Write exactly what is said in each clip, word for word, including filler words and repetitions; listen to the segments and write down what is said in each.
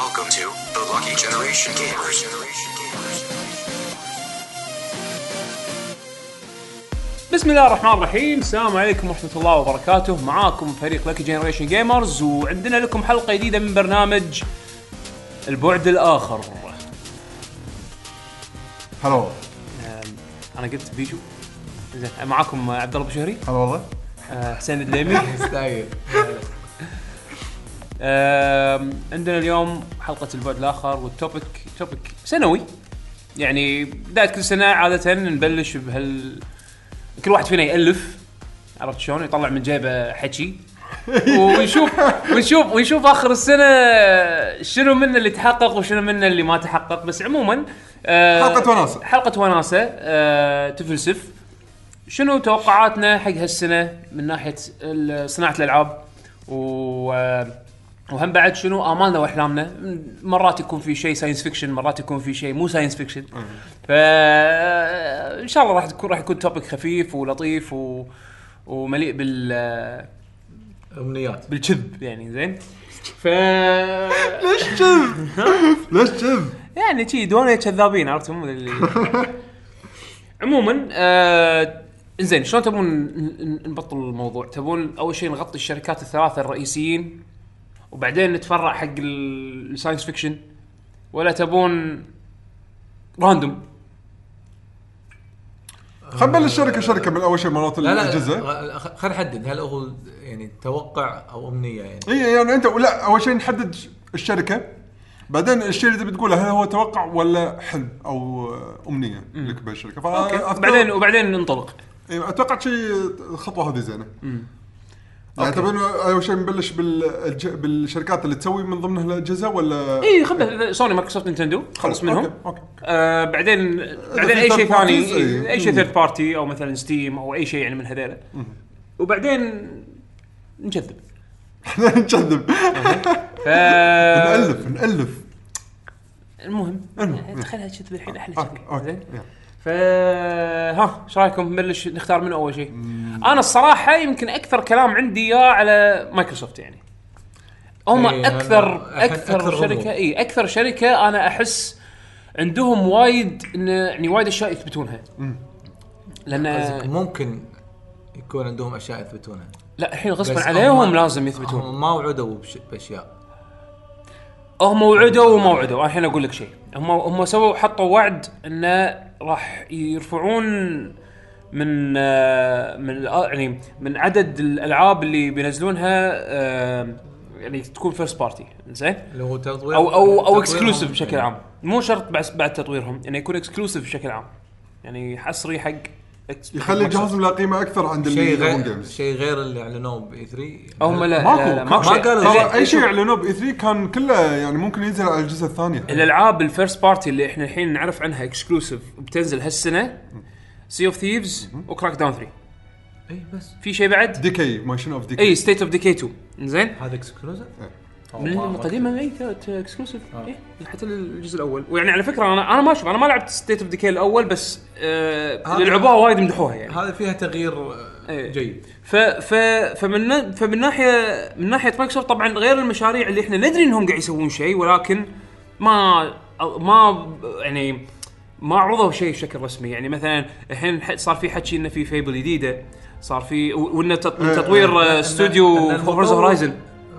Welcome to the Lucky Generation Gamers. بسم الله الرحمن الرحيم. السلام عليكم ورحمة الله وبركاته. معاكم فريق Lucky Generation Gamers وعندنا لكم حلقة جديدة من برنامج البعد الآخر. هلا. أنا قلت بيشو. زين معاكم عبد الله بشهري. هلا والله. حسين الدليمي. ستايل. عندنا اليوم حلقة البعد الآخر والتوبيك توبيك سنوي. يعني بداية كل سنة عادة نبلش بهال كل واحد فينا يألف، عرفت شلون، يطلع من جيبه حكي ونشوف ونشوف ونشوف آخر السنة شنو منا اللي تحقق وشنو منا اللي ما تحقق. بس عموما حلقة وناسة حلقة وناسة تفلسف شنو توقعاتنا حق هالسنة من ناحية صناعة الألعاب، وهم بعد شنو آمالنا وأحلامنا. مرات يكون في شيء ساينس فيكشن، مرات يكون في شيء مو ساينس فيكشن. فإن شاء الله راح تكون راح يكون توبيك خفيف ولطيف و... ومليء بال أمنيات بالكذب يعني. زين ف ليش كذب؟ ليش كذب؟ يعني شيء دونه كذابين، عرفتم اللي عموما. آه... زين شلون تبون نبطل الموضوع؟ تبون أول شيء نغطي الشركات الثلاثة الرئيسيين وبعدين نتفرع حق الساينس فيكشن، ولا تبون راندوم؟ خلينا نبلش شركة شركة من أول شيء مرات الأجهزة. خلينا نحدد هل هو يعني توقع أو أمنية يعني. إيه يعني أنت لا، أول شيء نحدد الشركة، بعدين الشيء اللي بتقوله هل هو توقع ولا حلم أو أمنية لك بالشركة. بعدين وبعدين ننطلق. إيه أتوقع شيء الخطوة هذه زينة. يعني تبون أول شيء نبلش بالج... بالشركات اللي تسوي من ضمنها الأجهزة ولا؟ إيه خلنا سوني مايكروسوفت نينتندو خلص منهم. أوكي. أوكي. آه بعدين بعدين أي شيء ثاني، أي, أي شيء ثيرد بارتي أو مثلا ستيم أو أي شيء يعني من هذيلا، وبعدين نكذب نكذب ف... نألف نألف المهم المهم خلها كذب الحين أحلى أوكي. كذب. أوكي. ف ها ايش رايكم نبلش نختار من اول شيء؟ انا الصراحه يمكن اكثر كلام عندي يا على مايكروسوفت. يعني هم إيه اكثر أكثر, اكثر شركه اي اكثر شركه انا احس عندهم وايد يعني وايد اشياء يثبتونها. لان ممكن يكون عندهم اشياء يثبتونها، لا الحين غصبا عليهم لازم يثبتون. هم ما وعدوا باشياء، هم وعدوا وما وعدوا. الحين اقول لك شيء، هم هم سووا حطوا وعد انه راح يرفعون من من يعني من عدد الالعاب اللي بينزلونها يعني تكون فيرست بارتي. زين اللي هو تطوير او او او اكسكلوسيف بشكل عام، مو شرط بعد بعد تطويرهم، يعني يكون اكسكلوسيف بشكل عام، يعني حصري حق يخلي الجهاز له قيمه اكثر عند اللي يلعبون جيمز. شيء غير اللي اعلنوه باي ثري هم لا ماكو لا, لا ما قالوا اي شيء اعلنوه باي ثري كان كله يعني ممكن ينزل على الجزء الثاني. الالعاب الفيرست بارتي اللي احنا الحين نعرف عنها اكسكلوسيف بتنزل هالسنه سي اوف ثيفز وكراك داون ثري. اي بس في شيء بعد ديكي ماشين اوف ديكي اي ستيت اوف ديكي تو. زين هذا اكسكلوسيف من المقدمه اي اكسكلوسيف اي حتى الجزء الاول. ويعني على فكره انا انا ما اشوف، انا ما لعبت ستيت اوف ديكي الاول بس آه اللي لعبوها وايد مدحوها يعني. هذا فيها تغيير أيه. جيد. ف ف فمن فمن ناحيه من ناحيه مايكروسوفت طبعا غير المشاريع اللي احنا ندري انهم قاعد يسوون شيء، ولكن ما ما يعني ما عرضوا شيء بشكل رسمي. يعني مثلا الحين صار في حكي انه في فيبل جديده، صار في وانه تطوير استوديو فورزا هورايزن.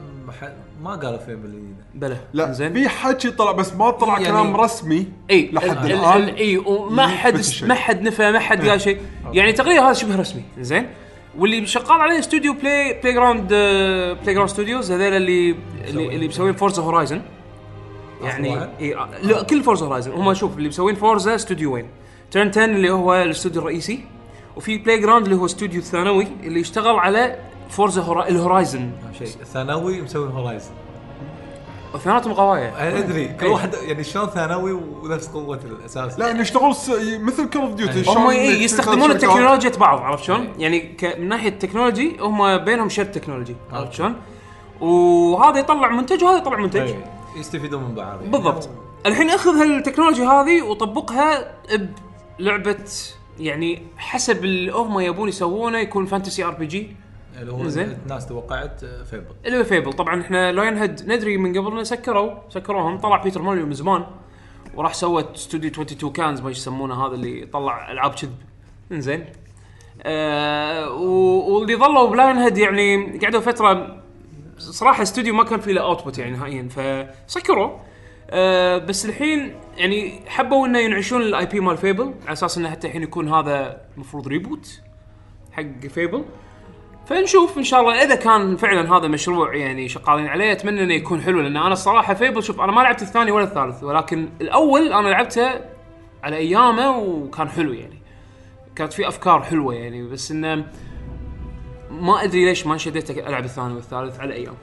ما قالوا فيبل جديده بلى لا زين في حكي طلع بس ما طلع يعني كلام رسمي اي لحد الان. اي وما حد ما حد نفى ما حد قال شيء يعني تقريبا هذا شبه رسمي. زين واللي شغال عليه استوديو بلاي بلاي جراوند بلاي جراوند ستوديوز هذول اللي اللي, اللي مسوين فورزا هورايزن. يعني اي لا كل فورزا هورايزن هم شوف اللي مسوين فورزا استوديوين، ترن عشرة اللي هو الاستوديو الرئيسي، وفي بلاي جراوند اللي هو استوديو الثانوي اللي يشتغل على فورزا هورا... الهورايزن. شيء ثانوي مسوي هورايزن اثنيناتهم قوايا. انا ادري كل واحد يعني شلون ثانوي ونفس قوه الاساس. لا نشتغل س... مثل كول اوف ديوتي هم يستخدمون التكنولوجيا بعض، عرفت شلون؟ يعني ك... من ناحيه التكنولوجي هم بينهم شير تكنولوجي، عرفت شلون؟ وهذا يطلع منتج وهذا يطلع منتج يستفيدون من بعض بالضبط. الحين اخذ هالتكنولوجيا هذه وطبقها بلعبه يعني حسب اللي هم يبون يسوونه، يكون فانتسي ار بي جي اللي هو زين. الناس توقعت فيبل اللي هو فيبل. طبعا احنا لاين هيد ندري من قبل سكروا سكروهم. طلع بيتر موليو من زمان وراح سوت استوديو اثنين وعشرين كانز ما يسمونه هذا اللي يطلع العاب كذب. انزين آه واللي ظلوا بلاين هيد يعني قعدوا فتره صراحه استوديو ما كان فيه له اوتبوت يعني نهائيا فسكروا. آه بس الحين يعني حبوا انه ينعشون الاي بي مال فيبل على اساس انه حتى الحين يكون هذا المفروض ريبوت حق فيبل. فنشوف ان شاء الله اذا كان فعلا هذا مشروع يعني شغالين عليه. اتمنى انه يكون حلو لان انا الصراحه فيبل شوف انا ما لعبت الثاني ولا الثالث ولكن الاول انا لعبته على ايامه وكان حلو يعني كانت في افكار حلوه يعني بس انه ما ادري ليش ما شديت العب الثاني والثالث على ايامهم.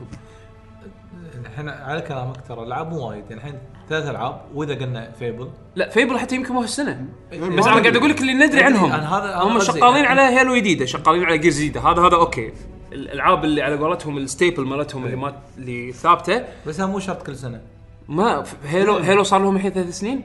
احنا على كلامك ترى العاب مو وايد يعني الحين ثلاث العاب واذا قلنا فيبل لا فيبل حتى يمكن مو هالسنه إيه، بس ما انا أدري. قاعد اقول لك اللي ندري عنهم هذا هم شغالين على هيلو جديده شغالين على جير جديده. هذا هذا اوكي الالعاب اللي على قولتهم الستيبل مالتهم اللي ما اللي ثابته بس مو شرط كل سنه. ما هيلو هيلو صار لهم الحين ثلاث سنين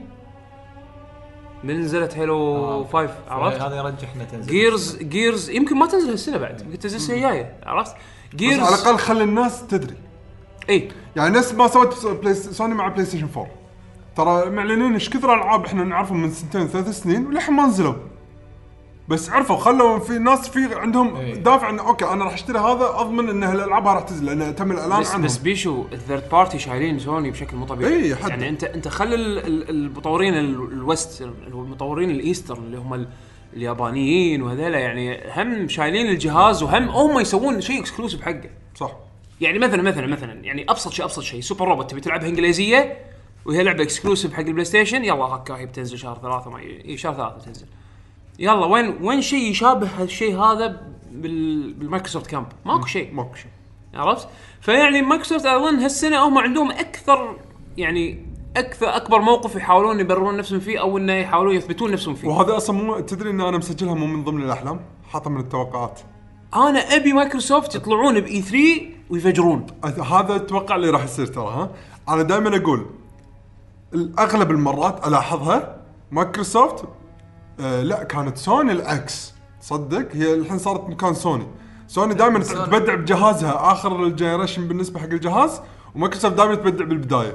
من نزلت هيلو آه. خمسة عرفت. هذا يرجحنا تنزل جيرز جيرز يمكن ما تنزل هالسنه بعد يمكن تنزل السنه الجايه عرفت. بس جيرز على الاقل خلي الناس تدري اي يعني نفس ما سوت بلاي سوني مع بلاي ستيشن فور ترى معلنين ايش كثر العاب احنا نعرفهم من سنتين ثلاث سنين ولحين ما نزلوا بس عرفوا خلوا في ناس في عندهم إيه. دافع انه اوكي انا راح اشتري هذا اضمن ان هالالعاب راح تنزل لان تم الاعلان بس, عنهم. بس بيشو الثيرد بارتي شايلين سوني بشكل مو طبيعي. إيه، حد. يعني انت انت خلي ال- ال- المطورين ال- الويست المطورين الايستر اللي هم ال- اليابانيين وهذول يعني هم شايلين الجهاز وهم هم يسوون شيء اكسكلوسيف حقه. صح يعني مثلا مثلا مثلا يعني ابسط شيء ابسط شيء سوبر روبوت تبي تلعبها انجليزيه وهي لعبه اكسكلوسيف حق البلاي ستيشن يلا هكا هي بتنزل شهر ثلاثة ما ي... شهر ثلاثة تنزل يلا وين وين شيء يشابه هالشيء هذا بال... بالمايكروسوفت كامب ماكو شيء ماكو شيء عرفت. فيعني مايكروسوفت اظن هالسنه هم عندهم اكثر يعني اكثر اكبر موقف يحاولون يبررون نفسهم فيه او انه يحاولون يثبتون نفسهم فيه. وهذا اصلا مو تدري ان انا مسجلها مو من ضمن الاحلام حاطه من التوقعات. انا ابي مايكروسوفت يطلعون باي ثلاثة ويفجرون. هذا اتوقع اللي راح يصير ترى. ها انا دائما اقول اغلب المرات الاحظها مايكروسوفت آه لا كانت سوني العكس صدق هي الحين صارت مكان سوني. سوني دائما تبدع بجهازها اخر الجنريشن بالنسبه حق الجهاز ومايكروسوفت دائما تبدع بالبدايه.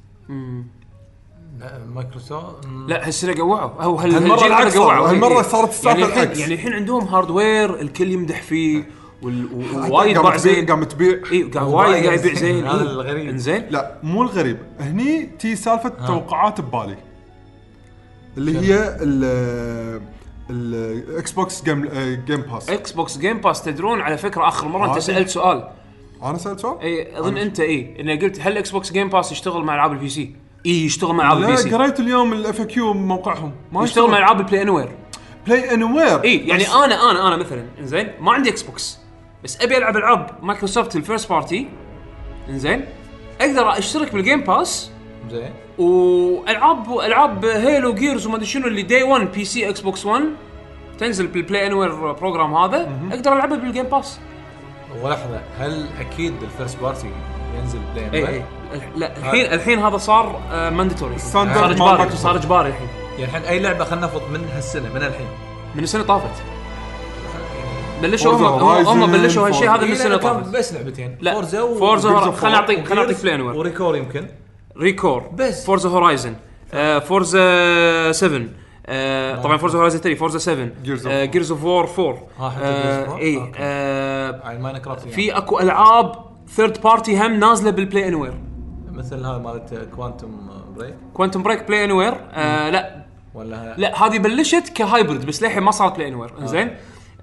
لا مايكروسوفت لا هالسنه قوعوا او هال هالمرة هالجيل العكس هذا صار، قوعوا. هالمرة صارت السالفة يعني الحين العكس. يعني الحين عندهم هاردوير الكل يمدح فيه وال- و- وايد قامت باع تبيع- زين. قامت تبيع اي قاعد هو وايد بايع قاعد يبيع زين. زين. هذا إيه. الغريب. انزين لا مو الغريب هني تي سالفه توقعات ببالي اللي هي ال الاكس بوكس جيم جيم باس. اكس بوكس جيم باس تدرون على فكره اخر مره انت هذا- سالت سؤال انا سالت سؤال اي اظن انت اي اني قلت هل اكس بوكس جيم باس يشتغل مع العاب البي سي؟ اي يشتغل مع العاب البي لا سي قريت اليوم الاف كيو موقعهم ما يشتغل مع العاب البلاي انوير. بلاي انوير. اي يعني انا انا انا مثلا انزين ما عندي اكس بوكس بس ابي العب العاب مايكروسوفت الفيرست بارتي انزين اقدر اشترك بالجيم باس زين والعاب العاب هيلو جيرز وما ادري شنو اللي داي واحد بي سي اكس بوكس واحد تنزل بالبلاي انوير بروجرام هذا اقدر العبها بالجيم باس. ولحظه هل اكيد الفيرست بارتي ينزل بلاي اي اي لا الحين الحين هذا صار مانديتوري ستاندرد صار مال اجباري مايكروسوفت. صار اجباري الحين يعني الحين اي لعبه خلينا نفرض من هالسنه من الحين من السنه طافت بلشوا Forza هم هم Horizon، بلشوا هالشيء هذا من إيه، السنه لا، كان طافت. بس لعبتين لا فورزا و... فورزا Gears of خلينا War. نعطيك خلينا نعطيك بلاي انوير وريكور يمكن ريكور بس. فورزا هورايزن آه فورزا سبعة آه طبعا فورزا هورايزن ثلاثة فورزا سبعة Gears of آه جيرز اوف وور أربعة ها، حتى آه Gears of War؟ اي أوكي. آه يعني ماينكرافت يعني. في اكو العاب ثيرد بارتي هم نازله بالبلاي انوير. مثل هذا مالت كوانتم بريك كوانتم بريك بلاي انوير آه لا ولا لا هذه بلشت كهايبرد بس للحين ما صارت بلاي انوير انزين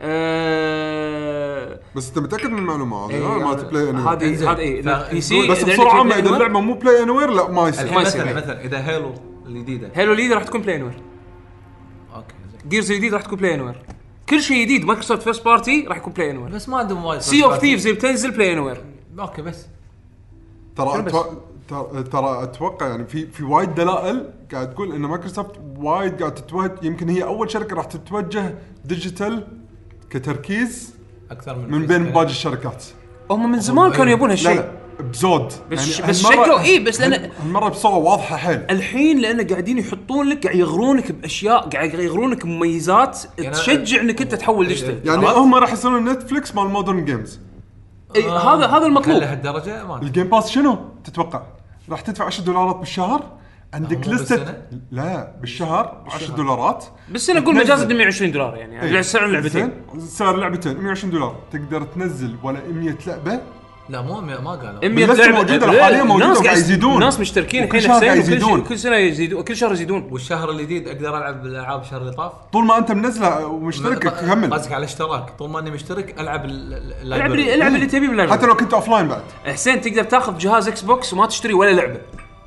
آه بس انت متاكد من المعلومه هذه؟ إيه، ما ما بلاي انوير هذه إنزين. هذا اي ف- البي سي بس إذا بسرعه عندك عامه Play اذا Anywhere- اللعبه مو بلاي انوير لا ما يصير. الحين يصير. مثلا مثلا اذا هيلو الجديده هيلو ليد راح تكون بلاي انوير اوكي زين جيرز الجديد راح تكون بلاي انوير كل شيء جديد مايكروسوفت فيرست بارتي راح يكون بلاي انوير. بس ما عندهم وايد سي اوف ثيفز اللي بتنزل بلاي انوير اوكي بس ترى بس. أتو... ترى ترى اتوقع يعني في في وايد دلائل قاعد تقول ان مايكروسوفت وايد قاعد تتوجه يمكن هي اول شركه راح تتوجه ديجيتال كتركيز اكثر من من بين باقي الشركات. هم من زمان كانوا يبون لا هالشيء لا بزود بس يعني بس هالمرة- شكله اي بس لان هالمره بصوره واضحه حيل. الحين لان قاعدين يحطون لك قاعد يغرونك باشياء قاعد يغرونك بمميزات يعني تشجع انك انت تحول ديجيتال يعني عرفت؟ هم راح يصيرون نتفليكس مال مودرن جيمز. إي، هذا هذا المطلوب. لهالدرجه ما الجيم باس شنو تتوقع؟ راح تدفع عشرة دولارات بالشهر عندك مو لستة. بالسنة؟ لا بالشهر عشرة دولارات. بس انا اقول تنزل. مجازا مية وعشرين دولار يعني إيه. على سعر اللعبتين. زين، سعر لعبتين مية وعشرين دولار تقدر تنزل ولا مية لعبه. لا مو ما قالوا مية باللسته لعبة موجودة، لا، حاليا موجودة الناس وقاعد قاعد- يزيدون. الناس مشتركين وكل الحين شهر قاعد حسين وكل يزيدون. شيء- كل سنه يزيدون كل شهر يزيدون. والشهر الجديد اقدر العب الالعاب الشهر اللي طاف طول ما انت منزله ومشترك كمل. قصدك على اشتراك طول ما اني مشترك العب ال- ال- العب اللي العب اللي تبي باللعبه. حتى لو كنت اوف لاين بعد. حسين تقدر تاخذ جهاز اكس بوكس وما تشتري ولا لعبه.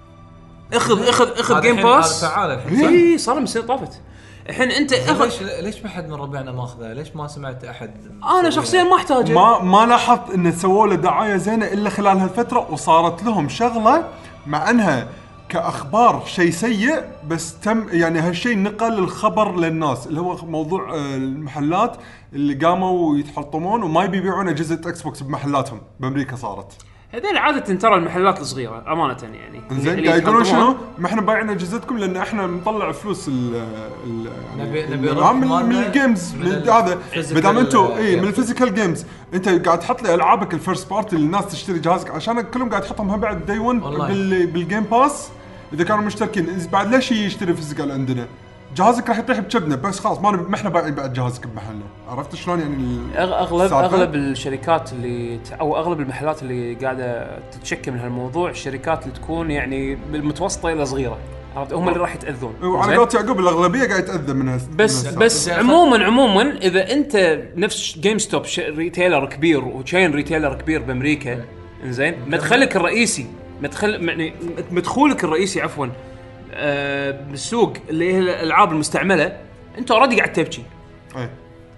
اخذ اخذ اخذ هذا جيم الحين- باس. هذا فعال الحين اي صار من سنه طافت. الحين انت اخذ. ليش ليش ما حد من ربعنا ماخذه؟ ليش ما سمعت احد؟ انا شخصيا ما احتاجه. ما ما لاحظت ان سووا له دعايه زينه الا خلال هالفتره، وصارت لهم شغله مع انها كاخبار شيء سيء، بس تم يعني هالشيء نقل الخبر للناس، اللي هو موضوع آه، المحلات اللي قاموا يتحطمون وما يبي يبيعون اجهزه اكس بوكس بمحلاتهم بامريكا. صارت هذول عاده ترى المحلات الصغيره امانه يعني. زين اللي قاعد يقولون يتحطمون. شنو؟ ما احنا بايعين اجهزتكم لان احنا نطلع فلوس ال ال نبي- يعني نبي ال- ربح من, من مالنا الجيمز من من ال- هذا. physical بدام انتم اي games. من الفيزيكال جيمز، انت قاعد تحط لي العابك الفيرست بارتي اللي الناس تشتري جهازك عشان كلهم قاعد تحطهم هم بعد داي ون بال بالجيم باس اذا كانوا مشتركين. بعد ليش يشتري فيزيكال عندنا؟ جهازك راح يطيح بجبنه بس خلاص ما ما احنا بايعين بعد جهازك بمحلنا. عرفت شلون يعني ال- أغ- اغلب السالفة؟ اغلب الشركات اللي ت- او اغلب المحلات اللي قاعده تتشكى من هالموضوع الشركات اللي تكون يعني بالمتوسطه الى صغيره. عرفت هم اللي راح يتاذون. وعلى زين؟ قولة يعقوب الاغلبيه قاعد يتاذى منها. بس من بس زين، عموما عموما اذا انت نفس جيم ستوب ريتيلر كبير وتشين ريتيلر كبير بامريكا انزين مدخلك الرئيسي مدخل يعني مدخولك الرئيسي عفوا آه بالسوق اللي هي الالعاب المستعمله انت اوريدي قاعد تبكي. ايه.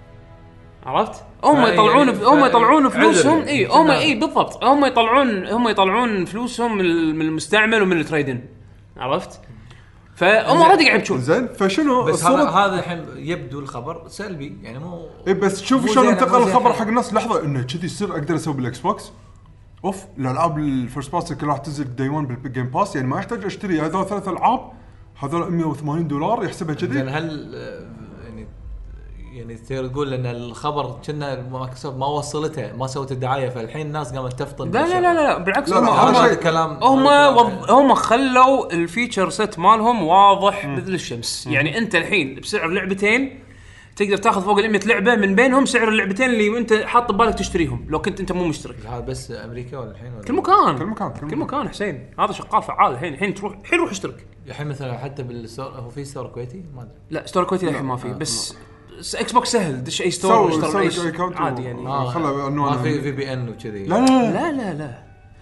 عرفت هم فأي- يطلعون يعني هم فأي- يطلعون فلوسهم عذر. اي هم نعم. اي بالضبط هم يطلعون هم يطلعون فلوسهم من من المستعمل ومن التريدن. عرفت فهم اوريدي قاعد يبكون. زين فشنو بس هذا الصورة؟ هذا الحين يبدو الخبر سلبي يعني مو اي بس شوف مو شلون زين- انتقل مو زين الخبر حق. حق الناس. لحظه انه كذي يصير اقدر اسوي بالاكس بوكس. اوف الالعاب الفيرست باس كلها راح تنزل داي ون بالجيم باس، يعني ما يحتاج اشتري هذول ثلاث العاب هذول مية وثمانين دولار يحسبها زين كذي. هل آه، يعني يعني تقدر تقول ان الخبر كنا مايكروسوفت ما وصلته ما سوت الدعايه فالحين الناس قامت تفطن لا لا لا لا بالعكس لا، لا، هم هذا هم شيء- كلام هم هذا كلام وض... هم خلوا الفيتشر سيت مالهم واضح مثل الشمس. يعني انت الحين بسعر لعبتين تقدر تاخذ فوق ال مية لعبه من بينهم سعر اللعبتين اللي انت حاط ببالك تشتريهم لو كنت انت مو مشترك. هذا بس امريكا ولا الحين ولا كل مكان كل مكان، كل كل مكان. مكان حسين هذا شغال فعال الحين الحين تروح الحين روح اشترك. الحين مثلا حتى بالستور هو في ستور كويتي ما ادري لا ستور كويتي الحين ما في بس س- اكس بوكس سهل دش اي ستور سوي واشتري سوي ايش لك اكونت عادي يعني. آه خله ما عنوانه. في في بي ان وكذي لا لا لا لا لا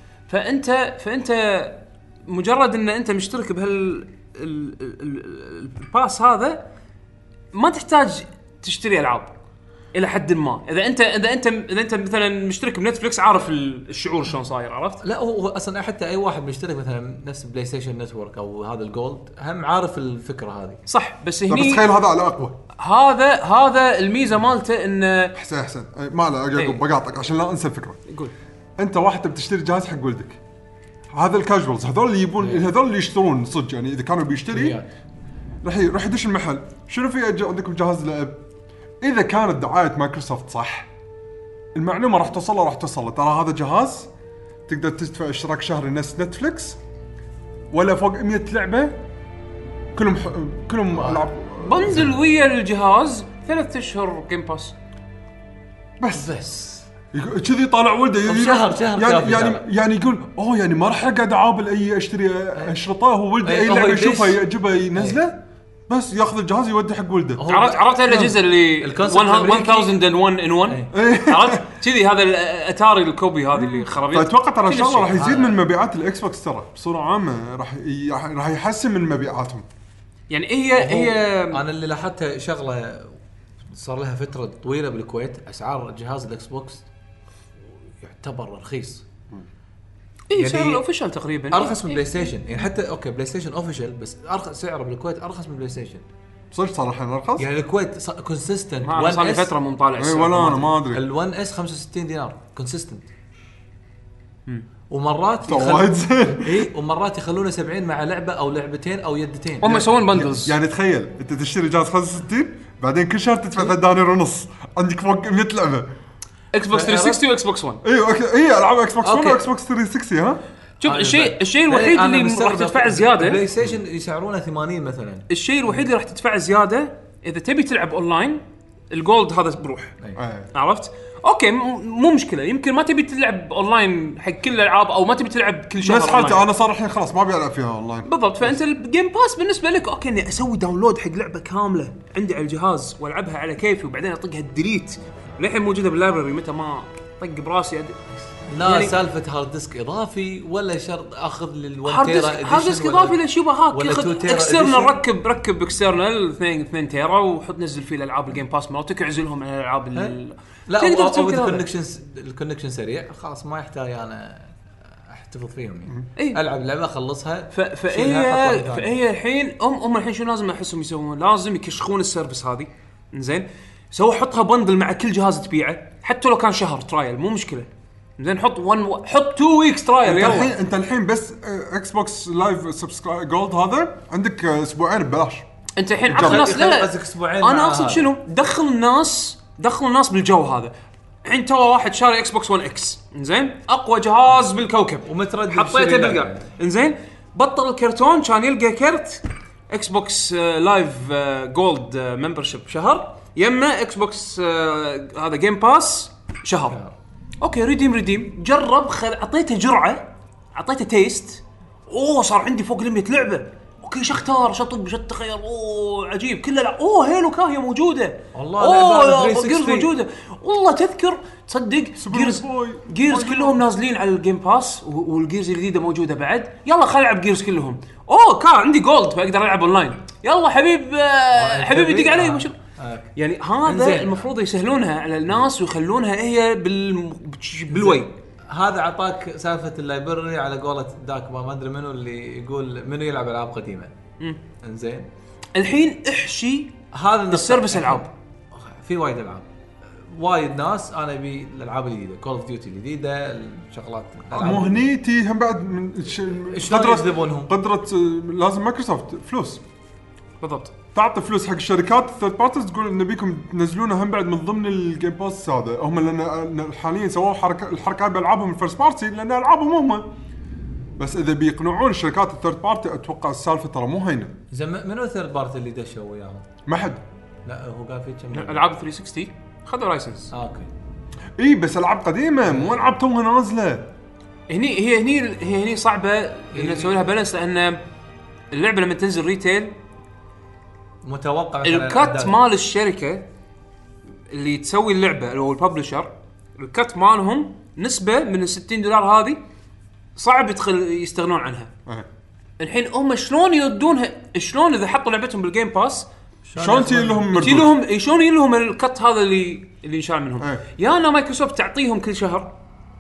فانت فانت مجرد ان انت مشترك بهال ال- ال- ال- الباس هذا ما تحتاج تشتري العاب الى حد ما. اذا انت اذا انت اذا انت مثلا مشترك بنتفلكس عارف ال- الشعور شلون صاير. عرفت لا هو هو اصلا حتى اي واحد مشترك مثلا نفس بلاي ستيشن نتورك او هذا الجولد هم عارف الفكره هذه صح بس لا، بس هني تخيل هذا على اقوى. هذا هذا الميزه مالته انه احسن احسن أي، ما لا إيه. يعقوب بقاطعك عشان لا انسى الفكره. يقول انت واحد بتشتري جهاز حق ولدك، هذا الكاجوالز هذول اللي يبون هذول اللي يشترون صدق يعني اذا كانوا بيشتري راح ي- راح يدش المحل. شنو في أج- عندكم جهاز لعب؟ اذا كانت دعايه مايكروسوفت صح المعلومه راح توصل له راح توصل له ترى هذا جهاز تقدر تدفع اشتراك شهري نفس نتفلكس ولا فوق مية لعبه كلهم ح... كلهم العاب بندل ويا الجهاز ثلاث اشهر جيم باس بس بس يق- كذي طالع ولده طب ي- شهر- شهر يعني كافي يعني, ترى. يعني يقول اوه يعني ما راح اقعد اعابل اي اشتري اشرطه هو ولده أي، اي هو لعبه يدش. يشوفها يعجبه ينزله بس ياخذ الجهاز يودي حق ولده. هو- عرفت عرفت الاجهزه اللي الكونسبت الأمريكي. ألف وواحد ان واحد عرفت كذي هذا الاتاري الكوبي هذه اللي خرابيط. فاتوقع ترى ان شاء الله راح كل يزيد هذا. من مبيعات الاكس بوكس ترى بصوره عامه راح ي- راح يحسن من مبيعاتهم. يعني هي هي انا اللي لاحظتها شغله صار لها فتره طويله بالكويت اسعار جهاز الاكس بوكس يعتبر رخيص اي يعني سعر الاوفيشال تقريبا ارخص من إيه. بلاي ستيشن يعني حتى اوكي بلاي ستيشن اوفيشال بس ارخص سعره بالكويت ارخص من بلاي ستيشن صدق صار الحين ارخص؟ يعني الكويت كونسيستنت ما صار لي فتره مو مطالع اي السعر. ولا انا ما ادري. ال1 اس خمسة وستين دينار كونسيستنت ومرات وايد زين. اي ومرات يخلونه سبعين مع لعبه او لعبتين او يدتين. هم يسوون بندلز. يعني تخيل انت تشتري جهاز خمسة وستين بعدين كل شهر تدفع ثلاثة دنانير ونص عندك فوق مية لعبه. اكس بوكس ثلاثمية وستين واكس بوكس واحد. ايوه اي العاب اكس بوكس أوكي. واحد واكس بوكس ثلاثمية وستين ها. شوف أنا الشيء ب- الشيء الوحيد أنا اللي مستغرب راح تدفع بلاي زياده، ستيشن يسعرونه ثمانين مثلا. الشيء الوحيد اللي راح تدفع زياده اذا تبي تلعب اونلاين الجولد هذا بروح. إيه. عرفت؟ اوكي م- مو مشكله، يمكن ما تبي تلعب اونلاين حق كل الالعاب او ما تبي تلعب كل شهر بس حالتي أونلاين. انا صار الحين خلاص ما ابي العب فيها اونلاين. بالضبط. فانت الجيم باس بالنسبه لك اوكي اني اسوي داونلود حق لعبه كامله عندي على الجهاز والعبها على كيفي وبعدين اطقها الديليت للحين موجوده باللايبرري متى ما طق براسي أد... لا يعني- سالفه هارد ديسك اضافي ولا شرط اخذ للون هارد تيرا ديسك هارد ديسك اضافي للشبهات ولا تو ياخذ تيرا اكسترنال إديشن. ركب ركب اكسترنال اثنين اثنين تيرا وحط نزل فيه الالعاب الجيم باس مالتك اعزلهم عن الالعاب ال... لا تقدر او تسوي كذا. الكونكشن الكونكشن سريع خلاص ما يحتاج انا احتفظ فيهم يعني. إيه. العب لعبه اخلصها ف... فهي شيلها، حطها ثاني. فهي الحين هم هم الحين شو لازم احسهم يسوون؟ لازم يكشخون السيرفس هذه زين، سووا حطها بندل مع كل جهاز تبيعه حتى لو كان شهر ترايل مو مشكله زين، حط ون حط تو ويكس ترايل انت الحين يلا. انت الحين بس آه، اكس بوكس لايف سبسكرايب جولد هذا عندك آه، اسبوعين ببلاش. انت الحين جرب. عطى الناس لا لا قصدك أسبوعين انا مع اقصد هذا. شنو دخل الناس دخل الناس بالجو هذا. الحين تو واحد شاري اكس بوكس ون اكس زين اقوى جهاز بالكوكب ومتردد حطيته يشتري بالقلب لعبة. انزين بطل الكرتون كان يلقى كرت اكس بوكس آه، لايف آه، جولد آه، ممبرشيب شهر يما اكس بوكس آه، هذا جيم باس شهر. اوكي ريديم ريديم جرب خل... اعطيته جرعه اعطيته تيست اوه صار عندي فوق مية لعبه. اوكي شو اختار شو اطق شو تخيل اوه عجيب كلها لا اوه هيلو كاهيه موجوده والله اوه لعبة جيرز ثلاثمية وستين. موجوده والله تذكر تصدق جيرز بوي. جيرز كلهم نازلين على الجيم باس و- والجيرز الجديده موجوده بعد يلا خل العب جيرز كلهم. اوه كان عندي جولد فاقدر العب اونلاين يلا حبيب آه حبيبي دق علي آه. مش آه. يعني هذا إنزين. المفروض يسهلونها على الناس ويخلونها هي بال بالوي. هذا عطاك سالفه اللايبرري على قولة داك ما ادري منو اللي يقول منو يلعب العاب قديمه. انزين الحين احشي هذا النقطة. السيرفس العاب في وايد العاب وايد ناس انا ابي الالعاب الجديده كول اوف ديوتي الجديده الشغلات مو هني تي هم بعد من ش... شلون يجذبونهم؟ قدرة آه، لازم مايكروسوفت فلوس بالضبط. تعطي فلوس حق الشركات الثيرد بارتيز تقول نبيكم تنزلونه هم بعد من ضمن الجيم باس هذا. هم لان حاليا سووا حركه الحركه بالعابهم الفيرست بارتي لان العابهم هم بس اذا بيقنعون الشركات الثيرد بارتي اتوقع السالفه ترى مو هينه. زين منو الثيرد بارتي اللي دشوا وياهم؟ ما حد لا هو قال في كم العاب ثلاثمية وستين خذوا لايسنس. آه اوكي اي بس العاب قديمه مو العاب توها نازله. هني هي هني هي هني صعبه ان تسوي لها بالانس لان اللعبه لما تنزل ريتيل متوقع الكات مال الشركه اللي تسوي اللعبه او الببلشر الكات مالهم نسبه من ستين دولار هذه صعب يدخل يستغنون عنها. أه. الحين هم شلون يردونها شلون اذا حطوا لعبتهم بالجيم باس شلون تي لهم مردود؟ تي لهم شلون يلهم الكت هذا اللي اللي ينشال منهم. أه. يا انا مايكروسوفت تعطيهم كل شهر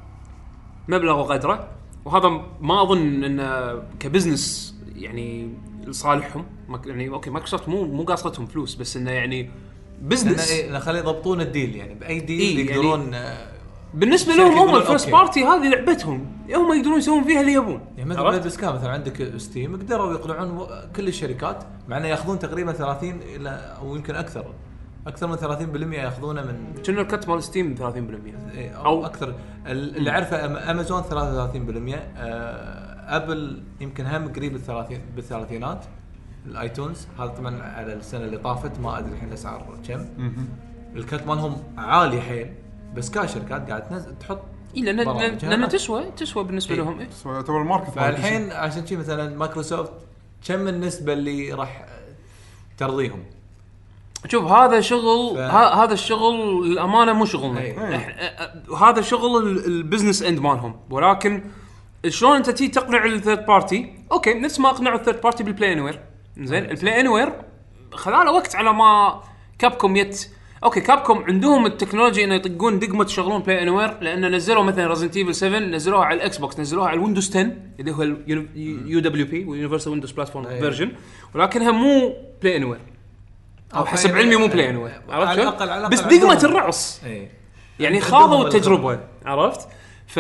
مبلغ وقدره وهذا ما اظن انه كبزنس يعني لصالحهم يعني اوكي مايكروسوفت مو مو قاصتهم فلوس بس انه يعني بزنس إيه خلي يضبطون الديل يعني باي ديل إيه يقدرون يعني يعني بالنسبه الشركة لهم هم يقولون الفيرست أوكي. بارتي هذه لعبتهم هم يقدرون يسوون فيها اللي يبون. يعني مثل بلاي سكا مثلا عندك ستيم قدروا يقنعون و- كل الشركات مع انه ياخذون تقريبا ثلاثين الى او يمكن اكثر اكثر من ثلاثين بالمئة ياخذونه من كنا الكت مال ستيم ثلاثين بالمئة إيه، او, أو- أو اكثر ال- اللي عارفه أم- امازون ثلاثة وثلاثين بالمئة آه، ابل يمكن هم قريب الثلاثين بالثلاثينات الايتونز هذا طبعا على السنه اللي طافت ما ادري الحين الاسعار كم. الكت مالهم عالي حيل بس كشركات قاعد تنزل تحط اي لان برامج. لان تسوى تسوى بالنسبه إيه. لهم إيه؟ سو يعتبر الماركت. فالحين عشان شي مثلا مايكروسوفت كم النسبه اللي راح ترضيهم؟ شوف هذا شغل ف- ه- هذا الشغل الامانه مو شغلنا. أي. إح- أ- أ- هذا شغل ال- البزنس اند مالهم ولكن شلون انت تي تقنع الثيرد بارتي اوكي نفس ما اقنعوا الثيرد بارتي بالبلاي انوير زين. البلاي انوير خلاله وقت على ما كابكوم يت اوكي كابكوم عندهم التكنولوجيا انه يطقون دقمه يشغلون بلاي انوير لان نزلوا مثلا ريزنت ايفل سبعة نزلوها على الاكس بوكس نزلوها على الويندوز عشرة اللي هو اليو دبليو بي ويونيفرسال ويندوز بلاتفورم أي. فيرجن ولكنها مو بلاي انوير او حسب علمي مو بلاي انوير على عرفت الأقل- على الأقل بس عندهم. دقمه الرعص اي يعني عندهم خاضوا الخبرة. التجربه عرفت. ف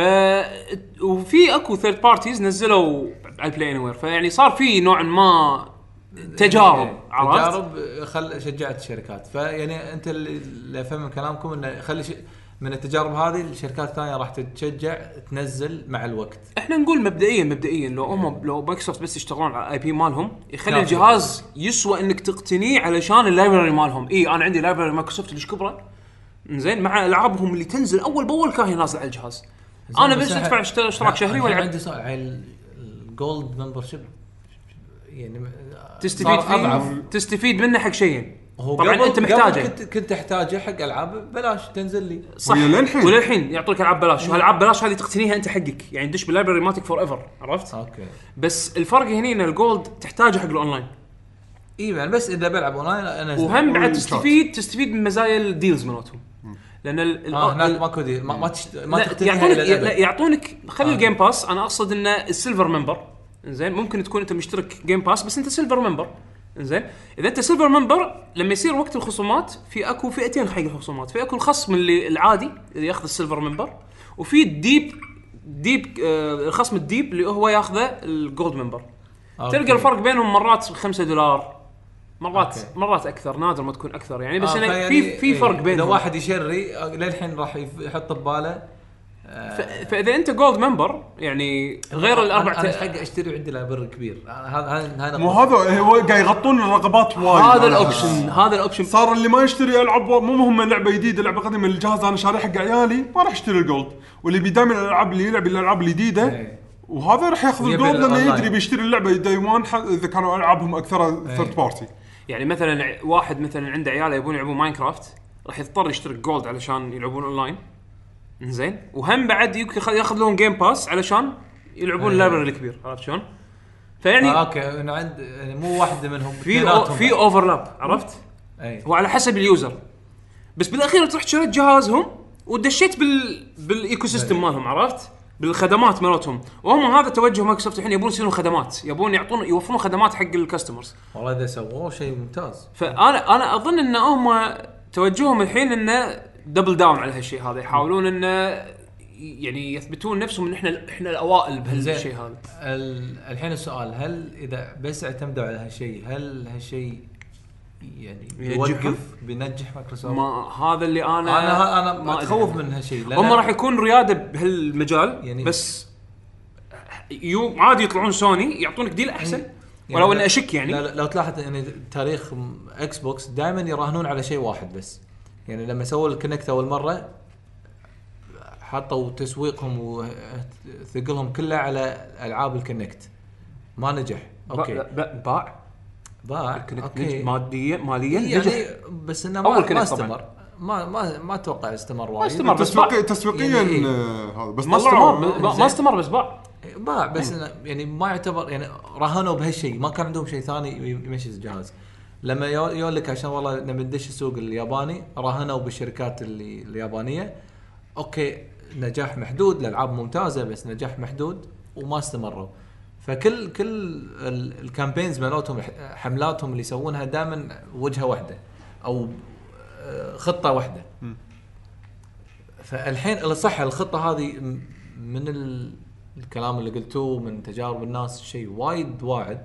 وفي اكو ثيرد بارتيز نزلوا على البلاي اني وير، فيعني صار في نوع ما تجارب، عرفت؟ تجارب خل شجعت الشركات. فيعني انت اللي افهم من كلامكم انه خلي ش... من التجارب هذه الشركات الثانيه راح تتشجع تنزل مع الوقت. احنا نقول مبدئيا مبدئيا لو هم لو مايكروسوفت بس يشتغلون على اي بي مالهم يخلي كافي. الجهاز يسوى انك تقتنيه علشان اللايبراري مالهم. اي انا عندي لايبراري مايكروسوفت اللي كبره زين مع العابهم اللي تنزل اول باول كان نازل على الجهاز. انا بس ادفع اشتراك شهري ولا عندي سؤال على الجولد ممبرشيب يعني تستفيد فيه تستفيد منه حق شيئين. طبعا انت محتاجه كنت كنت تحتاجه حق العاب بلاش تنزل لي صح وللحين وللحين يعطوك العاب بلاش، وهالالعاب بلاش هذه تقتنيها انت حقك يعني دش باللايبراري مالتك فور ايفر، عرفت؟ اوكي. بس الفرق هنا ان الجولد تحتاجه حق الاونلاين. اي يعني بس اذا بلعب اونلاين انا وهم بعد تستفيد تستفيد من مزايا الديلز مالتهم لان ال اه هناك ماكو ديل ما ما, تشت... ما يعطونك لا يعطونك خلي آه. الجيم باس. انا اقصد ان السيلفر ممبر زين ممكن تكون انت مشترك جيم باس بس انت سيلفر ممبر زين. اذا انت سيلفر ممبر لما يصير وقت الخصومات في اكو فئتين حق الخصومات، في اكو الخصم اللي العادي اللي ياخذ السيلفر ممبر، وفي الديب ديب آه الخصم الديب اللي هو ياخذه الجولد ممبر. تلقى الفرق بينهم مرات خمسة دولار مرات أوكي. مرات اكثر، نادر ما تكون اكثر يعني. بس آه أنا في في فرق بينهم. اذا واحد يشري للحين راح يحط بباله آه فاذا انت جولد ممبر يعني غير الاربع انا حق اشتري عندي لايبرري كبير. هذا هذا مو هذا هو قاعد يغطون الرغبات وايد. هذا الاوبشن هذا الاوبشن صار اللي ما يشتري العاب مو مهم لعبه جديده لعبه قديمه الجهاز انا شاري حق عيالي ما راح اشتري الجولد، واللي بيدعم الالعاب اللي يلعب الالعاب الجديده وهذا راح ياخذ الجولد لانه يدري بيشتري اللعبه داي وان اذا كانوا العابهم اكثر ثيرد بارتي. يعني مثلا واحد مثلا عنده عياله يبون يلعبون ماينكرافت راح يضطر يشترك جولد علشان يلعبون اونلاين زين، وهم بعد ياخذ لهم جيم باس علشان يلعبون اللايبرري الكبير، عرفت شلون؟ فيعني آه اوكي انا عند يعني مو واحده منهم في أو في اوفرلاب، عرفت؟ اي هو على حسب اليوزر. بس بالاخير رحت شريت جهازهم ودشيت بال بالايكو سيستم مالهم، عرفت؟ بالخدمات مالتهم. وهم هذا توجه مايكروسوفت الحين يبون يصيرون خدمات، يبون يعطون يوفرون خدمات حق الكاستمرز. والله اذا سووا شيء ممتاز. فانا انا اظن ان هم توجههم الحين انه دبل داون على هالشيء هذا، يحاولون انه يعني يثبتون نفسهم ان احنا احنا الاوائل بهالشيء هذا. الحين السؤال هل اذا بس اعتمدوا على هالشيء هل هالشيء يعني يوقف بينجح مايكروسوفت؟ ما هذا اللي انا انا انا ما اتخوف من هالشيء. هم راح يكون رياده بهالمجال يعني بس يوم عادي يطلعون سوني يعطونك ديل احسن يعني ولو اني اشك يعني. لا لو تلاحظ يعني تاريخ اكس بوكس دائما يراهنون على شيء واحد بس. يعني لما سووا الكونكت اول مره حطوا تسويقهم وثقلهم كله على العاب الكونكت ما نجح. اوكي باع باع اوكي ماديا ماليا يعني نجح بس انه ما, ما استمر. ما ما ما اتوقع استمر وايد. استمر تسويقيا تسويقيا يعني هذا بس ما استمر ما استمر بس باع باع بس يعني ما يعتبر يعني راهنوا بهالشيء ما كان عندهم شيء ثاني يمشي الجهاز. لما يقول لك عشان والله نبي ندش السوق الياباني راهنوا بالشركات اللي اليابانية. اوكي نجاح محدود للعاب ممتازة بس نجاح محدود وما استمروا. فكل كل الكامبينز مالتهم حملاتهم اللي يسوونها دائما وجهة واحدة او خطة واحدة. فالحين الصح الخطة هذه من الكلام اللي قلتوه من تجارب الناس شيء وايد واعد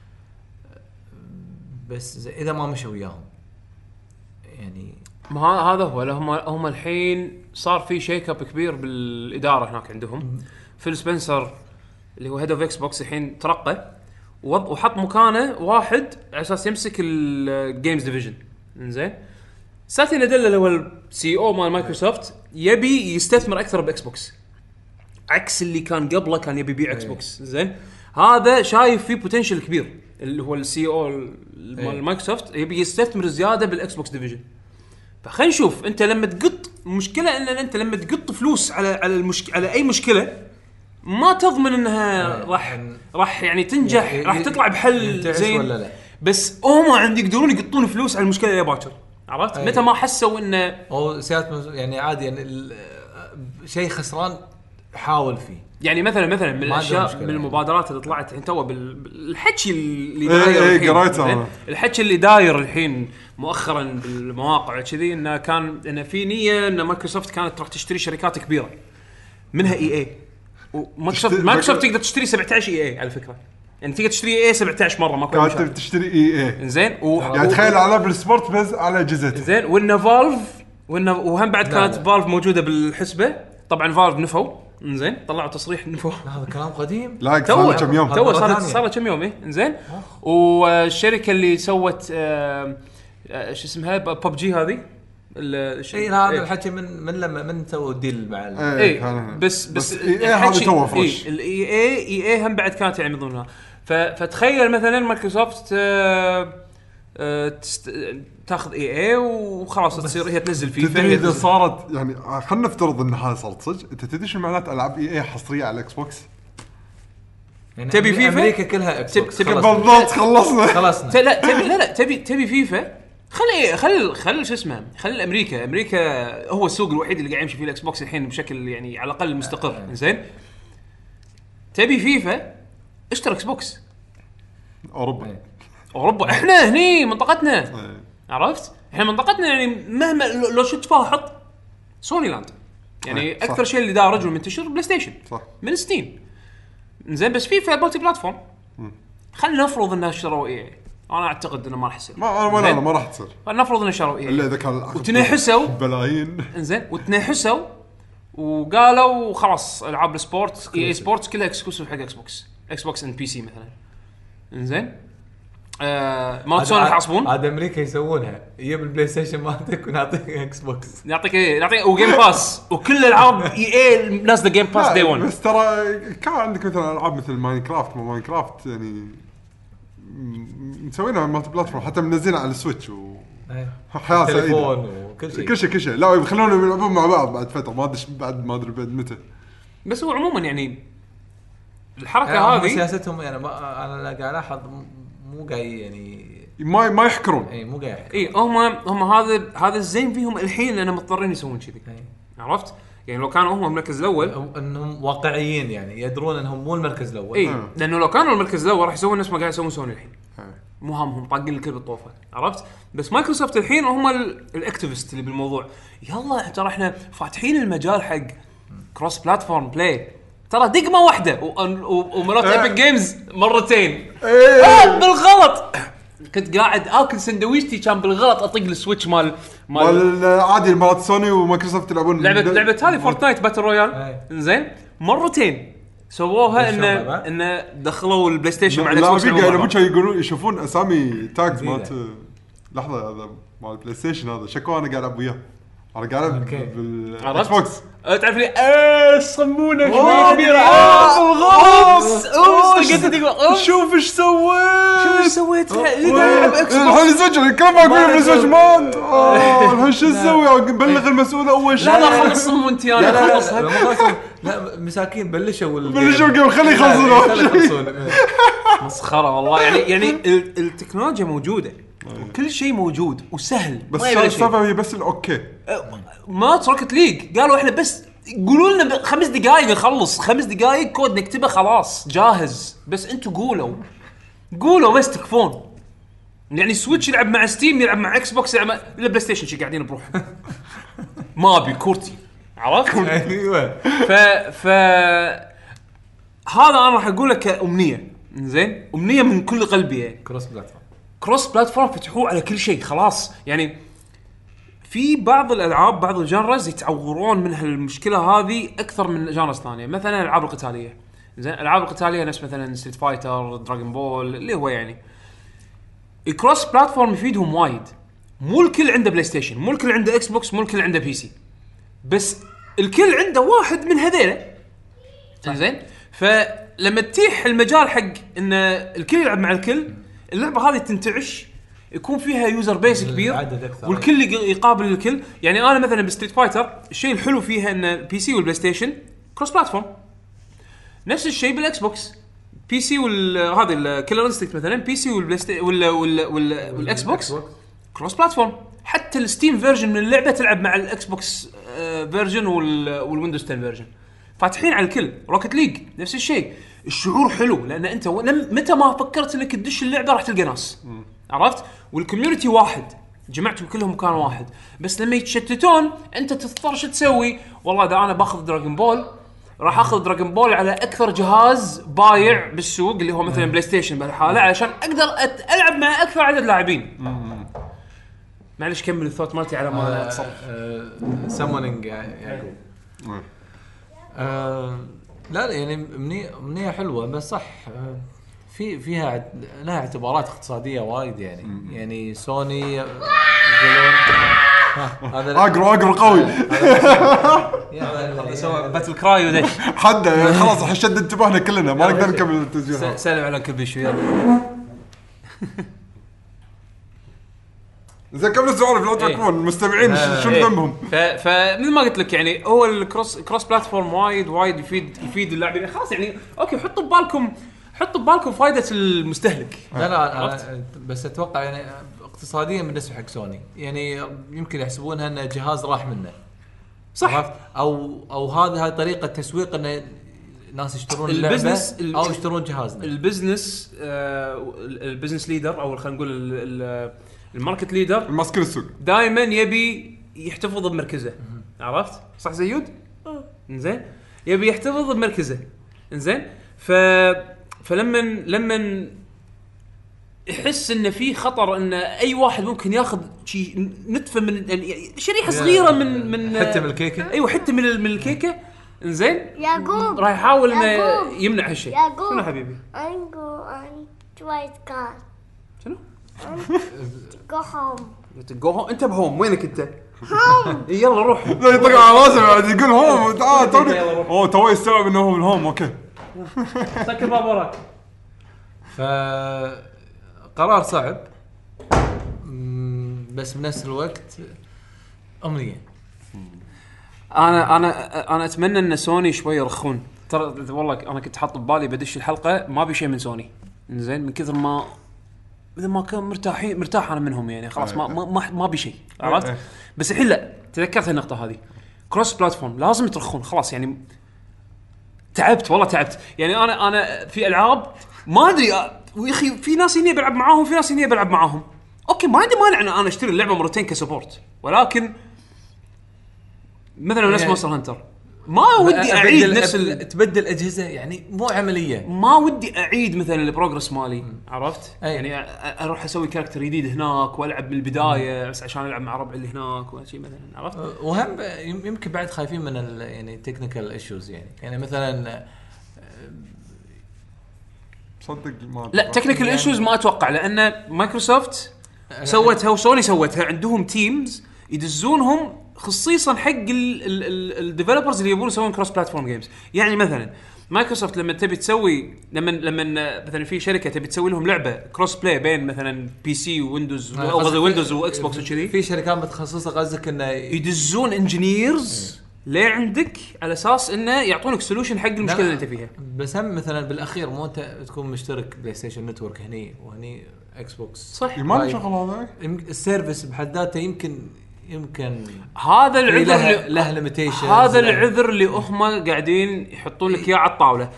بس إذا ما مشوا وياهم يعني ما هذا هو. هم هم الحين صار في شيك اب كبير بالإدارة هناك عندهم. فيل سبنسر اللي هو هيد اوف اكس بوكس الحين ترقى وحط مكانه واحد على اساس يمسك الجيمز ديفيجن. انزين ساتي ناديلا اللي هو السي او مال مايكروسوفت يبي يستثمر اكثر باكس بوكس عكس اللي كان قبله كان يبي يبيع اكس بوكس. زين هذا شايف فيه بوتنشل كبير اللي هو السي او مال مايكروسوفت يبي يستثمر زياده بالاكس بوكس ديفيجن. فخلينا نشوف انت لما تقط مشكله ان انت لما تقط فلوس على على المشكله على اي مشكله ما تضمن انها راح راح يعني تنجح راح تطلع بحل زين ولا لا. بس هم عندي يقدرون يقطون فلوس على المشكله اللي باكر، عرفت؟ متى ما حسوا انه او سيات يعني عادي يعني شيء خسران حاول فيه. يعني مثلا مثلا من الاشياء من المبادرات اللي طلعت الحين تو بالحكي اللي داير ايه قريته الحكي اللي داير الحين مؤخرا بالمواقع كذي انه كان انه في نيه ان مايكروسوفت كانت راح تشتري شركات كبيره منها اي اي. ومايكروسوفت تشتري- مايكروسوفت تقدر تشتري سبعة عشر اي اي على فكره، يعني تقدر تشتري اي اي سبعة عشر مره ماكو كانت مشكله. تشتري اي اي انزين و... يعني و- تخيل العاب السبورت بس على اجهزتها. زين وإن فالف وإن وهم بعد لا كانت لا. فالف موجوده بالحسبه. طبعا فالف نفوا انزين طلعوا تصريح نفوا هذا كلام قديم. لا تو صار كم يوم. تو مرة صارت ثانية. صار له كم يوم ايه انزين. والشركه اللي سوت آه، آه، شو اسمها بب جي هذه ال- الش- اي هذا إيه. الحكي من من لما من سووا الديل مع ال- إيه، اي كان- بس بس اي اي هذا تو فرش. الاي اي اي اي هم بعد كانت يعني من ضمنها. ف- فتخيل مثلا مايكروسوفت آه، آه، تست- تاخذ اي اي وخلاص تصير هي تنزل فيه تدري اذا صارت يعني خلينا نفترض ان هذا صارت صدق. انت تدري شو معنات العاب اي اي حصريه على الاكس بوكس؟ يعني تبي أمري- فيفا؟ امريكا كلها اكس تب- بوكس تبي خلصنا. بالضبط خلصنا. خلصنا. ت- لا تبي لا لا تبي تبي فيفا. خلي خل خل شو اسمه خلي امريكا امريكا هو السوق الوحيد اللي قاعد يمشي فيه الاكس بوكس الحين بشكل يعني على الاقل مستقر. زين تبي فيفا اشتري اكس بوكس. اوروبا. إيه. اوروبا احنا هني منطقتنا إيه. عرفت. احنا منطقتنا يعني مهما لو- لو شو تفاحط سوني لاند يعني إيه، صح. اكثر شيء اللي دارج ومنتشر بلاي ستيشن صح. من سنين. زين بس فيفا مالتي بلاتفورم. خلينا نفرض انها اشتروا اي انا اعتقد انه ما راح يصير. ما انا ولا زين؟ لا ما راح تصير خلينا نفرض انه اشتروا اي الا اذا كان العقد وتنحسوا. بلايين. انزين وتنحسوا وقالوا خلاص العاب السبورت اي اي سبورتس كلها اكسكلوسيف حق اكس بوكس اكس بوكس ان بي سي مثلا. انزين آه ما سوني راح يعصبون. هذا امريكا يسوونها يجيب البلاي ستيشن مالتك ونعطيك اكس بوكس. نعطيك ايه نعطيك وجيم باس وكل العاب اي اي نازله جيم باس دي لا، واحد. بس ترى كان عندك مثلا العاب مثل ماينكرافت. ما ماينكرافت يعني م- مسوينها مالتي بلاتفورم حتى منزلينها على السويتش وحياه سعيده تليفون وكل شيء. كل شيء كل شيء. لا يخلونهم يلعبون مع بعض بعد فتره ما ادري بعد ما ادري بعد متى. بس هو عموما يعني الحركه يعني هم هذه سياستهم يعني ما انا قاعد الاحظ مو قاعد يعني ما ما يحكرون. اي مو قاعد اي هم هم هذا هذا الزين فيهم الحين لان مضطرين يسوون كذي. إيه. عرفت يعني لو كانوا هم المركز الاول أو انهم واقعيين يعني يدرون انهم مو المركز الاول. اي آه. لانه لو كانوا المركز الاول راح يسوون نفس ما قاعد يسوون سوني الحين. آه. مو همهم طاقين الكل بالطوفه. عرفت بس مايكروسوفت الحين هم ال- الاكتيفست اللي بالموضوع. يلا ترى احنا فاتحين المجال حق كروس بلاتفورم بلاي. ترى دقمه واحده و- و- ومرات آه. ايبك جيمز مرتين. إيه. آه بالغلط كنت قاعد اكل سندويشتي كان بالغلط اطق السويتش مال مال مال عادي مالت سوني ومايكروسوفت يلعبون لعبه لعبه هذه فورتنايت باتل رويال. أي. زين مرتين سووها إن ان شاء الله بعد. ان دخلوا البلاي ستيشن مع الاكس لا بوكس في يلعبون قاعد مع يلعبون بعض. يقولون يشوفون اسامي تاجز جديدة. مالت لحظه هذا مال البلاي ستيشن هذا شكو انا قاعد العب وياه. انا قاعد العب أوكي. بالاكس عرفت؟ بوكس. أه، تعرف لي ايه صمونه أوه، شويه كبيره. آه، اوبس اوبس أوبس. قلت تقول اوبس شوف ايش سويت. ايش سويت اللي يلعب اكس بوكس. الحين سجل الكلام ما اقول بالسويتش مان. اه الحين شو اسوي؟ بلغ المسؤول اول شيء. لا لا خلص صمونتي لا انا لا لا, خلصها. لا, مو خلصوا. لا مساكين بلشوا ال- بلشوا الجيم، خلي يخلصون لا، أول خلي شيء. يخلصون. مسخره والله يعني يعني ال- التكنولوجيا موجوده وكل شيء موجود وسهل بس ما يبي شيء. السالفه هي بس الاوكي. ما تركت ليج قالوا احنا بس قولوا لنا ب- خمس دقائق نخلص خمس دقائق كود نكتبه خلاص جاهز بس انتوا قولوا قولوا بس تكفون. يعني سويتش يلعب مع ستيم يلعب مع اكس بوكس يلعب مع البلاي ستيشن شي قاعدين بروح ما ابي كورتي عرفت. ايوه ف ف هذا انا راح اقول لك امنيه زين امنيه من كل قلبي يعني. كروس بلاتفورم كروس بلاتفورم فتحوه على كل شيء خلاص يعني. في بعض الالعاب بعض الجانرز يتعورون من هالمشكله هذه اكثر من جانرز ثانيه. مثلا الالعاب القتاليه زين الالعاب القتاليه نفس مثلا ستريت فايتر دراغون بول اللي هو يعني الكروس بلاتفورم يفيدهم وايد. مو الكل عنده بلاي ستيشن مو الكل عنده اكس بوكس مو الكل عنده بي سي بس الكل عنده واحد من هذيله زين. فلما تتيح المجال حق ان الكل يلعب مع الكل اللعبه هذه تنتعش يكون فيها يوزر بيس كبير عدد أكثر. والكل يق- يقابل الكل. يعني انا مثلا بستريت فايتر الشيء الحلو فيها ان البي سي والبلاي ستيشن كروس بلاتفورم. نفس الشيء بالاكس بوكس بي سي وال هذا الكيلر انستنكت مثلا بي سي والبلاي ستيشن وال وال وال والاكس بوكس كروس بلاتفورم. حتى الستيم فيرجن من اللعبه تلعب مع الاكس بوكس فيرجن والويندوز عشرة فيرجن فاتحين على الكل. روكت ليج نفس الشيء الشعور حلو لان انت لم متى ما فكرت انك تدش اللعبه راح تلقى ناس عرفت. والكوميونتي واحد جمعتهم كلهم مكان واحد. بس لما يتشتتون انت تضطر شو تسوي. والله ده انا باخذ دراغون بول راح اخذ دراغون بول على اكثر جهاز بايع بالسوق اللي هو مثلا بلاي ستيشن بهالحاله علشان اقدر أت- العب مع اكثر عدد لاعبين. معلش كمل الثوت مالتي على ما اتصرف. سامونينج يعقوب. آه لا لا يعني منية منية حلوة بس صح آه في فيها اعت- لها اعتبارات اقتصادية وايد يعني مم. يعني سوني يقولون هذا اقرا اقرا قوي هذا سوى باتل كراي ودش حدا خلاص شد انتباهنا كلنا ما نقدر نكمل التسجيل. سلم على كبيشو يلا. زين كم السؤال لا تكون المستمعين شنو ذنبهم؟ فمثل ما قلت لك يعني هو الكروس كروس بلاتفورم وايد وايد يفيد يفيد اللاعبين. خلاص يعني اوكي حطوا ببالكم حطوا ببالكم فائده المستهلك. لا لا بس اتوقع يعني اقتصاديا بالنسبه حق سوني يعني يمكن يحسبونها انه جهاز راح منه صح او او هذا هاي طريقه تسويق ان الناس يشترون البزنس اللعبه او يشترون جهازنا. البزنس آه البزنس ليدر او خلينا نقول الماركت ليدر الماسك السوق دائما يبي يحتفظ بمركزه. عرفت صح زيود؟ انزين يبي يحتفظ بمركزه. انزين ف فلما لما يحس ان في خطر ان اي واحد ممكن ياخذ شيء نتفه من يعني شريحه صغيره من من حته من الكيكه. ايوه حته من من الكيكه. انزين يعقوب راح يحاول انه يمنع هالشيء. شنو حبيبي؟ I'm go on twice car. شنو؟ Go home. جو هوم. انت بهوم وينك انت؟ هوم. يلا روح. لا يطق على راسه بعد يقول هوم. تعال توني اوه تو يستوعب انه هو الهوم. اوكي سكر باب وراك. ف قرار صعب بس بنفس الوقت امنيه. انا انا انا اتمنى ان سوني شوي يرخون. ترى والله انا كنت حاط ببالي بدش الحلقه ما بي شيء من سوني. زين من كثر ما اذا ما كان مرتاحين مرتاح انا منهم يعني خلاص ما ما ما بي شيء. عرفت بس الحين لا تذكرت النقطه هذه كروس بلاتفورم لازم يترخون خلاص يعني تعبت والله تعبت يعني انا انا في العاب ما ادري يا اخي في ناس هني بلعب معاهم في ناس هني بلعب معاهم. اوكي ما عندي مانع ان انا اشتري اللعبه مرتين كسبورت ولكن مثلا نفس مونستر هانتر ما ودي اعيد نفس ال... تبدل اجهزه يعني مو عمليه. ما ودي اعيد مثلا البروجرس مالي. عرفت أي. يعني اروح اسوي كاركتر جديد هناك والعب من البدايه بس عشان العب مع ربعي اللي هناك ولا شيء مثلا. عرفت وهم يمكن بعد خايفين من ال... يعني تكنيكال ايشوز يعني يعني مثلا صدق ما لا تكنيكال ايشوز ما اتوقع لان مايكروسوفت سوتها وسوني سوتها عندهم تيمز يدزونهم خصيصا حق الديفلوبرز اللي يبون يسوون كروس بلاتفورم جيمز. يعني مثلا مايكروسوفت لما تبي تسوي لما لما مثلا في شركه تبي تسوي لهم لعبه كروس بلاي بين مثلا بي سي ويندوز او قصدي ويندوز واكس بوكس وكذي في شركات متخصصه قصدك انه يدزون انجينيرز ليه عندك على اساس انه يعطونك سولوشن حق المشكله اللي انت فيها. بس هم مثلا بالاخير مو انت تكون مشترك بلاي ستيشن نتورك هني وهني اكس بوكس صح ما شغل هذا السيرفيس بحد ذاته يمكن يمكن هذا العذر له, له ليميتيشن. هذا العذر اللي هم قاعدين يحطون لك اياه على الطاوله.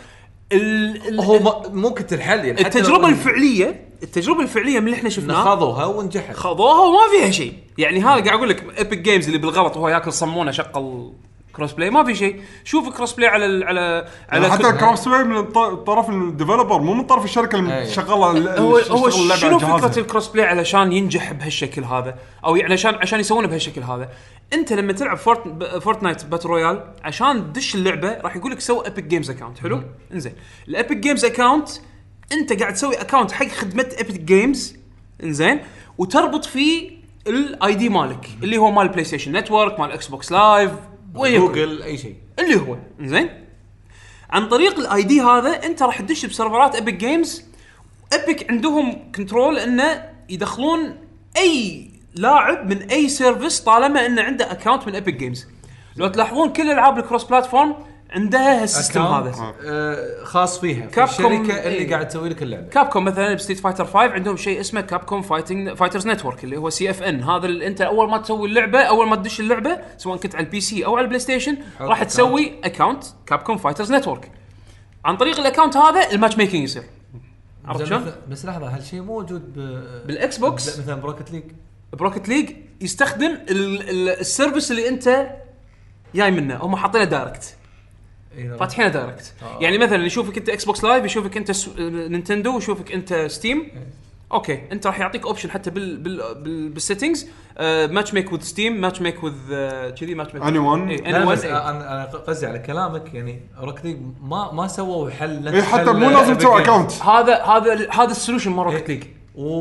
هو ممكن الحل يعني التجربه الفعليه التجربه الفعليه من اللي احنا شفناها خذوها ونجحت خذوها وما فيها شيء يعني. هذا قاعد اقول لك ايبك جيمز اللي بالغلط وهو ياكل صمونه شغل كروس بلاي ما في شيء. شوف كروس بلاي على ال على على حتى كروس بلاي من طرف الديفلوبر مو من طرف الشركه اللي شغاله. هو هو شنو فكره الكروس بلاي علشان ينجح بهالشكل هذا او يعني عشان عشان يسوونه بهالشكل هذا. انت لما تلعب فورت فورتنايت بات رويال عشان تدش اللعبه راح يقول لك سوي ايبك جيمز اكاونت. حلو انزين الايبك جيمز اكاونت انت قاعد تسوي اكاونت حق خدمه ايبك جيمز انزين وتربط فيه الاي دي مالك اللي هو مال بلاي ستيشن نتورك مال اكس بوكس لايف جوجل اي شيء اللي هو انزين عن طريق الاي دي هذا انت راح تدش بسيرفرات ايبك جيمز. ايبك عندهم كنترول انه يدخلون اي لاعب من اي سيرفيس طالما انه عنده اكاونت من ايبك جيمز. لو تلاحظون كل العاب الكروس بلاتفورم عندها هالسيستم هذا آه خاص فيها في الشركه اللي ايه. قاعد تسوي لك اللعبه. كابكوم مثلا بستريت فايتر خمسة عندهم شيء اسمه كابكوم فايتنج فايترز نتورك اللي هو سي اف ان. هذا اللي انت اول ما تسوي اللعبه اول ما تدش اللعبه سواء كنت على البي سي او على البلاي ستيشن راح تسوي اكاونت كابكوم فايترز نتورك. عن طريق الاكاونت هذا الماتش ميكينج يصير. عرفت شلون؟ بس لحظه هالشيء موجود بالاكس بوكس مثلا بروكت ليج. بروكت ليج يستخدم السيرفيس اللي انت جاي منه هم حاطينه دايركت. فاتحين دايركت. يعني مثلا يشوفك انت اكس بوكس لايف، يشوفك انت س... نينتندو، يشوفك انت ستيم. اوكي انت راح يعطيك اوبشن حتى بال بال, بال... بالسيتنجز ماتش ميك وذ ستيم، ماتش ميك وذ كذي، ماتش ميك اني ون انا انا انا قصدي على كلامك يعني روكت ليج ما ما سووا حل اي حتى مو لازم تسوي اكونت. هذا هذا هذا السولوشن مال روكت ليج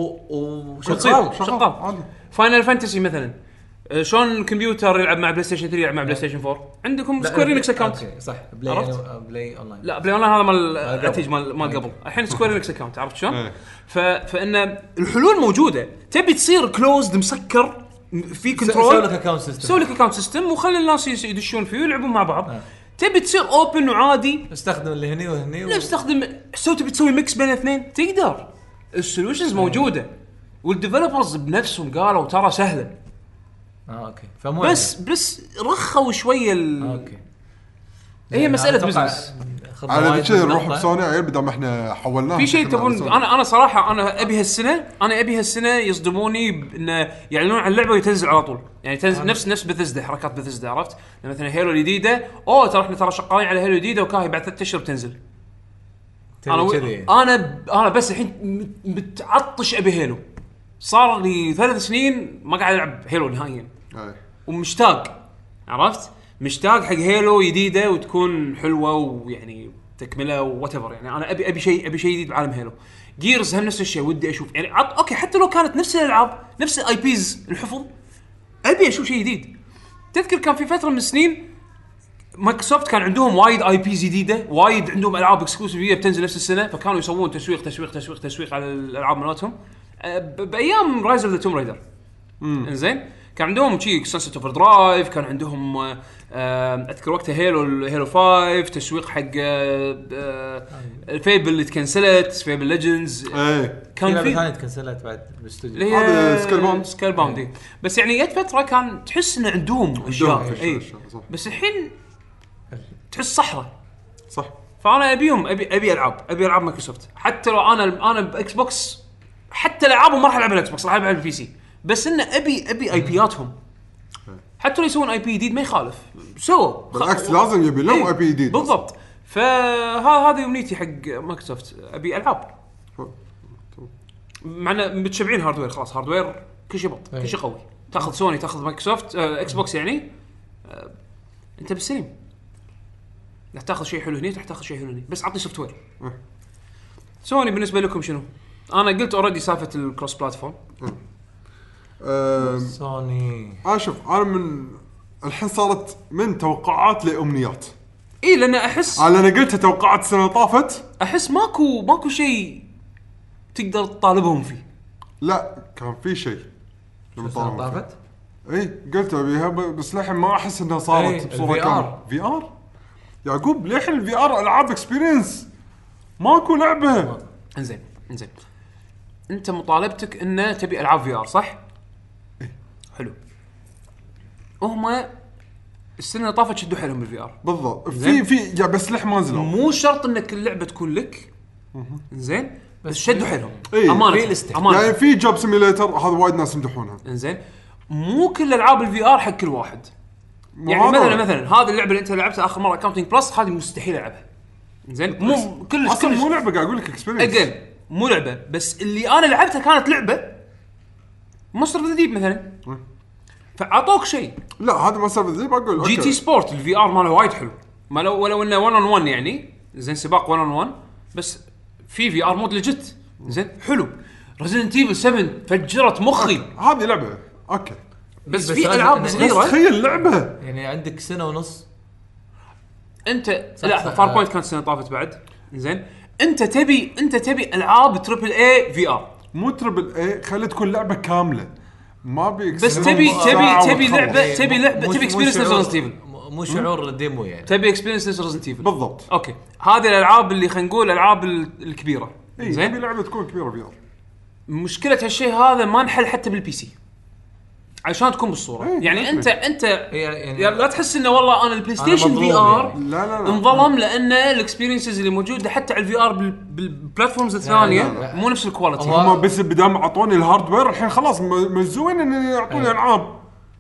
وشغال شغال. فاينل فانتسي مثلا شلون الكمبيوتر يلعب مع بلاي ستيشن ثري يلعب مع بلاي ستيشن فور، عندكم سكوير انكس اكونت صح. بلاي بلاي اونلاين لا بلاي اونلاين هذا مال التيج مال مال قبل. الحين سكوير انكس اكونت عرفت شلون؟ ف فان الحلول موجوده. تبي تصير كلوزد مسكر في كنترول، سوي لك اكونت سيستم، سوي لك اكونت سيستم وخلي الناس يدشون فيه ويلعبون مع بعض. أه. تبي تصير اوبن وعادي استخدم اللي هني وهني لا استخدم سو تبي تسوي ميكس بين الاثنين تقدر. السولوشنز موجوده والديفلوبرز بنفسهم قالوا ترى سهله. اه اوكي فمو بس عندي. بس رخوا شويه ال... اوكي هي مساله بزنس على كذا نروح بسوني عيل بدل ما احنا حولناه في شيء تبون. انا انا صراحه انا ابي هالسنه انا ابي هالسنه يصدموني انه يعلنون عن اللعبه ويتنزل على طول. يعني تنزل نفس نفس بثزدا حركات بثزدا عرفت مثلا هيلو الجديده اوه ترى احنا ترى شغالين على هيلو الجديده وكاهي بعد ثلاث اشهر بتنزل. انا و... انا انا بس الحين متعطش ابي هيلو. صار لي ثلاث سنين ما قاعد العب هيلو نهائيا ومشتاق عرفت مشتاق حق هيلو جديده وتكون حلوه ويعني تكمله وواتيفر. يعني انا ابي ابي شيء ابي شيء جديد بعالم هيلو. جيرز هم نفس الشيء ودي اشوف يعني عط... اوكي حتى لو كانت نفس الالعاب نفس الاي بيز الحفظ ابي اشوف شيء جديد. تذكر كان في فتره من السنين مايكروسوفت كان عندهم وايد اي بيز جديده وايد عندهم العاب اكسكلوسيفيه بتنزل نفس السنه فكانوا يسوون تسويق تسويق تسويق تسويق على الالعاب مالتهم بايام رايز اوف ذا توم رايدر. انزين كان عندهم شيء سانست اوفر درايف كان عندهم اذكر وقتها هيلو هيلو فايف تسويق حق الفيبل اللي تكنسلت فيبل ليجندز كان في ثانيه تكنسلت بعد بالاستوديو هذا سكيل باوند سكيل باوند بس يعني جت فتره كان تحس ان عندهم اشياء اي بس الحين تحس صحراء صح. فانا ابيهم ابي ابي العاب ابي العاب مايكروسوفت حتى لو انا انا باكس بوكس حتى العابهم ما راح العب على الاكس بوكس راح العب على البي سي بس انه ابي ابي اي بياتهم حتى لو يسوون اي بي جديد ما يخالف سووا بالعكس لازم يبي لهم اي بي جديد بالضبط. فهذا هذه امنيتي حق مايكروسوفت ابي العاب معنا متشبعين هاردوير خلاص هاردوير كل شيء بط كل شيء قوي تاخذ سوني تاخذ مايكروسوفت آه اكس بوكس يعني آه انت بالسليم راح تاخذ شيء حلو هني راح تاخذ شيء حلو هني بس عطني سوفت وير. سوني بالنسبه لكم شنو؟ انا قلت اوريدي سالفه الكروس بلاتفورم. أه سوني انا شوف انا من الحين صارت من توقعات لامنيات. اي لان احس على انا قلت توقعات السنه طافت احس ماكو ماكو شيء تقدر تطالبهم فيه. لا كان في شيء لما طافت اي قلت ابيها بس للحين ما احس انها صارت بصوره كامله. في ار يعقوب للحين الفي ار العاب اكسبيرينس ماكو لعبه. انزين انزين انت مطالبتك انه تبي العاب في ار صح؟ إيه؟ حلو. هم السنه اللي طافت شدوا حيلهم بالفي ار بالضبط. في في يا بس لح ما نزلوا مو شرط انك اللعبه تكون لك زين بس شدوا حيلهم إيه؟ امانه امانه يعني في جوب سيميليتر هذا وايد ناس يمدحونها. انزين مو كل العاب الفي ار حق كل واحد. يعني مثلا مثلا هذه اللعبه اللي انت لعبتها اخر مره اكاونتنج بلس هذه مستحيل العبها. زين مو كل اصلا مو لعبه قاعد اقول لك اكسبيرينس اجل مو لعبه بس اللي انا لعبتها كانت لعبه مصر ذيب مثلا فعطوك شيء. لا هذا مصر ذيب اقول جي تي سبورت الفي ار ماله وايد حلو ما لو ولو انه واحد اون واحد يعني زين سباق واحد اون واحد بس في في ار مود لجت زين حلو. ريزيدنت ايفل سبعة فجرت مخي هذه لعبه اوكي بس, بس في العاب صغيره تخيل لعبه يعني عندك سنه ونص انت لا فار بوينت كانت سنه طافت بعد زين انت تبي انت تبي العاب تريبل اي في ار مو تريبل اي خلي تكون لعبه كامله ما بي بس تبي تبي تبي لعبه تبي لعبه تبي اكسبيرينس ريزيدنت ايفل مو شعور الديمو يعني تبي اكسبيرينس ريزيدنت ايفل بالضبط. اوكي هذه الالعاب اللي خلينا نقول الالعاب الكبيره زين تبي لعبه تكون كبيره في ار. مشكله هالشيء هذا ما نحل حتى بالبي سي عشان تكون بالصوره. ايه يعني انت انت يعني لا تحس انه والله انا البلاي ستيشن في ار لا لا لا انظلم لان الاكسبيرينسز اللي موجوده حتى على الفي ار بالبلاتفورمز الثانيه مو نفس الكواليتي. هم بس بدام عطوني الهاردوير الحين خلاص مجزوين ان يعطوني العاب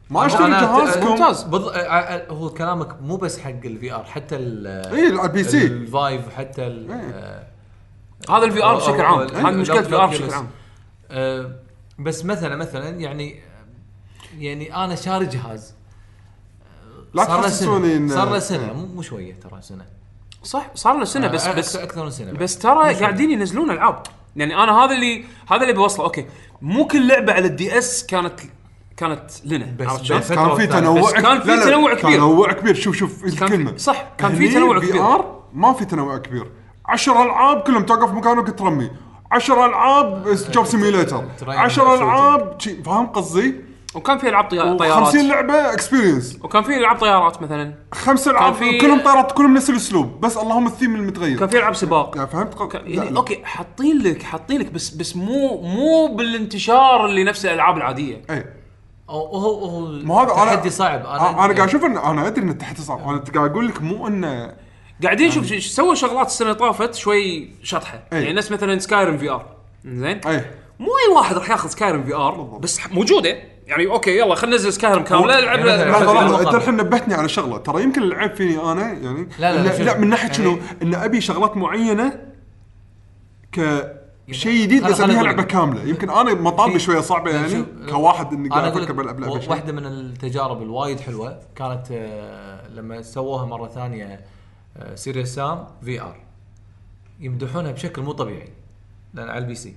ما اشتري أنا- جهازكم. ممتاز. بض... آه، آه، هو كلامك مو بس حق الفي ار، حتى ال اي على البي سي الفايف حتى ال آه، هذا الفي ار بشكل عام، أو- هذه مشكله الفي ار بشكل الأوكيوليس. عام. آه، بس مثلا مثلا يعني يعني انا شاري جهاز لا صار له تحسسوني سنه إن- صار له سنه مو مو شويه ترى سنه صح صار له سنه بس آه، بس أكثر- اكثر من سنه بعد. بس ترى قاعدين ينزلون العاب. يعني انا هذا اللي هذا اللي بوصله. اوكي مو كل لعبه على الدي اس كانت كانت لنا، بس- عرفت شلون؟ بس- كان في بس تنوع كان في لا لا، تنوع كبير. تنوع كبير. شوف شوف كان في- الكلمه صح، كان في هني تنوع في كبير. ار ما في تنوع كبير. عشر العاب كلهم توقف مكانك ترمي، عشر العاب جوب سيميوليتر، ترين عشر شوتينج. العاب شي- فاهم قصدي؟ وكان في العاب طي- طيارات، خمسين لعبه اكسبيرينس، وكان في العاب طيارات مثلا، خمس العاب في- كلهم طيارات كلهم نفس الاسلوب، بس اللهم الثيم المتغير. كان في العاب سباق. يعني فهمت ق- كان- لا يعني لا. اوكي حاطين لك حاطين لك بس بس مو مو بالانتشار اللي نفس الالعاب العاديه. اي هو هو هو ما هذا انا تحدي صعب. انا, أنا قاعد اشوف ان انا ادري ان التحدي صعب. انا قاعد اقول لك مو انه قاعدين نشوف ايش سووا شغلات السنه طافت شوي شطحه. أي. يعني ناس مثلا سكايرم في ار، زين اي مو اي واحد راح ياخذ سكايرم في ار بس موجوده. يعني اوكي يلا خلينا ننزل سكايرم كامله العب يعني مثلاً- لحظه لحظه بالمقابل. انت الحين نبهتني على شغله. ترى يمكن العيب فيني انا يعني لا، لا، لا, شنو؟ لا من ناحيه يعني- شنو ان ابي شغلات معينه كشيء جديد خل- بس خل ابيها أقول لعبه لك. كامله. يمكن انا مطالبي في- شويه صعبه لا، يعني شوف، كواحد اني انا قاعد اقول افكر بالعب لعبه شيء. واحده من التجارب الوايد حلوه كانت آه، لما سووها مره ثانيه سيريس سام في ار، يمدحونها بشكل مو طبيعي لان على البي سي.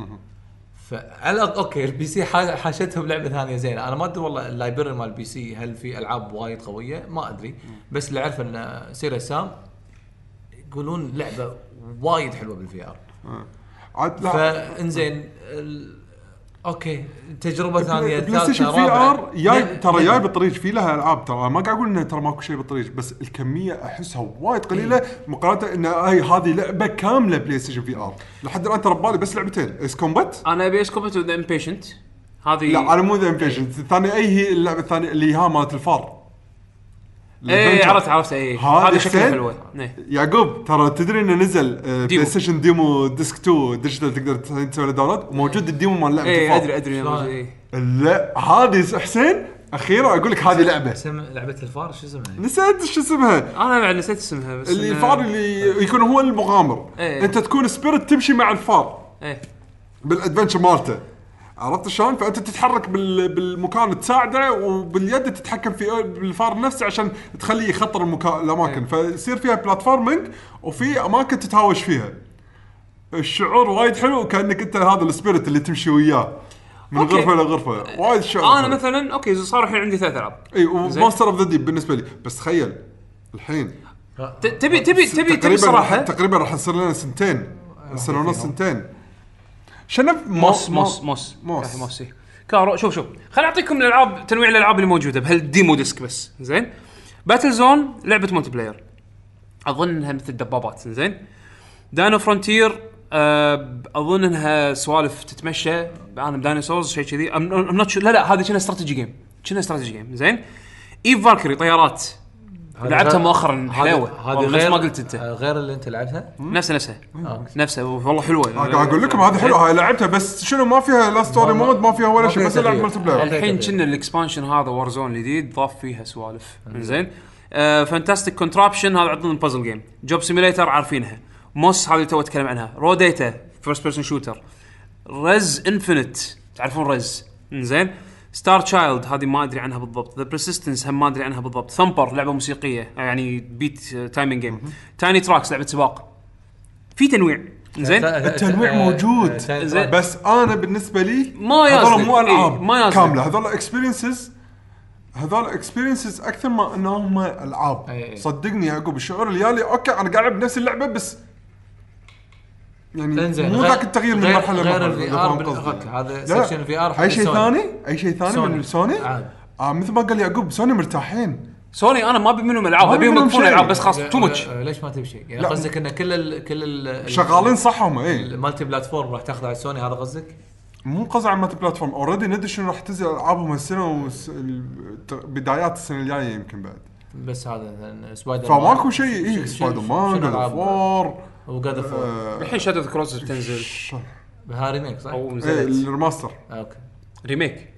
فعلى اوكي البي سي حا- حاشتهم لعبه ثانيه زينه. انا ما ادري والله اللايبرري مال البي سي هل في العاب وايد قويه ما ادري، بس اللي اعرف ان سيريس سام يقولون لعبه وايد حلوه بالفي ار. عاد لا فانزين ال- اوكي تجربه ثانيه بلاي ستيشن ثالثه في رابعه ار جاي ن- ترى ن- جاي بالطريق في لها العاب. ترى ما قاعد اقول انه ترى ماكو شيء بالطريق، بس الكميه احسها وايد قليله مقارنه ان هاي هذه لعبه كامله بلاي ستيشن في ار. لحد الان ترى ببالي بس لعبتين اس كومبات. انا ابي اسكوبت ذا امبيشنت هذه. لا انا مو ذا امبيشنت الثانيه. اي هي اللعبه الثانيه اللي ها مالت الفار. ايه عرفت عرفت ايه هذه هذه شكلها حسين؟ حلوه. إيه. يعقوب ترى تدري انه نزل آه، ديمو. بلاي ستيشن ديمو ديسك تو ديجيتال تقدر تسوي له داونلود وموجود الديمو مال لعبه ايه الفار. ادري ادري شلون؟ ايه لا هذه حسين اخيرا اقول لك هذه لعبه اسم لعبه الفار شو اسمها؟ نسيت شو اسمها. انا بعد نسيت اسمها بس اللي إنه- الفار اللي يكون هو المغامر. إيه. انت تكون سبيريت تمشي مع الفار ايه بالادفنشر مالته. عرفت شلون؟ فانت تتحرك بال... بالمكان تساعده وباليد تتحكم في بالفار نفسه عشان تخليه يخطر المكان الاماكن. فيصير فيها بلاتفورمينج وفي اماكن تتهاوش فيها. الشعور وايد حلو كانك انت هذا السبيريت اللي تمشي وياه من أوكي. غرفه لغرفه. وايد شعور انا حلو. مثلا اوكي صار الحين عندي ثلاث العاب. اي ومونستر اوف ذا ديب بالنسبه لي. بس تخيل الحين ت- تبي تبي تبي تبي صراحه تقريبا راح يصير لنا سنتين سنه ونص سنتين. شنف موس موس موس موس. موس إيه. كارو شوف شوف خليني اعطيكم الالعاب تنويع الالعاب اللي موجوده بهالديمو ديسك بس. زين باتل زون لعبه مولتي بلاير اظن انها مثل الدبابات. زين داينو فرونتير أه اظن انها سوالف تتمشى عالم دايناصورز شيء كذي. لا لا هذه كنا استراتيجي جيم كنا استراتيجي جيم. زين ايف فالكري طيارات لعبتها مؤخرا حلاوه والله نفس ما قلت انت. غير اللي انت لعبتها نفس نفسها نفسها والله حلوه. قاعد اقول لكم هذا حلو. هاي لعبتها بس شنو ما فيها لا ستوري ما- مود ما فيها ولا ما شيء فيها بس لعب تغيير. ملتي بلاير. الحين كنا الاكسبانشن هذا وارزون الجديد ضاف فيها سوالف. زين فانتاستيك كونترابشن هذا عندنا بازل جيم. جوب سيميليتر عارفينها. موس هذه تو اتكلم عنها. رو داتا فيرست بيرسون شوتر. رز انفينيت تعرفون رز. زين ستار تشايلد هذه ما ادري عنها بالضبط. ذا بريسيستنس هم ما ادري عنها بالضبط. ثمبر لعبه موسيقيه يعني بيت تايمينج جيم. تايني تراكس لعبه سباق. في تنويع. زين التنويع موجود زين. بس انا بالنسبه لي ما هذول يازلك. مو العاب إيه، ما يازلك. كامله. هذول اكسبيرينسز هذول اكسبيرينسز اكثر ما انهم العاب. أي أي. صدقني يا يعقوب الشعور اللي يالي اوكي انا قاعد العب نفس اللعبه بس يعني انزين مو غير- ذاك التغيير من غير- مرحله غير لمرحله. الفي إذا ار فاهم بال- قصدي. أوكي، هذا لا، سكشن في ار اي شيء ثاني اي شيء ثاني سوني. من سوني عاد. آه مثل ما قال يعقوب سوني مرتاحين. سوني انا ما ابي منهم العاب ما أبي ابيهم منهم يوقفون شيء. العاب بس خلاص تو ماتش. آه، ليش ما تمشي يعني لا. قصدك ان كل ال كل ال شغالين صح هم. اي المالتي بلاتفورم راح تاخذ على سوني هذا قصدك؟ مو قصدي على مالتي بلاتفورم. اوريدي ندري شنو راح تنزل العابهم هالسنه وبدايات السنه الجايه يمكن بعد. بس هذا مثلاً سبايدر فماكو شيء اي شنو- سبايدر شنو مان جاد ألعاب؟ فور وجاد اوف الحين شادو ذا كروس بتنزل ها ريميك صح؟ او ايه نزلت الريماستر. آه، اوكي ريميك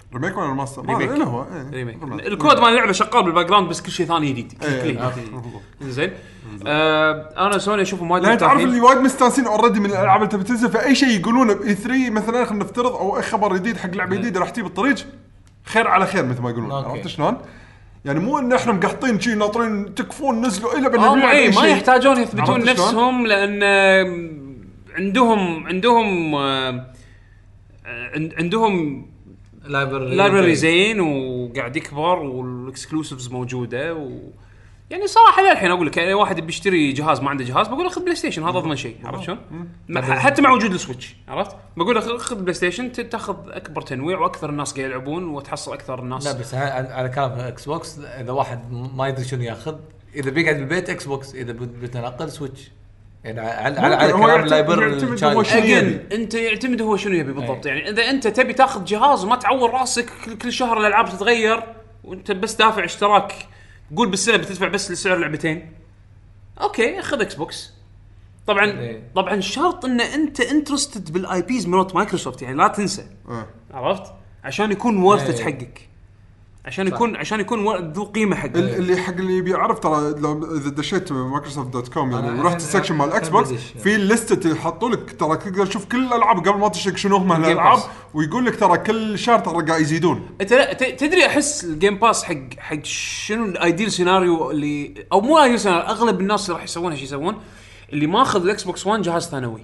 ريميك ولا ماستر؟ ما ريميك. له هو إيه. ريميك. ريميك. الكود مال اللعبه شغال بالباك جراوند بس كل شيء ثاني جديد إيه. كل آه. جديد زين. آه انا سوني اشوفهم وايد لا تعرف مرتاحين. اللي وايد مستانسين اوريدي من الالعاب اللي تبي تنزل فاي شيء يقولونه باي ثري مثلا خلينا نفترض او اي خبر جديد حق لعبه جديده راح تجي بالطريق خير على خير مثل ما يقولون. أوكي. عرفت شلون؟ يعني مو ان احنا مقحطين شيء ناطرين تكفون نزلوا الا آه بنبيع اي أي ما شيء. يحتاجون يثبتون عرفت شلون؟ نفسهم لان آه، عندهم عندهم آه، عند- عندهم لايبرري لايبرري زين وقاعد يكبر والاكسكلوسيفز موجوده و يعني صراحه للحين اقول لك اي واحد بيشتري جهاز ما عنده جهاز بقول له خذ بلاي ستيشن هذا اضمن شيء. عرفت شلون؟ مع- حتى مع وجود السويتش عرفت بقول له خذ- خذ بلاي ستيشن ت- تاخذ اكبر تنويع واكثر الناس قاعد يلعبون وتحصل اكثر الناس. لا بس على على كلام اكس بوكس اذا واحد ما يدري شنو ياخذ اذا بيقعد بالبيت اكس بوكس اذا بتنقل سويتش يعني على على, على هو كلام يعتمد- اللايبرري يعتمد هو شو Again، يبي. انت يعتمد هو شنو يبي بالضبط. أي. يعني اذا انت تبي تاخذ جهاز وما تعور راسك كل, كل شهر الالعاب تتغير وانت بس دافع اشتراك قول بالسنه بتدفع بس لسعر لعبتين اوكي خذ اكس بوكس. طبعا أي. طبعا شرط ان انت انترستد بالاي بيز مالت مايكروسوفت يعني لا تنسى آه. عرفت عشان يكون وورث أي. حقك عشان يكون عشان يكون ور- ذو قيمه حقك. ال- اللي حق اللي بيعرف ترى لو اذا دشيت مايكروسوفت دوت كوم يعني أنا- ورحت أنا- السكشن مال أنا اكس بوكس بدش. في الليسته يحطوا لك ترى تقدر تشوف كل الالعاب قبل ما تشترك شنو هم الجيم الالعاب باس. ويقول لك ترى كل شهر ترى قاعد يزيدون. انت لا ت- تدري احس الجيم باس حق حق شنو الايديل سيناريو اللي او مو ايديل سيناريو اغلب الناس اللي راح يسوونها شو يسوون اللي ماخذ الاكس بوكس واحد جهاز ثانوي.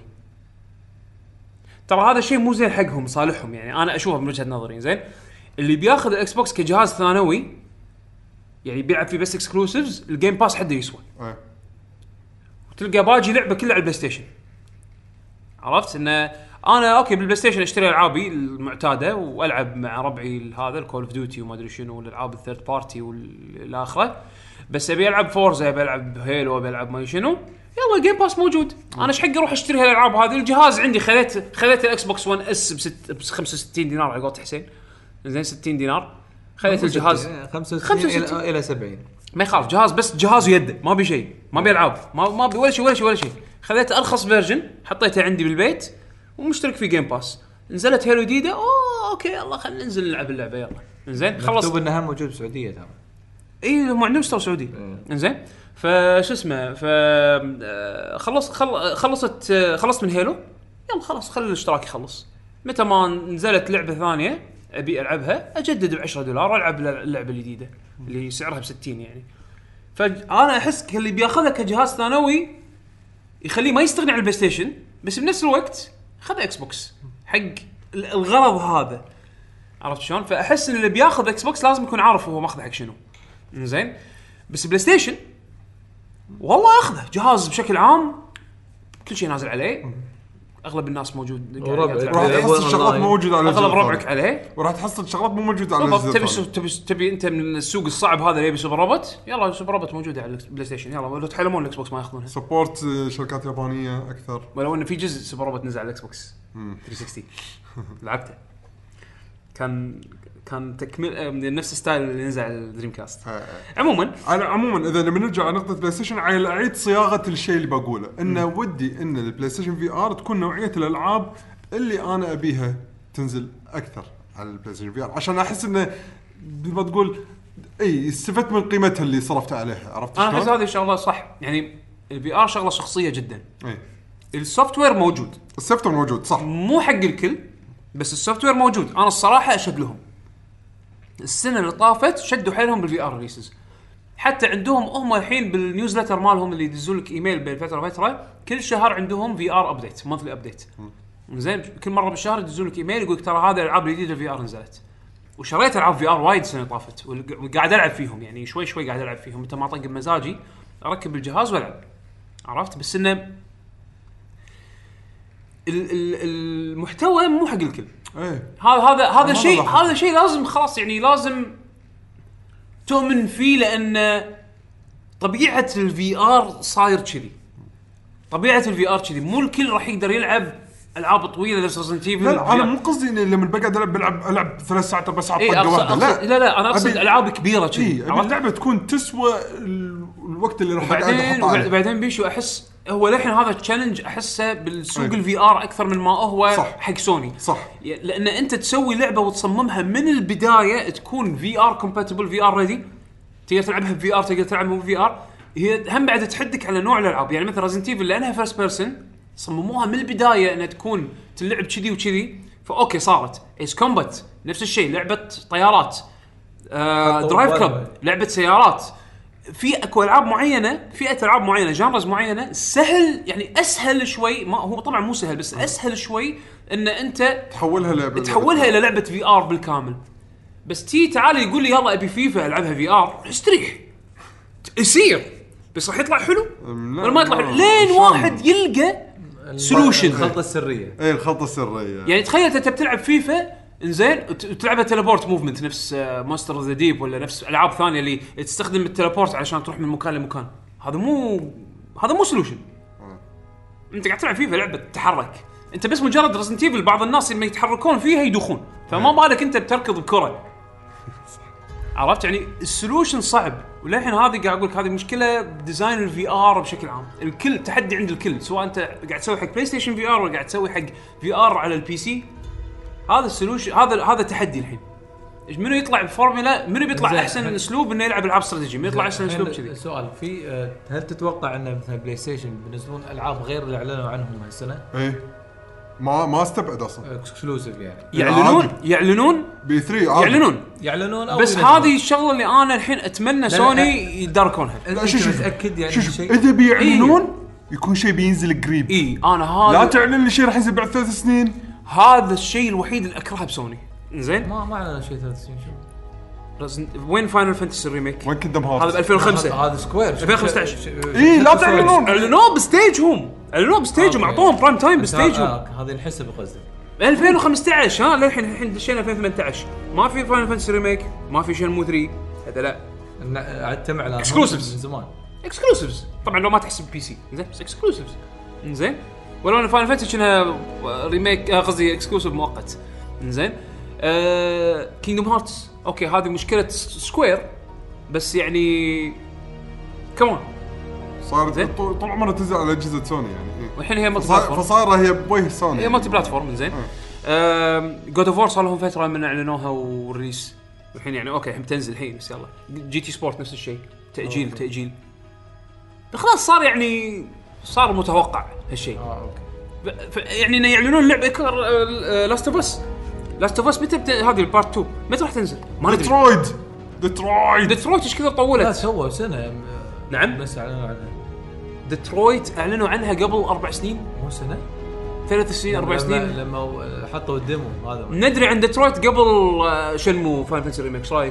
ترى هذا شيء مو زين حقهم صالحهم يعني انا اشوفه من وجهه نظري زين. اللي بياخذ الاكس بوكس كجهاز ثانوي يعني بيلعب فيه بس اكسكلوسيفز الجيم باس حده يسوى إيه. وتلقى باجي لعبه كلها على البلاي ستيشن. عرفت ان انا اوكي بالبلاي ستيشن اشتري العابي المعتاده والعب مع ربعي هذا الكول اوف ديوتي وما ادري شنو والالعاب الثيرد بارتي والاخره بس ابي العب فورزا ابي العب هيلو ابي العب ما شنو يلا الجيم باس موجود. انا ايش حقي اروح اشتري هالالعاب هذه الجهاز عندي خذيت خذيت الاكس بوكس واحد اس بست ب خمسة وستين دينار على قولة حسين زين ستين دينار خذيت الجهاز خمسة خمسة وستين وستين. الى الى سبعين ما يخالف جهاز بس جهاز يده ما بي شيء ما بي العاب ما ما بي ولا شيء ولا شيء ولا شيء. خذيت ارخص فيرجن حطيته عندي بالبيت ومشترك في جيم باس نزلت هيلو جديده اوه اوكي يلا خلينا ننزل نلعب اللعبه يلا زين خلص. مكتوب انها موجود بالسعوديه ترى اي هم عندهم ستور سعودي زين فشو اسمه ف آه، خلص خل... خلصت آه، خلصت من هيلو يلا خلاص خلي الاشتراك يخلص. متى ما نزلت لعبه ثانيه ابي العبها اجدد ب عشرة دولار العب اللعبه الجديده اللي سعرها ب ستين يعني. فانا احس اللي بياخذها كجهاز ثانوي يخليه ما يستغني عن البلاي ستيشن بس بنفس الوقت خذ اكس بوكس حق الغرض هذا. عرفت شلون؟ فاحس ان اللي بياخذ اكس بوكس لازم يكون عارف هو ماخذ حق شنو زين. بس بلاي ستيشن والله اخذه جهاز بشكل عام كل شيء نازل عليه اغلب الناس موجود وربع. قاعد راح يلعب عليه. تحصل شغلات مو موجوده على اغلب الجهاز ربعك الثاني. عليه وراح تحصل شغلات مو موجوده على بالضبط. الجهاز تبي الثاني. سو- تبي تبي انت من السوق الصعب هذا اللي يبي سوبر روبوت يلا سوبر روبوت موجوده على البلاي ستيشن يلا لو تحلمون الاكس بوكس ما ياخذونها سبورت آه، شركات يابانيه اكثر. ولو انه في جزء سوبر روبوت نزل على الاكس بوكس ثلاثمية وستين لعبته كان كان تكمل من نفس ستايل اللي نزل على الدريم كاست. آه. عموما انا عموما اذا لما نرجع على نقطه بلاي ستيشن عيل اعيد صياغه الشيء اللي بقوله انه ودي ان البلاي ستيشن في ار تكون نوعيه الالعاب اللي انا ابيها تنزل اكثر على البلاي ستيشن في ار عشان احس انه ما تقول اي استفدت من قيمتها اللي صرفت عليها. عرفت انا احس شلون؟ هذه الشغله صح يعني الفي ار شغله شخصيه جدا. اي السوفت وير موجود السوفت وير موجود صح. مو حق الكل بس السوفت وير موجود. انا الصراحه اشد لهم السنه اللي طافت شدوا حيلهم بالفي ار ريليسز. حتى عندهم هم الحين بالنيوزلتر مالهم اللي يدزوا لك ايميل بين فتره وفتره كل شهر عندهم في ار ابديت مونثلي ابديت زين. كل مره بالشهر يدزوا لك ايميل يقول لك ترى هذا الالعاب الجديده في ار نزلت. وشريت العاب في ار وايد السنه طافت وقاعد العب فيهم يعني شوي شوي قاعد العب فيهم متى ما طق بمزاجي اركب الجهاز والعب. عرفت بس انه ال- ال- المحتوى مو حق الكل. ايه هذا هذا هذا هذا شيء لاحظت. هذا شيء لازم خلاص يعني لازم تؤمن فيه لان طبيعه الفي ار صاير كذي. طبيعه الفي ار كذي مو الكل راح يقدر يلعب العاب طويله نفس ريزنت ايفل. لا, لا انا مو قصدي اني لما بقعد العب بلعب العب ثلاث ساعات بس على إيه طقه أقصد واحده. أقصد لا لا لا انا اقصد أبي- العاب كبيره اي كذي. ابي اللعبه تكون تسوى ال- الوقت اللي راح اقعد وبعدين احطه عليه. وبعدين بيشو احس هو للحين هذا تشالنج احسه بالسوق أي. الفي ار اكثر من ما هو صح. حق سوني. صح. لان انت تسوي لعبه وتصممها من البدايه تكون في ار كومباتبل في ار ريدي، تقدر تلعبها بفي ار تقدر تلعبها بفي ار. هي هم بعد تحدك على نوع الالعاب، يعني مثلا ريزنت ايفل لانها فيرست بيرسون صمموها من البدايه انها تكون تلعب كذي وكذي، فاوكي صارت. ايس كومبات نفس الشيء، لعبه طيارات. آه درايف كلب لعبه سيارات. في اكو العاب معينه، فئه العاب معينه، جانرز معينه سهل يعني اسهل شوي، ما هو طبعا مو سهل بس اسهل شوي ان انت تحولها لعبه تحولها الى لعبه في ار بالكامل. بس تي تعال يقول لي يلا ابي فيفا العبها في ار، استريح يصير، بس راح يطلع حلو ولا ما يطلع حلو لين واحد يلقى سولوشن. الخلطه السريه، اي الخلطه السريه. يعني تخيل انت بتلعب فيفا انزين وتلعبها تليبورت موفمنت نفس ماستر ذا ديب ولا نفس العاب ثانيه اللي تستخدم التليبورت علشان تروح من مكان لمكان. هذا مو هذا مو سولوشن. انت قاعد تلعب فيفا لعبه تتحرك، انت بس مجرد ريزنت ايفل بعض الناس لما يتحركون فيها يدوخون، فما بالك انت بتركض بكره. عرفت يعني السولوشن صعب. وللحين هذه قاعد اقول لك هذه مشكله بديزاين الفي ار بشكل عام. الكل تحدي عند الكل، سواء انت قاعد تسوي حق بلاي ستيشن في ار ولا قاعد تسوي حق في ار على البي سي. هذا السولوشن هذا هذا تحدي الحين. ايش منو يطلع بفورمولا، منو بيطلع احسن اسلوب انه يلعب العاب استراتيجي، منو يطلع احسن اسلوب كذي. السؤال في آه، هل تتوقع ان مثلا بلاي ستيشن بينزلون العاب غير اللي اعلنوا عنهم هالسنه؟ ايه ما ما استبعد اصلا اكسكلوسيف يعني يعلنون يعلنون بي ثلاثة يعلنون يعلنون أو بس ينزلون. هذه الشغله اللي انا الحين اتمنى سوني يداركونها. انت شو- شو- متاكد يعني شوف شيء اذا بيعلنون يكون شيء بينزل قريب. اي انا هذا لا تعلن لي شيء راح ينزل بعد ثلاث سنين. هذا الشيء الوحيد اللي اكرهه بسوني. زين ما ما اعلنوا شيء ثلاث سنين. شو وين فاينل فانتسي ريميك؟ وين كندم هذا ب هارت؟ ألفين وخمسة هذا سكوير ألفين وخمسطعش. اي لا تعلنون. اعلنوه بستيجهم اعلنوه بستيجهم أوكي. اعطوهم برايم تايم بستيجهم. آه، هذا ينحسب قصدي. ألفين وخمسطعش ها للحين الحين دشينا ألفين وثمانية عشر ما في فاينل فانتسي ريميك، ما في شنمو ثلاثة. هذا لا اعتمد على Exclusives. من زمان. اكسكلوسيفز طبعا لو ما تحسب بي سي زين، بس اكسكلوسيفز زين. ولو ان فاينل فانتسي كنا ريميك قصدي اكسكلوسيف مؤقت زين. آه كينجدوم هارتس اوكي هذه مشكله سكوير بس يعني كمان صارت زين. طول طول عمرها تنزل على اجهزه سوني يعني. والحين هي مالتي فصار- بلاتفورم. فصايره هي بوجه سوني. هي مالتي بلاتفورم زين. جود اوف وور صار لهم فتره من اعلنوها والريس الحين يعني اوكي الحين بتنزل الحين بس يلا. جي تي سبورت نفس الشيء تاجيل أوكي. تاجيل خلاص صار يعني صار متوقع هالشيء. اه اوكي ف- ف- يعني انه يعلنون لعبه لاست اوف اس. لاست اوف اس متى بت... هذه البارت اثنين متى راح تنزل؟ ما ندري. ديترويد ديترويد ديترويت ايش كذا لا طولت؟ سووا سنه نعم. بس اعلنوا عنها ديترويت اعلنوا عنها قبل اربع سنين مو سنه ثلاث سنين اربع لما- سنين. لما حطوا الديمو هذا ندري عن ديترويت قبل آه، شنمو فاين فانتسي ريميكس. رايك؟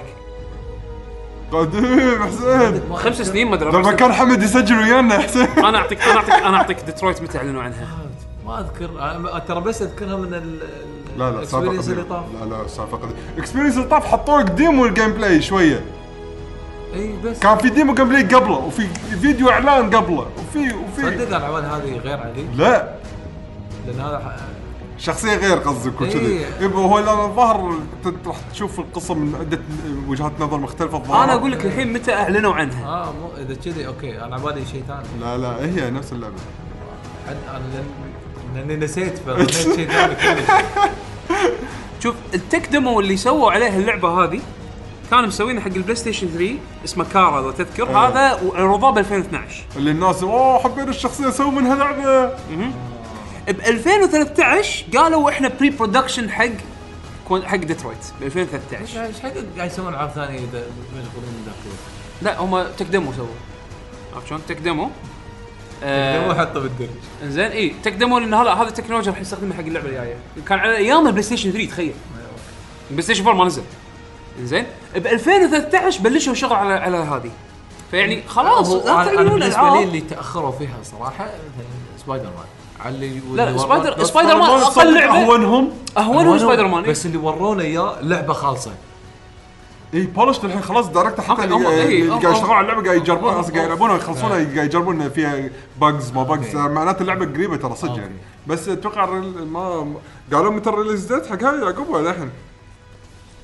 قديم حسين. خمس سنين ما ادري لما أربع كان حمد يسجل ويانا حسين. سنين. انا اعطيك انا اعطيك انا اعطيك ديترويت متى اعلنوا عنها؟ ما اذكر أنا- ترى بس اذكرها من ال لا لا سالفه experience اللي قديم. طاف. لا لا سالفه قديم. اكسبيرينس اللي طاف حطوا لك ديمو الجيم بلاي شويه. اي بس كان في ديمو جيم بلاي قبله وفي فيديو اعلان قبله وفي وفي صدق العوال هذه غير عادي لا لان هذا ح- شخصيه غير قصدك وكذي. إيه. يبا هو لان الظاهر ت- راح تشوف القصه من عده وجهات نظر مختلفه الظاهر. انا اقول لك الحين متى اعلنوا عنها؟ اه مو اذا كذي اوكي انا على بالي شيء ثاني لا لا هي نفس اللعبه. حد انا لأن- لاني نسيت فظنيت شيء ثاني كلش. شوف التك ديمو اللي سووا عليه اللعبه هذه كانوا مسوينه حق البلاي ستيشن ثلاثة اسمه كارا اذا تذكر. أيوه. هذا وعرضوه ب ألفين واثناشر. اللي الناس اوه حبينا الشخصيه سووا منها لعبه. ب ألفين وثلاثة عشر قالوا احنا بري برودكشن حق كون- حق ديترويت ب ألفين وثلاثة عشر. ايش حق قاعد يسوون العاب ثانيه اذا مشغولين من ذاك الوقت لا هم تك ديمو سووا. عرفت شلون تك ديمو؟ مو آه حطه بالدرج زين اي تك ديمو لان هذا هذا التكنولوجيا راح يستخدمها حق اللعبه الجايه. كان على ايام البلاي ستيشن ثلاثة تخيل. البلاي ستيشن أربعة ما نزل. زين ب ألفين وثلاثة عشر بلشوا شغل على على هذه. فيعني خلاص هو لا أنا- أنا تعلنون بالنسبه لي الالعاب. اللي تاخروا فيها صراحه مثلا سبايدر مان على اللي لا لا واللي سبايدر ورا- سبايدر مان اقل لعبه اهونهم. اهونهم سبايدر مان. بس اللي ورونا اياه لعبه خالصه اي بولش الحين خلاص دايركت حتى أوكي، اللي هم- إيه، اللي هم- قاعد يشتغلون على اللعبه قاعد هم- يجربون هم- قاعد يلعبونها يخلصونها قاعد يجربون فيها باجز ما باجز أوكي. معناته اللعبه قريبه ترى صدق يعني. بس اتوقع الريل- ما ما- قالوا متى الريليز ديت حق هاي يعقوب ولا الحين؟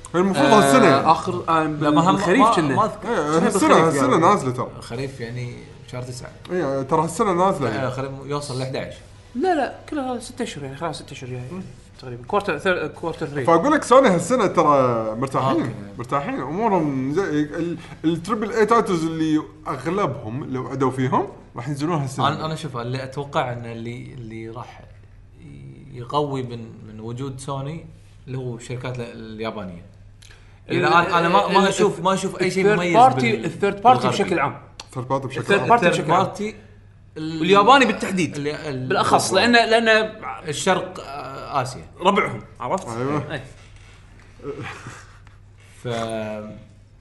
المفروض هالسنه اخر آه لا ما هم بالخريف ما- كنا ما أذكر. إيه، هالسنه هالسنه نازله ترى. خريف يعني شهر تسعة اي ترى هالسنه نازله. آه، خريف يوصل ل احد عشر. لا لا كلها ستة اشهر يعني خلاص ستة اشهر جاي تقريبا كوارتر ثير كوارتر ثري. فاقول لك سوني هالسنه ترى مرتاحين أوكي. مرتاحين امورهم زي ال- التربل اي تايتلز اللي اغلبهم اللي وعدوا فيهم راح ينزلون هالسنه. انا انا شوف اللي اتوقع ان اللي اللي راح يقوي من من وجود سوني اللي هو الشركات اليابانيه. يعني انا انا ما ما اشوف ما اشوف اي شيء مميز بارتي الثيرد بارتي بشكل عام ثيرد بارتي بشكل الثيرد عام. بارتي الثيرد بشكل عام. بارتي ال- والياباني بالتحديد اللي- ال- بالاخص لان لان الشرق آه، اسيا. ربعهم عرفت. أيوة. أي. ف آه،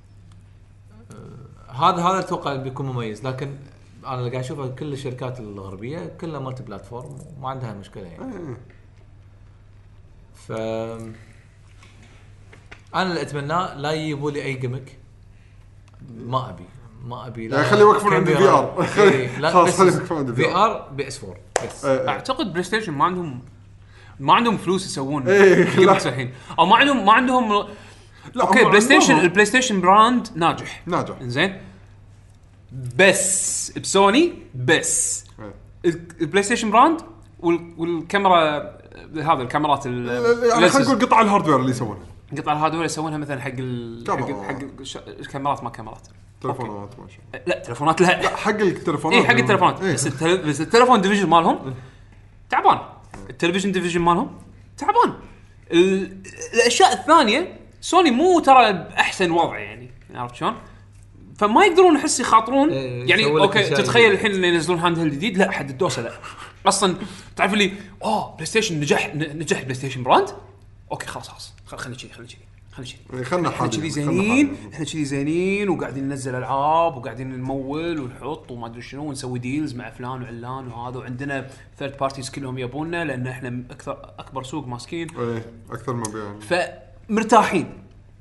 هذا هذا اتوقع بيكون مميز. لكن انا اللي قاعد اشوفه كل الشركات الغربيه كلها مالتي بلاتفورم وما عندها مشكله يعني. ف انا اللي اتمناه لا يجيبوا لي اي جيمك. ما ابي ما ابي يعني خليه يوقفون عند الفي ار. خلاص خليه يوقفون عند في ار بي اس فور بس. اعتقد بلاي ستيشن ما عندهم ما عندهم فلوس يسوون إيه، جيمكس الحين او ما عندهم ما عندهم لا، اوكي هم بلاي ستيشن عندهم. البلاي ستيشن براند ناجح ناجح. زين بس بسوني بس إيه. البلاي ستيشن براند وال- والكاميرا هذا الكاميرات ال- يعني خلينا نقول قطع الهاردوير اللي يسوونها قطع الهاردوير يسوونها مثلا حق ال- حق كاميرا. حق الش- الكاميرات ما كاميرات تلفونات ما شاء الله. لا تلفونات لا حق التلفونات اي حق التلفونات إيه. بس التل... بس التلفون ديفيجن مالهم تعبان. التلفزيون ديفيجن مالهم تعبان. ال... الاشياء الثانيه سوني مو ترى باحسن وضع يعني عرفت شلون. فما يقدرون احس يخاطرون إيه، يعني يسوي لك اوكي أشياء تتخيل جديدة. الحين اللي ينزلون هاند هيلد جديد لا حد الدوسه لا اصلا تعرف اللي اوه بلاي ستيشن نجح ن- نجح بلاي ستيشن براند اوكي خلاص خلاص خلينا كذي خلينا كذي خلينا كذي يعني خلنا احنا كذي حالي زينين احنا كذي زينين وقاعدين ننزل العاب وقاعدين نمول ونحط وما ادري شنو ونسوي ديلز مع فلان وعلان وهذا وعندنا ثيرد بارتيز كلهم يبوننا لان احنا اكثر اكبر سوق ماسكين ايه اكثر مبيعا. فمرتاحين.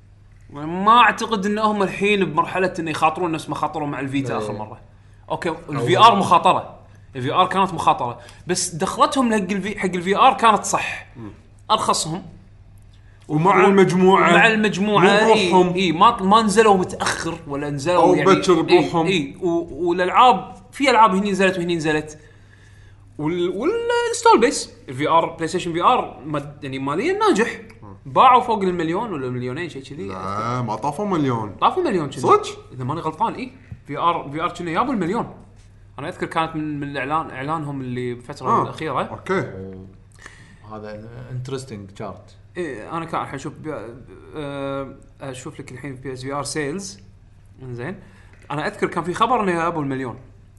ما اعتقد انهم الحين بمرحله انه يخاطرون نفس ما خاطروا مع الفيتا اخر مره. اوكي الفي ار مخاطره الفي ار كانت مخاطره بس دخلتهم حق الفي حق الفي ار كانت صح ارخصهم ومع المجموعه مع المجموعه بروحهم. اي ما ما نزلوا متاخر ولا نزلوا أو يعني بكر بروحهم. اي, إي و- والالعاب في العاب هني نزلت وهني نزلت وال والانستول بيس الفي ار بلاي ستيشن في ار يعني ماليا ناجح باعوا فوق المليون ولا مليونين شيء كذي. لا ما طافوا مليون. طافوا مليون كذي صدق؟ اذا ماني غلطان اي في ار في ار كنا جابوا المليون. انا اذكر كانت من من الاعلان اعلانهم اللي بالفتره آه. الاخيره. اوكي هذا انترستينج شارت. إيه انا كان الحين اشوف بي... آه، اشوف لك الحين بي اس في ار سيلز زين. انا اذكر كان في خبر انه ابو المليون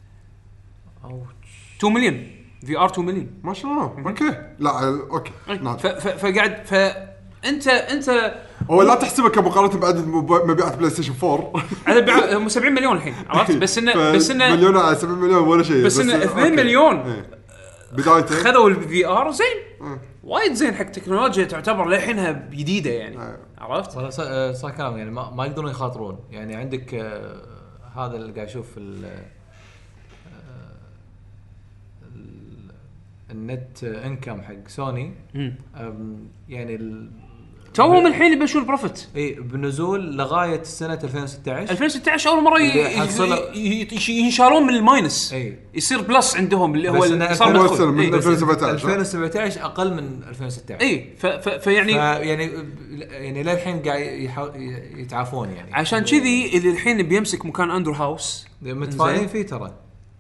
او اثنين مليون في ار اثنين مليون. ما شاء الله. اوكي لا اوكي ف... ناجح. ف... فقاعد فانت انت هو لا تحسبه كمقارنه بعدد مب- مبيعات بلاي ستيشن فور. على بيع... هم سبعين مليون الحين عرفت بس انه بس انه مليون على سبعين مليون ولا شيء. بس انه اثنين أوكي. مليون إيه. بدايته خذوا الفي ار زين وايد زين حق تكنولوجيا تعتبر للحينها جديده يعني أيوة. عرفت. والله صح- آه، صح كلام يعني ما, ما يقدرون يخاطرون يعني. عندك آه، هذا اللي قاعد اشوف ال- آه، ال- النت انكم حق سوني. مم. أم، يعني ال- توهم الحين يبشون البروفيت. اي بنزول لغايه سنه ألفين وستة عشر. ألفين وستة عشر اول مره ي- اللي حصلوا- ي- ي- ينشالون من الماينس اي يصير بلس عندهم اللي هو بس اللي إنه صار ألفين مدخول. من إي. ألفين وسبعة عشر. ألفين وسبعة عشر اقل من ألفين وستة عشر. اي ف- ف- فيعني يعني يعني للحين قاعد يحاول يتعافون يعني. عشان كذي اللي الحين بيمسك مكان اندرو هاوس متفاهمين فيه ترى.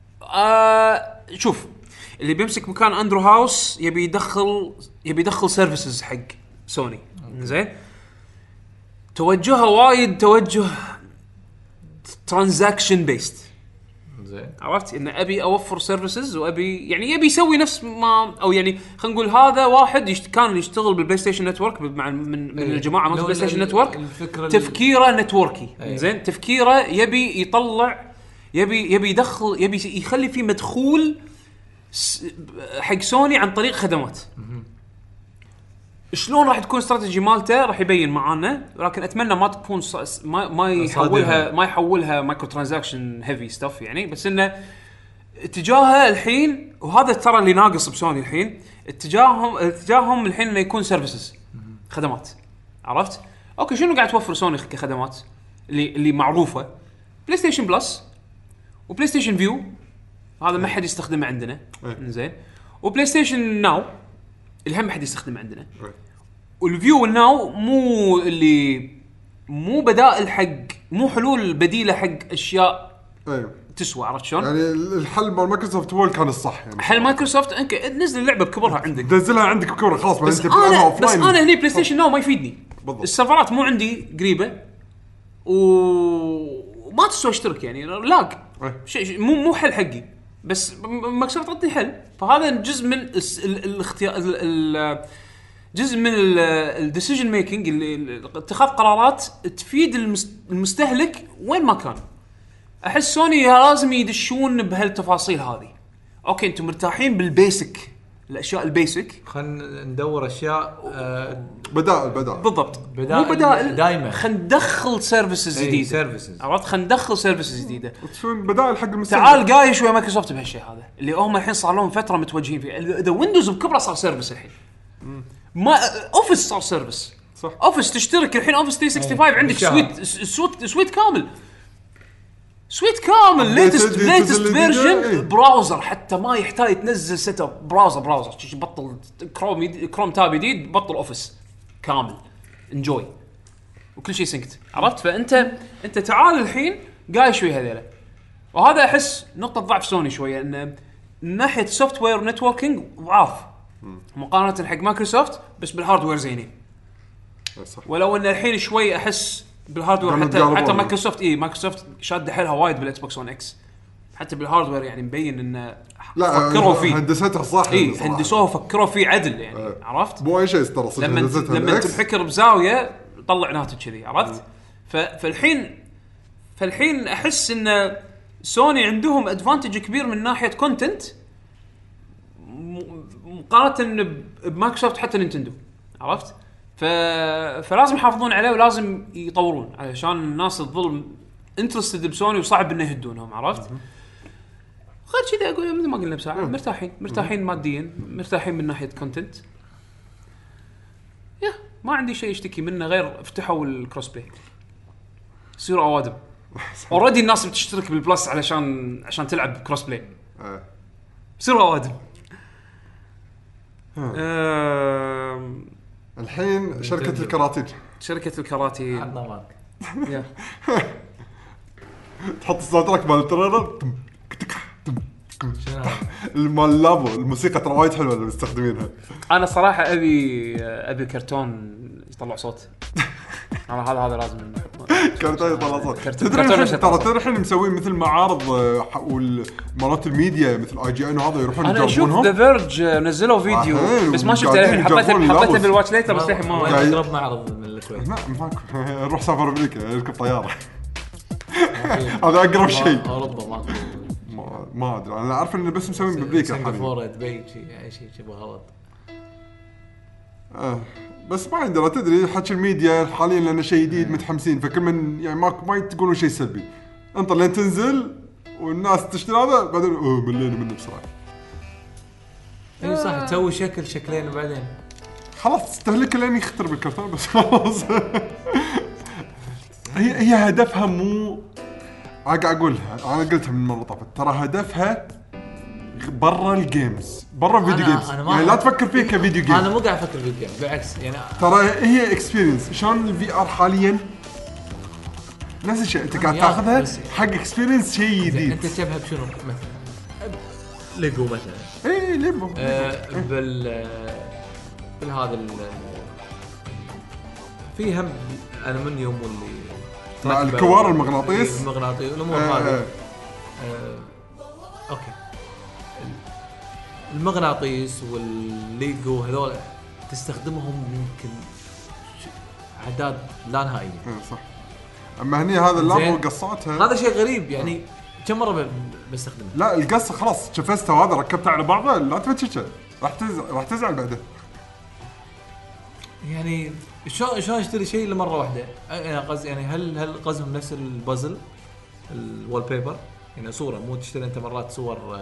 آه شوف اللي بيمسك مكان اندرو هاوس يبي يدخل يبي يدخل سيرفيسز حق سوني زين. توجهه وايد توجه ترانزاكشن بيست زين عرفت ان ابي اوفر سيرفيسز وابي يعني يبي يسوي نفس ما او يعني خلينا نقول هذا واحد يشت كان يشتغل بالبلاي ستيشن نتورك مع من من إيه. الجماعه مال لو البلاي ستيشن ال- نتورك. الفكرة ال- تفكيره نتوركي إيه. زين تفكيره يبي يطلع يبي يبي يدخل يبي يخلي فيه مدخول س- حق سوني عن طريق خدمات. شلون راح تكون استراتيجي مالته راح يبين معانا لكن اتمنى ما تكون ص- ما ما يحولها ما يحولها مايكرو ترانزاكشن هيفي ستاف يعني. بس انه اتجاهه الحين وهذا ترى اللي ناقص بسوني الحين اتجاههم اتجاههم الحين انه يكون سيرفيسز خدمات عرفت. اوكي شنو قاعد توفر سوني كخدمات اللي اللي معروفه؟ بلاي ستيشن بلس وبلاي ستيشن فيو، هذا ما حد يستخدمه عندنا زين، وبلاي ستيشن ناو اللي هم ما حد يستخدمه عندنا. والفيو والناو مو اللي مو بدائل حق، مو حلول بديله حق اشياء ايوه تسوى، عرفت شلون؟ يعني الحل مال مايكروسوفت هو اللي كان الصح يعني. حل مايكروسوفت انك تنزل اللعبه بكبرها عندك، تنزلها عندك بكبرها خلاص. بس انا بس انا هني بلاي ستيشن ناو ما يفيدني بالضبط. السيرفرات مو عندي قريبه وما تسوى اشترك يعني لاج شيء مو مو حل حقي، بس مايكروسوفت تعطي حل. فهذا جزء من الاختيار، جزء من الديسيجن ميكينج، اتخاذ قرارات تفيد المستهلك وين ما كان. احس سوني لازم يدشون بهالتفاصيل هذه. اوكي انتم مرتاحين بالبيسك، الاشياء البيسك، خلينا ندور اشياء آه بدائل بدائل بالضبط، بدائل مو بدائل دائما. خلينا ندخل سيرفيسز جديده، سيرفيسز عرفت؟ خلينا ندخل سيرفيسز جديده، شلون بدائل حق المستهلك. تعال قايش ويا مايكروسوفت بهالشيء هذا اللي هم الحين صار لهم فتره متوجهين فيه. اذا ويندوز بكبره صار سيرفيس الحين، ما اوفيس صار سيرفيس صح. اوفيس تشترك الحين اوفيس ثلاثمية وخمسة وستين عندك سويت سويت سويت كامل، سويت كامل ليتست ليتست فيرجن براوزر، حتى ما يحتاج تنزل سيت اب براوزر براوزر بطل كروم يد... كروم تاب جديد، بطل اوفيس كامل انجوي وكل شيء سنكت، عرفت؟ فانت انت تعال الحين قايش ويا هذيلا. وهذا احس نقطه ضعف سوني شويه، ان من ناحيه سوفت وير نتوركينج ضعاف مقارنه حق مايكروسوفت، بس بالهاردوير زينين. ولو ان الحين شوي احس بالهاردوير حتى حتى مايكروسوفت اي مايكروسوفت شاد حيلها وايد بالاكس بوكس ون اكس، حتى بالهاردوير يعني مبين انه فكروا فيه، هندستها صح، اي هندسوه فكروا فيه عدل يعني. أه. عرفت؟ مو اي شيء ترى لما لما تنحكر بزاويه طلع ناتج كذي، عرفت؟ فالحين فالحين احس ان سوني عندهم ادفانتج كبير من ناحيه كونتنت مقارنه بمايكروسوفت حتى نينتندو، عرفت؟ ف... فلازم يحافظون عليه ولازم يطورون علشان الناس تظل انترستد بسوني وصعب انه يهدونهم، عرفت؟ غير كذا اقول مثل ما قلنا بساعه مرتاحين مرتاحين ماديا، مرتاحين من ناحيه كونتنت، يا ما عندي شيء اشتكي منه غير فتحوا الكروس بلاي يصيروا اوادم. اوريدي الناس بتشترك بالبلس علشان عشان تلعب كروس بلاي، يصيروا اوادم. أه... الحين شركة الكراتين شركة الكراتين عندنا مارك يا تحط الصوت تراك مال التريلر المال لابو، الموسيقى ترى وايد حلوة اللي مستخدمينها. أنا صراحة أبي أبي كرتون يطلع صوت، أنا هذا هذا لازم كرتون يطلع صوت. تدري ترى ترى الحين مسوين مثل معارض والمرات الميديا مثل اي جي ان وهذا يروحون يجربونهم. أنا أشوف ذا فيرج نزلوا فيديو آه بس ما شفته الحين، حطيته حطيته بالواتش ليتر بس الحين ما أقرب معرض من الكويت. لا ماكو، نروح سافر أمريكا نركب طيارة هذا أقرب شيء. أوروبا ماكو، ما ما أدري، أنا أعرف إنه بس مسوين بأمريكا حاليا. سنغافورة دبي شيء أي شيء شبه غلط. آه بس ما عندنا تدري حكي الميديا حاليا لأنه شيء جديد متحمسين، فكل من يعني ما ما تقولون شيء سلبي، انطر لين تنزل والناس تشتري هذا بعدين اوه ملينا منه بسرعه. اي صح، تسوي شكل شكلين وبعدين خلاص تستهلك لين يختر بالكرتون بس خلاص. هي هي هدفها مو قاعد اقولها، انا قلتها من مره طافت، ترى هدفها برا الجيمز، برا الفيديو جيمز، يعني لا تفكر فيه كفيديو جيم. انا مو قاعد افكر فيديو جيم، بالعكس يعني ترى هي اكسبيرينس. شلون الفي ار حاليا نفس الشيء، انت قاعد تاخذها حق اكسبيرينس شيء جديد. انت تشبهها بشنو مثلا؟ ليجو مثلا. اي ليجو آه بال بالهذا ال... في هم الومنيوم واللي مع الكوار المغناطيس المغناطيس الامور هذه. آه اوكي، المغناطيس والليجو هذول تستخدمهم يمكن اعداد لا نهائيه. صح. اما هني هذا اللعبه قصاتها، هذا شيء غريب يعني. كم مره بستخدمه؟ لا القصه خلاص شفزته وهذا ركبته على بعضه، لا تفتشه راح تزعل راح تزعل بعده. يعني شلون شلون اشتري شيء لمره واحده؟ انا قصدي يعني هل هل قصدهم نفس البازل الوال بيبر، يعني صوره، مو تشتري انت مرات صور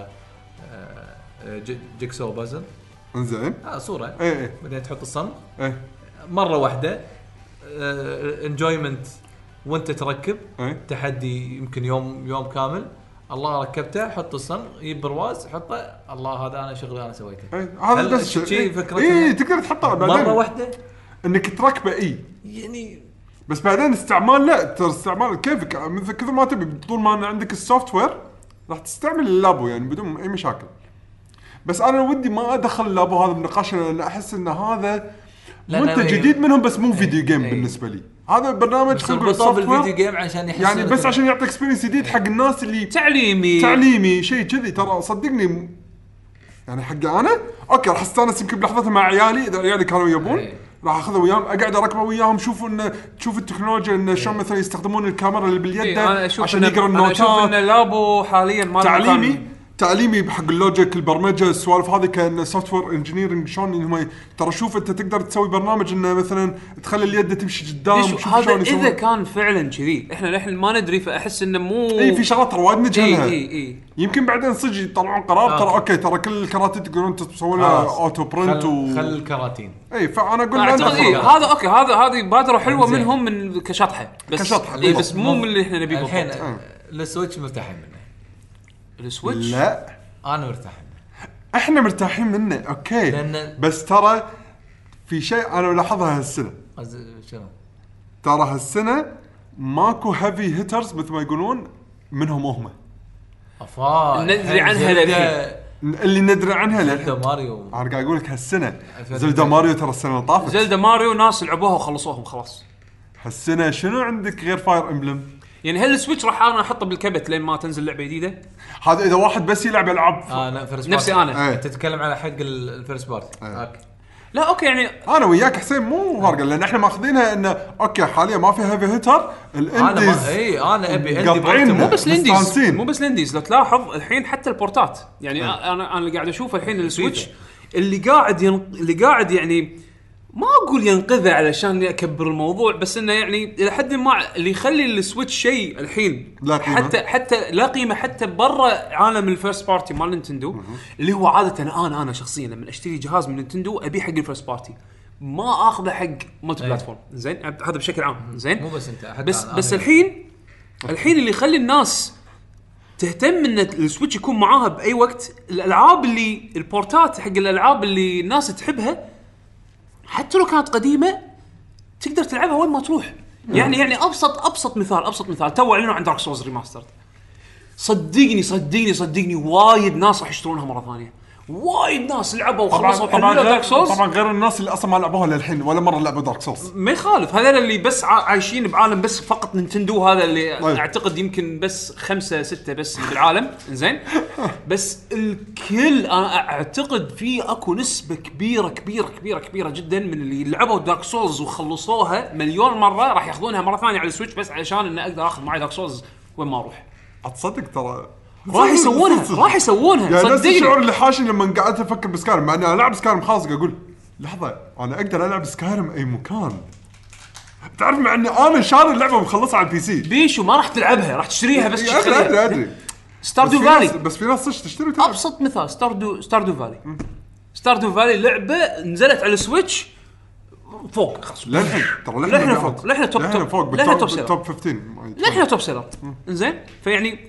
جيكسو بازل. انزين اه صوره ايه ايه بعدين تحط الصمغ ايه مره واحده انجويمنت وانت تركب أي. تحدي يمكن يوم يوم كامل. الله ركبته حط الصم يجيب برواز حطه الله هذا انا شغلي انا سويته. إيه، هذا هل بس شي إيه، فكرتها؟ اي تقدر تحطها بعدين مره واحده انك تركبه اي يعني بس بعدين استعمال لا ترى استعمال كيفك مثل كثر ما تبي طول ما عندك السوفت وير راح تستعمل اللابو يعني بدون اي مشاكل. بس انا ودي ما ادخل اللابو هذا بالنقاش لان احس ان هذا منتج جديد منهم بس مو فيديو جيم أي. بالنسبه لي. هذا برنامج خلق السوفت الفيديو وير جيم عشان يحسن يعني بس عشان يعطي اكسبيرينس جديد حق الناس اللي تعليمي تعليمي شيء كذي. ترى صدقني يعني حق انا اوكي راح استانس يمكن بلحظتها مع عيالي اذا عيالي كانوا يبون أي. راح اخذه وياهم اقعد اركبه وياهم شوفوا انه تشوف التكنولوجيا انه شلون مثلا يستخدمون الكاميرا اللي باليد إيه، أنا أشوف عشان إن- يقرا انا اشوف النوتات. ان لابو حاليا ما له تعليمي مكان. تعليمي حق اللوجيك البرمجه السوالف هذه كان سوفت وير انجينيرنج شلون انهم ترى شوف انت تقدر تسوي برنامج انه مثلا تخلي اليد تمشي قدام ليش شوف هذا شلون اذا يسوون. كان فعلا كذي احنا نحن ما ندري فاحس انه مو اي في شغلات ترى وايد نجهلها. اي اي اي يمكن بعدين صدق يطلعون قرار ترى آه. اوكي ترى كل الكراتين تقدرون تسوون لها خلاص. اوتو برنت خل, و خل الكراتين اي فانا اقول اعتقد لا إيه لا هذا اوكي هذا هذه بادره حلوه زين. منهم من كشطحه بس كشطحة، إيه بالضبط. بس مو من اللي احنا نبيه الحين بالضبط. آه. السويتش مرتاحين منه. السويتش لا انا مرتاح منه احنا مرتاحين منه اوكي لأن- بس ترى في شيء انا ملاحظها هالسنه أز- شنو ترى هالسنه ماكو هيفي هيترز مثل ما يقولون منهم هم افا ندري عنها للحين. اللي ندري عنها زلدا للحين. ماريو انا قاعد اقول لك هالسنه ألفين زلدا ماريو ترى السنه اللي طافت زلدا ماريو ناس لعبوها وخلصوهم خلاص. هالسنه شنو عندك غير فاير امبلم؟ يعني هل السويتش راح انا احطه بالكبت لين ما تنزل لعبه جديده؟ هذا اذا واحد بس يلعب العاب آه لا فيرست نفسي بارتي. أنا. إيه. انت تتكلم على حق ال- الفيرست بارتي اوكي لا اوكي يعني انا وياك حسين مو فارقه لان احنا ماخذينها انه اوكي حاليا ما في هيفي هيتر انا الانديز ما اي انا ابي عندي قاطعين. مو بورتبل. بس الانديز مستانسين. مو بس الانديز لو تلاحظ الحين حتى البورتات يعني انا انا اللي قاعد اشوف الحين السويتش اللي قاعد ين... اللي قاعد يعني ما اقول ينقذه علشان اكبر الموضوع بس انه يعني الى حد ما اللي يخلي السويتش شيء الحين لا قيمة. حتى حتى لا قيمه حتى برا عالم الفيرست بارتي مال نينتندو اللي هو عاده انا انا شخصيا لما اشتري جهاز من نينتندو ابي حق الفيرست بارتي ما اخذه حق ملتي بلاتفورم زين هذا بشكل عام زين مو بس انت حتى بس أنا- بس أنا- الحين الحين اللي يخلي الناس تهتم ان السويتش يكون معاها باي وقت الالعاب اللي البورتات حق الالعاب اللي الناس تحبها حتى لو كانت قديمه تقدر تلعبها وين ما تروح. يعني يعني ابسط ابسط مثال ابسط مثال تو اعلنوا عن دارك سولز ريماسترد صدقني صدقني صدقني وايد ناس راح يشترونها مره ثانيه وايد ناس لعبوا وخلصوا طبعا وحللوا غير دارك سولز طبعا غير الناس اللي اصلا ما لعبوها للحين ولا مره لعبوا دارك سولز. ما يخالف هذول اللي بس ع- عايشين بعالم بس فقط نينتندو هذا اللي طيب. اعتقد يمكن بس خمسة ستة بس اللي بالعالم زين بس الكل انا اعتقد في اكو نسبة كبيرة كبيرة كبيرة كبيرة جدا من اللي لعبوا دارك سولز وخلصوها مليون مرة راح ياخذونها مرة ثانية على السويتش بس علشان ان اقدر اخذ معي دارك سولز وين ما اروح. اتصدق ترى راح يسوونها راح يسوونها يعني نفس الشعور صدقني. اللي حاشني لما قعدت افكر بسكايرم مع اني العب سكايرم خلاص اقول لحظه انا اقدر العب سكايرم اي مكان. تعرف مع اني انا شاري اللعبه ومخلصها على البي سي بيشو ما راح تلعبها راح تشتريها بس ادري ادري ادري ستاردو بس في ناس- فالي بس في ناس صدق تشتري وتلعب. ابسط مثال ستاردو ستاردو فالي ستاردو فالي لعبه نزلت على السويتش فوق خلاص للحين ترى للحين فوق للحين توب للحين توب فوق للحين توب بالتوب سيلر توب خمستاشر للحين توب سيلر زين فيعني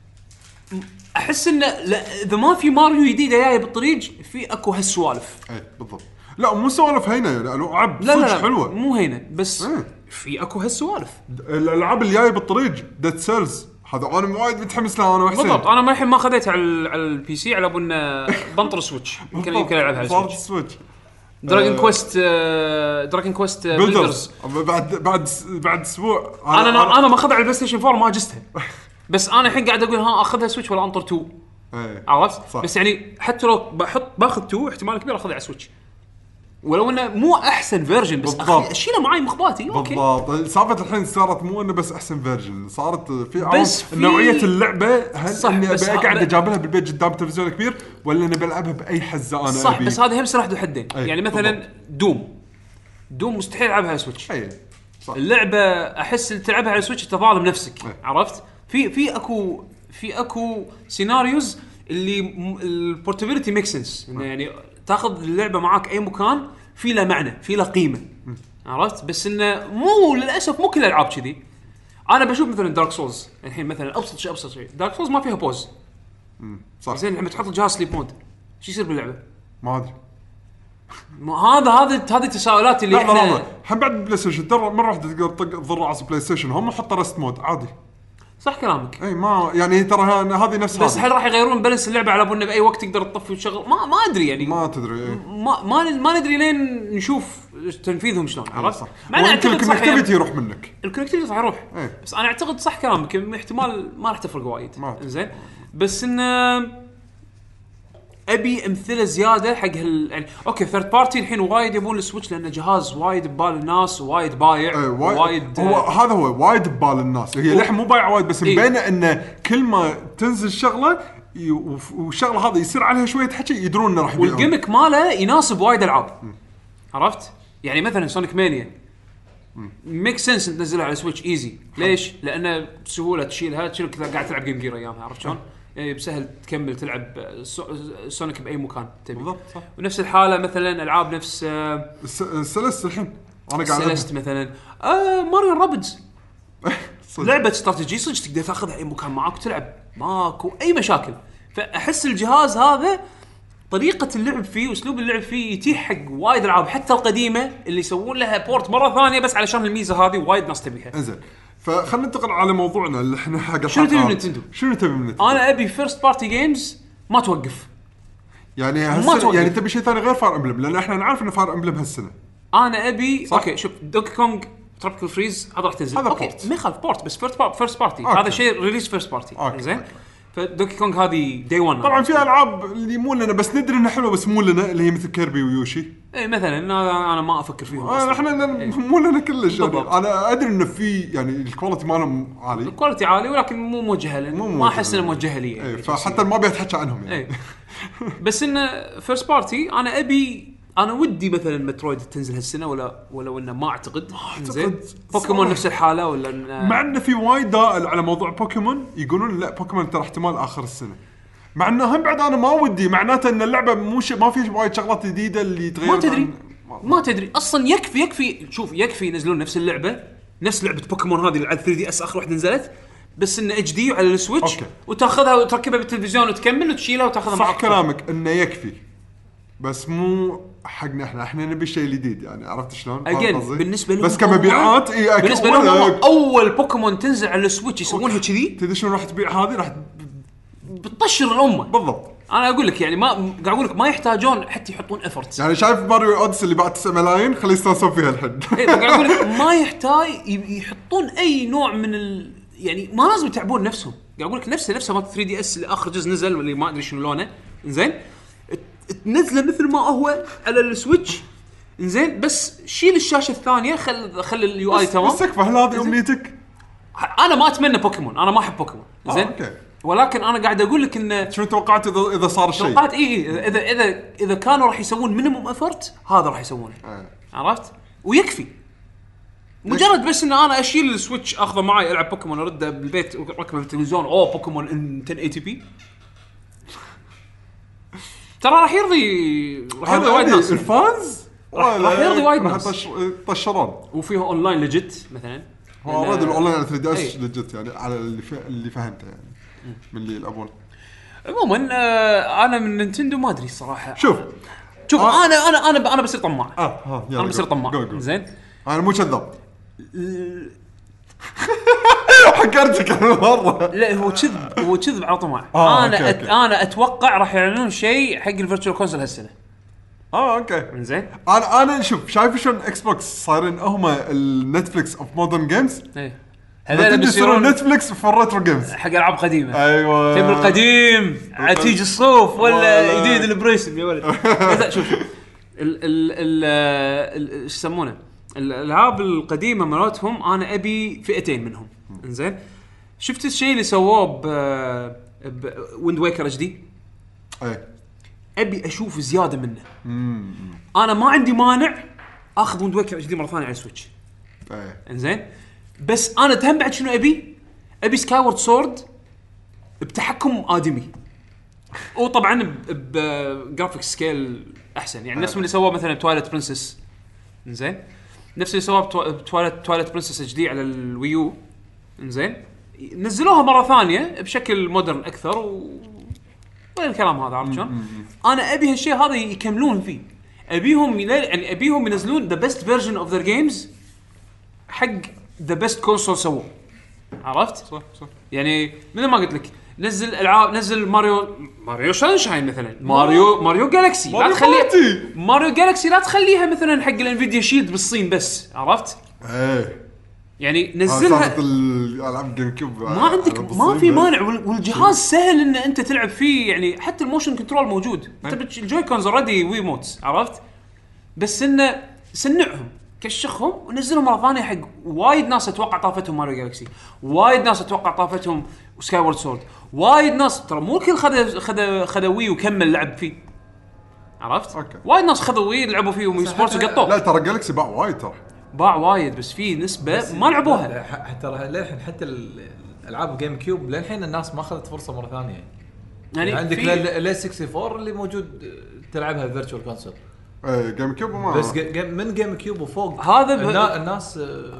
احس انه لا- اذا ما في ماريو جديده جايه بالطريق في اكو هالسوالف اي بالضبط. لا مو سوالف هينه يعني الالعاب لا لا صدق لا حلوه. مو هينه بس إيه. في اكو هالسوالف الالعاب اللي جايه بالطريق ديد سيلز هذا انا وايد متحمس له انا وحسين. بالضبط انا ما الحين ما خذيتها على ال- على البي سي على ابونا بنطر سويتش يمكن بالضبط. يمكن العبها على صارت السويتش سويتش دراجون آه. كويست دراجون كويست بيلدرز بعد بعد بعد اسبوع انا انا, أنا ما اخذها على البلاي ستيشن فور ما جستها بس انا الحين قاعد اقول ها اخذها سويتش ولا انطر تو إيه. عرفت صح. بس يعني حتى لو بحط باخذ تو احتمال كبير اخذها على سويتش ولو انه مو احسن فيرجن بس بالضبط. اخي اشيله معي مخباتي اوكي بالضبط سالفه الحين صارت مو انه بس احسن فيرجن صارت في بس في- نوعيه اللعبه هل صح، اني بس ابي اقعد ه- اجابلها بالبيت قدام تلفزيون كبير ولا اني بلعبها باي حزه انا صح ابي. بس هذا هم سلاح ذو حدين أي، يعني مثلا بالضبط. دوم دوم مستحيل العبها على سويتش اي صح اللعبه احس اللي تلعبها على سويتش تظالم نفسك أي. عرفت في في اكو في اكو سيناريوز اللي البورتابيلتي ميك سنس انه يعني تاخذ اللعبه معاك اي مكان في له معنى في له قيمه عرفت؟ بس انه مو للاسف مو كل الالعاب كذي. انا بشوف مثلا دارك سولز الحين مثلا ابسط شيء ابسط شيء دارك سولز ما فيها بوز. صح. زين لما تحط الجهاز سليب مود شو يصير باللعبه؟ ما ادري. هذا هذا هذه التساؤلات اللي احنا احنا هم بعد بلاي ستيشن ترى مره واحده تقدر تطق تضر على بلاي ستيشن هم حطوا رست مود عادي. صح كلامك. اي ما يعني ترى هذه نفس بس هذه. هل راح يغيرون بالانس اللعبه على بنا باي وقت تقدر تطفي وتشغل؟ ما ما ادري يعني ما تدري إيه. ما ما ما ندري لين نشوف تنفيذهم شلون. عرفت؟ صح. مع ان يمكن الكونكتيفيتي يروح منك. الكونكتيفيتي راح يروح. إيه. بس انا اعتقد صح كلامك احتمال ما راح تفرق وايد. ما زين بس انه ابي امثله زياده حق هال يعني اوكي ثيرد بارتي الحين وايد يبون السويتش لانه جهاز وايد ببال الناس وايد بايع ايه وايد, وايد هو آه هذا هو وايد ببال الناس هي لحم مو بايع وايد بس إيه. مبينه انه كل ما تنزل شغله ي- وف- والشغله هذه يصير عليها شويه حكي يدرون انه راح يبيعون. والجيمك ماله يناسب وايد العاب. عرفت؟ يعني مثلا سونيك مانيا ميك سنس تنزلها على سويتش ايزي. ليش؟ لانه بسهوله تشيلها تشيل كذا قاعد تلعب جيم جير ايامها. عرفت شلون؟ يعني بسهل تكمل تلعب سونيك باي مكان تبي. بالضبط صح. ونفس الحاله مثلا العاب نفس الس- السلست الحين انا قاعد سيلست مثلا آه ماريو رابدز صدق. لعبه استراتيجي صدق تقدر تاخذها اي مكان معاك وتلعب ماكو اي مشاكل. فاحس الجهاز هذا طريقه اللعب فيه واسلوب اللعب فيه يتيح حق وايد العاب حتى القديمه اللي يسوون لها بورت مره ثانيه بس علشان الميزه هذه وايد ناس تبيها. انزين فخلنا ننتقل على موضوعنا اللي احنا حق شنو تبي من الحلقة. نينتندو؟ شنو تبي من نينتندو؟ انا ابي فيرست بارتي جيمز ما توقف. يعني ما هالسنة توقف. يعني تبي شيء ثاني غير فاير امبلم لان احنا نعرف ان فاير امبلم هالسنه. انا ابي صح. اوكي شوف دوكي كونغ تروبيكال فريز هذا راح تنزل هذا اوكي بورت. ما يخالف بورت بس فيرست فيرست بارتي أوكي. هذا شيء ريليس فيرست بارتي. أوكي. زين أوكي. فدوكي كونغ هذه داي واحد طبعا في العاب اللي مو لنا بس ندري انها حلوه بس مو لنا اللي هي مثل كيربي ويوشي. اي مثلا انا انا ما افكر فيهم آه اصلا. احنا مو لنا كلش يعني. بالضبط. انا ادري انه في يعني الكواليتي مالهم عالي. الكواليتي عالي ولكن مو موجهه لأن مو ما موجهة. احس انه موجهه لي يعني اي فحتى ما بيتحكى عنهم يعني. اي بس انه فيرست بارتي انا ابي انا ودي مثلا مترويد تنزل هالسنه ولا ولا انه ما اعتقد. زين بوكيمون صراحة. نفس الحاله ولا إن مع انه في وايد دائل على موضوع بوكيمون يقولون لا بوكيمون ترى احتمال اخر السنه. مع انه هم بعد انا ما ودي معناته ان اللعبه مو ش... ما فيها وايد شغلات جديده اللي تغير. ما تدري عن- ما تدري اصلا يكفي يكفي شوف يكفي ينزلون نفس اللعبه نفس لعبه بوكيمون هذه اللي على ثري دي اس اخر واحده نزلت بس انه اتش دي على السويتش أوكي. وتاخذها وتركبها بالتلفزيون وتكمل وتشيلها وتاخذها صح معك. كلامك انه يكفي بس مو حقنا احنا احنا نبي شيء جديد يعني عرفت شلون؟ فاهم اجين قصدي؟ بالنسبه لهم بس كمبيعات اي أكيد بالنسبه لهم ولا- هم اول بوكيمون تنزل على السويتش يسوونها كذي تدري شنو راح تبيع هذه راح بتطشر الامه. بالضبط. انا اقول لك يعني ما قاعد اقول لك ما يحتاجون حتى يحطون افورتس. يعني شايف ماريو اوديسي اللي بعد تسعة ملايين خليه يستانسون فيها الحين. إيه، قاعد اقول لك ما يحتاج ي- يحطون اي نوع من ال... يعني ما لازم يتعبون نفسهم. قاعد اقول لك نفسه نفسه مال ثري دي اس اللي اخر جزء نزل واللي ما ادري شنو لونه. زين تنزله مثل ما هو على السويتش. زين بس شيل الشاشه الثانيه خل خل اليو اي تمام. بس تكفى هل هذه امنيتك؟ انا ما اتمنى بوكيمون انا ما احب بوكيمون. آه، زين أوكي. ولكن انا قاعد اقول لك انه شنو توقعت اذا اذا صار شيء؟ توقعت اي اي اذا اذا اذا كانوا راح يسوون مينيموم افورت هذا راح يسوونه. آه. عرفت ويكفي مجرد بس ان انا اشيل السويتش اخذه معي العب بوكيمون ارده بالبيت وركبه بالتلفزيون اوه بوكيمون ان عشرة إيه تي بي ترى راح يرضي راح يرضي وايد هذا ناس الفانز راح- راح يرضي وايد راح ناس. يطش- يطشرون. وفيه اونلاين ليجيت مثلا هو لأن- رد الاونلاين على ثري دي اس إيه. لجت يعني على اللي ف... اللي فهمته يعني من اللي يلعبون. عموما آه انا من نينتندو ما ادري الصراحه. شوف شوف آه. انا انا انا انا بصير طماع. اه ها يلا انا بصير جو. طماع جو جو. زين انا مو كذاب. حكرتك مره. لا هو كذب هو كذب على طمع. آه، انا أوكي، أت... أوكي. انا اتوقع راح يعلنون شيء حق الفيرتشوال كونسول هالسنه. اه اوكي. زين انا انا شوف شايف شلون اكس بوكس صايرين هم النتفليكس اوف مودرن جيمز. ايه هذول هذول بيصيرون بيصيرون نتفليكس فور ريترو جيمز. حق العاب قديمه. ايوه تبي القديم عتيج الصوف ولا ولا- جديد البريسم يا ولد. بس شوف ال ال ال ال ايش يسمونه الالعاب القديمه مالتهم انا ابي فئتين منهم. انزين شفت الشيء اللي سووه ب بويند ويكر اتش دي ايه ابي اشوف زياده منه. انا ما عندي مانع اخذ ويند ويكر اتش دي مره ثانيه على السويتش. ايه انزين بس انا تهم بعد شنو ابي ابي سكاي وورد سورد بتحكم ادمي وطبعا بجرافيك سكيل احسن يعني نفس اللي سووه مثلا تويلايت برنسس. انزين نفس اللي سواه بتواليت تواليت برنسس اتش دي على الويو. انزين نزلوها مره ثانيه بشكل مودرن اكثر و وين الكلام هذا عرفت شلون؟ انا ابي هالشيء هذا يكملون فيه. ابيهم يعني ابيهم ينزلون ذا بيست فيرجن اوف ذير جيمز حق ذا بيست كونسول سووه. عرفت؟ صح صح. يعني مثل ما قلت لك نزل العاب نزل ماريو ماريو سانشاين مثلا ماريو ماريو جالكسي لا تخليها ماريو جالكسي لا تخليها مثلا حق الانفيديا شيلد بالصين بس. عرفت؟ ايه يعني نزلها الالعاب جيم كيوب ما عندك ما في مانع والجهاز سهل ان انت تلعب فيه. يعني حتى الموشن كنترول موجود انت الجوي كونز اوريدي وي موتس. عرفت؟ بس انه سنعهم كشخهم ونزلهم مره ثانيه حق وايد ناس اتوقع طافتهم ماريو جالكسي وايد ناس اتوقع طافتهم سكاي وورد سورد وايد ناس ترى مو كل خذ خذ خذ وي وكمل لعب فيه. عرفت؟ أوكي. وايد ناس خذوا وي لعبوا فيه ومي سبورتس وقطوه. لا ترى جالكسي باع وايد ترى باع وايد بس في نسبه ما لعبوها. حتى للحين حتى الالعاب جيم كيوب للحين الناس ما اخذت فرصه مره ثانيه. يعني, يعني عندك ال أربعة وستين اللي موجود تلعبها فيرتشوال كونسول. ايه جيم كيوب ما بس جيم من جيم كيوب وفوق هذا ب... الناس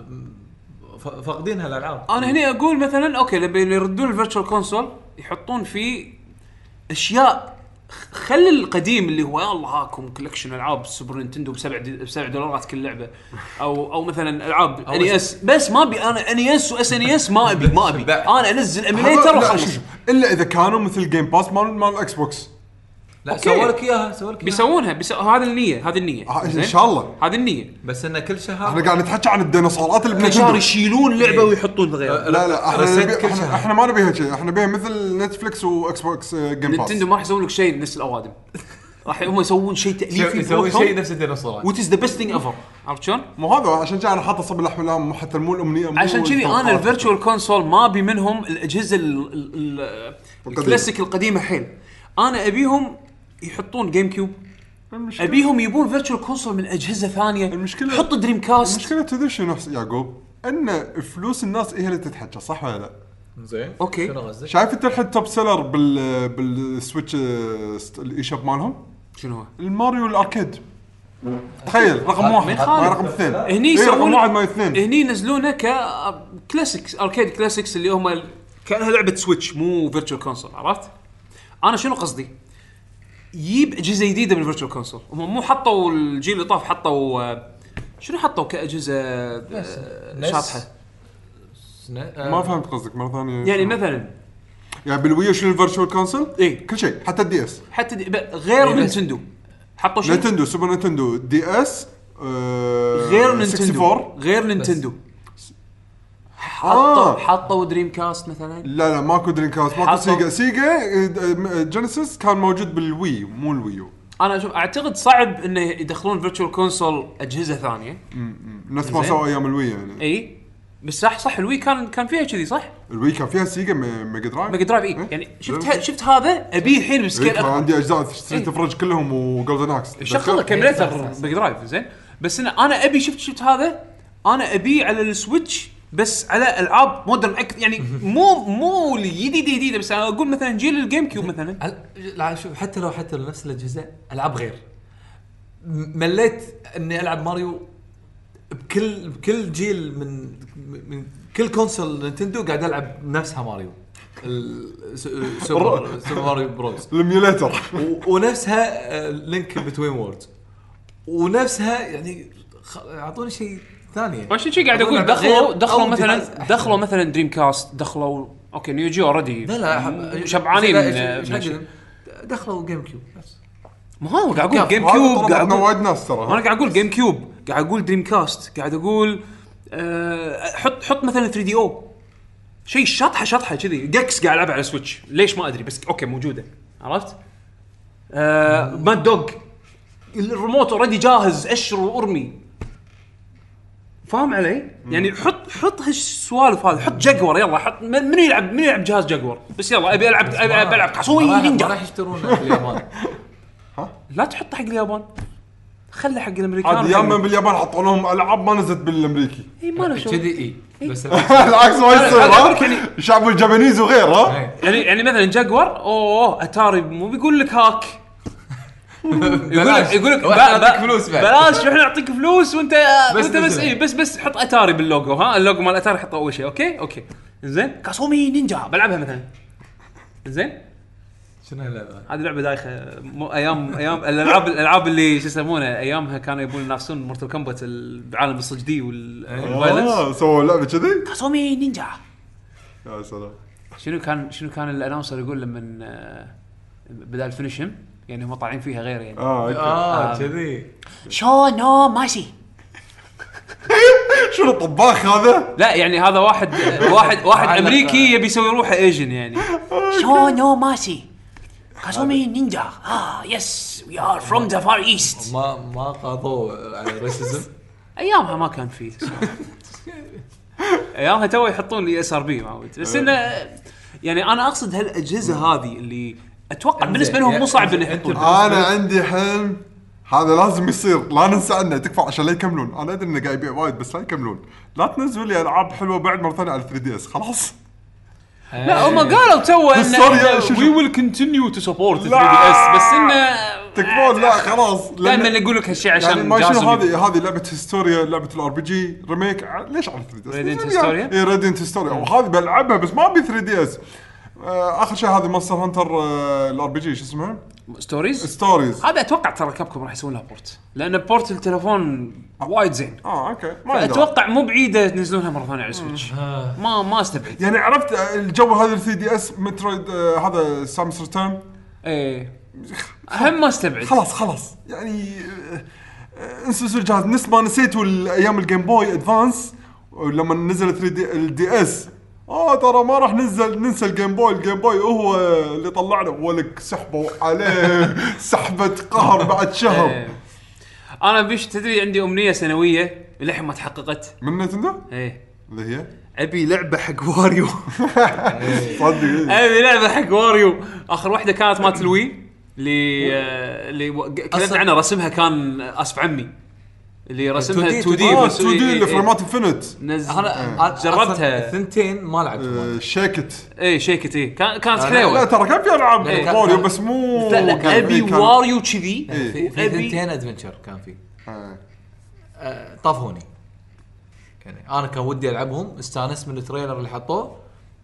فاقدين هالالعاب. انا هنا اقول مثلا اوكي لما يردون الفيرتشوال كونسول يحطون فيه اشياء. خلي القديم اللي هو يلا هاكم كولكشن العاب سوبر نينتندو بسبع دي... بسبع دولارات كل لعبه او او مثلا العاب ان اس بس ما ابي انا ان اس واس ان اس ما ابي ما ابي انا انزل ايميليتر وخلاص. الا اذا كانوا مثل جيم باس مال مال الاكس بوكس. لا سووا لك اياها سووا لك بيسوونها بيسو... هذا النيه هذه النيه آه ان شاء الله هذه النيه. بس انه كل شهر احنا قاعد نتحكي عن الديناصورات اللي كل شهر يشيلون لعبه ويحطون غيرها. لا لا احنا نبي احنا, احنا ما نبيها شيء. احنا نبيها مثل نتفليكس واكس بوكس جيم باس. نينتندو ما راح يسوون لك شيء نفس الاوادم. راح هم يسوون شيء تاليفي يسوون شيء نفس الديناصورات وات از ذا بيست ثينج ايفر. عرفت شلون؟ مو هذا عشان كذا انا حاطه صب الاحلام حتى مو الامنيه مو عشان كذي انا الفيرتشوال كونسول ما ابي منهم الاجهزه الكلاسيك القديمه حيل. انا ابيهم يحطون جيم كيوب. المشكلة ابيهم يبون فيرتشوال كونسول من اجهزه ثانيه. المشكله حط دريم كاست. المشكله تدري شنو نفس يعقوب ان فلوس الناس هي اللي تتحكى صح ولا لا؟ زين اوكي شايف انت الحين توب سيلر بال بالسويتش الاي شوب مالهم شنو هو؟ الماريو الاركيد. تخيل رقم واحد ما رقم اثنين. هني يسوون رقم واحد ما اثنين. هني ينزلونه كلاسيكس اركيد كلاسيكس اللي هم كانها لعبه سويتش مو فيرتشوال كونسول. عرفت؟ انا شنو قصدي؟ يجيب اجهزه جديده بالفيرتشوال كونسول. هم مو حطوا الجيل اللي طاف حطوا شنو حطوا كاجهزه شاطحه. ما فهمت قصدك مره ثانيه. يعني مثلا يعني بالويو شنو الفيرتشوال كونسول إيه؟ كل شيء حتى الدي اس حتى دي غير إيه نينتندو حطوا شيء نينتندو سوبر نينتندو دي اس آه غير نينتندو أربعة وستين غير نينتندو حطوا آه. حطوا دريم كاست مثلا. لا لا ماكو دريم كاست ماكو سيجا سيجا جينيسيس كان موجود بالوي مو الويو. انا اشوف اعتقد صعب انه يدخلون فيرتشوال كونسول اجهزه ثانيه نفس ما سووا ايام الوي يعني. اي بس صح صح الوي كان كان فيها كذي صح. الوي كان فيها سيجا ميجا درايف ميجا درايف اي يعني شفت ه... شفت هذا ابي الحين بسكيل اكبر. عندي اجزاء ستريت فرج كلهم وجولدن اكس شغله كملتر ميجا درايف زين. بس انا انا ابي شفت شفت هذا انا ابي على السويتش بس على العاب مودرن أك... يعني مو مو الجديده جديده بس انا اقول مثلا جيل الجيم كيوب مثلا. لا شوف حتى لو حتى لو نفس الاجهزه العاب غير. مليت اني العب ماريو بكل بكل جيل من من كل كونسول نينتندو قاعد العب نفسها ماريو سوبر سوبر ماريو بروز الميوليتر ونفسها لينك بتوين ووردز ونفسها يعني اعطوني شيء ثاني. ماشي شيء قاعد اقول دخلوا دخلوا مثلا دخلوا مثلا دريم كاست دخلوا اوكي نيو جي اوريدي لا لا شبعانين دخلوا جيم كيوب بس ما هو قاعد اقول جيم كيوب قاعد اقول وايد ناس ترى انا قاعد اقول جيم كيوب قاعد اقول دريم كاست قاعد اقول أه حط حط مثلا ثري دي او شيء شطحه شطحه كذي جكس قاعد العب على سويتش ليش ما ادري بس اوكي موجوده. عرفت؟ أه ماد دوغ الريموت اوريدي جاهز اشر وارمي. فاهم علي؟ يعني حط حط هالسوالف هذه حط جاكور يلا حط من يلعب من يلعب جهاز جاكور بس يلا ابي العب ابي العب تصوير نينجا. راح يشترونه في اليابان. ها لا تحط حق اليابان خلي حق الامريكان. هذا ياما باليابان حطوا لهم العاب ما نزلت بالامريكي. اي ما له شغل كذي اي بس العكس ما يصير. الشعب اليابانيز وغير ها يعني يعني مثلا جاكور اوه اتاري مو بيقول لك هاك يقول لك يقول لك وإحنا نعطيك فلوس بعد. بلاش احنا نعطيك فلوس وانت بس وانت بس نزله. اي بس بس حط اتاري باللوجو ها اللوجو مال اتاري حطه اول شيء اوكي اوكي زين كاسومي نينجا بلعبها مثلا زين شنو اللعبه؟ هذه لعبه دايخه مو ايام ايام الالعاب الالعاب اللي شو يسمونه ايامها كانوا يبون ينافسون مورتال كومبات بعالم الصجدي والفايلنس اه سووا لعبه كذي كاسومي نينجا يا سلام. شنو كان شنو كان الاناونسر يقول لما آه، بدا الفينيشم يعني هم طالعين فيها غير يعني اه اوكي اه كذي شو نو ماشي شنو الطباخ هذا؟ لا يعني هذا واحد واحد واحد امريكي يبي يسوي روحه ايجن يعني شو نو ماشي كاسومي نينجا اه يس وي ار فروم ذا فار ايست ما ما قاضوا على الريسيزم. ايامها ما كان فيه ايامها تو يحطون لي اس ار بي معود بس انه يعني انا اقصد هالاجهزه هذه اللي اتوقع بالنسبه لهم مو صعب ان يحطون انا عندي حلم هذا لازم يصير لا ننسى عنه تكفى عشان لا يكملون. انا ادري انه قاعد يبيع وايد بس لا يكملون. لا تنزلوا لي العاب حلوه بعد مره ثانيه على ثري دي اس خلاص. لا هم قالوا تو بالسوريا ان شو- وي ويل كونتينيو تو سبورت ثري دي لا. اس بس انه تكفون لا خلاص لأن- دائما يقول لك هالشيء عشان يعني ما شنو جازم هذه هذه لعبه هيستوريا لعبه الار بي جي ريميك ع- ليش على ثري دي اس؟ Radiant Historia؟ اي راديانت هيستوريا وهذه بلعبها بس ما ابي ثري دي اس. اخر شيء هذه مونستر هانتر الار بي جي شو اسمها؟ ستوريز ستوريز. هذا اتوقع ترى كابكم راح يسوون لها بورت لان بورت التليفون وايد زين اه اوكي ما عندي اتوقع مو بعيده تنزلونها مره ثانيه على سويتش ما ما استبعد يعني عرفت الجو هذا ثري دي اس مترويد آه هذا سامس ريتيرن ايه هم ما استبعد خلاص خلاص يعني آه، آه، انسوا الجهاز نفس ما نسيتوا الايام الجيم بوي ادفانس لما نزل ثري دي الدي اس اه ترى ما راح ننزل ننسى الجيم بوي الجيم بوي هو اللي طلعنا ولك سحبوا عليه سحبة قهر بعد شهر إيه. انا بيش تدري عندي امنيه سنويه للحين ما تحققت من نتندو ايه اللي هي ابي لعبه حق واريو صدق ابي لعبه حق واريو اخر واحده كانت مالت الوي اللي آه، اللي و- كلمت عنها رسمها كان اسف عمي اللي رسمها تو دي تو دي اه بس تو إيه، دي إيه، اللي إيه. فريمات انفنت نز... انا جربتها. ثنتين ما لعبتهم. شيكت ايه شيكت ايه كان كانت لا، لا حلوه ترى كان في العاب لا، كان- واريو كان- بس مو لا لا كان- ابي كان- واريو كذي إيه. في في وأبي- ثنتين ادفنشر كان في آه. آه، طافوني يعني انا كان ودي العبهم استانس من التريلر اللي حطوه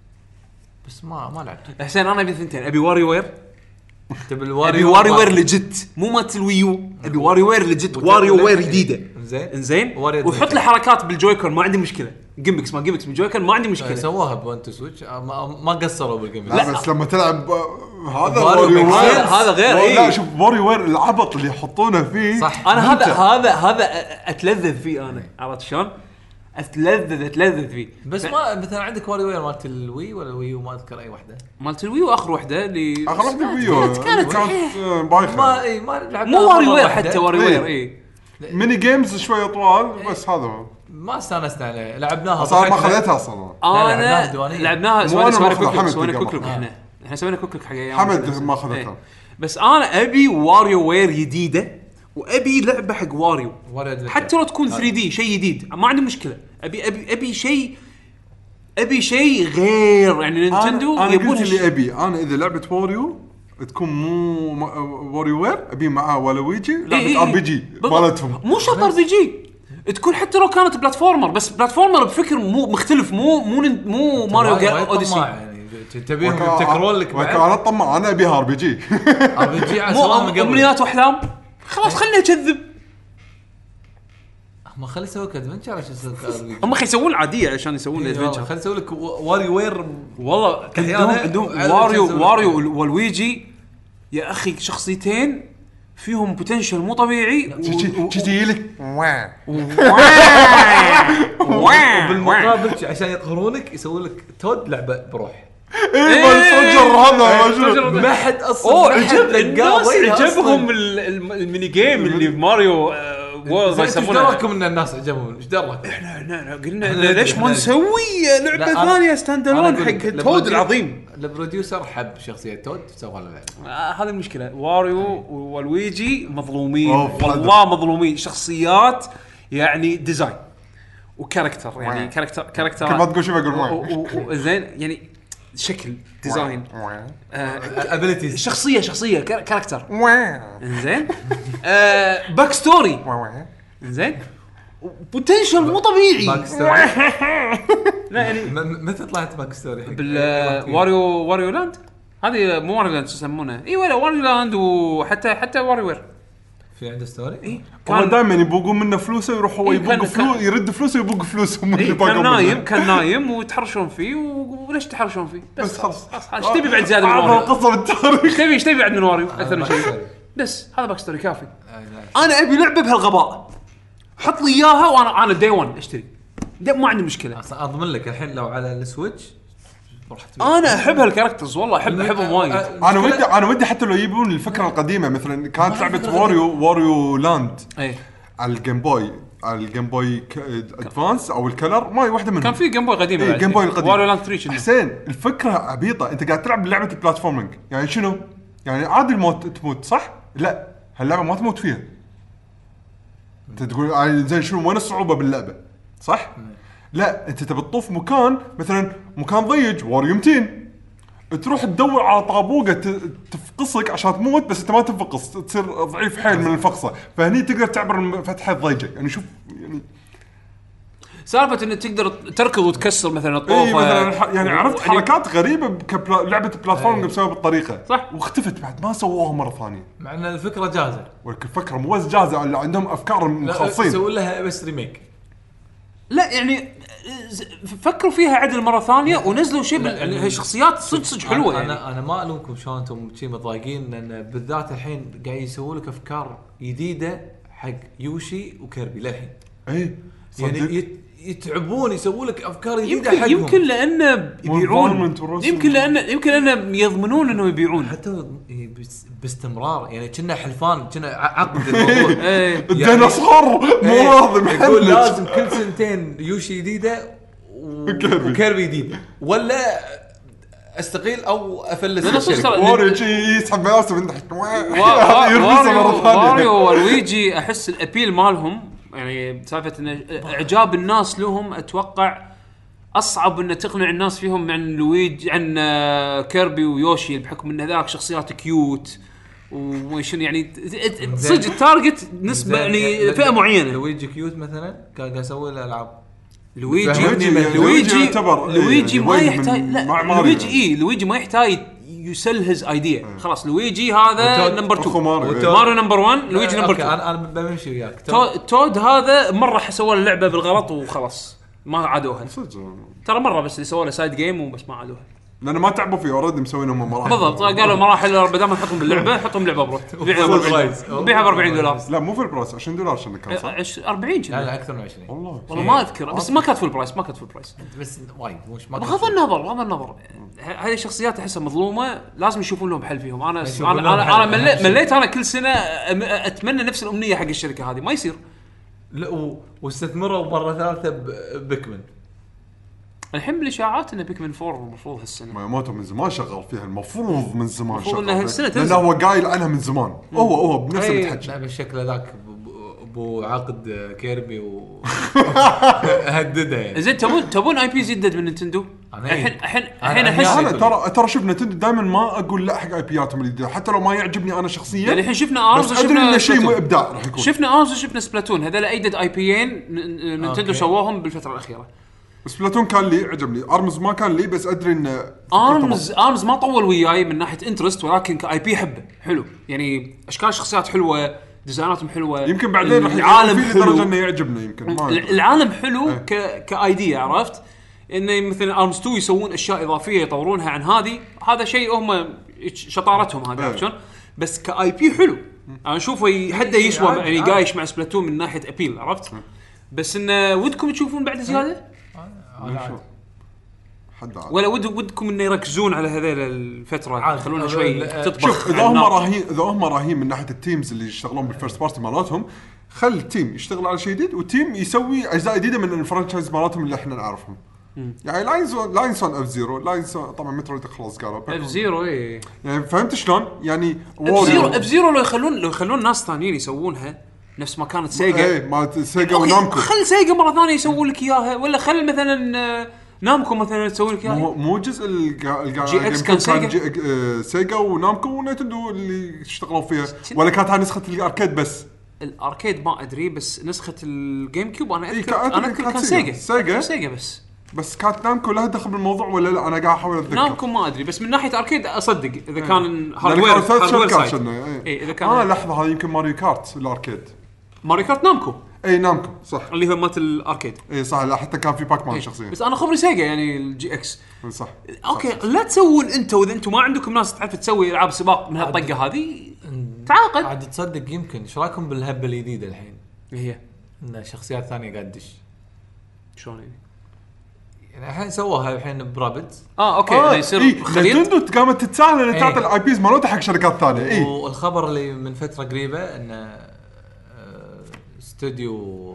بس ما ما لعبت. حسين انا ابي ثنتين ابي واري وير تبي ابي الواري واري وير لجت مو مالت الويو ابي واري وير لجت واريو وير جديده زين انزين واريو وحط جديدة. لي حركات بالجويكر ما عندي مشكله جيمكس ما جيمكس بالجويكر ما عندي مشكله سووها بوينت تو سويتش آه، ما, ما قصروا بالجيم. لا بس لما تلعب آه، هذا واريو واريو ميكس وير سنس. هذا غير، لا إيه. شوف واريو وير العبط اللي يحطونه فيه صح. انا هذا ممتع. هذا هذا اتلذذ فيه انا عرفت شلون اتلذذ اتلذذ فيه بس ما مثلا عندك واري وير مالت الوي ولا الويو ما اذكر اي واحده. مالت الويو اخر وحده اللي اخر واحده فيو كانت- كانت آه، بايخه ما اي ما لعبتها مو واري مرة وير واحدة. حتى واري إيه. وير اي ميني جيمز شويه طوال بس هذا هو ما استانسنا عليه لعبناها صار ما ضحكنا. خذيتها اصلا لعبناها انا ديوانية. لعبناها مو سوينا أنا سوينا ماخذها، كوكلوك حمد سوينا تلقى كوكلوك ماخذها. احنا احنا سوينا كوكلوك حق ايام حمد بس- ما أخذتها. إيه. بس انا ابي واريو وير جديده وابي لعبه حق واريو واريو أدفنشر. حتى لو تكون ثري دي شيء جديد ما عندي مشكله ابي ابي ابي شيء ابي شيء غير يعني نينتندو انا, أنا يبون قلت هالشيء. اللي ابي انا اذا لعبه واريو تكون مو ما- واريو وير ابي معاه والويجي إيه لعبه إيه ار بي جي بالضبط. مالتهم مو شرط ار بي جي تكون حتى لو كانت بلاتفورمر بس بلاتفورمر بفكر مو مختلف مو مو نن- مو ماريو وايد- جا- وايد اوديسي طماع يعني تبيهم يبتكرون لك بعد انا طمع انا ابيها ار بي جي ار بي جي على مو سلام أم- قبل امنيات واحلام خلاص خلينا نكذب ما خلي يسوي لك ادفنشر عشان يسوي لك ار بي جي. هم خلي يسوون العاديه عشان يسوون إيه، الادفنشر خلي يسوي لك واري وير والله أحياناً عندهم عندهم على واريو الجهاز واريو والويجي يا اخي شخصيتين فيهم بوتنشل مو طبيعي تجي لك وبالمقابل عشان يقهرونك يسوي لك تود لعبه بروح. ايه الفجر هذا موجود. ما حد اصلا اوه ما حد عجب لقاه الناس وجهه عجبهم أصلاً. ال- الم- الميني جيم اللي في ماريو آه، وورلد ما زين، ايش يسمونه دراكم ان الناس عجبهم ايش دراك؟ احنا احنا قلنا ليش ما نسوي لعبه لا، أنا- ثانيه ستاند أنا الون أقول حق لك، تود البروديو- العظيم البروديوسر حب شخصيه تود سوى له لعبه. آه هذه المشكله واريو والويجي مظلومين أوف، والله مظلومين شخصيات يعني ديزاين وكاركتر يعني كاركتر كاركتر كل ما تقول شيء بقول و- معك و- و- زين يعني شكل ديزاين ابيليتيز شخصيه شخصيه كاركتر انزين باك ستوري انزين بوتنشل مو طبيعي باك ستوري. لا يعني متى طلعت باك ستوري بالواريو واريو لاند هذه مو واريو لاند يسمونها اي ولا واريو لاند وحتى حتى واريو وير في عنده ستوري اي كان دائما يبوقون منه فلوس ويروح هو يبوق فلوس يرد فلوس ويبوق فلوسهم اللي كان نايم كان نايم ويتحرشون فيه وليش تحرشون فيه بس خلاص ايش تبي بعد زياده من عبر واريو قصه بالتاريخ ايش تبي ايش تبي بعد من واريو اكثر من شيء بس هذا باك ستوري كافي انا ابي لعبه بهالغباء حط لي اياها وانا انا داي واحد اشتري ما عندي مشكله اصلا اضمن لك الحين لو على السويتش انا احب هالكاركترز والله احب احبهم وايد انا ودي انا ودي حتى لو يجيبون الفكره القديمه مثلا كانت لعبه واريو واريو لاند اي على الجيم بوي على الجيم بوي ادفانس او الكلر ما هي واحده منهم كان في جيم بوي قديم إيه جيم بوي القديم واريو لاند ثلاثة حسين الفكره عبيطه انت قاعد تلعب لعبه بلاتفورمينج يعني شنو يعني عادي الموت تموت صح لا هاللعبه ما تموت فيها انت تقول زين شنو وين الصعوبه باللعبه صح لا انت تبي تطوف مكان مثلا مكان ضيق واريو مئتين تروح تدور على طابوقه تفقصك عشان تموت بس انت ما تنفقص تصير ضعيف حيل من الفقصه فهني تقدر تعبر الفتحه الضيقه يعني شوف يعني سالفه انك تقدر تركض وتكسر مثلا الطوفه اي مثلا يعني عرفت حركات غريبه بلعبه بلاتفورم بسبب الطريقه صح واختفت بعد ما سووها مره ثانيه مع ان الفكره جاهزه ولكن الفكره مو جاهزه اللي عندهم افكار مخلصين يسوون لها بس ريميك لا يعني فكروا فيها عدل مره ثانيه ونزلوا شيء بالشخصيات صدق صدق حلوه يعني انا انا ما الومكم شلون انتم شيء متضايقين لان بالذات الحين قاعد يسووا لك افكار جديده حق يوشي وكيربي للحين اي يعني يتعبون يسووا لك افكار جديده يمكن حقهم يمكن لانه يبيعون يمكن لانه يمكن لانه يضمنون انه يبيعون حتى باستمرار يعني كنا حلفان كنا عقد الموضوع الديناصور مو راضي يقول لازم كل سنتين يوشي جديده وكيربي جديد ولا استقيل او افلس الشركه واريو يسحب راسه من تحت واريو ولويجي احس الابيل مالهم يعني سالفه ان اعجاب الناس لهم اتوقع اصعب ان تقنع الناس فيهم عن لويجي عن كيربي ويوشي بحكم ان هذاك شخصيات كيوت وشنو يعني صدق التارجت نسبه يعني فئه معينه لويجي كيوت مثلا كان قاعد يسوي له العاب لويجي لويجي لويجي ما يحتاج لا لويجي اي لويجي ما يحتاج يسلهز ايديا خلاص لويجي هذا نمبر اثنين ماريو نمبر واحد لويجي نمبر اثنين انا انا بمشي وياك تود هذا مره حسوا اللعبه بالغلط وخلاص ما عادوها ترى مره بس اللي سووا له سايد جيم وبس ما عادوها لأنه ما تعبوا فيه اوريدي مسوينهم مراحل بالضبط قالوا مراحل بدل ما نحطهم باللعبه حطهم لعبه بروح بيعها ب أربعين دولار لا مو في البرايس عشرين دولار شنو كان صح أربعين لا لا اكثر من عشرين والله والله ما اذكر بس ما كانت في البرايس ما كانت في البرايس بس وايد مش ما بغض النظر بغض النظر هذه الشخصيات احسها مظلومه لازم يشوفون لهم حل فيهم انا انا انا مليت مليت انا كل سنه اتمنى نفس الامنيه حق الشركه هذه ما يصير لا واستثمروا مره ثالثه ببيكمن الحين بالاشاعات ان بيكمن فور المفروض هالسنه ما موته من زمان شغال فيها المفروض من زمان شغال انه هالسنه لانه هو قايل عنها من زمان هو هو بنفسه متحكي بالشكل ذاك ابو عقد كيربي وهدده يعني زين تبون تبون اي بي يجدد من نينتندو الحين الحين الحين احس انا ترى ترى شوف نينتندو دائما ما اقول لا حق اي بياتهم الجديده حتى لو ما يعجبني انا شخصيا يعني الحين شفنا ارمز وشفنا شيء ابداع راح يكون شفنا ارمز وشفنا سبلاتون هذول ايدد اي بيين نينتندو سواهم بالفتره الاخيره سبلاتون كان لي عجبني ارمز ما كان لي بس ادري ان ارمز ارمز ما طول وياي من ناحيه انترست ولكن كاي بي حبه حلو يعني اشكال الشخصيات حلوه ديزايناتهم حلوه يمكن بعدين راح العالم في درجه انه يعجبنا يمكن ما العالم حلو اه. ك كايديا عرفت انه مثلا ارمز تو يسوون اشياء اضافيه يطورونها عن هذه هذا شيء هم شطارتهم هذا عشان بس كاي بي حلو انا اشوفه حده يسوى يعني قايش مع سبلاتون من ناحيه ابيل عرفت بس انه ودكم تشوفون بعد زياده ولا ود ودكم انه يركزون على هذول الفتره يخلونه شوي تطبخ شوف اذا هم راهين اذا هم راهين من ناحيه التيمز اللي يشتغلون بالفيرست بارتي مالتهم خل التيم يشتغل على شيء جديد والتيم يسوي اجزاء جديده من الفرانشايز مالتهم اللي احنا نعرفهم يعني لاينزون لاينزون اف زيرو لاينزون طبعا مترويد خلاص قالوا اف زيرو اي يعني فهمت شلون يعني اف زيرو اف زيرو لو يخلون لو يخلون ناس ثانيين يسوونها نفس ما كانت سيجا اي ما سيجا ونامكو خل سيجا مره ثانيه يسوون لك اياها ولا خل مثلا نامكو مثلا تسوي لك مو اياه مو جزء الجا- الجا- جي إكس جيم كان كيوب سيجا. جي- آه، سيجا ونامكو ونينتندو اللي اشتغلوا فيها، ولا كانت هاي نسخه الاركيد بس؟ الاركيد ما ادري، بس نسخه الجيم كيوب انا إيه، اذكر كان- انا اذكر كانت كان سيجا. سيجا سيجا؟ سيجا بس. بس كانت نامكو لها دخل بالموضوع ولا لا؟ انا قاعد احاول اتذكر. نامكو ما ادري، بس من ناحيه اركيد اصدق اذا كان لأن هاردوير كانوا ثلاث هاردوير شركات سايد. شنو، إيه. اي اذا كان اه لحظه، هذا يمكن ماريو كارت الاركيد. ماريو كارت نامكو اي نامكو صح. اللي هو مالت الاركيد. اي صح، لا حتى كان في باك مان إيه. شخصيا. بس انا خبري سيجا يعني الجي اكس. صح. اوكي لا تسوون انتوا اذا انتم ما عندكم ناس تعرف تسوي العاب سباق من هالطقه هذه تعاقد. عاد تصدق يمكن ايش رايكم بالهبه الجديده الحين هي ان شخصيات ثانيه قاعد تدش؟ شلون يعني؟ يعني الحين سووها الحين برابدز اه اوكي آه آه يصير إيه. خليط. نينتندو قامت تتساهل ان إيه. تعطي الاي بيز مالتها حق شركات ثانيه. اي والخبر اللي من فتره قريبه ان آه، استوديو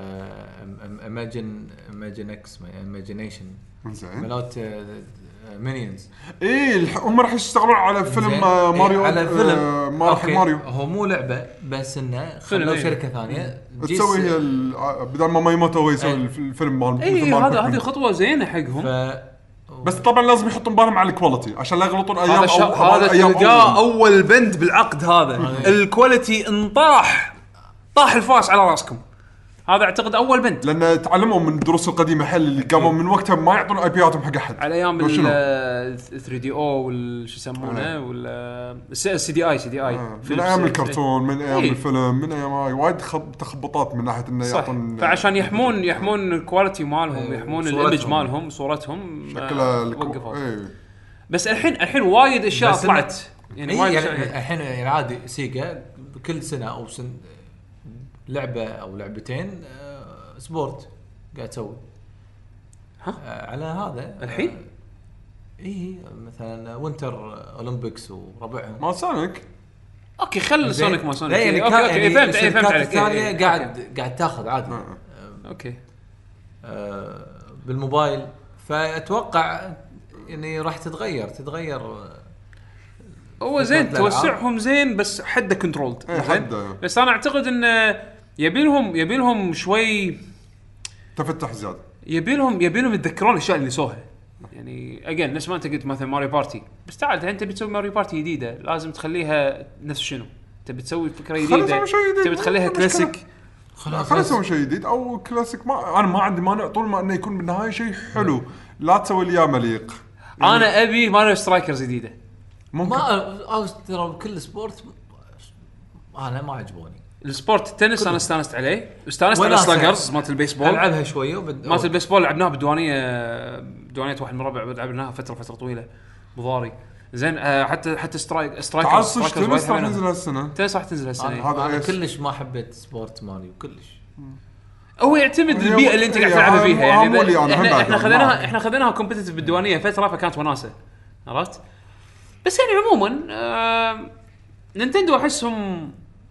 ايماجن ايماجن اكس ايماجينيشن زين. مالوت مينيونز. اي الح- هم راح يشتغلون على فيلم آه، ماريو. على فيلم آه ماريو أوكي. ماريو هو مو لعبه بس انه فيلم، خلوا إيه. شركه ثانيه تجي تسوي س- هي ال- آه، بدل ما مايموتو هو يسوي إيه. الف- الفيلم مال اي مثل مال هذا باتمان. هذه خطوه زينه حقهم. ف بس طبعا لازم يحطون بالهم على الكواليتي عشان لا يغلطون ايام هذا شا... أو هذا ايام تلقاه أول. اول بند بالعقد هذا الكواليتي انطاح طاح الفاس على راسكم. هذا اعتقد اول بند لان تعلموا من الدروس القديمه حل اللي قاموا من وقتها ما يعطون اي بياتهم حق احد على ايام لو شنو؟ ال ثري دي او وال شو يسمونه وال السي دي اي سي دي اي آه، من ايام الكرتون، من ايام إيه. الفيلم، من ايام هاي وايد خب- تخبطات من ناحيه انه صح. يعطون. فعشان يحمون يحمون الكواليتي مالهم، يحمون صورتهم. الايمج مالهم، صورتهم شكلها آه، الكو- وقفوا. إيه. بس الحين الحين وايد اشياء بس إنه- طلعت يعني يعني, وايد يعني أشياء. الحين يعني عادي سيجا كل سنه او سن لعبه او لعبتين آه، سبورت قاعد تسوي. ها؟ آه، على هذا الحين؟ آه، اي مثلا وينتر اولمبيكس وربعهم. ما سونيك اوكي خل زين. سونيك ما سونيك. لا يعني اوكي كان اوكي يعني فهمت إيه، فهمت الشركات عليك. الثانيه إيه، إيه. قاعد قاعد تاخذ عادي آه. اوكي آه، بالموبايل. فاتوقع يعني راح تتغير تتغير هو زين فكرة الألعاب. توسعهم زين بس حده كنترولد إيه، زين. حده. بس انا اعتقد انه يبيلهم يبيلهم شوي تفتح زياده. يبيلهم يبيلهم يتذكرون الاشياء اللي سووها. يعني اجين نفس ما انت قلت مثلا ماريو بارتي، بس تعال انت تبي تسوي ماريو بارتي جديده لازم تخليها نفس شنو؟ تبي تسوي فكره خلينا جديده نسوي شيء جديد، تبي تخليها مو مشكلة. كلاسيك. خلينا نسوي شيء جديد او كلاسيك. ما انا ما عندي مانع طول ما انه يكون بالنهايه شيء حلو، لا تسوي لي اياه مليق. انا ابي ماريو سترايكرز جديده. ممكن ما أو ترى كل سبورت انا ما عجبوني. السبورت التنس انا استانست عليه، استانست على وناسة. سلاجرز مالت البيسبول. العبها شويه وبد... مالت البيسبول لعبناها بديوانيه بديوانيه واحد من ربع لعبناها فتره فتره طويله بضاري زين. آه حتى حتى سترايك سترايكرز تعال صش تنس راح ينزل هالسنه. تنس راح تنزل هالسنه. انا, هذا أنا إيش؟ كلش ما حبيت سبورت ماريو كلش. هو يعتمد هي البيئه مو- اللي انت قاعد هي تلعبها مو- فيها يعني. مو لي أنا، هم احنا بعد احنا أنا خذيناها معك. احنا خذيناها كومبتيتيف بالديوانيه فتره فكانت وناسه عرفت. بس يعني عموما آه نينتندو احسهم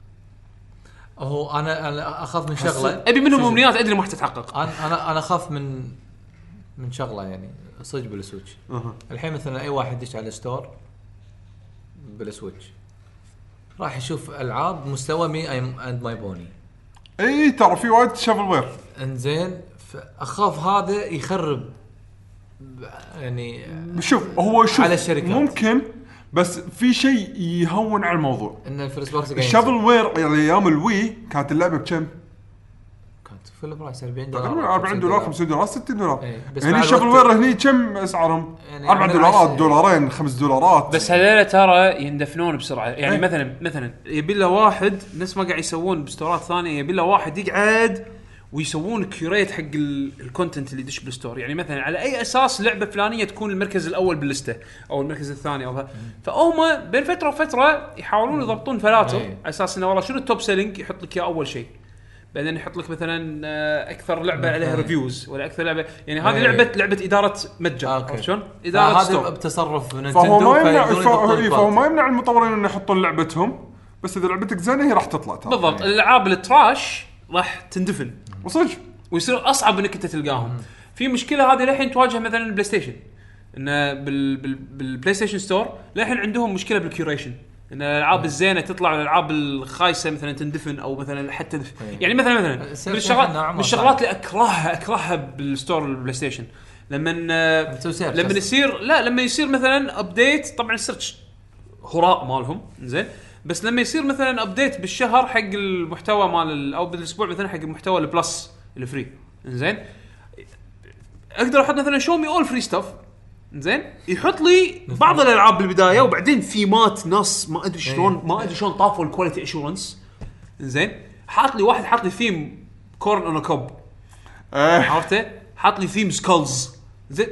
هو انا انا اخاف من شغله. ابي منهم امنيات ادري ما راح تتحقق. انا انا انا اخاف من من شغله يعني صدق بالسويتش. أها. الحين مثلا اي واحد يدش على ستور بالسويتش راح يشوف العاب مستوى مي اند ماي بوني. اي ترى في وايد شافل وير. انزين فاخاف هذا يخرب يعني شوف هو شوف على الشركات. ممكن، بس في شيء يهون على الموضوع. ان الفيرست بارتي الشافل وير يعني ايام الوي كانت اللعبه بكم؟ كانت فل برايس أربعين دولار تقريبا أربعين دولار خمسين دولار ستين دولار. إيه، بس هني مع الشافل الوقت- وير هني كم اسعارهم؟ يعني أربعة عمل دولارات عش- دولارين خمس دولارات. بس هذول ترى يندفنون بسرعه يعني. إيه. مثلا مثلا يبي له واحد نفس ما قاعد يسوون بستورات ثانيه، يبي له واحد يقعد ويسوون كيوريت حق ال- الكونتنت اللي يدش بالستور. يعني مثلا على اي اساس لعبه فلانيه تكون المركز الاول باللسته او المركز الثاني او ه- فهم بين فتره وفتره يحاولون يضبطون فلاتر إيه. على اساس انه والله شنو التوب سيلينج يحط لك اياه اول شيء، بعدين يحط لك مثلا آه، اكثر لعبه عليها ريفيوز ولا اكثر لعبه يعني هذه إيه. لعبه لعبه اداره متجر أوكي. عرفت شلون؟ اداره هذا ستور. بتصرف من فهو نينتندو ما يمنع فيقدرون فهو, يضبطون إيه، فهو البارتي. ما يمنع المطورين انه يحطون لعبتهم، بس اذا لعبتك زينه هي راح تطلع ترى. بالضبط. الالعاب التراش راح تندفن وصدق ويصير اصعب انك انت تلقاهم. في مشكله هذه للحين تواجه مثلا البلاي ستيشن، انه بال بال بالبلاي ستيشن ستور للحين عندهم مشكله بالكيوريشن، ان الالعاب الزينه تطلع والالعاب الخايسه مثلا تندفن او مثلا حتى دف... يعني مثلا مثلا من السيرش الشغلات إحنا عمر من الشغلات اللي اكرهها اكرهها بالستور البلاي ستيشن لما تسوي سيرش لما أصلاً. يصير لا لما يصير مثلا ابديت، طبعا السيرش هراء مالهم زين، بس لما يصير مثلا ابديت بالشهر حق المحتوى مال ال- او بالاسبوع مثلا حق المحتوى البلس الفري زين، اقدر احط مثلا شو مي اول فري ستاف زين، يحط لي بعض الالعاب بالبدايه وبعدين ثيمات ناس ما ادري شلون ما ادري شلون طافوا الكواليتي اشورنس زين، حاط لي واحد حاط لي ثيم كورن اون كوب إيه. عرفته، حاط لي ثيم سكولز زين،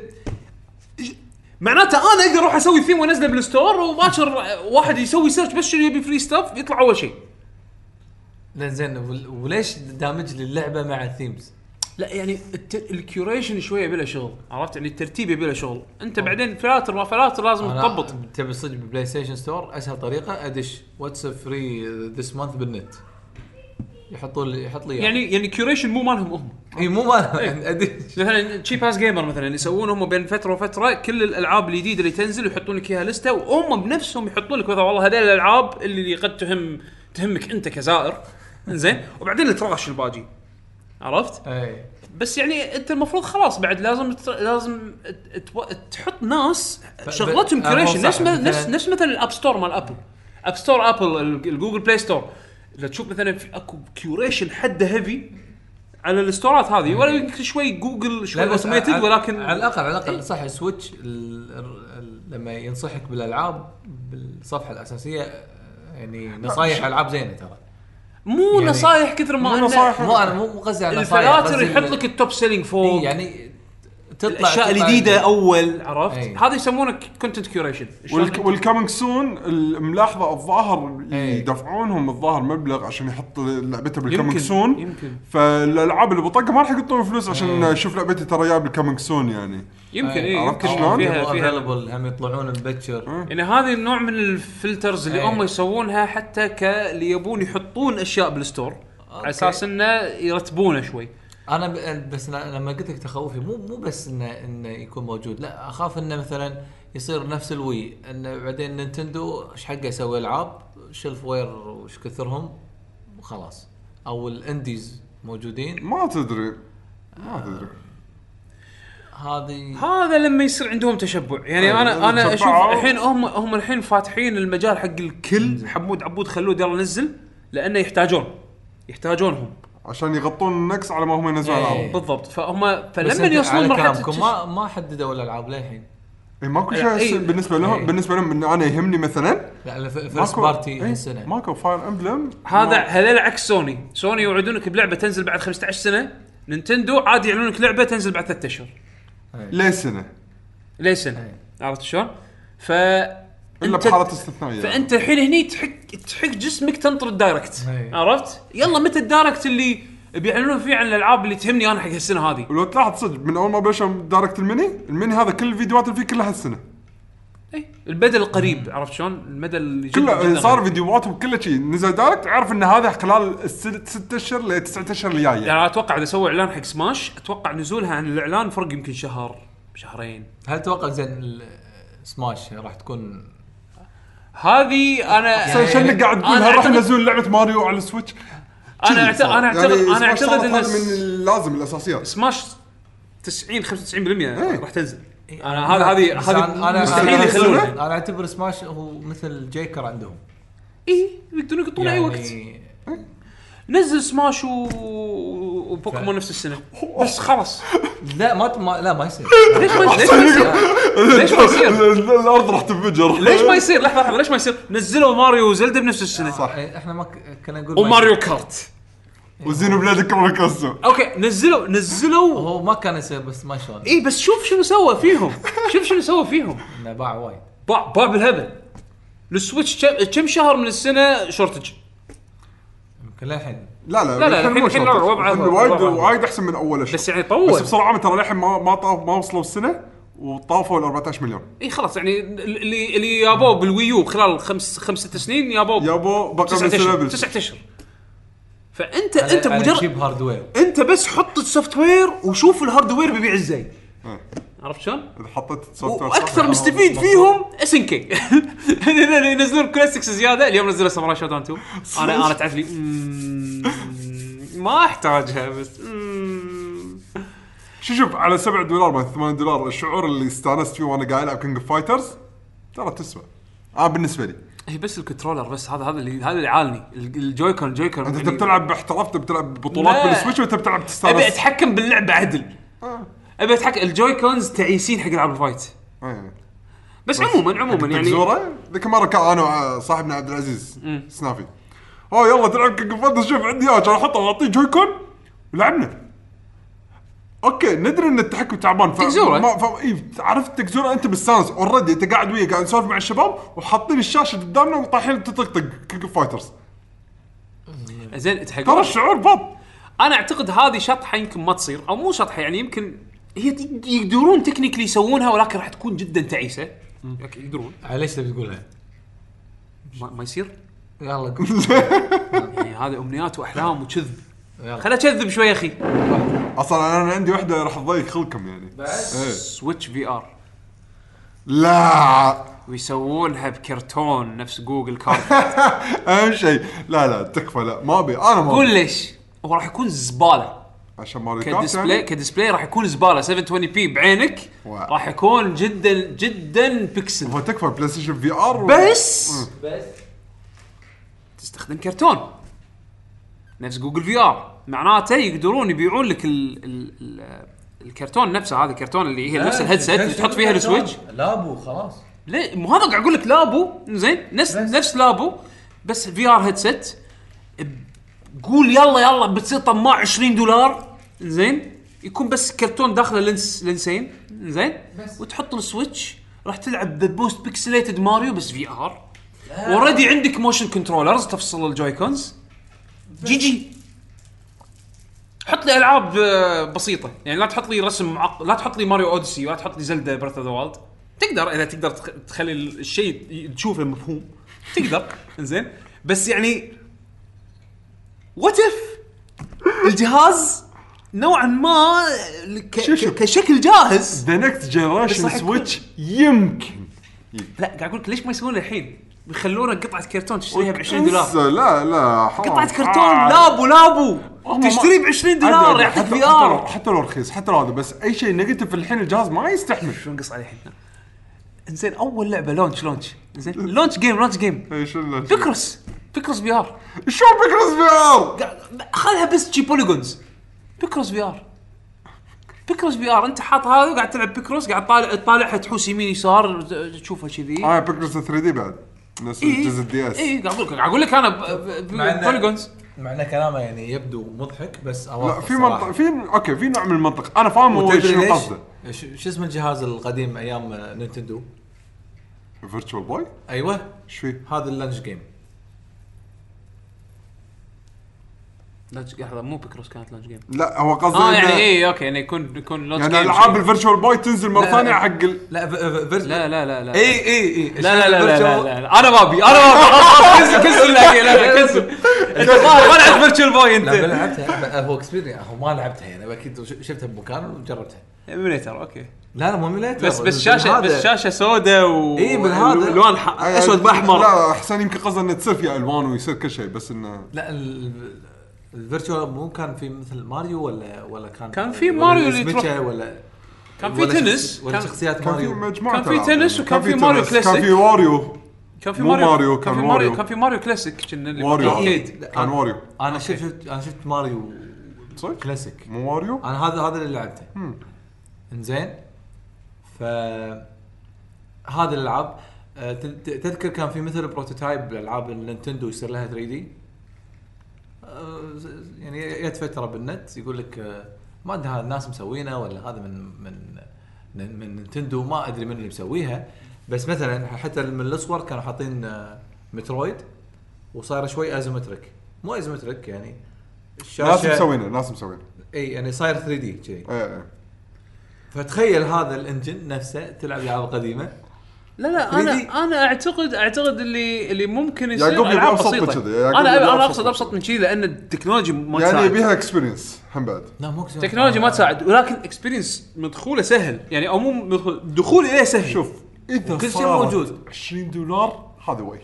معناته انا اقدر اروح اسوي ثيم وانزله بالستور وباكر واحد يسوي سيرش بس شنو يبي فري ستاف يطلع اول شيء. لا زين ول- وليش دامج للعبه مع الثيمز؟ لا يعني الت... الكيوريشن شويه بلا شغل، عرفت يعني الترتيب بلا شغل، انت بعدين فلاتر ما فلاتر لازم تضبط. تبي صدق بلاي ستيشن ستور اسهل طريقه ادش واتس فري ذس مانث بالنت، يحطوا لي يحط لي يعني يعني كيوريشن مو مالهم هم، اي مو ما ادش مثلا تشيب اس جيمر مثلا يسوون هم بين فتره وفتره كل الالعاب الجديده اللي تنزل ويحطون لك اياها لسته، وهم بنفسهم يحطون لك والله هذول الالعاب اللي قد تهم تهمك انت كزائر زين، وبعدين التراش الباجي عرفت. اي بس يعني انت المفروض خلاص بعد لازم تر... لازم ت... تحط ناس شغلتهم ب- آه، كيوريشن، هو نفس صح، ما- مثلاً- نفس نفس مثلا الاب ستور مال ابل، اب ستور ابل ال- الجوجل بلاي ستور، اذا تشوف مثلا في اكو كيوريشن حده هيفي على الستورات هذه، ولا يمكن شوي جوجل شوي لا بس اوتوميتد، على- ولكن على الاقل على الاقل صح سويتش ال- ال- لما ينصحك بالالعاب بالصفحه الاساسيه يعني نصايح العاب زينه ترى، مو يعني نصايح كثر ما مو إنه نصايح. مو انا مو مو قصدي على نصايح، الفلاتر قصدي يحط ال- لك التوب سيلينج فوق إيه يعني تطلع الاشياء تطلع الجديده ال- اول، عرفت أي. هذا يسمونه كونتنت كيوريشن. والكامينج سون الملاحظه الظاهر إيه. يدفعونهم الظاهر مبلغ عشان يحط لعبته بالكامينج يمكن- سون، يمكن. فالالعاب اللي بطقها ما راح يقطون فلوس عشان إيه. شوف لعبتي ترى جايب بالكامينج سون يعني. يمكن أي. ايه عرفت يمكن شلون؟ فيها فيها available هم يطلعون مبكر يعني هذه النوع من الفلترز اللي أي. هم يسوونها حتى كاللي يبون يحطون اشياء بالستور على اساس انه يرتبونه شوي. انا ب- بس ل- لما قلت لك تخوفي مو مو بس انه انه يكون موجود، لا اخاف انه مثلا يصير نفس الوي، انه بعدين نينتندو ايش حقه يسوي العاب شلف وير وش كثرهم وخلاص، او الانديز موجودين ما تدري ما تدري هذه هذا لما يصير عندهم تشبع يعني أي. انا انا اشوف تشبعوا. الحين هم هم الحين فاتحين المجال حق الكل، حمود عبود خلود يلا نزل، لانه يحتاجون يحتاجونهم عشان يغطون النقص على ما هم ينزلون إيه. العاب. بالضبط. فهم بس فلما أنت يوصلون على مرحله كلامكم التش- ما ما حددوا الالعاب للحين. اي ماكو لا، شيء إيه. بالنسبه لهم إيه. بالنسبه لهم ان انا يهمني مثلا لا فيرست ماكو- بارتي إيه، هالسنه ماكو فاير امبلم هذا هذول عكس سوني. سوني يوعدونك بلعبه تنزل بعد خمسة عشر سنه، نينتندو عادي يعلنونك لعبه تنزل بعد ثلاثة اشهر ليه سنه ليه سنه. أي. عرفت شلون؟ ف الا أنت- بحالات استثنائيه. فانت الحين هني تحك تحك جسمك تنطر الدايركت، أي. عرفت؟ يلا متى الدايركت اللي بيعلنون فيه عن الالعاب اللي تهمني انا حق هالسنه هذه؟ ولو تلاحظ صدق من اول ما بلشوا دايركت الميني الميني هذا كل الفيديوهات اللي فيه كلها هالسنه اي البدل القريب، عرفت شلون؟ المدى اللي جدا كله جداً صار قريب. فيديوهاتهم كله شيء نزل دايركت عارف ان هذا خلال الست ست اشهر ل تسعة اشهر اللي جايه. يعني اتوقع اذا سووا اعلان حق سماش اتوقع نزولها عن الاعلان فرق يمكن شهر شهرين. هل توقع زين ال- سماش راح تكون هذه انا عشان شنك قاعد تقول أنا هل راح أعتقد- ينزلون لعبه ماريو على السويتش؟ انا أعت- انا اعتقد يعني انا سماش اعتقد صارت ان هذا من س- اللازم الاساسيات. سماش تسعين خمسة وتسعين بالمية إيه. راح تنزل. انا هذا هذه بس هذه أنا- أنا- مستحيل أنا- يخلونه. انا اعتبر سماش هو مثل جيكر عندهم، اي يقدرون يقطون اي وقت. يعني نزل سماش و... وبوكيمون نفس السنه بس خلاص. لا ما ما لا ما يصير. ليش ما ليش ما يصير؟ ليش ما يصير؟ الارض راح تنفجر. ليش ما يصير؟ لحظه لحظه ليش ما يصير؟ نزلوا ماريو وزلدا بنفس السنه صح. إيه، احنا ما ك- كنا نقول ما وماريو يصير. كارت. وزينو بلاد كمان كاسو. اوكي نزلوا نزلوا هو ما كان يصير بس ما شلون اي بس شوف شنو سوى فيهم، شوف شنو سوى فيهم. انه باع وايد. باع باع بالهبل. السويتش كم كم شهر من السنه شورتج؟ يمكن للحين لا لا لا، لا، الحين مو الحين شرط. وضعه- الحين وايد وضعه. وايد احسن من اول اشهر. بس يعني طول. بس بصراحه ترى للحين ما ما طاف ما وصلوا السنه وطافوا ال أربعة عشر مليون. اي خلاص يعني اللي اللي يابوه بالويو خلال خمس خمس ست سنين يابوه يابو بقى من تسعة سنه اشهر بس. تسعة اشهر. فانت انت على مجرد تشيب هاردوير. انت بس حط السوفت وير وشوف الهاردوير بيبيع ازاي. إيه. عرفت شلون؟ اذا حطيت سوفت وير صح. واكثر مستفيد فيهم اس ان كي اللي ينزلون كلاسيكس زياده. اليوم نزلوا ساموراي شودان تو. انا انا تعرف لي مم، ما احتاجها بس مم. شو شوف على سبعة دولار ولا ثمانية دولار الشعور اللي استانست فيه وانا قاعد العب كينج اوف فايترز ترى تسوى. اه بالنسبه لي هي بس الكنترولر بس هذا هذا اللي هذا اللي عالني الجويكون الجويكون انت يعني بتلعب باحتراف بتلعب بطولات لا. بالسويتش وانت بتلعب تستانس. ابي اتحكم باللعبه عدل آه. ابي اتحكم الجويكونز تعيسين حق العاب الفايت آه. بس عموما عموما يعني زوره ذيك مره كان انا صاحبنا عبد العزيز سنافي اوه يلا تلعب كينج اوف فايترز شوف عندي اياه احطه واعطيه جويكون ولعبنا. اوكي ندري ان التحكم تعبان تكزوره ما ف... إيه عرفت تكزوره انت بالسانس اوريدي انت قاعد ويا قاعد نسولف مع الشباب وحاطين الشاشه قدامنا وطايحين تطقطق كينج اوف فايترز زين تحكم ترى الشعور بط. انا اعتقد هذه شطحه يمكن ما تصير او مو شطحه يعني يمكن هي يقدرون تكنيكلي يسوونها ولكن راح تكون جدا تعيسه. يقدرون ليش تبي تقولها؟ ما, ما يصير يلا قول. يعني هذه امنيات واحلام وكذب خلينا كذب شوي يا اخي. اصلا انا عندي وحده راح تضيق خلكم يعني ايه. سويتش في ار لا ويسوونها بكرتون نفس جوجل كارت. اهم شيء لا لا تكفى لا ما ابي انا ما قول ليش هو راح يكون زباله عشان ماريو كارت كديسبلاي يعني؟ كديسبلاي راح يكون زباله سبعمية وعشرين بي بعينك واو. راح يكون جدا جدا بيكسل هو تكفى بلاي ستيشن في ار و... بس م. بس تستخدم كرتون نفس جوجل في ار معناته يقدرون يبيعون لك ال ال ال الكرتون نفسه هذا الكرتون اللي هي نفس الهيدسيت اللي تحط فيها السويتش لابو خلاص ليه مو هذا قاعد اقول لك لابو زين نفس نفس لابو بس في ار هيدسيت قول يلا يلا بتصير طماع عشرين دولار زين يكون بس كرتون داخله لينس لينسين زين وتحط السويتش راح تلعب ذا بوست بيكسليتد ماريو بس في ار اوريدي عندك موشن كنترولرز تفصل الجويكونز جي جي حط لي العاب بسيطه يعني لا تحط لي رسم معقد لا تحط لي ماريو اوديسي ولا تحط لي زلدا بريث اوف ذا وايلد تقدر اذا تقدر تخلي الشيء تشوفه مفهوم تقدر زين بس يعني وات اف الجهاز نوعا ما ك... كشكل جاهز ذا نكست جنريشن سويتش يمكن لا قاعد اقول لك ليش ما يسوون الحين يخلونا قطعه كرتون تشتريها ب عشرين دولار لا لا قطعه كرتون لابو لابو تشتري ب عشرين دولار يعطيك في ار حتى لو رخيص حتى لو هذا بس اي شيء نيجاتيف الحين الجهاز ما يستحمل شو نقص عليه الحين انزين اول لعبه لونش لونش انزين لونش جيم لونش جيم ايش اللونش فكرس فكرس في ار شو فكرس في ار خذها بس جي بوليجونز بيكروس في ار بيكروس في ار انت حاط هذا وقاعد تلعب بيكروس قاعد طالع طالعها تحوس يمين يسار تشوفها كذي اه بيكروس ثري دي بعد نفس الجزء الدي اس اي قاعد اقول لك قاعد اقول لك انا بوليجونز مع ان كلامه يعني يبدو مضحك بس لا في منطق في اوكي في نوع من المنطق انا فاهم هو شنو قصده شو اسم الجهاز القديم ايام نينتندو فيرتشوال بوي ايوه ايش فيه هذا اللانش جيم لا لحظه مو بيكروس كانت لانش جيم لا هو قصده اه يعني اي اوكي يعني يكون يكون لانش يعني جيم العاب الفيرتشوال بوي تنزل مره ثانيه حق ال... لا لا لا لا لا اي اي اي لا لا لا لا لا انا ما ابي انا ما ابي كنسل كنسل لا لا كنسل انت ما لعبت فيرتشوال بوي انت لا لعبتها هو اكسبيرينس هو ما لعبتها يعني اكيد شفتها بمكان وجربتها ايميليتر اوكي لا لا مو ايميليتر بس بس شاشه بس شاشه سوداء و اي بالهذا الوان اسود باحمر لا احسن يمكن قصده انه تصير فيها الوان ويصير كل شيء بس انه لا الفيرتشوال مو كان في مثل ماريو ولا ولا كان كان في ماريو اللي تروح ولا كان في تنس ولا شخصيات ماريو كان في تنس وكان في ماريو كلاسيك كان في واريو كان في ماريو, ماريو كان في ماريو كان في ماريو كلاسيك كنا اللي واريو كان واريو انا شفت انا شفت ماريو صح كلاسيك مو واريو انا هذا هذا اللي لعبته انزين ف هذا الالعاب تذكر كان في مثل بروتوتايب لالعاب النينتندو يصير لها ثري دي يعني جت فتره بالنت يقول لك ما ادري هذا الناس مسوينه ولا هذا من من من نينتندو ما ادري من اللي مسويها بس مثلا حتى من الصور كانوا حاطين مترويد وصار شوي ازومتريك مو ازومتريك يعني الشاشه ناس مسوينه ناس مسوينه اي يعني صاير ثري دي كذي اي فتخيل هذا الانجن نفسه تلعب العاب قديمه لا لا انا انا اعتقد اعتقد اللي اللي ممكن يصير العاب بسيطه انا انا اقصد ابسط من كذي لان التكنولوجيا ما تساعد يعني بيها اكسبيرينس هم بعد لا مو التكنولوجيا ما تساعد ولكن اكسبيرينس مدخوله سهل يعني او مو مدخول دخول اليه سهل شوف اذا كل شيء موجود عشرين دولار هذا وجهي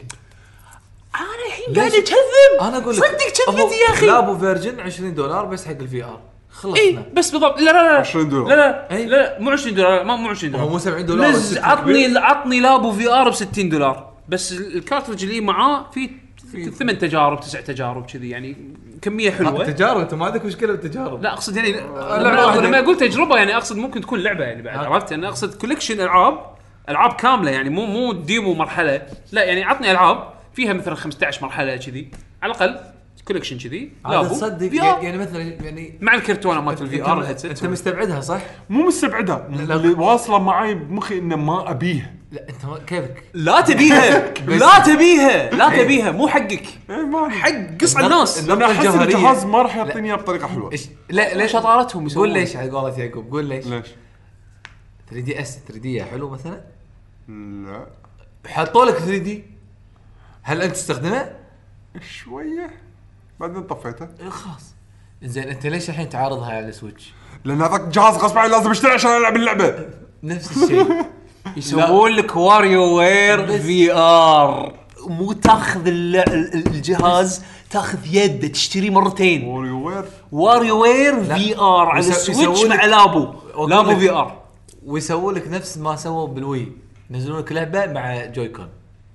انا الحين قاعد اكذب انا اقول لك صدق كذبتي يا اخي لابو فيرجن عشرين دولار بس حق الفي ار خلصنا. اي بس بالضبط. لا لا لا عشرين دولار. لا لا إي. لا مو عشرين دولار، ما مو عشرين دولار، هو مو سبعين دولار بس لز ستة عطني كبير. عطني لابو في ار ب ستين دولار بس الكارترج اللي معاه في ثمان تجارب تسع تجارب كذي يعني كميه حلوه. تجارب انت ما عندك مشكله بالتجارب. لا اقصد يعني لعبة واحدة. لما اقول تجربه يعني اقصد ممكن تكون لعبه يعني بعد عرفت. انا اقصد كولكشن العاب العاب كامله يعني مو مو ديمو مرحله، لا يعني عطني العاب فيها مثلا خمسة عشر مرحله كذي على الاقل كولكشن كذي. هذا تصدق يعني مثلا يعني مع الكرتونه مالت الفي ار الهيدسيت. انت مستبعدها صح؟ مو مستبعدها، اللي واصله معي بمخي انه ما ابيه. لا انت ما- كيفك؟ لا تبيها لا تبيها لا تبيها مو حقك، اي ما حق قص على الناس. لان احس الجوهرية. الجهاز ما راح يعطيني اياه بطريقه حلوه. ايش لا ليش شطارتهم يسوون. قول ليش على قولة يعقوب قول ليش؟ ليش؟ ثري دي اس ثري دي حلو مثلا؟ لا حطوا لك ثري دي هل انت تستخدمه؟ شويه بعدين طفيته. إيه خلاص زين انت ليش الحين تعارضها على السويتش؟ لان هذاك جهاز غصب عني لازم اشتري عشان العب اللعبه. نفس الشيء يسوون لك واريو وير في ار، مو تاخذ الجهاز تاخذ يد تشتري مرتين. واريو وير واريو وير في ار على يسو- السويتش يسوون مع لك- لابو أقول لابو لك- في ار. ويسووا لك نفس ما سووا بالوي نزلوا لك لعبه مع جويكون.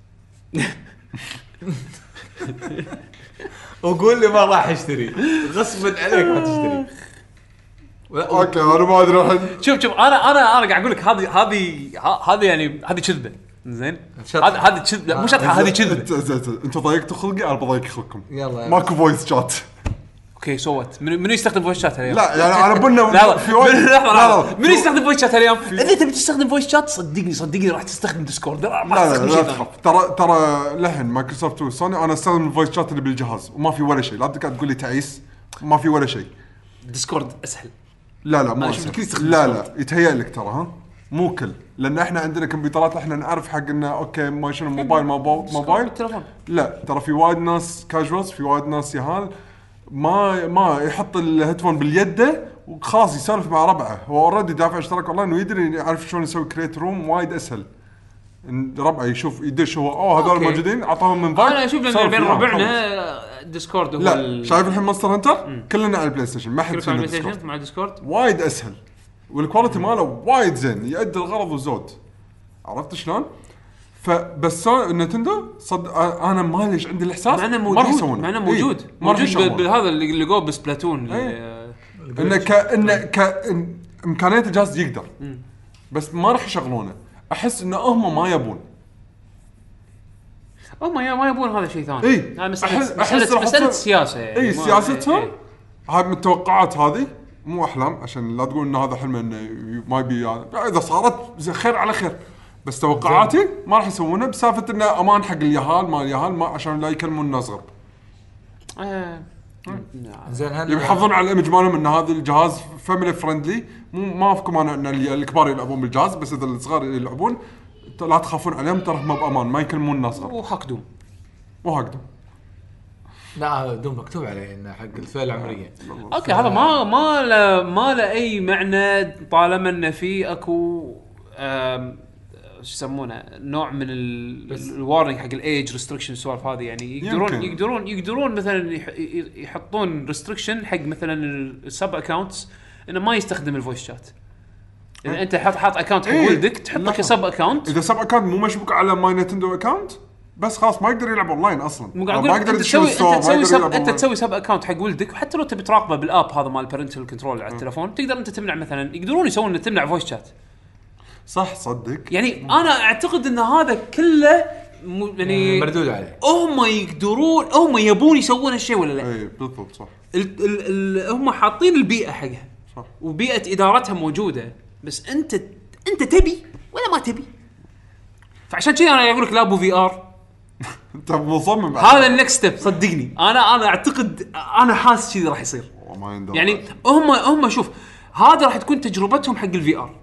وقول لي ما راح اشتري غصبا عليك ما تشتري. اوكي انا ما ادري الحين. شوف شوف انا انا انا قاعد اقول لك هذه هذه هذه يعني هذه كذبه زين. هذا هذه كذبه مو شطحه هذه كذبه. انت انت ضايقتوا خلقي انا بضايق خلقكم. يلا ماكو فويس شات. اوكي سوت منو منو يستخدم فويس شات اليوم؟ لا يعني انا بنا لا في وايد لا لا منو في- يستخدم فويس شات اليوم؟ اذا تبي تستخدم فويس شات صدقني صدقني راح تستخدم ديسكورد. راح لا لا تستخدم لا شيء تخاف. ثاني. ترى ترى لحن مايكروسوفت وسوني انا استخدم الفويس شات اللي بالجهاز وما في ولا شيء. لا تقعد تقول لي تعيس ما في ولا شيء. ديسكورد اسهل. لا لا مو أنا شفت أسهل. كل يستخدم لا ديسكورد. لا يتهيأ لك ترى ها مو كل لان احنا عندنا كمبيوترات احنا نعرف حق انه اوكي ما شنو موبايل ما بو- موبايل بالتليفون. لا ترى في وايد ناس كاجوالز في وايد ناس يهال ما ما يحط الهيدفون باليده وخلاص يسولف مع ربعه. هو اوريدي دافع اشتراك اونلاين ويدري يعرف شلون يسوي كريت روم وايد اسهل. إن ربعه يشوف يدش هو اوه هذول أوكي. موجودين اعطاهم من فايت. انا اشوف لان بين ربعنا ديسكورد هو لا ال- شايف الحين مونستر هنتر كلنا على البلاي ستيشن ما حد كيف على فينا البلاي ديسكورد ستيشن مع ديسكورد. وايد اسهل والكواليتي ماله وايد زين يؤدي الغرض وزود. عرفت شلون؟ فبس نينتندو صد انا ما ليش عندي الاحساس معنا ما راح موجود يسوونه. معنا موجود إيه، ما راح موجود يسوونه. بال- بهذا اللي اللي جو بسبلاتون إيه. انه ك انه ك إن امكانيه الجهاز يقدر بس ما راح يشغلونه. احس ان هم ما يبون. هم ما ما يبون هذا شيء ثاني. إيه. هذا أحس- مساله أحس مساله راح مساله تصير- سياسه يعني اي ما- سياستهم إيه. هاي من التوقعات هذه مو احلام عشان لا تقول ان هذا حلم انه ما يبي يعني اذا صارت زي خير على خير. بس توقعاتي ما راح يسوونه بسالفه انه امان حق اليهال ما اليهال ما عشان لا يكلمون الناس غرب. آه. نعم. زين هل يبي يحافظون على الايمج مالهم ان هذا الجهاز فاميلي فريندلي. مو ما فيكم انا ان ال- الكبار يلعبون بالجهاز بس اذا الصغار يلعبون لا تخافون عليهم ترى هم بامان ما يكلمون الناس غرب. وحقدوم. مو هكذا. لا دوم مكتوب عليه انه حق الفئه العمريه. اوكي هذا ما ما له ما له اي معنى طالما انه في اكو آم، شو يسمونه نوع من الوارنينج حق الايج ريستريكشن السوالف هذه يعني يقدرون يمكن. يقدرون يقدرون مثلا يح- يحطون ريستريكشن حق مثلا السب اكونتس انه ما يستخدم الفويس شات. اذا انت حاط حاط اكونت حق إيه. ولدك تحطه لحظة. كسب اكونت. اذا سب اكونت مو مشبوك على ماي نينتندو اكونت بس خلاص ما يقدر يلعب اونلاين اصلا. مو قاعد ما اقول يقدر انت يدش الستور، تسوي انت ما تسوي يقدر سب يلعب انت أونلاين. تسوي سب اكونت حق ولدك وحتى لو تبي تراقبه بالاب هذا مال البارنتال كنترول على التليفون تقدر انت تمنع مثلا يقدرون يسوون انه تمنع فويس شات. صح صدق. يعني انا اعتقد ان هذا كله م- يعني مردود عليه. هم يقدرون هم يبون يسوون هالشيء ولا لا. اي بالضبط صح. ال ال ال هم حاطين البيئه حقها صح. وبيئه ادارتها موجوده بس انت انت تبي ولا ما تبي. فعشان كذا انا اقول لك لابو في ار انت مصمم هذا النكست ستيب صدقني. انا انا اعتقد انا حاسس كذي راح يصير. والله ما يندرى. يعني هم هم شوف هذا راح تكون تجربتهم حق الفي ار.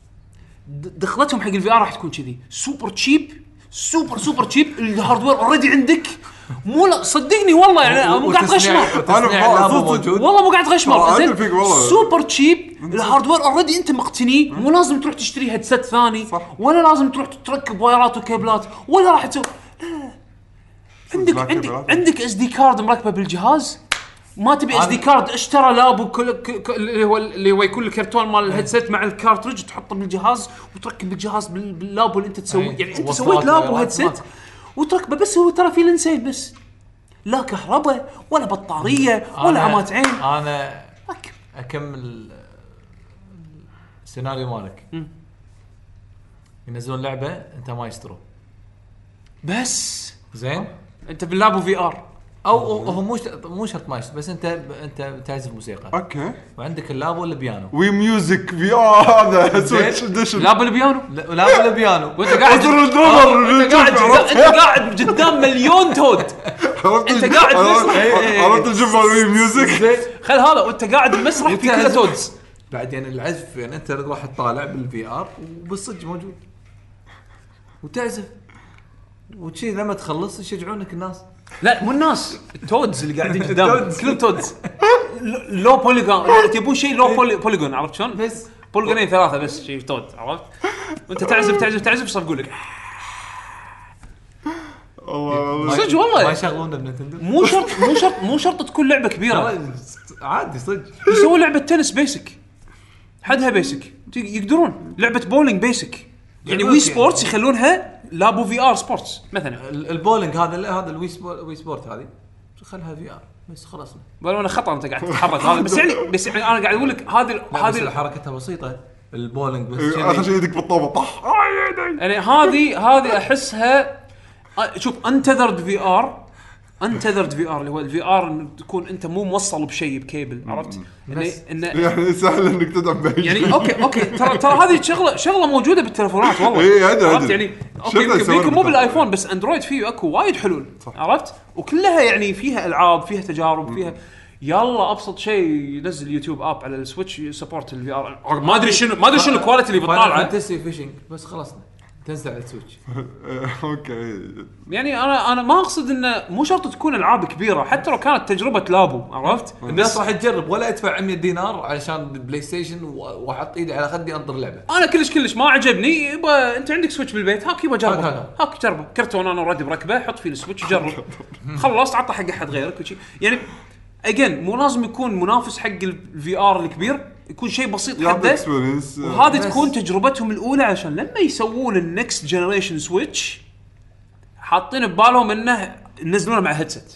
دخلتهم حق الفي ار راح تكون كذي سوبر تشيب سوبر سوبر تشيب. الهاردوير اوريدي عندك مو لا صدقني والله يعني أنا مو قاعد غشمر. وتصنيع لابو موجود. والله مو قاعد غشمر ترى زين عدل فيك والله. سوبر تشيب. الهاردوير اوريدي انت مقتنيه مو لازم تروح تشتري هيدسيت ثاني صح. ولا لازم تروح تركب وايرات وكيبلات ولا راح تسوي. عندك لا عندك كيبلات. عندك اس دي كارد مركبه بالجهاز ما تبي اس دي كارد اشترى لابو كل ك- اللي هو اللي هو يكون الكرتون مال الهيدسيت مع الكارتريج تحطه بالجهاز وتركب الجهاز بال- باللابو اللي انت تسوي أي. يعني انت وصلات سويت لابو وغيرات هيدسيت ما- وتركبه بس هو ترى في لنسين بس لا كهرباء ولا بطاريه ولا أنا- عمات عين انا ركب. اكمل السيناريو مالك ينزلون لعبه انت ما يشتروا بس زين انت باللابو في ار او أو هو مو شرط- مو شرط ما يشتروا بس انت انت تعزف موسيقى اوكي وعندك اللابو والبيانو وي ميوزك في ار هذا سويتش اديشن لابو البيانو لا- لابو والبيانو وانت قاعد عطر الدولار انت قاعد قدام- انت قاعد قدام مليون تود عرفت أنت الج- قاعد عرفت- مسرح. إيه، إيه. عرفت الجيم مال وي ميوزك خل هذا وانت قاعد المسرح في كله تودز بعدين العزف يعني انت راح تطالع بالفي ار وبالصدق موجود وتعزف وشي لما تخلص يشجعونك الناس لا مو الناس التودز اللي قاعدين قدام كلهم تودز لو بوليجون تبون شيء لو بوليجون عرفت شلون بس بوليجونين ثلاثه بس شيء تود عرفت وانت تعزف تعزف تعزف يصفقوا لك والله صدق ما والله يشغلونه بنتندو مو شرط مو شرط مو شرط تكون لعبه كبيره ترى عادي صدق يسوون لعبه تنس بيسك حدها بيسك يقدرون لعبه بولينج بيسك يعني وي سبورتس يخلونها لابو في ار سبورتس مثلا ال- البولينج هذا لا هذا الوي سبورت وي سبورت هذه خلها في ار بس خلاص ولا انا خطر انت قاعد تتحرك هذا بس يعني بس يعني انا قاعد اقول لك هذه هذه هذه حركتها بسيطه البولينج بس اخر كذي. شيء يدك بالطوبه طح يعني هذه هذه احسها آه، شوف انتذرد في ار انتذرد في ار اللي هو الفي ار تكون انت مو موصل بشيء بكيبل عرفت انه بس. انه يعني سهل انك تدعم بهالشيء. يعني اوكي اوكي ترى ترى هذه شغله شغله موجوده بالتليفونات والله إيه، أدري، عرفت أدري. يعني اوكي شفتها يمكن يسوونها يمكن مو بالتليفون. بالايفون بس اندرويد فيه اكو وايد حلول عرفت وكلها يعني فيها العاب فيها تجارب فيها يلا ابسط شيء ينزل يوتيوب اب على السويتش سبورت الفي ار ما ادري شنو ما ادري شنو الكواليتي اللي بتطالعه فانتسي فيشنج بس خلصنا تنزل على السويتش اوكي يعني انا انا ما اقصد انه مو شرط تكون العاب كبيره حتى لو كانت تجربه لابو عرفت الناس راح تجرب ولا ادفع مية دينار علشان بلاي ستيشن واحط ايدي على خدي انطر لعبه انا كلش كلش ما عجبني يبا انت عندك سويتش بالبيت هاك يبا جربه هاك هاك. هاك جربه كرتون انا اوريدي بركبه حط فيه السويتش جرب خلصت عطى حق احد غيرك وشي يعني اجين مو لازم يكون منافس حق الفي ار الكبير يكون شيء بسيط يعطيك حده اكسبيرينس وهذه بس. تكون تجربتهم الاولى عشان لما يسوون النكست جنريشن سويتش حاطين ببالهم انه ينزلونه مع هيدسيت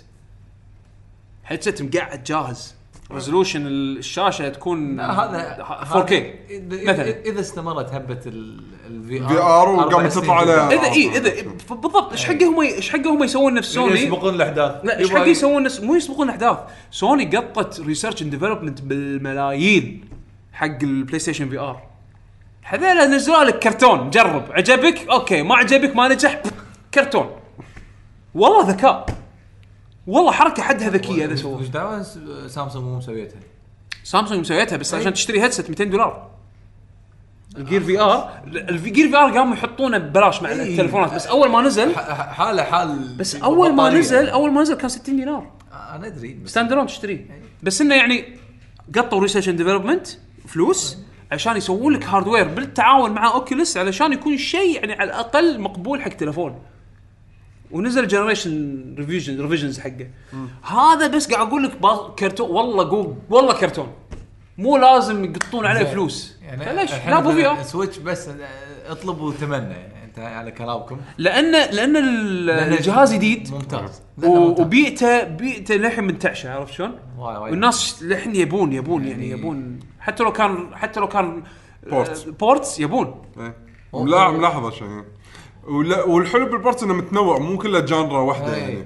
هيدسيت مقعد جاهز ريزولوشن الشاشه تكون هذا فور كي مثلا مثلا اذا استمرت هبه الفي في ار وقامت تطلع على اذا اي اذا بالضبط ايش حقهم ايش حقهم يسوون نفس سوني يسبقون الاحداث لا ايش حق يسوون نفس مو يسبقون الاحداث سوني قطت ريسيرش اند ديفلوبمنت بالملايين حق البلاي ستيشن في ار هذول نزلوا لك كرتون جرب عجبك اوكي ما عجبك ما نجح كرتون والله ذكاء والله حركه حدها ذكيه هذا سووه وش دعوه سامسونج مو مسويتها سامسونج مسويتها بس عشان تشتري هيدسيت مئتين دولار الجير في ار الجير في ار قاموا يحطونه ببلاش مع إيه. التليفونات بس اول ما نزل ح- حاله حال بس اول ما بطارية. نزل اول ما نزل كان ستين دينار انا ادري بس ستاند الون تشتريه بس انه يعني قطوا ريسيرش اند ديفلوبمنت فلوس عشان يسوون لك هاردوير بالتعاون مع اوكيوليس علشان يكون شيء يعني على الاقل مقبول حق تليفون ونزل جنريشن ريفيجن ريفيجنز حقه هذا بس قاعد اقول لك كرتون والله قول والله كرتون مو لازم يقطون عليه فلوس يعني فليش الحين لا ابو في مثلاً سويتش بس اطلب وتمنى يعني انت على كلامكم لان لان ال- الجهاز جديد ممتاز و- وبيئته بيئته للحين منتعشه عرفت شلون؟ واي واي. والناس للحين يبون يبون يعني يبون حتى لو كان حتى لو كان بورتس. آه، بورتس يبون إيه. ملا ملاحظه شيء ولا والحلو بالبورتس انه متنوع مو كله جانرا واحده إيه. يعني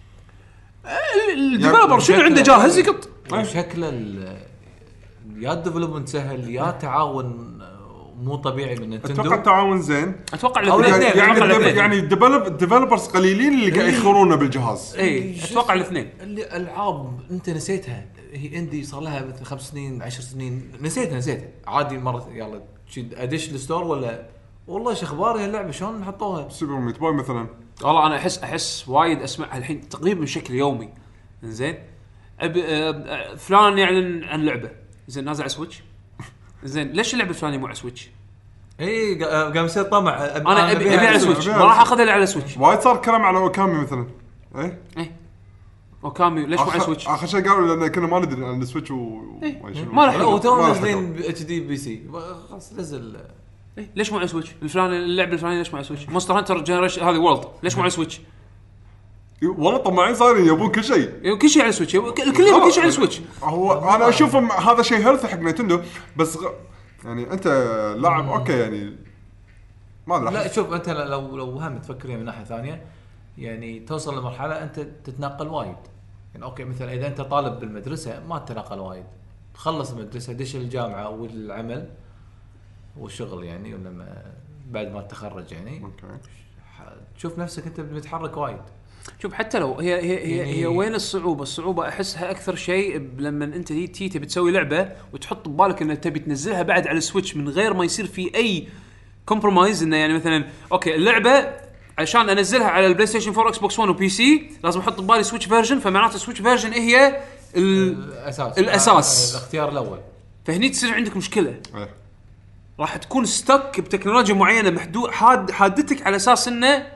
الديفلوبر شنو عنده جاهز يقط شكله ال- يا الديفلوبمنت سهل يا تعاون مو طبيعي من اتوقع نينتندو التعاون زين اتوقع أو الاثنين يعني الاثنين، اتوقع يعني الاثنين يعني الديفلوب الديفلوبرز قليلين اللي قاعد يخورونه بالجهاز اي اتوقع الاثنين اللي العاب انت نسيتها هي عندي صار لها مثل خمس سنين عشر سنين نسيتها نسيتها عادي مره يلا شد ادش الستور ولا والله ايش اخبار اللعبه شلون حطوها سوبر ميت بوي مثلا والله انا احس احس وايد اسمعها الحين تقريبا بشكل يومي زين أب... أه... فلان يعلن عن لعبه زين نازل على سويتش زين ليش اللعبه الفلانيه مو على سويتش اي قام يصير طمع انا ابي ابي على سويتش أبيها ما على راح اخذها على سويتش وايد صار كلام على اوكامي مثلا اي اي اوكامي ليش مو على سويتش؟ اخر شيء قالوا لان كنا ما ندري عن السويتش و إيه. وشنو. ما راح- لا وتو ما راح نازلين اتش دي بي سي خلاص نزل. إيه؟ ليش مو على سويتش؟ الفلاني اللعبه الفلانيه ليش مو على سويتش؟ مونستر هانتر جنريشن هذه وورلد ليش مو على سويتش؟ والله طماعين صايرين يبون كل شيء. يعني كل شيء على سويتش الكل يبي كل شيء على سويتش. هو انا اشوف هذا شيء هيلث حق نينتندو بس غ... يعني انت لاعب اوكي يعني ما ادري. لا شوف انت لو لو هم تفكر من ناحيه ثانيه يعني توصل لمرحله انت تتنقل وايد يعني اوكي مثلا اذا انت طالب بالمدرسه ما تتنقل وايد تخلص المدرسه دش الجامعه والعمل والشغل يعني ولما بعد ما تتخرج يعني اوكي تشوف نفسك انت بتتحرك وايد. شوف حتى لو هي هي هي, يعني هي وين الصعوبه؟ الصعوبه احسها اكثر شيء لما انت تي تبي تسوي لعبه وتحط ببالك ان تبي تنزلها بعد على السويتش من غير ما يصير في اي كومبرومايز. انه يعني مثلا اوكي اللعبه عشان انزلها على البلاي ستيشن فور اكس بوكس ون وبي سي لازم احط ببالي سويتش فيرجن، فمعناته السويتش فيرجن هي الاساس الاساس الاختيار الاول. فهني تصير عندك مشكله ايه راح تكون ستك بتكنولوجيا معينه محدود حاد حادتك على اساس انه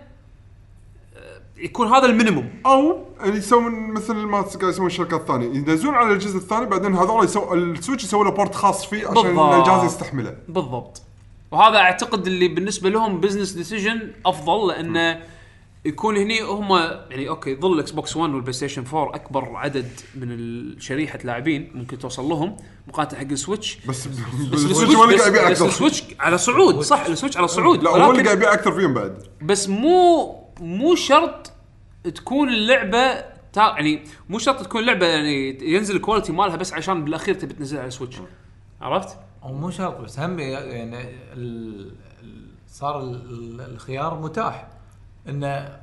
يكون هذا المينيموم. او يسوون مثل ما قاعد يسوون الشركات الثانيه ينزلون على الجزء الثاني بعدين هذول يسوي السويتش يسوي له بورت خاص فيه عشان بالضبط. الجهاز يستحمله بالضبط. وهذا اعتقد اللي بالنسبه لهم بزنس ديسيجن افضل لانه يكون هني هم يعني اوكي ظل الاكس بوكس ون والبلاي ستيشن فور اكبر عدد من الشريحه لاعبين ممكن توصل لهم مقارنه حق السويتش. بس بس السويتش هو اللي قاعد يبيع بس اكثر. السويتش على صعود صح السويتش على صعود لا هو اللي ولكن قاعد يبيع اكثر فيهم بعد. بس مو مو شرط تكون اللعبه تا يعني مو شرط تكون اللعبه يعني ينزل الكواليتي مالها بس عشان بالاخير تبي تنزلها على السويتش. عرفت؟ او مو شرط بس هم يعني ال... صار ال... الخيار متاح ان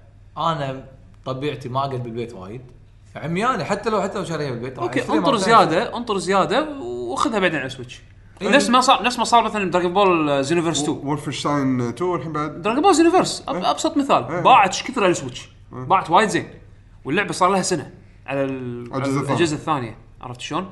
انا طبيعتي ما اقعد بالبيت وايد عمياني حتى لو حتى لو شاريها بالبيت اوكي انطر زياده انطر زياده واخذها بعدين على السويتش. نفس ما صار نفس ما صار مثلا دراغون بول زينوفيرس تو وولفنشتاين تو الحين بعد دراغون بول زينوفيرس ابسط مثال باعت ايش كثر على السويتش باعت وايد زين واللعبه صار لها سنه على الاجهزه الثانيه. عرفت شلون؟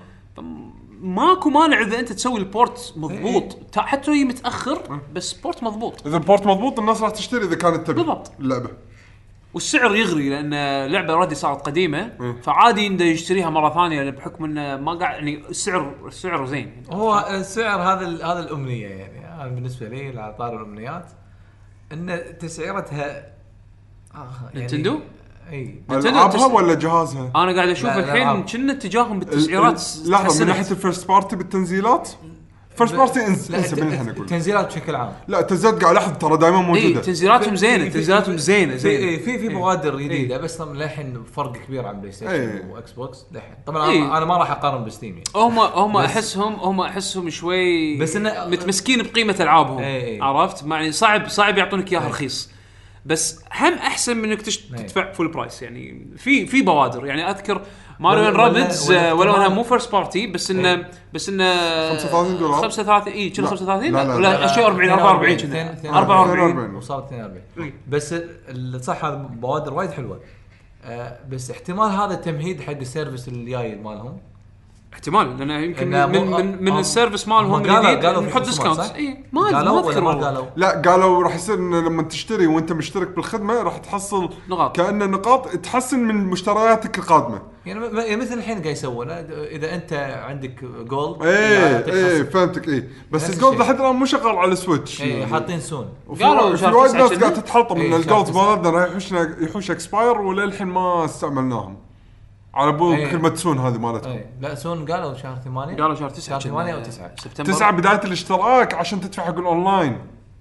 ماكو مانع اذا انت تسوي البورت مضبوط حتى لو متاخر بس بورت مضبوط. اذا البورت مضبوط الناس راح تشتري اذا كانت تبي بالضبط اللعبه والسعر يغري لان اللعبه اوريدي صارت قديمه فعادي يقدر يشتريها مره ثانيه بحكم انه ما قاعد يعني السعر السعر زين. هو السعر هذا هذا الامنيه يعني انا بالنسبه لي على طار الامنيات ان تسعيرتها آه نينتندو اي العابها ولا جهازها. انا قاعد اشوف الحين كنا اتجاههم بالتسعيرات. لحظه من ناحيه الفيرست بارتي بالتنزيلات فيرست بارتي انسى من الحين اقول تنزيلات بشكل عام. لا تنزيلات قاعد لاحظ ترى دائما موجوده. اي تنزيلاتهم زينه تنزيلاتهم زينه زينه في في بوادر جديده بس للحين فرق كبير عن بلاي ستيشن واكس بوكس للحين. طبعا إيه. انا ما راح اقارن بستيم يعني. هم هم احسهم هم احسهم شوي بس إنه متمسكين بقيمه العابهم. إيه. عرفت يعني صعب صعب يعطونك اياها رخيص بس هم احسن من انك تدفع فول برايس. يعني في في بوادر يعني اذكر ماريو رابيدز ولو انها مو فيرست بارتي بس انه بس انه خمسة وثلاثين دولار خمسة وثلاثين اي كنا خمسة وثلاثين لا ولا شيء أربعين أربعة وأربعين كنا أربعة وأربعين وصارت اثنين وأربعين بس الصح هذا بوادر وايد حلوه. أه بس احتمال هذا تمهيد حق السيرفيس اللي جاي مالهم احتمال لانه يمكن من من, من السيرفيس مالهم الجديد نحط ديسكاونت. اي ما ما اذكر قالوا لا قالوا راح يصير إن لما تشتري وانت مشترك بالخدمه راح تحصل نقاط كأنه نقاط تحسن من مشترياتك القادمه. يعني مثل الحين قاعد يسوون اذا انت عندك جولد ايه ايه فهمتك ايه بس الجولد لحد الان مو شغال على السويتش. ايه حاطين سون قالوا في وايد ناس قاعده تتحلطم ايه ان الجولد مالنا راح يحوشنا يحوش اكسباير وللحين ما استعملناهم على بو ايه. كلمه سون هذه مالتهم. ايه. لا سون قالوا شهر ثمانية قالوا شهر تسعة شهر ثمانية او تسعة سبتمبر تسعة بدايه الاشتراك عشان تدفع حق الاونلاين.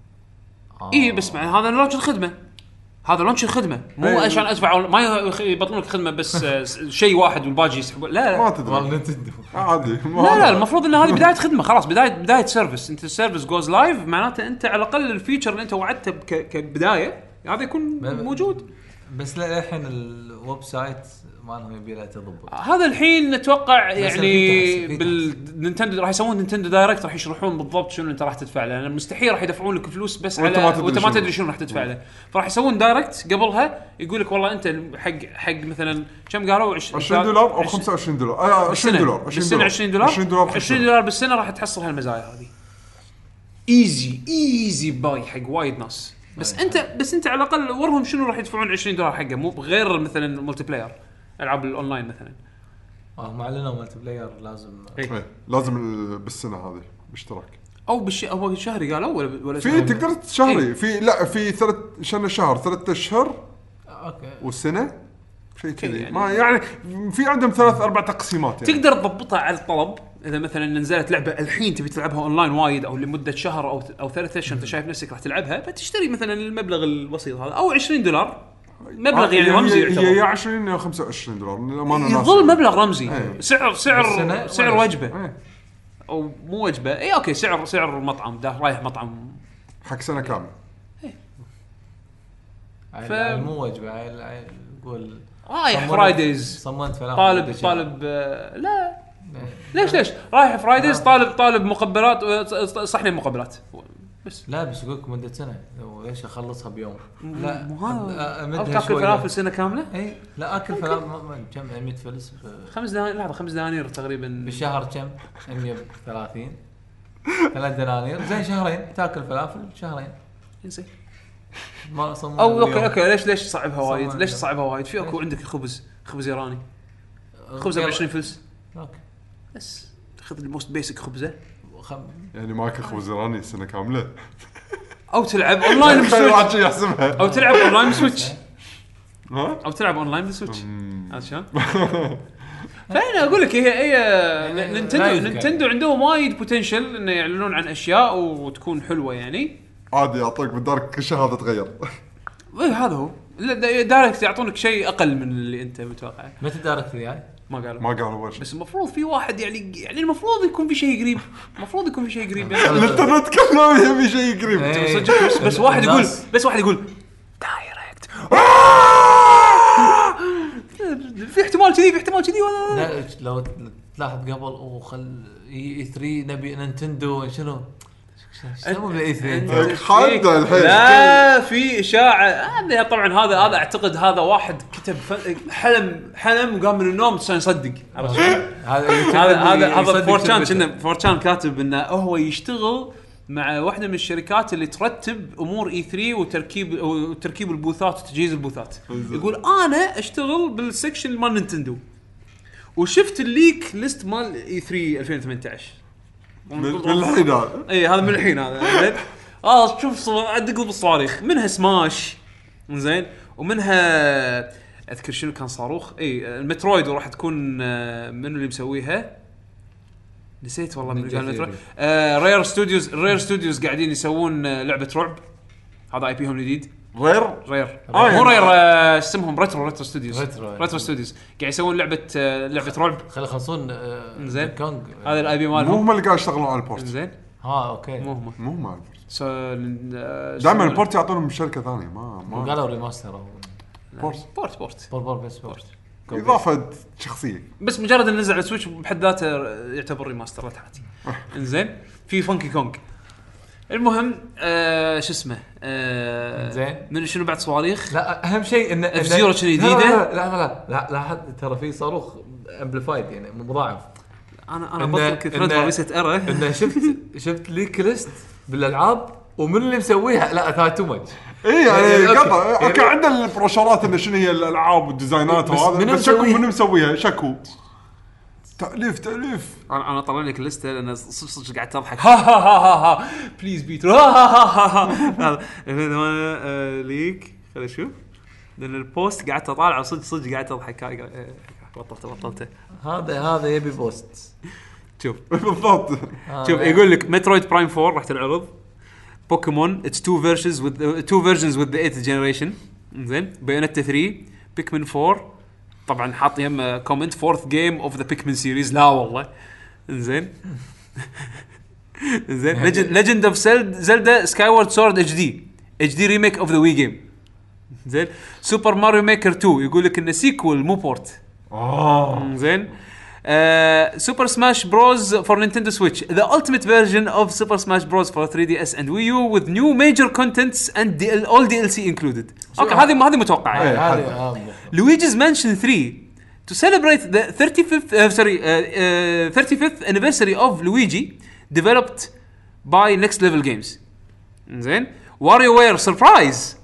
آه. اي بس مع هذا لونش الخدمه هذا لونش الخدمه مو ايه. عشان ادفع ما يبطلون لك خدمه بس شيء واحد والباقي يسحبون. لا ما تدري والله نتندو عادي. لا لا المفروض ان هذه بدايه خدمه خلاص بدايه بدايه سيرفيس. انت السيرفيس جوز لايف معناته انت على الاقل الفيتشر اللي انت وعدته كبدايه هذا يكون موجود. بس لا الحين الويب سايت ما لهم يبي له تضبط. هذا الحين نتوقع يعني بالنينتندو راح يسوون نينتندو دايركت راح يشرحون بالضبط شنو انت راح تدفع له لان مستحيل راح يدفعون لك فلوس بس على وانت ما تدري شنو راح تدفع له. فراح يسوون دايركت قبلها يقول لك والله انت حق حق مثلا كم قالوا عشرين دولار او خمسة وعشرين دولار آه عشرين دولار بالسنه عشرين دولار عشرين دولار بالسنه راح تحصل هالمزايا هذه ايزي ايزي باي حق وايد ناس. بس انت بس انت على الاقل ورهم شنو راح يدفعون عشرين دولار حقه مو غير مثلا ملتي بلاير. العاب الاونلاين مثلا. اه معلنه مالتي بلاير لازم إيه. إيه، لازم ال- بالسنه هذه باشتراك. او بالش او شهري قالوا ولا ولا في شهري؟ تقدر شهري إيه. في لا في ثلاث شهر شهر ثلاث اشهر اوكي والسنه شيء كذي يعني- ما يعني في عندهم ثلاث اربع تقسيمات يعني. تقدر تضبطها على الطلب. اذا مثلا نزلت لعبه الحين تبي تلعبها اونلاين وايد او لمده شهر او او ثلاثة اشهر انت شايف نفسك راح تلعبها فتشتري مثلا المبلغ البسيط هذا او عشرين دولار مبلغ يعني هي- رمزي هي يعتبر. هي يا عشرين يا خمسة وعشرين دولار للأمانة ناسي. يظل مبلغ رمزي. إيه. سعر سعر بالسنة سعر ولا وجبه إيه. او مو وجبه اي اوكي سعر سعر مطعم ده رايح مطعم. حق سنه كامله. ف... مو وجبه عيل عيل نقول رايح فرايديز صمنت فلافل طالب مدة شهر. طالب آه، لا ليش ليش رايح فرايديز طالب طالب مقبلات آه، صحن مقبلات بس. لا بس يقولك مدة سنة ليش اخلصها بيوم؟ لا مو هذا. أمدها او تاكل شوية. فلافل سنه كامله اي لا اكل فلافل ما- ما- كم مية فلس ب- خمس دنانير لحظه خمس دنانير تقريبا بالشهر كم؟ مية وثلاثين ثلاث دنانير زين شهرين تاكل فلافل شهرين زين. ما صمم او اوكي اليوم. اوكي ليش ليش صعبها وايد صمم ليش اليوم. صعبها وايد في اكو عندك الخبز خبز ايراني خبزه ب يلا. عشرين فلس اوكي بس تاخذ الموست بيسك خبزه خم... يعني ما اكل خبز ايراني سنه كامله. او تلعب اونلاين تخيل بسويتش واحد شي يحسبها. او تلعب اونلاين بسويتش ها؟ او تلعب اونلاين بسويتش عرفت شلون؟ فانا اقول لك هي هي لا نينتندو يذكر. نينتندو عندهم وايد بوتنشل انه يعلنون عن اشياء وتكون حلوه يعني. عادي يعطيك بالدارك كل شهر تتغير. ايه هذا هو لا، دا- دايركت يعطونك شيء اقل من اللي انت متوقعه. متى دارك ذي ما قالوا ما قالوا ولا شيء. بس المفروض في واحد يعني يعني المفروض يكون في شيء قريب المفروض يكون في شيء قريب يعني. الانترنت كله يبي شيء قريب. إيه. صدق بس, بس واحد يقول الناس- بس واحد يقول دايركت في احتمال كذي في احتمال كذي ولا لا لو تلاحظ قبل وخل اي ثلاثة نبي نينتندو شنو شنو بالاي ثلاثة حد الحين. لا في اشاعه هذا طبعا هذا هذا اعتقد هذا واحد كتب ف- حلم حلم وقام من النوم عشان يصدق عرفت شلون؟ هذا هذا هذا هذا يصدق فورتشان شربته. كنا فورتشان كاتب انه هو يشتغل مع واحده من الشركات اللي ترتب امور اي ثلاثة وتركيب وتركيب البوثات وتجهيز البوثات. يقول انا اشتغل بالسكشن مال نينتندو وشفت الليك ليست مال اي ثلاثة ألفين وثمانية عشر من من الحين هذا. اي هذا من الحين هذا زين. اه شوف صو- ادق بالصواريخ منها سماش زين ومنها اذكر شنو كان صاروخ اي المترويد وراح تكون آه، منو اللي مسويها نسيت والله من نينجا قال مترويد. ثيوري. آه رير ستوديوز رير ستوديوز قاعدين يسوون آه، لعبه رعب هذا اي بيهم الجديد غير رير آه، مو يعني- رير آه، اسمهم ريترو ريترو ستوديوز ريترو. ريترو ستوديوز قاعد يسوون لعبه آه، لعبه رعب خلي يخلصون آه، زين. كونغ هذا الاي بي مو مالهم هم اللي قاعد يشتغلون على البورت. زين ها اوكي مو هم مو هم على البورت. سو آه، دائما شو- البورت يعطونهم من شركه ثانيه ما ما قالوا ريماستر او بورت بورت بورت بور بور بس بورت اضافه شخصيه. بس مجرد ان نزل على سويتش بحد ذاته يعتبر ريماستر لا تحاتي. انزين في فانكي كونغ المهم آه شو اسمه آه إنزين. من شنو بعد صواريخ لا اهم شيء ان F Zero كذي جديدة؟ لا لا لا لا لا, لا حد ترى في صاروخ امبليفايد يعني مضاعف انا انا إن- بطل ثريد إن- ريست ارى انه شفت شفت ليك ليست بالالعاب ومن اللي مسويها لا ذا تو ماتش اي يعني يعني أوكي. قطع يعني- اوكي عندنا البروشرات انه شنو هي الالعاب والديزاينات بس وهذا منو بس شكو مسويها؟ منو مسويها شكو تاليف تاليف. انا انا طلع لك الليسته لان صدق صدق قاعد تضحك ها ها ها ها ها بليز بيتر ها ها ها ها هذا آه، ليك خلينا نشوف لان البوست قعدت اطالع صدق صدق قاعد اضحك هاي قاعد- آه، بطلت بطلته هذا هذا يبي بوست شوف بالضبط. شوف يقول لك مترويد برايم فور راح تنعرض بوكيمون اتس تو فيرجنز وذ تو فيرجنز وذ ذا ايت جنريشن زين بايونيتا ثلاثة بيكمن فور طبعا حاط يم كومنت فورث جيم اوف ذا بيكمن سيريز لا والله زين زين ليجند اوف زلدا سكاي وورد سورد اتش دي اتش دي ريميك اوف ذا وي جيم زين سوبر ماريو ميكر تو يقول لك انه سيكول مو بورت اه زين سوبر سماش بروز فور نينتندو سويتش ذا ultimate version of Super Smash Bros for three D S and Wii U with new major contents and the, all D L C included. اوكي هذه هذه متوقعه. هذا Luigi's Mansion three to celebrate the thirty-fifth uh, sorry uh, uh, thirty-fifth anniversary of Luigi developed by Next Level Games. زين WarioWare surprise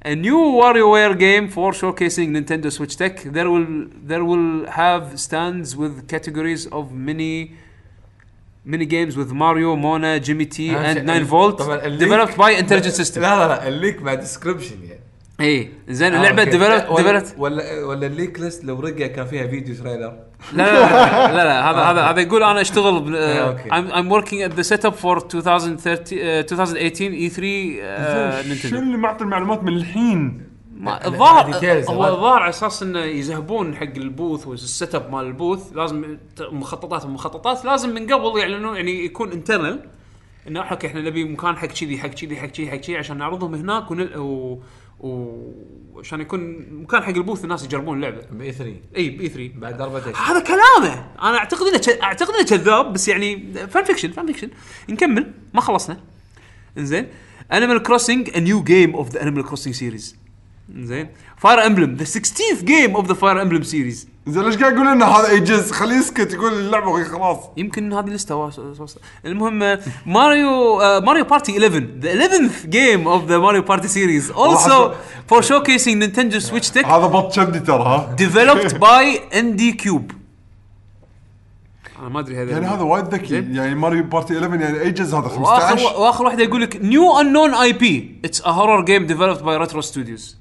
a new WarioWare game for showcasing Nintendo Switch tech. There will there will have stands with categories of mini mini games with Mario, Mona, Jimmy T, and nine volt, developed by Intelligent System. لا لا لا الليك مع ديسكربشن يعني. اي زين اللعبه ديفلوبت ديفلوبت ولا ولا الليك ليست لو رقه كان فيها فيديو تريلر. لا لا لا لا هذا هذا هذا يقول انا اشتغل I'm I'm working at the setup for twenty thirty twenty eighteen E three شو نينتندو. اللي معطي المعلومات من الحين؟ الظاهر هو الظاهر على اساس انه يذهبون حق البوث والسيت اب مال البوث لازم مخططات ومخططات لازم من قبل يعلنون يعني يكون انترنال انه احنا احنا نبي مكان حق كذي حق كذي حق كذي حق كذي عشان نعرضهم هناك ون وعشان يكون مكان حق البوث الناس يجربون اللعبه بإي ثري. اي بإي ثري بعد ضربة ايش هذا كلامه. انا اعتقد انه اعتقد انه كذاب بس يعني فان فيكشن فان فيكشن. نكمل ما خلصنا. انزين Animal Crossing a new game of the Animal Crossing series. انزين Fire Emblem the sixteenth game of the Fire Emblem series. زين ليش قاعد يقول لنا هذا يجز خليه يسكت يقول اللعبه خلاص يمكن هذه لسته واس... المهم ماريو ماريو بارتي eleven the eleventh game of the Mario Party series also for showcasing Nintendo Switch tech. هذا بط شمدي ترى ها developed by إن دي Cube. انا ما ادري هذا يعني هذا وايد ذكي يعني ماريو بارتي eleven يعني ايجز هذا خمسة عشر. واخر واخر واحده يقول لك new unknown آي بي it's a horror game developed by Retro Studios.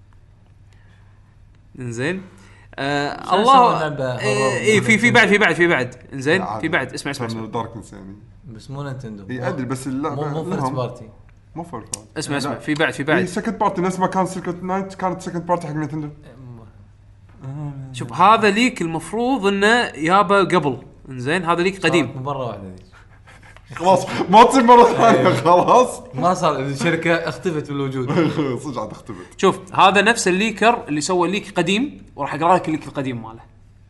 انزين آه الله اي في في بعد في بعد في بعد انزين في بعد اسمع اسمع, اسمع. داركنس يعني بس مو نينتندو. اي ادري بس اللعبه مو مو فيرست بارتي مو فيرست بارتي. اسمع اسمع في بعد في بعد اي سكند بارتي نفس ما كان سيكريت نايت كانت سكند بارتي حق نينتندو. شوف هذا ليك المفروض انه يابا قبل انزين هذا ليك قديم مره واحده دي خلاص ما تصير مره ثانيه خلاص ما صار الشركه اختفت بالوجود. صدق عاد اختفت. شوف هذا نفس الليكر اللي سوى ليك قديم وراح اقرا لك الليك القديم ماله.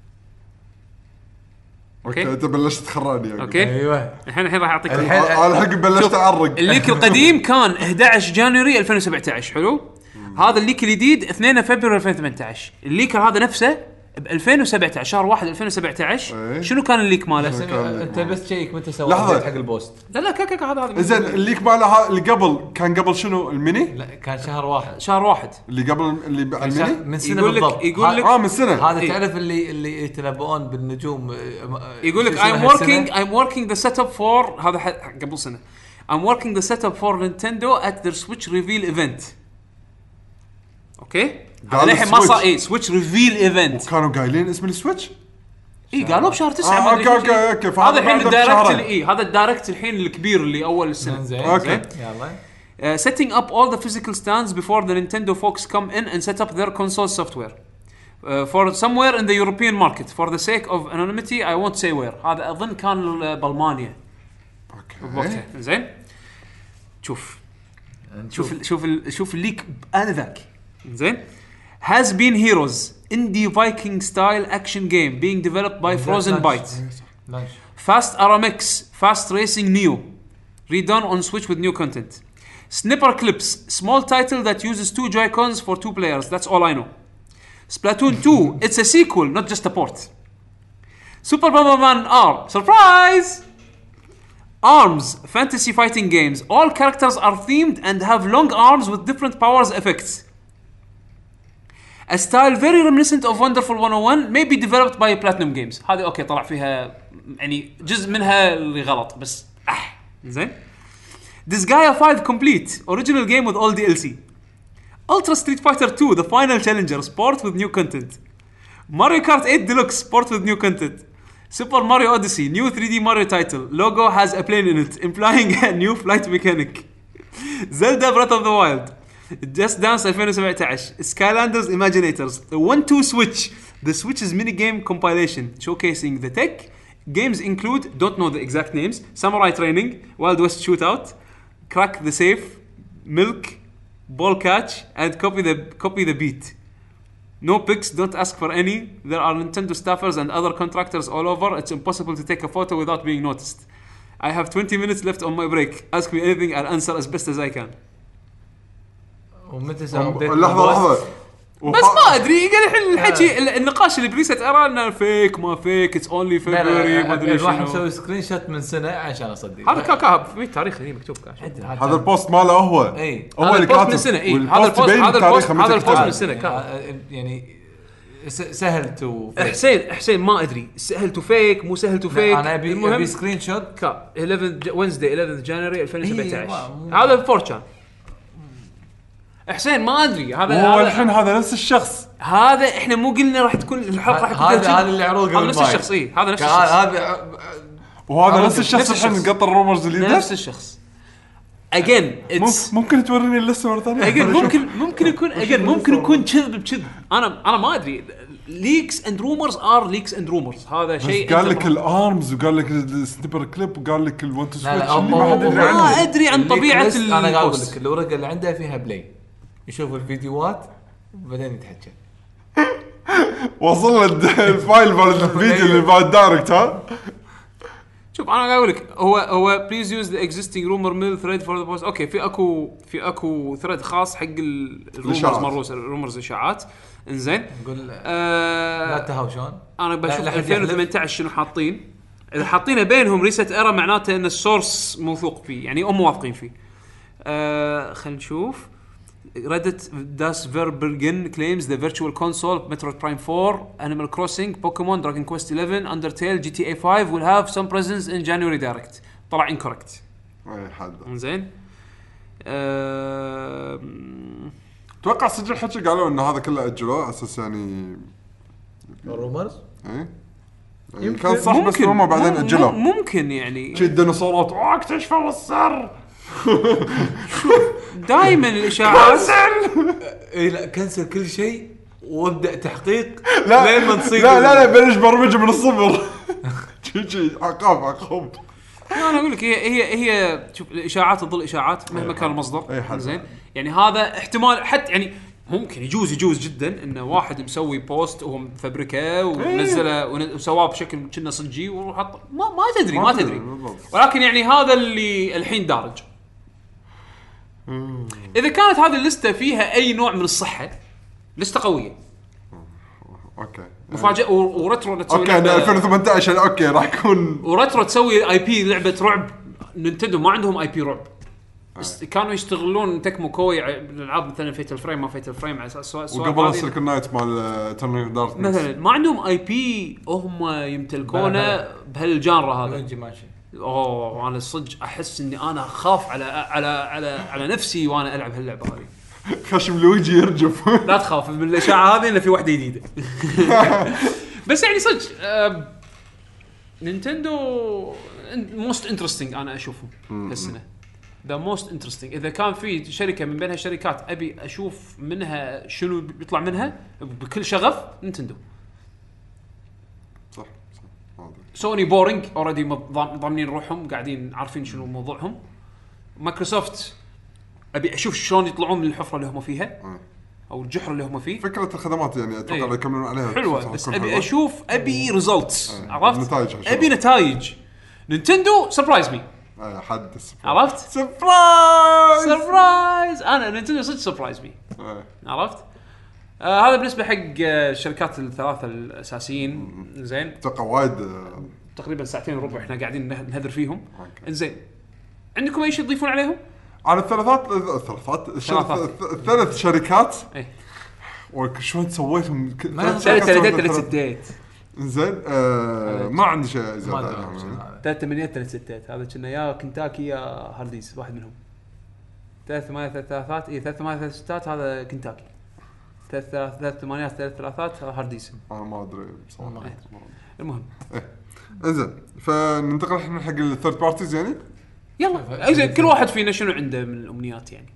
اوكي انت بلشت تخراني يعني. اوكي ايوه الحين الحين راح اعطيك انا الحق بلشت اعرق. الليك القديم كان إحدى عشر جانوري ألفين وسبعتاشر حلو. هذا الليك الجديد اثنين فبراير ألفين وثمانية عشر. الليكر هذا نفسه ب ألفين وسبعة عشر شهر واحد ألفين وسبعتاشر. أيه. شنو كان الليك ماله؟ انت بس تشيك متى سويت حق البوست. لا لا كا كا هذا هذا زين الليك ماله اللي قبل كان قبل شنو الميني؟ لا كان شهر واحد شهر واحد اللي قبل اللي الميني من سنه يقول لك بالضبط. يقول لك اه من سنه هذا تعرف اللي اللي يتنبؤون بالنجوم. يقول لك I'm working I'm working the setup for هذا قبل سنه I'm working the setup for Nintendo at their Switch reveal event. اوكي الحين ما صار اي سويتش ريفيل ايفنت كانوا قايلين اسم السويتش اي قالوا بشهر تسعة. آه اوكي اوكي اوكي هذا الحين الدايركت اي هذا الدايركت الحين الكبير اللي اول السنه. زين اوكي يلا Uh, setting up all the physical stands before the Nintendo folks come in and set up their console software uh, for somewhere in the European market. For the sake of anonymity, I won't say where. هذا أظن كان بالمانيا. اوكي زين. شوف شوف شوف شوف الليك أنا ذاك. زين. Has been Heroes, indie Viking style action game being developed by Frozen Bytes. Fast Aramix, Fast Racing Neo, redone on Switch with new content. Snipper Clips, small title that uses two Joy-Cons for two players. That's all I know. Splatoon two, it's a sequel, not just a port. Super Bomberman R, surprise! Arms, fantasy fighting games. All characters are themed and have long arms with different powers effects. A style very reminiscent of Wonderful one oh one, may be developed by Platinum Games. هذه اوكي طلع فيها يعني جزء منها اللي غلط بس اح زين. Disgaea five complete, original game with all D L C. Ultra Street Fighter two, the final challenger, sport with new content. Mario Kart eight Deluxe, sport with new content. Super Mario Odyssey, new three D Mario title. Logo has a plane in it, implying a new flight mechanic. Zelda Breath of the Wild, Just Dance ألفين وسبعة عشر. Skylanders Imaginators, the one two Switch. The Switch's minigame compilation showcasing the tech. Games include, don't know the exact names, Samurai Training, Wild West Shootout, Crack the Safe, Milk, Ball Catch, and Copy the Copy the Beat. No pics, don't ask for any. There are Nintendo staffers and other contractors all over. It's impossible to take a photo without being noticed. I have twenty minutes left on my break. Ask me anything, I'll answer as best as I can. ومتى سووا لحظه لحظه بس ما ادري قال الحين الحكي النقاش اللي بريست ارى انه فيك ما فيك اتس اونلي فيبروري ما ادري راح شنو. نسوي سكرين شوت من سنه عشان اصدق هذا كاكا في تاريخ هنا مكتوب كاش. هذا البوست ماله هو اي هو اللي البوست كاتب من سنه اي هذا والبوست البوست يبين هذا تاريخه البوست متى هذا البوست كتبه. من سنه كان. يعني س- سهل تو حسين حسين ما ادري سهل تو فيك مو سهل تو فيك. انا ابي المهم ابي سكرين شوت كا إحداشر وينزداي إحداشر جانوري ألفين وسبعة عشر مو- هذا الفور كان. حسين ما ادري هذا هو هذا الحين هذا نفس الشخص. هذا احنا مو قلنا راح تكون الحلقه راح تكون هذا كذا. هذا اللي عروض هذا قبل نفس باي. الشخص اي هذا نفس كان الشخص هذا وهذا هذا نفس الشخص نفس الحين الشخص. قط الرومرز الجديده. نفس الشخص اجين اتس ممكن توريني اللسته مره ثانيه. اجين ممكن ممكن يكون اجين ممكن يكون كذب بكذب. انا انا ما ادري ليكس اند رومرز ار ليكس اند رومرز هذا شيء قال لك الارمز وقال لك السنيبر كليب وقال لك الون تو لا، لا، سويتش اللي هو- ما حد يدري هو- عنه. ما ادري عن طبيعه الليست انا قاعد اقول البوست. لك الورقه اللي عنده فيها بلاي يشوف الفيديوهات وبعدين يتحكى. وصل له الفايل مال الفيديو اللي بعد دايركت ها. شوف انا قاعد اقول لك هو هو بليز يوز ذا اكزيستنج رومر ميل ثريد فور ذا بوست. اوكي في اكو في اكو ثريد خاص حق الرومرز الإشاعات. مال الرومرز اشاعات. انزين نقول آه لا تهاوشون. انا بشوف لا، لا حد ألفين وثمانية عشر شنو حاطين. اذا حاطينه بينهم ريست ايرا معناته ان السورس موثوق فيه يعني هم واثقين فيه. آه خلينا نشوف Reddit Das Verbergen claims the virtual console Metroid Prime four, Animal Crossing, Pokemon, Dragon Quest eleven, Undertale, G T A five will have some presence in January Direct. طلع incorrect. اي حد زين. أه... اتوقع سجل حكي قالوا ان هذا كله اجلوه اساس يعني الرومرز ايه يعني كان صح بس هم بعدين مم- اجلوه. ممكن يعني شي الديناصورات واكتشفوا السر. دائما الاشاعات اي لا كنسل كل شيء وابدا تحقيق لا لين ما تصير. لا لا لا بلش برمجه من الصفر. شي شي عقاب عقاب. انا اقول لك هي هي هي شوف الاشاعات تظل اشاعات مهما كان المصدر. أي حد. زين يعني هذا احتمال حتى يعني ممكن يجوز يجوز جدا انه واحد مسوي بوست وهو مفبركه ونزله ون- وسواه بشكل كنا صجي وحط ما ما تدري ما ما تدري تدري بالضبط. ولكن يعني هذا اللي الحين دارج. اذا كانت هذه اللسته فيها اي نوع من الصحه لسته قويه اوكي مفاجاه و- وريترو تسوي اوكي لعبة- أنا ألفين وثمانية عشر اوكي راح يكون وريترو تسوي اي بي لعبه رعب. نينتندو ما عندهم اي بي رعب. است... كانوا يشتغلون تكمو كوي الالعاب مثلا فيتل فريم ما فيتل فريم على اساس سواء سواء وقبل هذه- السيليكون نايت مال ترنر دارك مثلا ما عندهم اي بي هم يمتلكونه بلا بهالجانرا هذا. يجي ماشي. اوه انا الصدق احس اني انا اخاف على على على على نفسي وانا العب هاللعبه هذه. خشم لويجي يرجف. لا تخاف من الاشاعه هذه انه في واحده جديده. بس يعني صدق آه، نينتندو موست انترستينج انا اشوفهم هالسنه. ذا موست انترستينج اذا كان في شركه من بينها شركات ابي اشوف منها شنو بيطلع منها بكل شغف نينتندو. صح صح ما أدري. سوني بورينج اوريدي ضامنين روحهم قاعدين عارفين شنو موضوعهم. مايكروسوفت ابي اشوف شلون يطلعون من الحفره اللي هم فيها آه. او الجحر اللي هم فيه. فكره الخدمات يعني اتوقع إيه. لو يكملون عليها حلوه صح بس تكون ابي حلوة. اشوف ابي ريزلتس إيه. عرفت نتائج أشوف. ابي نتائج. نينتندو سربرايز مي آه، حد السبرايز. عرفت سبرايز سربرايز انا نينتندو صدق سربرايز مي آه. عرفت. آه هذا بالنسبه حق آه، الشركات الثلاثه الاساسيين. زين اتوقع وايد آه، تقريبا ساعتين وربع احنا قاعدين نه- نهذر فيهم. أوكي. انزين عندكم اي شيء تضيفون عليهم؟ على الثلاثات الثلاثات الشر- ثلاثات. الثلاث شركات ايه شلون سويتهم ك- ما ثلاث ثلاث شركات ثلاث سويتهم ثلاث ثلاث. ستات زين آه ما عندي شيء ما زياده ادري عنهم. شنو هذا. ثلاث ثمانيات ثلاث ستات هذا كنا يا كنتاكي يا هارديز واحد منهم. ثلاث ثمانية ثلاث ثلاثات اي ثلاث ثمانية ثلاث ستات هذا كنتاكي. ثلاث ثلاث ثلاث ثمانيات ثلاث ثلاثات هذا هارديز. انا ما ادري بصراحه. المهم انزين فننتقل الحين حق الثيرد بارتيز يعني. يلا اذا كل واحد فينا شنو عنده من الامنيات يعني.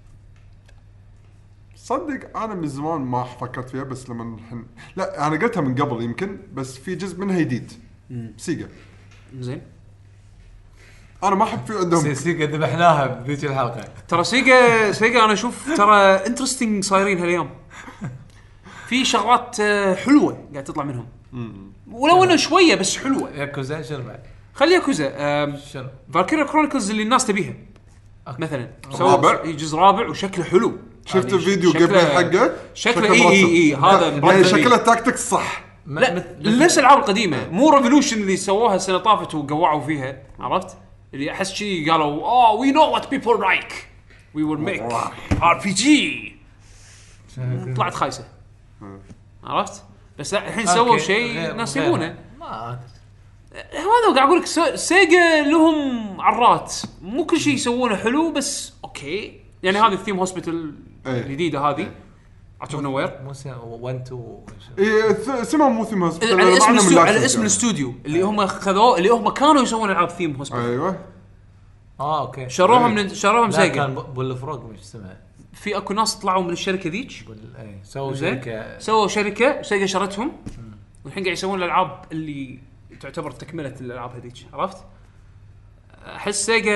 صدق انا من زمان ما فكرت فيها بس لما الحين لا انا قلتها من قبل يمكن بس في جزء منها جديد. سيجا زين انا ما احب في عندهم سي- سيجا ذبحناها بذيك الحلقه. ترى سيجا سيجا انا اشوف ترى انترستينج صايرين هالايام. في شغلات آه، حلوه قاعد تطلع منهم ولو انه شويه بس حلوه. ياكوزا شنو بعد؟ خلي ياكوزا آم، شنو؟ فالكيريا كرونيكلز اللي الناس تبيها مثلا رابع. سووا جزء رابع وشكله حلو شفت يعني الفيديو شكله- قبل حقه شكله إي إي إي، هذا يعني برضه شكله إي. تاكتكس صح. لا نفس الالعاب القديمه مو ريفولوشن اللي سووها السنه طافت وقوعوا فيها عرفت اللي احس شيء قالوا اه وي نو وات بيبل لايك وي ويل ميك ار بي جي طلعت خايسه عرفت بس لا الحين سووا أوكي، شيء غير- ناس غير. يبونه ما أدري. هذا قاعد اقول لك سو- سيجا لهم عرات مو كل شيء يسوونه حلو بس اوكي يعني هذه الثيم هوسبيتال إيه. الجديده هذه اوف نوير مو واحد اثنين اي اسمه مو ثيم هوسبيتال على اسم الاستوديو على اسم الاستوديو اللي هم خذوه اللي هم كانوا يسوون العاب ثيم هوسبيتال ايوه اه اوكي شروها من شروها من لا سيجا كان بول فروغ مش اسمها في اكو ناس طلعوا من الشركه ذيك بول اي سووا زين شركه سووا شركه سيجا شرتهم والحين قاعد يسوون الالعاب اللي تعتبر تكمله الالعاب هذيك عرفت احس سيجا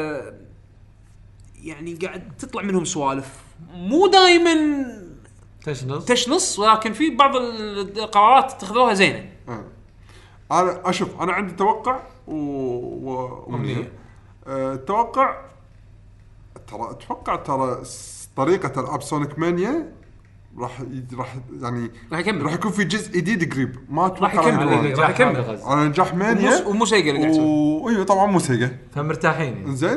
يعني قاعد تطلع منهم سوالف مو دائما تشنص تشنص ولكن في بعض القرارات اتخذوها زينه آه. انا اشوف انا عندي توقع و... و... أمنية. أه... توقع ترى اتوقع ترى س- طريقه العاب سونيك مانيا راح ي... راح يعني راح يكمل. راح يكون في جزء جديد قريب ما اتوقع راح يكمل. راح راح يكمل. غزة. على نجاح ومو مانيا ومو سيجا اللي قاعد يسوي و... ايوه طبعا مو سيجا فمرتاحين يعني. زين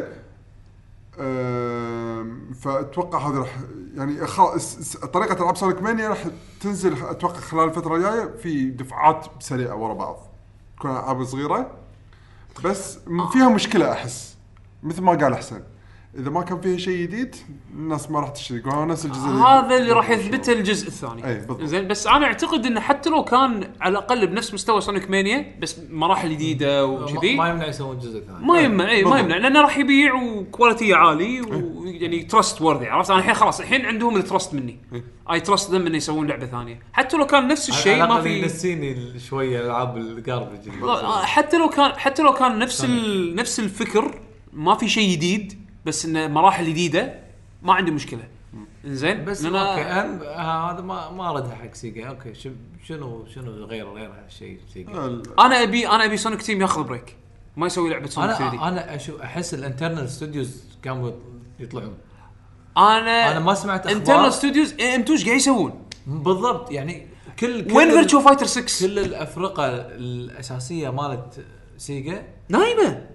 أم، فاتوقع هذا راح يعني خ... س- س- طريقه العاب سونيك مانيا راح تنزل اتوقع خلال الفتره الجايه في دفعات سريعه ورا بعض تكون العاب صغيره بس م- فيها مشكله احس مثل ما قال حسين اذا ما كان فيها شيء جديد الناس ما راح تشتري يقولون نفس الجزء هذا اللي راح يثبته الجزء الثاني أي، بالضبط. زين بس انا اعتقد انه حتى لو كان على الاقل بنفس مستوى سونيك مانيا بس مراحل جديده وكذي ما يمنع يسوون جزء ثاني ما يمنع اي ما بالضبط. يمنع لانه راح يبيع وكواليتي عالي ويعني تراست وورثي عرفت انا الحين خلاص الحين عندهم التراست مني اي تراست ذم انه يسوون لعبه ثانيه حتى لو كان نفس الشيء ما في نسيني شويه العاب الجاربج حتى لو كان حتى لو كان نفس ال... نفس الفكر ما في شيء جديد بس انه مراحل جديده ما عندي مشكله زين بس لأن اوكي أهم هذا ما ما ردها حق سيجا اوكي شو- شنو شنو غير غير هالشيء سيجا انا ابي انا ابي سونيك تيم ياخذ بريك ما يسوي لعبه سونيك ثري دي انا انا اشوف احس الانترنال ستوديوز كانوا يطلعون انا انا ما سمعت اخبار انترنال ستوديوز ام تو ايش قاعد يسوون بالضبط يعني كل, كل وين ال- فيرتشو فايتر ستة كل الافرقه الاساسيه مالت سيجا نايمه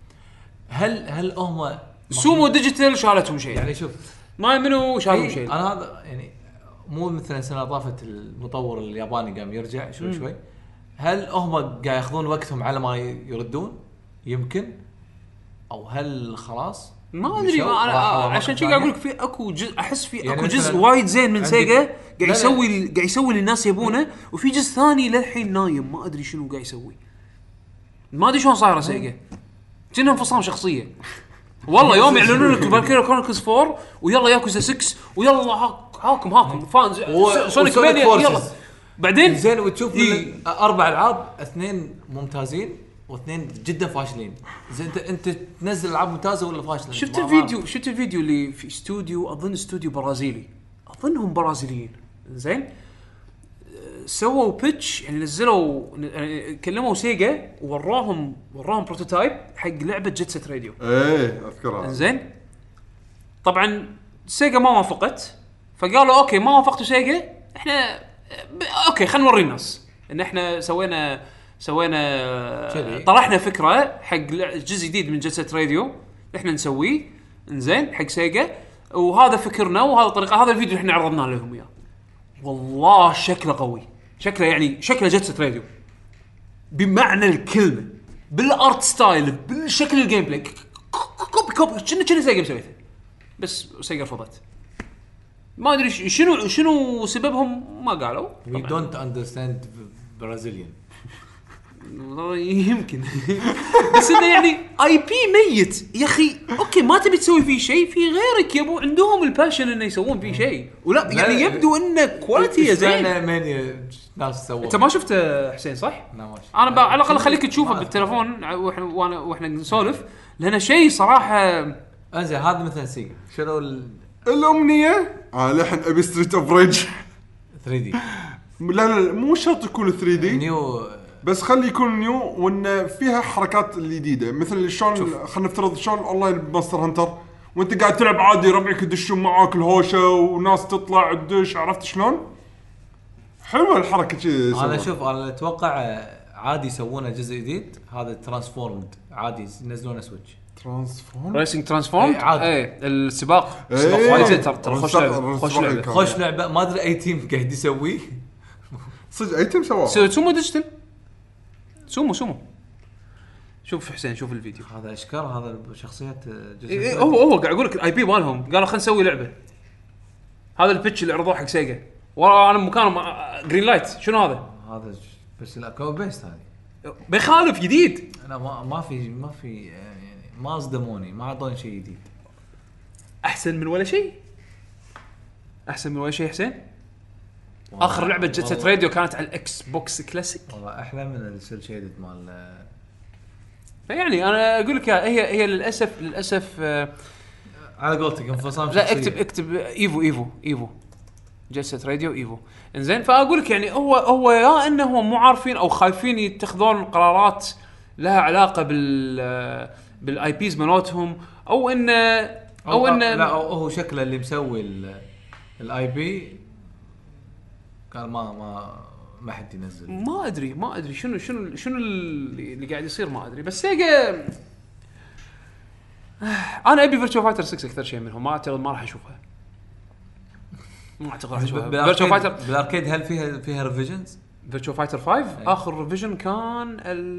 هل هل هم سومو ديجيتال شالتهم شيء يعني شوف ما منو شالهم إيه، شيء انا هذا يعني مو مثلا سنه طافت المطور الياباني قام يرجع شوي شوي هل هم قاعد ياخذون وقتهم على ما يردون يمكن او هل خلاص ما ادري مشوا ما انا راحوا عشان مكان شي قاعد اقول ثاني؟ لك في اكو جزء احس في يعني اكو جزء مثلاً وايد زين من عندك- سيجا لا، قاعد لا. يسوي قاعد يسوي اللي الناس يبونه وفي جزء ثاني للحين نايم ما ادري شنو قاعد يسوي ما ادري شلون صايره سيجا كأنها انفصام شخصيه والله يوم يعلنون لك فالكيريا كرونيكلز فور ويلا ياكوزا ستة ويلا هاك هاكم هاكم فانز و- سونيك وسونيك مانيا فورسز. يلا بعدين زين وتشوف إيه. من اربع العاب اثنين ممتازين واثنين جدا فاشلين زين انت انت تنزل العاب ممتازه ولا فاشله شفت ما- الفيديو شفت الفيديو اللي في استوديو اظن استوديو برازيلي اظنهم برازيليين زين سووا بيتش يعني نزلوا يعني كلموا سيجا ووراهم وراهم بروتوتايب حق لعبه جيت سيت راديو ايه اذكرها زين طبعا سيجا ما وافقت فقالوا اوكي ما وافقتوا سيجا احنا ب... اوكي خلينا نوري الناس ان احنا سوينا سوينا شذي. طرحنا فكره حق لع- جزء جديد من جيت سيت راديو احنا نسويه انزين حق سيجا وهذا فكرنا وهذا الطريقه هذا الفيديو اللي احنا عرضنا لهم اياه والله شكله قوي شكله يعني شكله جيت سيت راديو بمعنى الكلمه بالارت ستايل بالشكل الجيم بلاي كوبي كوبي شنو شنو سيجا مسويته بس سيجا رفضت ما ادري ش- شنو شنو سببهم ما قالوا we don't understand Brazilian والله يمكن بس انه يعني اي بي ميت يا اخي اوكي ما تبي تسوي فيه شيء في غيرك يبو عندهم الباشن انه يسوون فيه شيء ولا يعني يبدو انه كواليتي زين مانيا ناس سووا انت ما شفته حسين صح لا ما شفت. انا ب- على الاقل خليك ما تشوفه أذكر. بالتلفون واحنا وانا واحنا نسولف لانه شيء صراحه انزين هذا مثلا سيجا شنو ال الامنيه اه لحن ابي ستريت اوف ريج ثري دي لا لا مو شرط يكون ثري دي نيو بس خلي يكون نيو وان فيها حركات الجديده مثل شلون خلينا نفترض شلون اونلاين بماستر هانتر وانت قاعد تلعب عادي ربعك يدشون معاك الهوشه وناس تطلع تدش. عرفت شلون؟ حلوه الحركه شي. انا شوف انا اتوقع عادي يسوونه جزء جديد هذا ترانسفورمد عادي ينزلونه سويتش ترانسفورم ريسنج ترانسفورم إيه، عادي. ايه السباق إيه. سباق وايد زين ترى ترى خوش والسباق- لعبه خوش والسباق لعبه كان- خوش لعبه ما ادري اي تيم قاعد يسويه صدق اي تيم سواه. سو- سومو ديجيتال سومو سومو شوف حسين شوف الفيديو. هذا اشكال هذا شخصيات جزء إيه إيه هو هو قاعد اقول لك الاي بي مالهم قالوا خلينا نسوي لعبه. هذا البيتش اللي عرضوه حق سيجا ورا انا مكانه جرين لايت. شنو هذا؟ هذا بس لا كو بيست هذه بيخالف جديد. انا ما ما في ما في يعني ما صدموني ما اعطوني شيء جديد. احسن من ولا شيء احسن من ولا شيء حسين. اخر لعبه جيت سيت راديو كانت على الاكس بوكس كلاسيك. والله احلى من السيل شيدد مال. فيعني انا اقول لك هي هي للاسف للاسف آه على قولتك انفصام لا شخصية. اكتب اكتب ايفو ايفو ايفو جيت سيت راديو ايفو. انزين فاقول لك يعني هو هو يا انه هو مو عارفين او خايفين يتخذون قرارات لها علاقه بال بالاي بيز مالتهم او انه او انه لا هو شكله اللي مسوي الاي بي قال ما ما ما حد ينزل. ما ادري ما ادري شنو شنو شنو اللي, اللي قاعد يصير ما ادري. بس سيجا انا ابي فيرتشو فايتر ستة اكثر شيء منهم. ما اعتقد ما راح اشوفها ما اعتقد راح اشوفها. فيرتشو فايتر بالاركيد هل فيها فيها ريفيجنز؟ فيرتشو فايتر خمسة اخر ريفيجن كان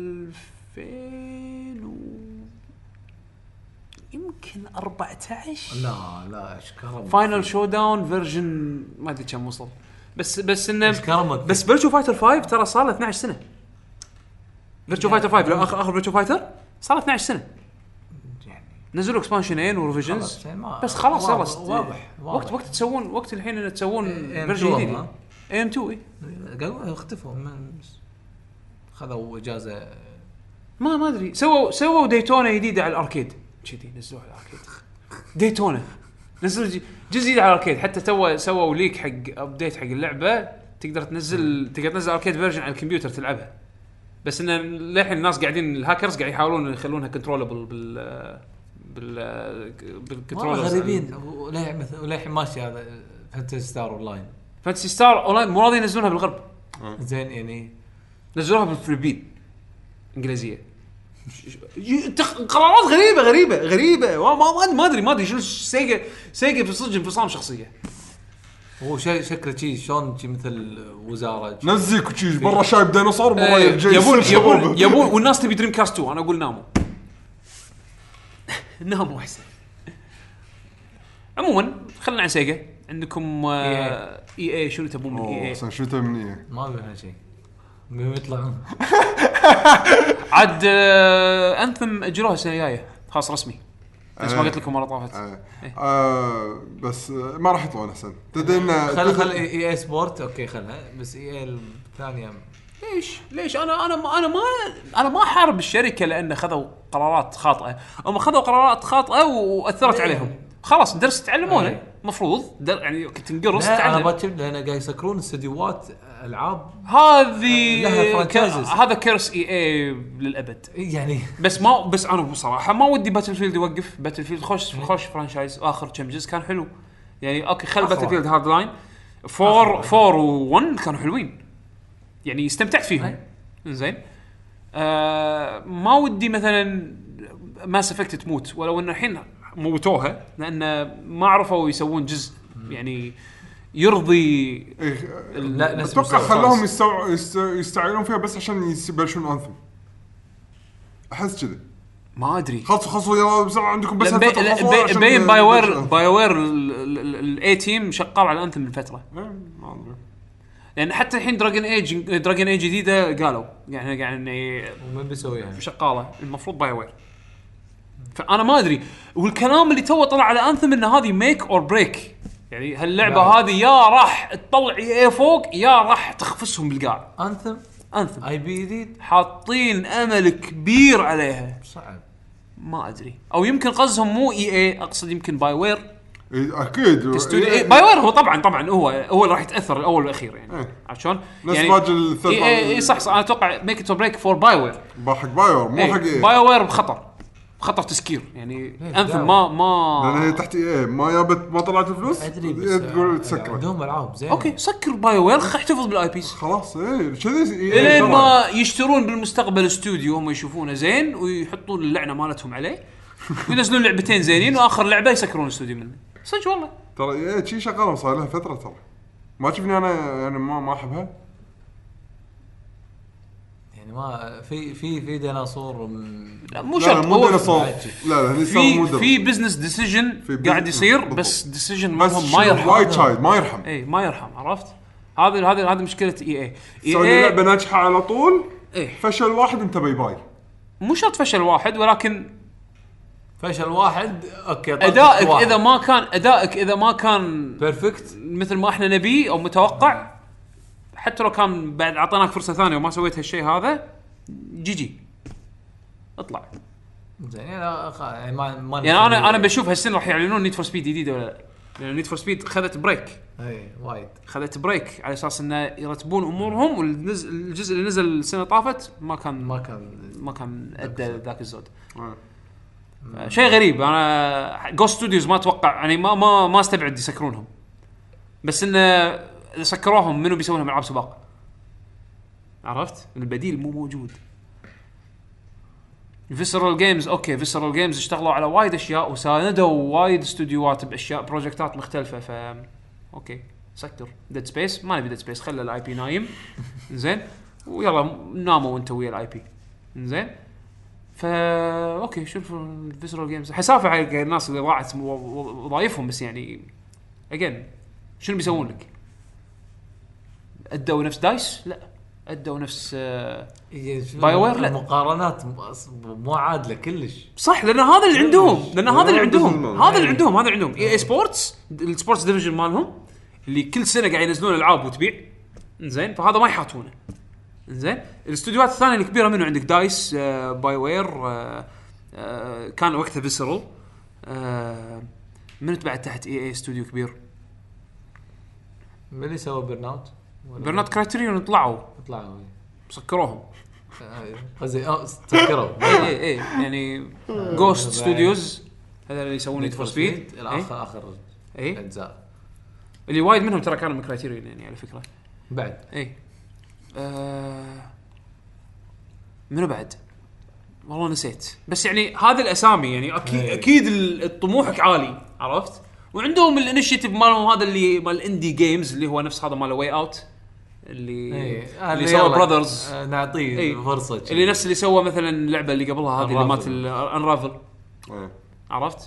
ألفين و يمكن أربعة عشر. لا لا اشكال فاينل شو داون فيرجن ما ادري كم وصل. بس بس انه اشكال بس فيرتشو فايتر خمسة ترى صار له اثنا عشر سنه. فيرتشو فايتر خمسة لو اخر اخر فيرتشو فايتر صار له اثنا عشر سنه. يعني نزلوا اكسبانشنين وريفيجنز بس خلاص واضح, يلا واضح, واضح. وقت وقت تسوون وقت الحين ان تسوون إيه فيرجن جديد. ها؟ اي ام اثنين قالوا اختفوا من خذوا اجازه. ما ما ادري سووا سووا ديتونا جديده على الاركيد كذي نزلوها على الاركيد. ديتونا نزلوا جزء جديد على الاركيد حتى تو سووا ليك حق ابديت حق اللعبه تقدر تنزل تقدر تنزل اركيد فيرجن على الكمبيوتر تلعبها. بس ان للحين الناس قاعدين الهاكرز قاعد يحاولون يخلونها كنترولبل بال بال بالكنترول غريبين وليه مثلا وليه ماشي هذا فانتسي ستار اونلاين. فانتسي ستار اونلاين مو راضيين ينزلونها بالغرب. زين يعني نزلوها بالفلبين انجليزيه. قرارات غريبه غريبه غريبه ما ما ادري ما ادري شنو سيجا سيجا في صدق انفصام شخصيه. هو شيء شكله شيء شلون شيء مثل وزاره نزيك وشي برا شايب ديناصور برا ايه جاي يبون يصير يبون شباب. يبون والناس تبي دريم كاست تو. انا اقول ناموا ناموا احسن. عموما خلينا عن سيجا. عندكم اي اي شنو تبون من اي اوه اي؟ احسن شو تبي من ايه؟ ما بيها شيء مهم يطلعون. عاد انثم اجروها السنه الجايه خلاص رسمي. بس ما قلت لكم مره طافت. آه. آه بس آه ما راح يطلعون احسن تدري خل خل اي اي سبورت اوكي خلها بس اي الثانيه ليش ليش انا انا ما انا ما انا ما حارب الشركه لان خذوا قرارات خاطئه. هم خذوا قرارات خاطئه واثرت عليهم. خلاص درس تعلمونه مفروض يعني كنت نقرص انا تعلم. بكتب لان قاعد يسكرون استديوهات العاب هذه لها ك... franchises. هذا كيرس اي اي للابد. يعني بس ما بس انا بصراحه ما ودي باتل فيلد يوقف. باتل فيلد خوش خوش فرانشايز اخر كم جزء كان حلو يعني. اوكي خل باتل فيلد هارد لاين فور فور وون كانوا حلوين يعني استمتعت فيهم زين. آه ما ودي مثلا ماس افكت تموت ولو انه الحين موتوها لان ما عرفوا يسوون جزء يعني يرضي. لا ناس اتوقع مستوى خلاهم خلاص. يستوع... يست... يستعينون فيها بس عشان يبلشون انثم. احس كذا ما ادري خلصوا خلصوا يلا بسرعه عندكم بس هالفترة خلصوها عشان بين باي وير يبلشون باي وير الاي تيم شغال على انثم من فتره. أنثم. ما ادري لان حتى الحين دراجون ايج دراجون ايج جديده قالوا يعني يعني ومن بيسويها شغاله المفروض باي وير. فانا ما ادري والكلام اللي تو طلع على انثم ان هذه ميك اور بريك يعني هاللعبه هذه يا راح تطلع اي فوق يا راح تخفسهم بالقاع. انثم انثم اي بي جديد حاطين امل كبير عليها. صعب ما ادري او يمكن قصدهم مو اي اي اقصد يمكن باي وير. إيه، اكيد استوديو إيه، إيه باي وير هو طبعا طبعا هو هو اللي راح يتاثر الاول والاخير يعني. إيه. عرفت شلون؟ نفس يعني باقي الثلاث اي اي صح, صح انا اتوقع ميك ات بريك فور باي وير. حق بايور مو حق باي وير بخطر خطر تسكير يعني. ليش؟ انثم لا. ما ما لان هي تحت ايه ما جابت ما طلعت الفلوس ادري بس تقول آه، تسكر عندهم العاب زين. اوكي سكر باي وير، احتفظ بالاي بيس خلاص ايه كذي الين ما يشترون بالمستقبل استوديو هم يشوفونه زين ويحطون اللعنه مالتهم عليه وينزلون لعبتين زينين واخر لعبه يسكرون الاستوديو منه. صدق والله ترى ايه شي شغاله صار لها فتره ترى ما تشوفني انا يعني ما ما احبها. يعني ما في في في ديناصور لا مو لا شرط لا مو هو ديناصور. لا لا هني صار في مو في بزنس ديسيجن في بز- قاعد يصير بالضبط. بس ديسيجن بس مالهم ما يرحم. وايد شايد ما يرحم. اي ما يرحم عرفت. هذه هذه هذه مشكله اي اي سوي لعبه ناجحه على طول ايه فشل واحد انت باي باي. مو شرط فشل واحد ولكن فشل واحد اوكي ادائك اذا ما كان ادائك اذا ما كان بيرفكت مثل ما احنا نبي او متوقع حتى لو كان بعد اعطيناك فرصه ثانيه وما سويت هالشيء هذا جي جي اطلع. زين يعني خ- يعني ما ما يعني انا انا بشوف هالسنه راح يعلنون نيد فور سبيد جديده ولا لا. لان نيد فور سبيد خذت بريك اي وايد خذت بريك على اساس انه يرتبون امورهم والجزء الجزء اللي نزل السنه طافت ما كان ما كان ما كان ادى ذاك الزود. آه. شيء غريب. انا جوست ستوديوز ما اتوقع يعني ما ما ما استبعد يسكرونهم بس انه اذا سكروهم منو بيسوون لهم العاب سباق عرفت. البديل مو موجود. فيسرال جيمز اوكي فيسرال جيمز اشتغلوا على وايد اشياء وساندوا وايد استوديوهات باشياء بروجكتات مختلفه ف اوكي سكر. ديد سبيس ما نبي ديد سبيس خلى الاي بي نايم زين ويلا ناموا انت ويا الاي بي زين. فا اوكي شوف الفيسرال جيمز حسافه على الناس اللي ضاعت وظايفهم بس يعني اجين شنو بيسوون لك؟ ادوا نفس دايس؟ لا ادوا نفس آه باي وير لا. المقارنات مو عادله كلش صح لان هذا اللي عندهم لان هذا اللي عندهم عندهم. هذا اللي عندهم هذا اللي عندهم اي اي سبورتس السبورتس ديفيجن مالهم اللي كل سنه قاعد ينزلون العاب وتبيع زين فهذا ما يحاطونه زين. الاستوديوهات الثانيه الكبيره منه عندك دايس آه باي وير آه آه كان وقتها فيسرال آه من بعد تحت اي اي استوديو كبير من اللي سوى بيرن اوت برنات كرايتيريون طلعوا طلعوا سكروهم قصدي اه تذكروا اي اي اي يعني جوست ستوديوز هذا اللي يسوون نيد فور سبيد الاخر اخر اي اجزاء اللي وايد منهم ترى كانوا من كرايتيريون يعني على فكره بعد اي آه منو بعد والله نسيت بس يعني هذه الاسامي يعني اكيد أي. اكيد طموحك عالي عرفت. وعندهم الانيشيتيف مالهم هذا اللي مال اندي جيمز اللي هو نفس هذا مال واي اوت اللي ايه اللي سوى براذرز آه نعطيه ايه فرصه اللي نفس اللي سوى مثلا اللعبه اللي قبلها هذه اللي مات الانرافل إيه. عرفت.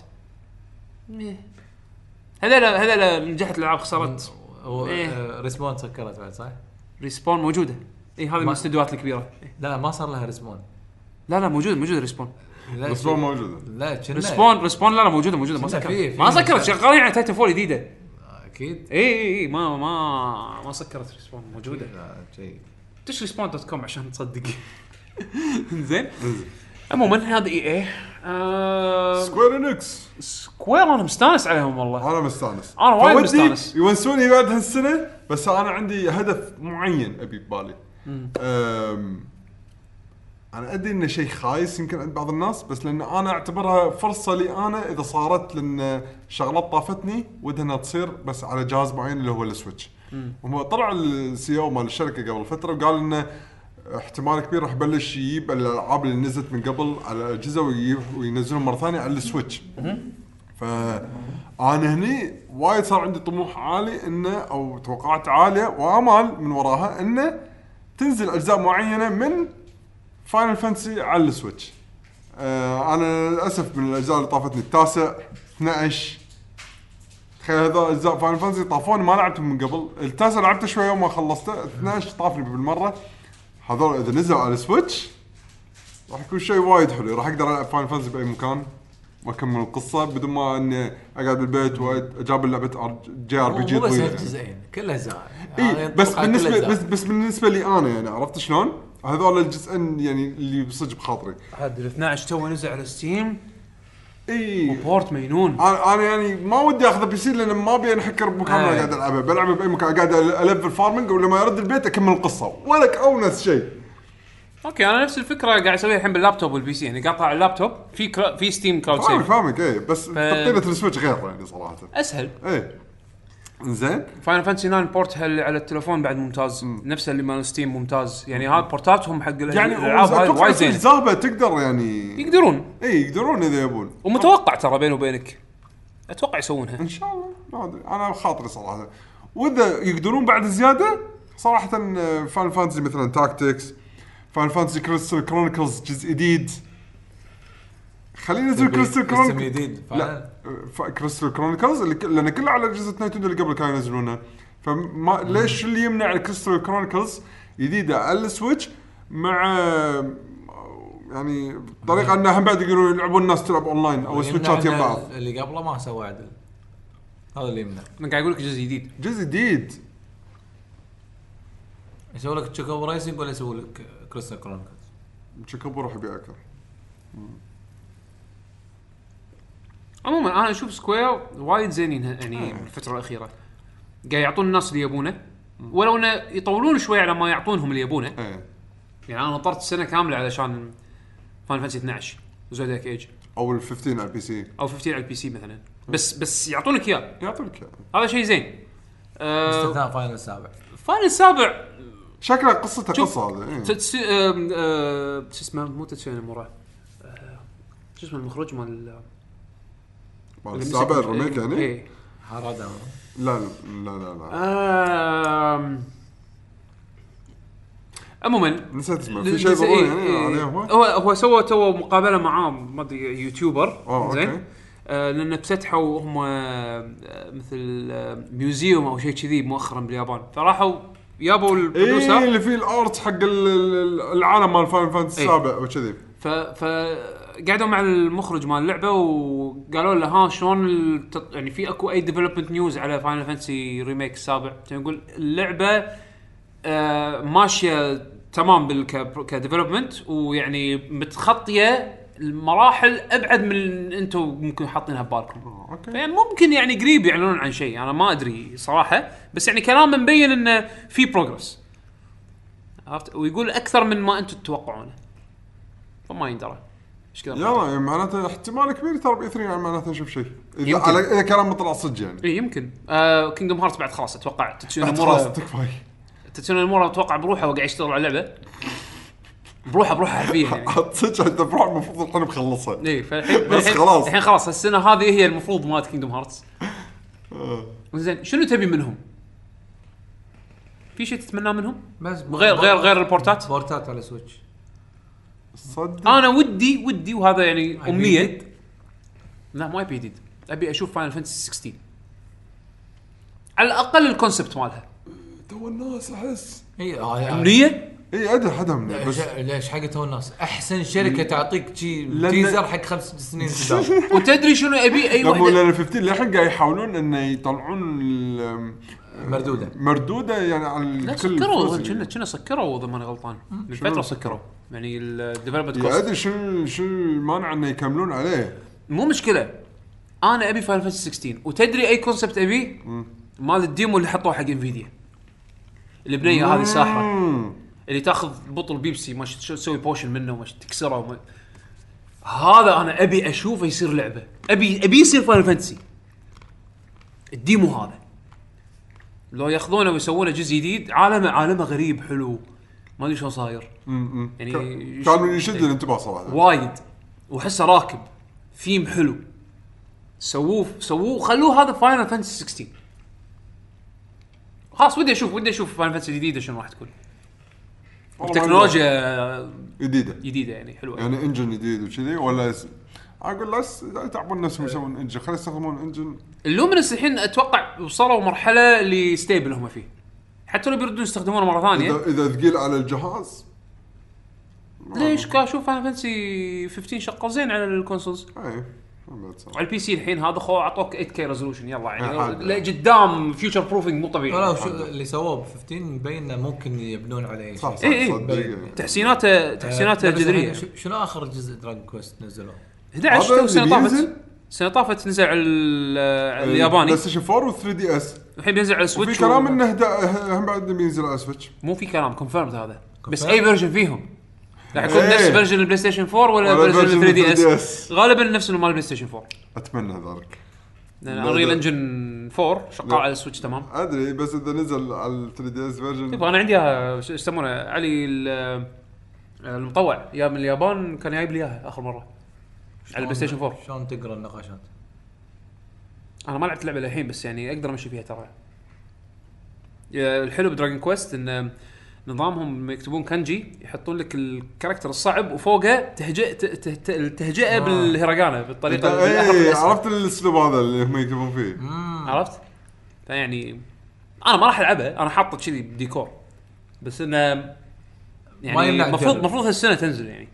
هذا هذا نجحت الالعاب خسرت إيه. ريسبون سكرت بعد صح. ريسبون موجوده اي هذه من الاستديوهات الكبيره. لا ما صار لها ريسبون. لا لا موجود موجود ريسبون ريسبون موجوده. لا كنا ريسبون ريسبون لا لا موجوده موجوده ما سكرت ما سكرت شغالين على تايتن فول جديده اكيد. اي اي اي ما ما ما سكرت ريسبون موجوده. شيء تش ريسبون دوت كوم عشان تصدق. زين عموما هذا اي اي سكوير انكس سكوير انا مستانس عليهم والله. انا مستانس أنا وايد فودي مستانس. يونسوني بعد هالسنه بس انا عندي هدف معين ابي ببالي. أم... انا ادري انه شيء خايس يمكن عند بعض الناس بس لان انا اعتبرها فرصه لي انا اذا صارت لان شغلات طافتني ودها انها تصير بس على جهاز معين اللي هو السويتش. وهو طلع السي او مال الشركه قبل فتره وقال انه احتمال كبير راح يبلش يجيب الالعاب اللي نزلت من قبل على الاجهزه وينزلهم مره ثانيه على السويتش. فانا هني وايد صار عندي طموح عالي انه او توقعات عاليه وامال من وراها انه تنزل اجزاء معينه من فاينل فانتسي على السويتش. آه انا للاسف من الاجزاء اللي طافتني التاسع اثناشر تخيل هذا اجزاء فاينل فانتسي طافوني ما لعبتهم من قبل. التاسع لعبته شويه وما خلصته. اثناشر طافني بالمره. هذول اذا نزلوا على السويتش راح يكون شيء وايد حلو. راح اقدر العب فاينل فانتسي باي مكان واكمل القصه بدون ما اني اقعد بالبيت واجاب اللعبه جي ار بي جي طويله. طويله. بس جزئين كل اجزاء إيه بس بالنسبه بس بس بالنسبه لي انا يعني عرفت شلون هذول الجزئين يعني اللي بصدق بخاطري. هذا ال اثناشر تو نزل على ستيم اي وبورت مينون. انا انا يعني ما ودي اخذ بي سي لان ما ابي انحكر بمكان آه. قاعد العبه. بلعبه باي مكان قاعد الف فارمنج ولما يرد البيت اكمل القصه ولك اونس شيء. اوكي انا نفس الفكره قاعد اسويها الحين باللابتوب والبي سي يعني قاطع اللابتوب في كرا... في ستيم كلاود فاهم سيف فاهمك ايه بس تقنيه السويتش غير يعني صراحه اسهل. ايه زين فاينل فانتسي ناين بورت هل على التليفون بعد ممتاز نفس اللي مال ستيم ممتاز يعني هذا بورتاتهم حق يعني الالعاب هاي وايد زين زابه تقدر يعني يقدرون اي يقدرون اذا يبون ومتوقع ترى بيني وبينك اتوقع يسوونها ان شاء الله ما ادري انا خاطري صراحه واذا يقدرون بعد زياده صراحه فاينل فانتسي مثلا تاكتكس فاينل فانتسي كريستال كرونيكلز جزء جديد خلينا ننزل كريستال كرونيكلز جديد لا كريستال كرونيكلز اللي لان كله على اجهزه نايتندو اللي قبل كانوا ينزلونها فما ليش اللي يمنع الكريستال كرونيكلز جديده على السويتش مع يعني طريقه انها هم بعد يقولون يلعبون الناس تلعب اونلاين او سويتشات يم بعض اللي قبله ما سوى عدل هذا اللي يمنع انا قاعد اقول لك جزء جديد جزء جديد يسوي لك تشيكو رايسنج ولا يسوي لك كريستال كرونيكلز تشيكو روح يبيع اكثر عموما انا اشوف سكوير وايد زينين يعني الفتره الاخيره قاعد يعطون الناس اللي يبونه ولو انه يطولون شوي على ما يعطونهم اللي يبونه يعني انا نطرت السنه كامله علشان فاينل فانتسي اثناشر زودياك ايج او ال خمسة عشر على البي سي او خمسة عشر على البي سي مثلا بس بس يعطونك اياه يعطونك هذا شيء زين استثناء فاينل السابع فاينل السابع شكله قصته قصه هذا تتس... شو اسمه مو تتسوين مورا شو اسمه المخرج مال السابع الريميك يعني ايه هرادا لا لا لا لا آم... عموما نسيت اسمه في شيء ضروري يعني عليه هو هو هو سوى تو مقابله معاه ما ادري يوتيوبر زين آه لان افتتحوا هم آه مثل آه ميوزيوم او شيء كذي مؤخرا باليابان فراحوا يابوا البرودوسر ايه اللي فيه الارت حق العالم مال فاين فانتسي السابع وكذي ف ف قعدوا مع المخرج مال اللعبه وقالوا له ها شلون التط... يعني في اكو اي ديفلوبمنت نيوز على فاينل فانتسي ريميك السابع يقول اللعبه آه ماشيه تمام بالكديفلوبمنت ويعني متخطيه المراحل ابعد من انتم ممكن حاطينها ببالكم يعني ممكن يعني قريب يعلنون عن شيء انا ما ادري صراحه بس يعني كلام مبين انه في بروجرس عرفت ويقول اكثر من ما انتم تتوقعونه فما يندرى ايش كذا يلا معناته احتمال كبير ترى باثنين يعني معناته نشوف شيء اذا على اذا كلام طلع صدق يعني اي يمكن آه كينجدوم هارت بعد خلاص اتوقع تتسونا مورا تكفى تتسونا مورا اتوقع بروحه وقاعد يشتغل على اللعبه بروحه بروحه حرفيا يعني صدق انت بروح المفروض الحين مخلصها اي فالحين بس خلاص الحين خلاص السنه هذه هي المفروض مالت كينجدوم هارتس زين شنو تبي منهم في شيء تتمناه منهم غير غير غير البورتات بورتات على سويتش صدق انا ودي ودي وهذا يعني امنيه لا ما ابي جديد ابي اشوف فاينل فانتسي ستة عشر على الاقل الكونسبت مالها تو الناس احس اي امنيه اي ادري حدا من بس ليش حق تو الناس احسن شركه تعطيك شيء تيزر حق خمس سنين قدام وتدري شنو ابي اي وحده لما خمستاشر للحين قاعد يحاولون انه يطلعون مردوده مردوده يعني على كل سكروا كنا كنا سكروا اذا ماني غلطان من فتره سكروا يعني الديفلوبمنت كوست ادري شنو شنو المانع انه يكملون عليه مو مشكله انا ابي فاينل فانتسي ستة عشر وتدري اي كونسبت ابي مال الديمو اللي حطوه حق انفيديا البنيه هذه ساحره اللي تاخذ بطل بيبسي مش تسوي بوشن منه مش تكسره وما... هذا انا ابي اشوفه يصير لعبه ابي ابي يصير فاينل فانتسي الديمو هذا لو ياخذونه ويسوونه جزء جديد عالمه عالمه غريب حلو ما ادري شلون صاير يعني كانوا يشد الانتباه صراحه وايد وحسه راكب ثيم حلو سووه سووه خلوه هذا فاينل فانتسي ستة عشر خلاص ودي اشوف ودي اشوف فاينل فانتسي جديده شنو راح تكون التكنولوجيا جديده جديده يعني حلوه يعني انجن جديد وكذي ولا س... اقول لس يتعبون نفسهم يسوون انجن خلي يستخدمون انجن اللومينس الحين اتوقع وصلوا مرحله اللي ستيبل هم فيه حتى لو بيردون يستخدمونه مره ثانيه اذا, إذا ثقيل على الجهاز ليش كاشوف فاينل فانتسي خمسة عشر شغال زين على الكونسولز اي على البي سي الحين هذا خو عطوك ثمانية كي ريزولوشن يلا يعني لقدام فيوتشر بروفينج مو طبيعي لا شو اللي سووه ب خمستاشر مبين ممكن يبنون عليه صح صح إيه إيه. تحسيناته تحسيناته جذريه شنو اخر جزء دراجون كويست نزلوه أحد عشر سنه طافت سنه طافت نزل على الياباني بلاي ستيشن أربعة و3 دي اس الحين بينزل على السويتش في كلام انه هم بعد بينزل على السويتش مو في كلام كونفيرمد هذا بس اي فيرجن فيهم راح يكون إيه. نفس فيرجن البلاي ستيشن فور ولا ولا فيرجن فيرجن ثري دي ثري دي اس إس. غالبا نفس مال البلاي ستيشن فور اتمنى ذلك. لان لا، انريل لا. انجن فور شغال لا. على السويتش تمام. ادري بس اذا نزل على ال ثري دي اس طيب فيرجن انا عندي اياها شو يسمونه علي ال- المطوع يا من اليابان كان جايب لي اياها اخر مره على البلاي ستيشن فور. شلون تقرا النقاشات؟ انا ما لعبت اللعبه للحين بس يعني اقدر امشي فيها ترى. يا الحلو بدراجون كويست ان نظامهم لما يكتبون كانجي يحطون لك الكاركتر الصعب وفوقه تهجئ ت- ت- ت- التهجئه بالهيراغانا بالطريقه بالأحرف ايه الأسهل. عرفت الاسلوب هذا اللي هم يكتبون فيه. عرفت؟ فيعني انا ما راح العبها انا حاطه كذي بديكور بس انه ما يعني يمنع المفروض تجرب. المفروض هالسنه تنزل يعني.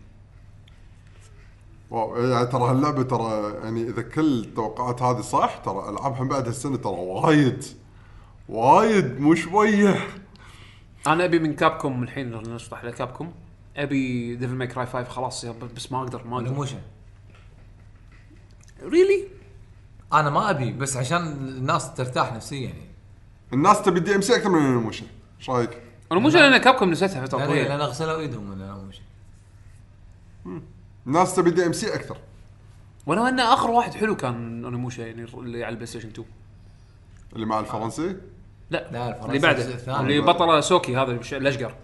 واو يعني ترى هاللعبه ترى يعني اذا كل التوقعات هذه صح ترى العابهم بعد هالسنه ترى وايد وايد مو شويه. انا ابي من كابكوم الحين نشطح على كابكوم ابي ديفل ماي كراي فايف خلاص يا بس ما اقدر ما اقدر نموشه ريلي. انا ما ابي بس عشان الناس ترتاح نفسيا يعني. الناس تبي دي ام سي اكثر من الموشن. ايش رايك؟ انا مو لان كابكوم نسيتها فتره لان طويله لان غسلوا ايدهم من نموشه. الناس تبي دي ام سي اكثر. ولو ان اخر واحد حلو كان انيموشا يعني اللي على البلاي ستيشن تو. اللي مع الفرنسي لا, لا، الفرنسي اللي بعده الثاني. اللي بطله سوكي هذا الش- الاشقر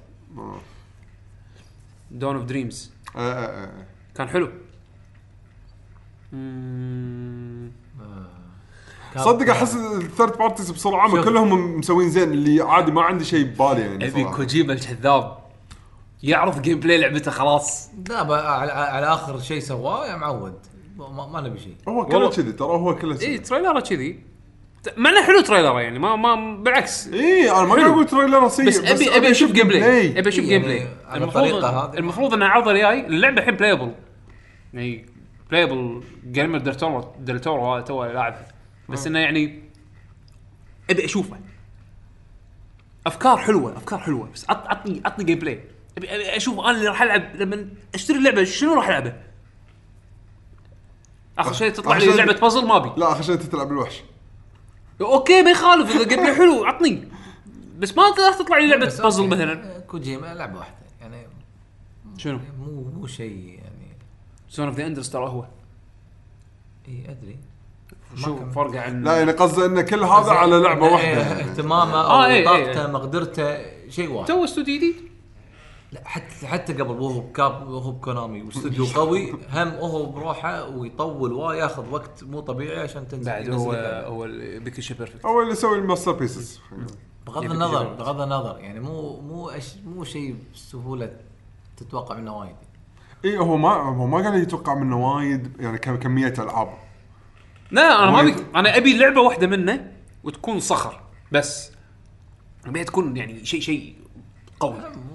دون اوف دريمز آه آه آه. كان حلو. مم. صدق احس الثيرد بارتيز بصوره عامه شوف. كلهم مسوين زين اللي عادي ما عندي شيء ببالي يعني ابي صراحة. كوجيما الكذاب يعرض جيم بلاي لعبته خلاص. لا بقى على, على اخر شيء سواه يا معود ما, ما نبي شيء. هو كله والله. كذي ترى هو كله اي كذي. تريلر كذي مع انه حلو تريلر يعني ما ما بالعكس اي انا ما حلو. قاعد اقول تريلر سيء بس ابي ابي اشوف جيم بلاي ابي اشوف يعني جيم بلاي. على المفروض الطريقة هذه. المفروض ان عرض الجاي اللعبه الحين بلايبل يعني بلايبل جيمر دلتورو دلتورو هذا تو لاعبها بس انه يعني ابي اشوفه افكار حلوه افكار حلوه بس عط عطني عطني جيم بلاي ابي ابي اشوف انا اللي راح العب لما اشتري اللعبه شنو راح العبه. اخر شيء تطلع لي عشان- لعبه بازل ما ابي. لا اخر شيء تلعب الوحش. اوكي ما يخالف اذا جيم بلاي حلو عطني بس ما تقدر تطلع لي لعبه بس بازل أوكي. مثلا. كوجيما لعبه واحده يعني شنو مو مو شيء يعني. زون اوف ذا اندرز ترى هو اي ادري شو فرقه عن لا يعني قصده ان كل هذا على لعبه إيه، واحده يعني. اهتمامه آه، او إيه، طاقته إيه. مقدرته شيء واحد. تو استوديو جديد. لا حتى حتى قبل وهو بكاب وهو بكونامي واستوديو قوي هم وهو بروحه ويطول وياخذ وقت مو طبيعي عشان تنزل بعد ينزل هو اللعبة. هو بيكي شي بيرفكت. هو اللي يسوي الماستر بيسز. بغض يبي النظر تجربة. بغض النظر يعني مو مو أش مو شيء بسهوله تتوقع منه وايد. اي هو ما هو ما قال يتوقع منه وايد يعني كم- كميه العاب. لا انا ما وايد. ابي انا ابي لعبه واحده منه وتكون صخر بس ابي تكون يعني شيء شيء قوي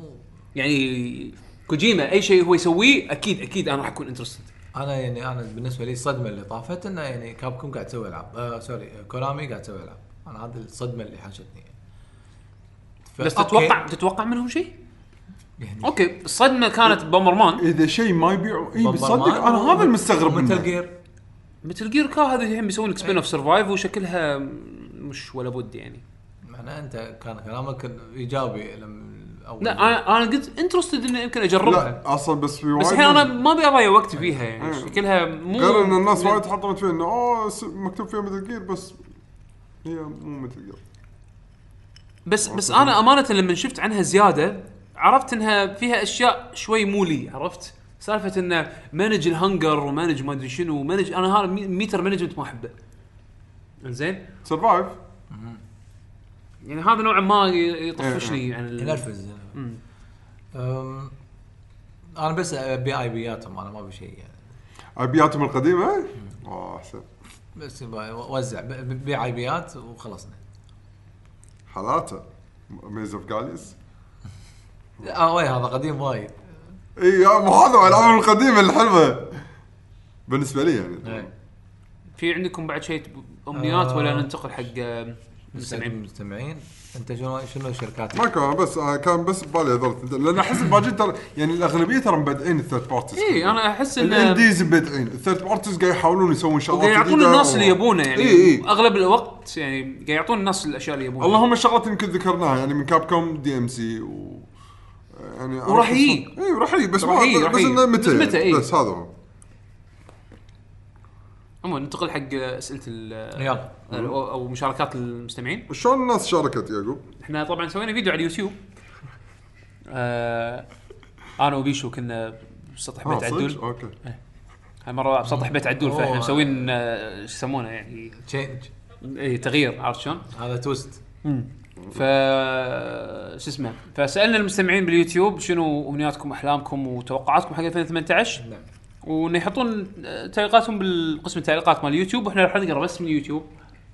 يعني كوجيما اي شيء هو يسويه اكيد اكيد انا راح اكون انترستد. انا يعني انا بالنسبه لي الصدمه اللي طافت انه يعني كابكوم قاعد تسوي العاب آه سوري كونامي قاعد تسوي العاب. انا هذه الصدمه اللي حاشتني يعني. بس أوكي. تتوقع تتوقع منهم شيء يعني اوكي الصدمه كانت بومرمان اذا شيء ما يبيعوا اي بصدق بومبرمان انا هذا المستغرب ومتل منه. جير. مثل جير كا هذه الحين بيسوون لك سبين اوف سرفايف وشكلها مش ولا بد يعني. معناه انت كان كلامك ايجابي لما اول لا انا انا قلت انترستد اني يمكن اجربها لا اصلا بس في بس وايد الحين انا ناس- ما ابي اضيع وقتي فيها يعني إيه. شكلها مو غير ان الناس وايد حطمت فيه انه اوه س- مكتوب فيها مثل جير بس هي مو مثل جير. بس بس انا امانه لما شفت عنها زياده عرفت انها فيها اشياء شوي مولي. عرفت سالفه انه مانج الهنجر ومانج ما ادري شنو مانج انا هذا مي- ميتر مانجمنت ما احبه. زين سرفايف يعني هذا نوعا ما ي- يطفشني عن ال- ينرفز. أم، انا بس ابي اي بياتهم انا ما ابي شيء يعني. ابياتهم القديمه اه احسن بس يبغى وزع بيع اي بيات وخلصنا. حالاته ميز اوف جاليس. اه وي هذا قديم وايد. اي مو هذا الالعاب القديمه الحلوه بالنسبه لي يعني. إيه. في عندكم بعد شيء امنيات آه. ولا ننتقل حق آه، مستمعين المستمعين؟ مستمعين انت شنو شنو شركاتك؟ ما كان بس آه، كان بس ببالي هذول الثنتين. لان احس الباجين ترى يعني الاغلبيه ترى مبدئين الثيرد بارتيز. اي انا احس ان الانديز مبدئين الثيرد بارتيز قاعد يحاولون يسوون شغلات قاعد يعطون جديدة الناس و- اللي يبونه يعني إي إي. اغلب الوقت يعني قاعد يعطون الناس الاشياء اللي يبونها. اللهم الشغلات يمكن ذكرناها يعني من كاب كوم دي ام سي و يعني وراح يجي. اي راح يجي بس راح ما يجي، راح بس يجي. انه متى بس متى، إيه. بس هذا هو. عموما ننتقل حق اسئله ال يلا. او أو مشاركات المستمعين. شلون الناس شاركت يعقوب؟ احنا طبعا سوينا فيديو على اليوتيوب. آه انا وبيشو كنا بسطح بيت آه، صدق؟ عدول. اوكي هالمره بسطح بيت عدول، أوه. فاحنا مسوين آه، شو يسمونه يعني تشينج اي تغيير، عرفت شلون؟ هذا توست. ف شو اسمه، فسالنا المستمعين باليوتيوب شنو امنياتكم واحلامكم وتوقعاتكم حق ألفين وثمانية عشر، نعم. وان يحطون تعليقاتهم بالقسم التعليقات مال اليوتيوب، واحنا راح نقرا بس من اليوتيوب.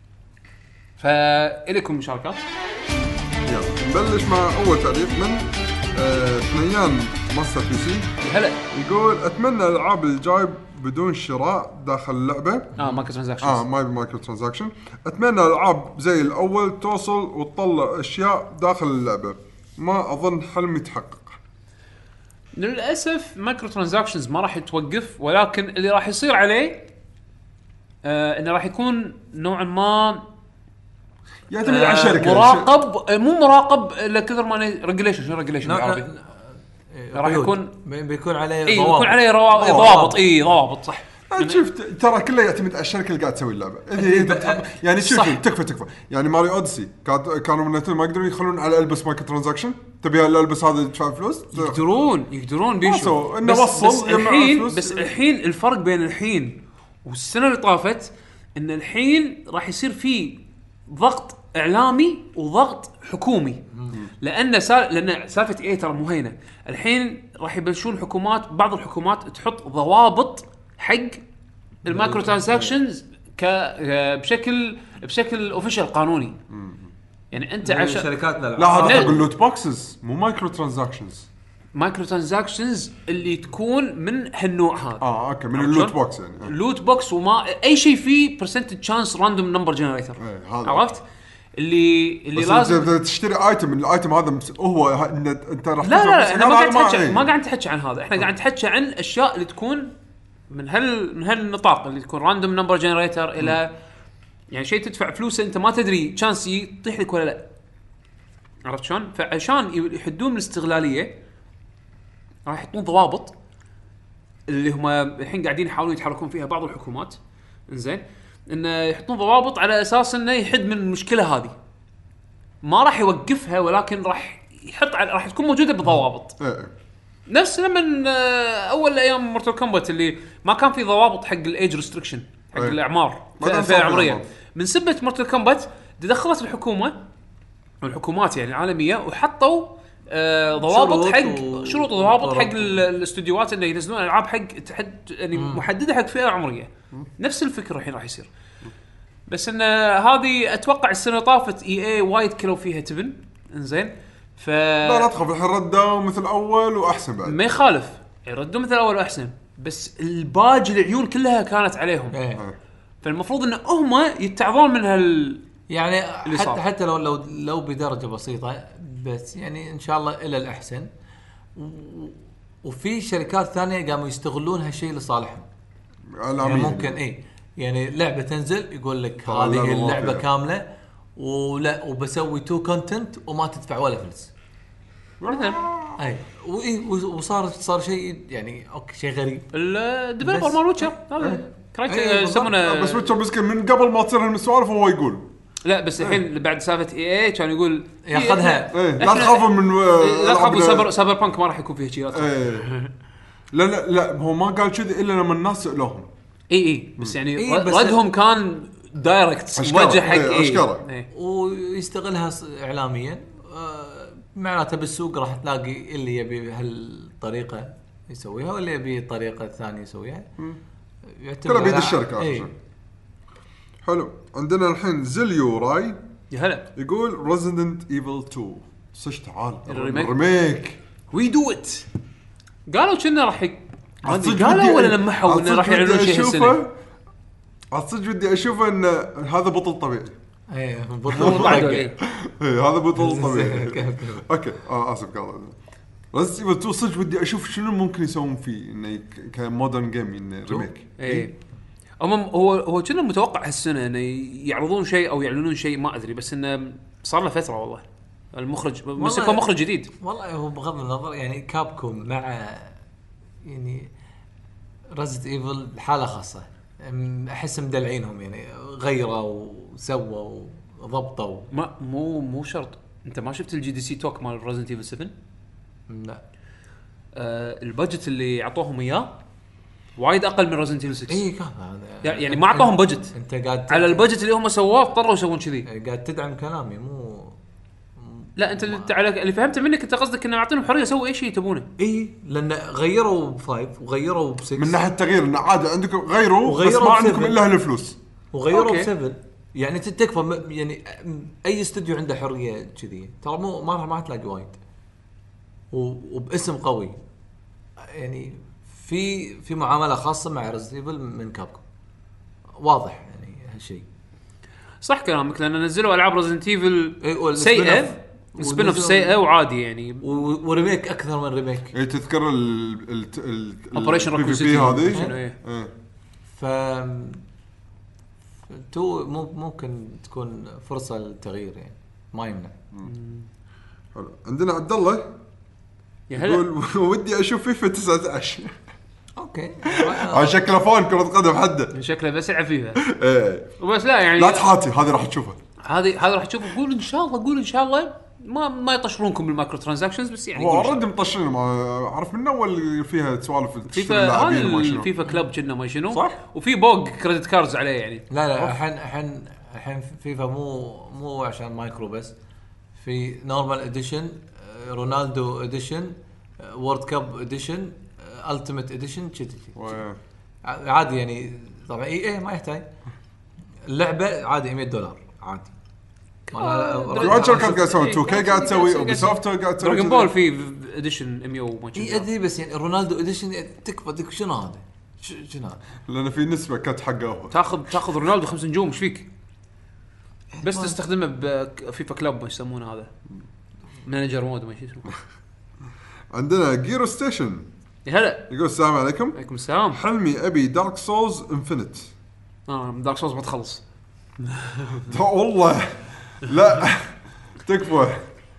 فاليكم مشاركات. يلا نبلش مع اول تعليق من آه، ثنيان ماستر بي سي. هلا يقول اتمنى الالعاب الجاي بدون شراء داخل اللعبه. اه مايكرو ترانزاكشنز. اه ما يبي مايكرو ترانزاكشن. اتمنى العاب زي الاول توصل وتطلع اشياء داخل اللعبه. ما اظن حلمي يتحقق. للاسف مايكرو ترانزاكشنز ما راح يتوقف، ولكن اللي راح يصير عليه آه انه راح يكون نوعا ما يعتمد آه على الشركه. مراقب، آه، مو مراقب الا كثر ما ريجوليشن. شنو ريجوليشن بالعربي؟ راح يكون بيكون عليه اي ضوابط. يكون عليه روا- ضوابط. اي ضوابط صح. شوف ترى كله يعتمد على الشركه اللي قاعد تسوي اللعبه. إذا هي تحب- يعني شوف صح. شوف، تكفى تكفى. يعني ماريو اوديسي كانت كانوا من ما يقدرون يخلون على البس مايكرو ترانزاكشن. تبي الالبس هذا تدفع فلوس. يقدرون يقدرون بيشو. وصلوا، إنه بس, وصل، بس يجمع الحين فلوس. بس الحين الفرق بين الحين والسنه اللي طافت ان الحين راح يصير في ضغط اعلامي وضغط حكومي. لان سال... لان سالفه ايه ترى مو هينه. الحين راح يبلشون الحكومات، بعض الحكومات تحط ضوابط حق المايكرو ترانزاكشنز ك بشكل بشكل اوفيشال قانوني. يعني انت عشان عشان شركاتنا لا هذا نعم. حق اللوت بوكسز مو مايكرو ترانزاكشنز. مايكرو ترانزاكشنز اللي تكون من هالنوع هذا. اه اوكي من عرفت اللوت شلون؟ بوكس يعني. اللوت بوكس وما اي شيء فيه برسنتج تشانس راندوم نمبر جنريتر. إيه، هذا. عرفت اللي اللي بس لازم انت بدك تشتري ايتم، الايتم هذا مس- هو ه- إن انت راح لا لا تدفع لا فلوس. احنا ما قاعد هذا نحكي إيه. ما قاعد نحكي عن هذا. احنا قاعد نحكي عن اشياء اللي تكون من هال من هالنطاق اللي تكون راندوم نمبر جنريتر الى يعني شيء تدفع فلوس انت ما تدري تشانس يطيح لك ولا لا. عرفت شلون؟ فعشان يحدون من الاستغلاليه راح يحطون ضوابط اللي هم الحين قاعدين يحاولون يتحركون فيها بعض الحكومات. انزين انه يحطون ضوابط على اساس انه يحد من المشكله هذه. ما راح يوقفها ولكن راح يحط على راح تكون موجوده بضوابط. إيه. نفس لما اول ايام مورتال كومبات اللي ما كان في ضوابط حق الايج ريستريكشن حق أيه. الاعمار ما كان فئه صار عمريه. ضوابط. من سبه مورتال كومبات دخلت الحكومه والحكومات يعني العالميه وحطوا آه ضوابط شروط حق و- شروط وضوابط حق وضوابط. ال- الاستوديوهات انه ينزلون العاب حق تحد يعني محدده حق فئه عمريه. نفس الفكره الحين راح يصير، بس ان هذه اتوقع السنه اللي طافت اي اي وايد كلوا فيها تبن. انزين ف لا لا تخاف الحين ردوا مثل اول واحسن بعد. ما يخالف يردوا مثل اول واحسن، بس الباج العيون كلها كانت عليهم. إيه. فالمفروض ان هم يتعظون من هال يعني اللي صار. حتى حتى لو لو لو بدرجه بسيطه، بس يعني ان شاء الله الى الاحسن. و- وفي شركات ثانيه قاموا يستغلون هالشيء لصالحهم. يعني إعلامياً. ممكن اي يعني لعبه تنزل يقول لك طبعاً هذه اللعبة اللعبه واقعية. كامله ولا وبسوي تو كونتنت وما تدفع ولا فلس. مثلا اي وإي وصار صار شيء يعني اوكي شيء غريب. الديفلوبر بس- مال ويتشر هذا كرايت إيه، بالضبط. يسمونه. بس ويتشر مسكين من قبل ما تصير هالسوالف هو يقول لا بس الحين بعد سالفه اي اي كان يقول ياخذها. ايه لا إحنا- تخافوا من إيه، لا تخافوا ألعابنا. سايبر سايبر بانك ما راح يكون فيها شيء. لا تخاف. ايه لا لا لا هو ما قال كذي الا لما الناس سالوهم. اي اي بس يعني إيه، رد- بس- ردهم كان دايركت أشكره. موجه حق إيه، اي أشكره. إيه. ويستغلها ص- اعلاميا. آه، معناته بالسوق راح تلاقي اللي يبي بهالطريقه يسويها واللي يبي الطريقه الثانيه يسويها. يعتمد كله بيد على- الشركه آخر إيه. شيء. حلو عندنا الحين زليو راي يا هلا يقول ريزيدنت ايفل تو صش تعال الريميك. الريميك وي دو ات. قالوا كنا راح ي... عالصدق قالوا ودي- ولا لمحوا انه عالصدق راح ودي يعلنون شيء هالسنه. أشوفه- عالصدق ودي اشوفه ان هذا بطل طبيعي. ايه مو بطل بعد إيه. ايه هذا بطل طبيعي. كيف- كيف. اوكي اه اسف قال ريزيدنت ايفل تو صدق ودي اشوف شنو ممكن يسوون فيه انه يك- كمودرن جيم انه ريميك. ايه هم هو هو كنا متوقع هالسنه انه يعرضون شيء او يعلنون شيء ما ادري، بس انه صار له فتره والله المخرج مسكوا مخرج جديد. والله هو بغض النظر يعني كابكوم مع يعني ريزنت ايفل حاله خاصه، احس مدلعينهم يعني غيروا وسووا وضبطوا. ما مو مو شرط. انت ما شفت الجي دي سي توك مال ريزنت ايفل سفن؟ لا آه البادجت اللي عطوهم اياه وايد اقل من ريزنت ايفل ستة. اي كان يعني ما اعطوهم بادجت. انت قاعد على البادجت اللي هم سووه اضطروا يسوون كذي. قاعد تدعم كلامي مو لا انت اللي, على اللي فهمت منك انت قصدك انه يعطيهم حريه يسووا اي شيء تبونه. اي لان غيروا بفايف وغيروا بسكس من ناحيه التغيير انه عادي عندكم غيروا بس وغيروا ما عندكم بسبب. الا هالفلوس وغيروا بسبب يعني تكفى يعني اي استوديو عنده حريه كذي ترى مو ما راح ما تلاقي وايد وباسم قوي يعني في في معامله خاصه مع ريزنت ايفل من كابكوم واضح يعني هالشيء صح كلامك لان نزلوا العاب ريزنت ايفل إيه سيئه سبين اوف سيئه وعادي يعني وريميك اكثر من ريميك. اي تذكر ال ال اوبريشن راكون سيتي هذه ايه ف تو ممكن تكون فرصه للتغيير يعني ما يمنع. حلو. عندنا عبد الله يقول ودي اشوف فيفا تسعة عشر. اوكي ها شكله فون كرة قدم حده شكله بس يلعب فيها ايه وبس. لا يعني لا تحاتي هذه راح تشوفها هذه هذه راح تشوفوا. قول ان شاء الله قول ان شاء الله ما ما يطشرونكم بالمايكرو ترانزاكشنز بس يعني هو اوريدي مطشرين ما اعرف من اول فيها سوالف فيفا هذا فيفا كلب كنا ما شنو صح وفي بوق كريدت كاردز عليه يعني. لا لا الحين الحين الحين فيفا مو مو عشان مايكرو بس في نورمال اديشن رونالدو اديشن وورد كاب اديشن التيمت اديشن كذي عادي يعني. طبعا اي اي ما يحتاج اللعبه عادي مية دولار عادي. وايد شركات قاعد تسوي تو كي قاعد تسوي وبسوفت قاعد تسوي دراجون بول في اديشن مية وما اي ادري بس يعني رونالدو اديشن تكفى ديك شنو هذا شنو لان في نسبه كت حقه تاخذ تاخذ رونالدو خمس نجوم ايش فيك بس تستخدمه بفيفا كلوب ما يسمونه هذا مانجر مود ما شي اسمه. عندنا جيرو ستيشن هلا يقول السلام عليكم. عليكم السلام. حلمي ابي دارك سولز انفينيت. اه دارك سولز ما تخلص والله لا تكفى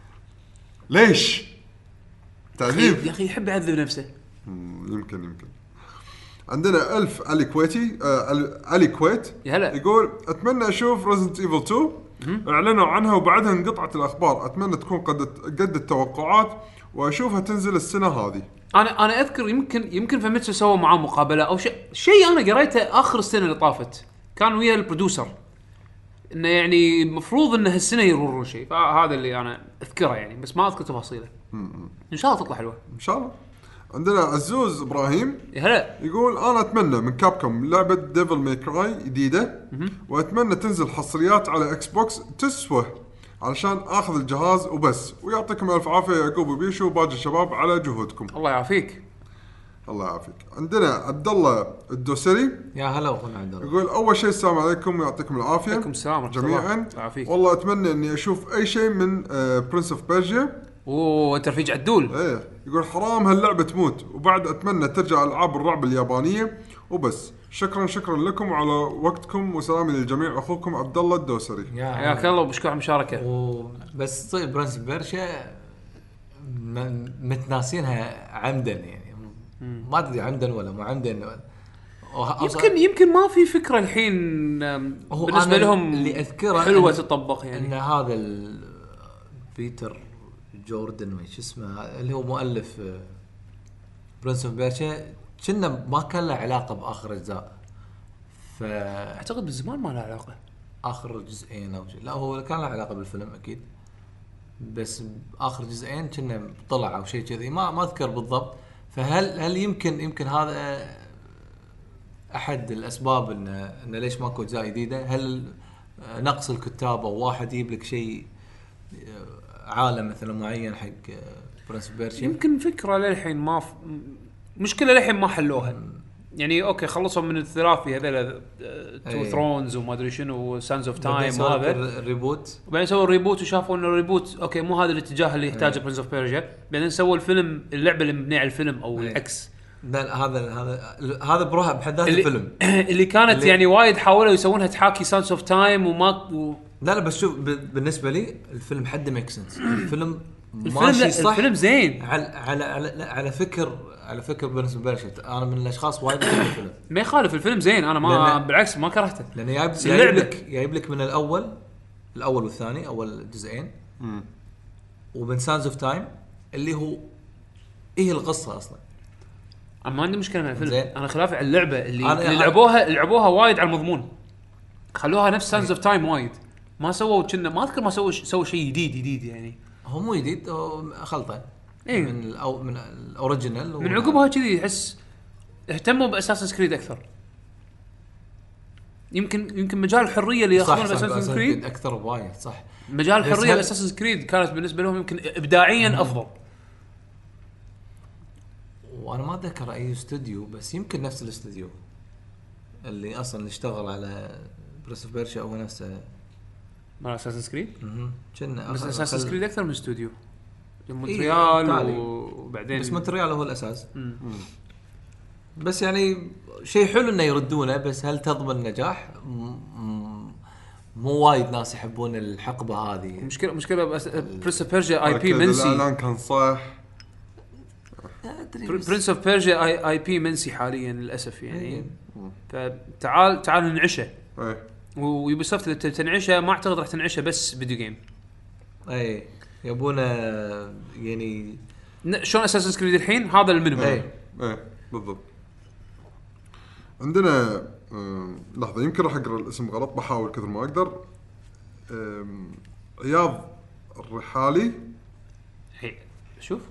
ليش تعذيب يا اخي يحب يعذب نفسه. يمكن يمكن عندنا ألف علي كويتي آه علي كويت يقول أتمنى أشوف ريزنت ايفل تو اعلنوا عنها وبعدها انقطعت الأخبار. أتمنى تكون قد قد التوقعات وأشوفها تنزل السنة هذه. أنا أنا أذكر يمكن يمكن فمتسو سووا معاه مقابلة أو شيء شيء أنا قريته آخر السنة اللي طافت كان ويا البرودوسر إنه يعني مفروض إنه هالسنة يرورون شيء. فهذا اللي أنا أذكره يعني بس ما أذكر تفاصيله. إن شاء الله تطلع حلوة إن شاء الله. عندنا عزوز إبراهيم هلا يقول أنا أتمنى من كابكوم لعبة ديفل ماي كراي جديدة وأتمنى تنزل حصريات على إكس بوكس تسوى علشان أخذ الجهاز وبس. ويعطيكم ألف عافية يعقوب وبيشو وباقي الشباب على جهودكم. الله يعافيك. الله يعافيك. عندنا عبد الله الدوسري يا هلا اخونا عبد الله يقول اول شيء السلام عليكم ويعطيكم العافيه. عليكم السلام جميعا. والله اتمنى اني اشوف اي شيء من برنس اوف بيرجيا. اوه انت رفيج عدول. ايه يقول حرام هاللعبه تموت وبعد اتمنى ترجع العاب الرعب اليابانيه وبس. شكرا شكرا لكم على وقتكم وسلامي للجميع. اخوكم عبد الله الدوسري. حياك الله وبشكر على المشاركه. بس طيب برنس بيرجيا متناسينها عمدا يعني ما ادري عمدا ولا مو عمدا. يمكن يمكن ما في فكره الحين بالنسبه لهم اللي اذكره حلوه تطبق يعني ان هذا بيتر جوردن ما شو اسمه اللي هو مؤلف برنس اوف بيرجيا كنا ما كان له علاقه باخر اجزاء. ف اعتقد بالزمان ما له علاقه اخر جزئين او شيء. لا هو كان له علاقه بالفيلم اكيد بس اخر جزئين كنا طلع او شيء كذي ما ما اذكر بالضبط. فهل هل يمكن يمكن هذا احد الاسباب ان ان ليش ماكو اجزاء جديده؟ هل نقص الكتاب او واحد يجيب لك شيء عالم مثلا معين حق برنس بيرشي؟ يمكن فكره للحين ما ف... مشكله للحين ما حلوها يعني. اوكي خلصوا من الثلاثي هذول تو ثرونز وما ادري شنو سانز اوف تايم وهذا الريبوت وبعدين سووا الريبوت وشافوا انه الريبوت اوكي مو هذا الاتجاه اللي يحتاجه برنس اوف بيرجيا. بعدين سووا الفيلم اللعبه اللي مبنيه على الفيلم او العكس. لا هذا هذا هذا بروحه بحد ذاته الفيلم اللي كانت اللي يعني وايد حاولوا يسوونها تحاكي سانز اوف تايم وما و... لا لا بس شوف ب- بالنسبه لي الفيلم حد ميك سنس. الفيلم الفيلم ماشي لا، صح. الفيلم زين. على على على, لا، على فكر على فكر بالنسبه لي انا من الاشخاص وايد يحبون الفيلم ما يخالف الفيلم زين، انا ما لأن- بالعكس ما كرهته. لانه جايب بس جايب اللعبة. لك جايب لك من الاول الاول والثاني اول جزئين ومن سانز اوف تايم اللي هو ايه القصه اصلا. انا ما عندي مشكله مع الفيلم، زين. انا خلافي على اللعبه اللي, أنا- اللي لعبوها لعبوها وايد على المضمون، خلوها نفس سانز اوف تايم وايد، ما سووا كنا ما اذكر ما سووا سووا شيء جديد جديد يعني. هو مو جديد هو خلطه إيه. من الأو من الاوريجينال من عقبها كذي احس اهتموا باساسن كريد اكثر. يمكن يمكن مجال الحريه اللي ياخذونه باساسن كريد اكثر بوايد صح. مجال بس الحريه هل- باساسن كريد كانت بالنسبه لهم يمكن ابداعيا افضل. وانا ما اتذكر اي استوديو بس يمكن نفس الاستوديو اللي اصلا اشتغل على بريس اوف بيرشا هو نفسه مال اساسن كريد. اها كنا بس اساسن كريد اكثر من استوديو إيه، مونتريال تالي. وبعدين بس مونتريال هو الاساس. بس يعني شيء حلو انه يردونه بس هل تضمن النجاح؟ م- م- مو وايد ناس يحبون الحقبه هذه. مشكله مشكله بس برنس اوف بيرجيا اي بي أكيد منسي. الاعلان كان صح. أدري بس- برنس اوف بيرجيا اي اي بي منسي حاليا للاسف يعني. فتعال تعال نعيشه، ايه ويوبي سوفت اللي تنعيشه ما اعتقد راح تنعيشه بس فيديو جيم. اي يبونه يعني ن- شلون اساسن كريد الحين هذا المينيمم. اي ايه بالضبط. عندنا آم، لحظه يمكن راح اقرا الاسم غلط، بحاول كثر ما اقدر. آم، اياض الرحالي هي شوف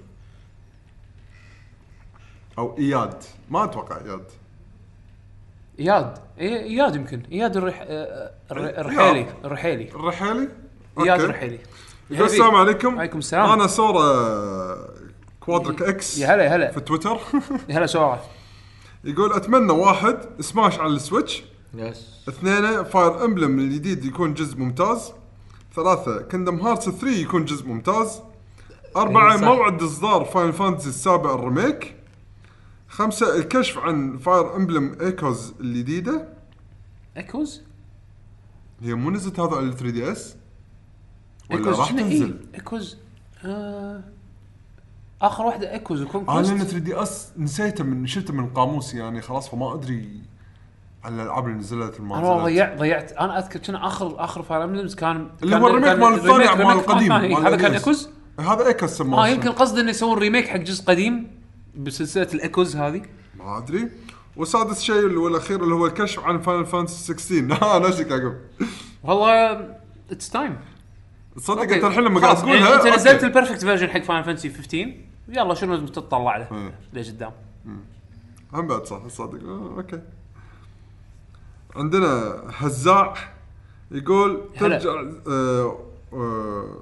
او اياد، ما اتوقع اياد. اياد إي- اياد يمكن اياد الرح... آه، الر- الرحيلي الرحيلي الرحالي اياد أوكي. الرحيلي. يقول السلام عليكم. عليكم السلام. انا صورة كوادرك اكس يا هلا يا هلا في تويتر. يا هلا سؤال. يقول اتمنى واحد سماش على السويتش، يس اثنين فاير امبلم الجديد يكون جزء ممتاز، ثلاثة كندم هارتس ثلاثة يكون جزء ممتاز، أربعة إيه صح. موعد إصدار فاينل فانتسي السابع الريميك، خمسة الكشف عن فاير امبلم ايكوز الجديدة. ايكوز هي مو نزلت هذا على ثري دي اس ولا ايكوز راح شنو تنزل؟ إيه؟ ايكوز آه... اخر واحده ايكوز انا لان وكونكوست. ثري دي اس نسيته من شفته من القاموس يعني خلاص، فما ادري على الالعاب اللي نزلت انا المنزلات. ضيعت ضيعت انا اذكر كان اخر اخر فاير امبلمز كان اللي كان- هو الريميك كان مال الثاني ريميك- مال ريميك القديم ثاني. مال هذا كان النيس. ايكوز. هذا ايكوز سماه. اه يمكن قصدي انه يسوون ريميك حق جزء قديم بسلسله الايكوز هذه. ما ادري. وسادس شيء اللي هو الاخير اللي هو الكشف عن فاينل فانتسي ستة عشر. اه نفسك عقب والله اتس تايم. تصدق انت الحين لما قاعد يعني تقولها انت أوكي. نزلت البرفكت فيرجن حق فاين فانتسي خمسة عشر، يلا شنو لازم تطلع له إيه. ليش قدام. هم بعد صح صادق. آه، اوكي. عندنا هزاع يقول هلا. ترجع آه آه,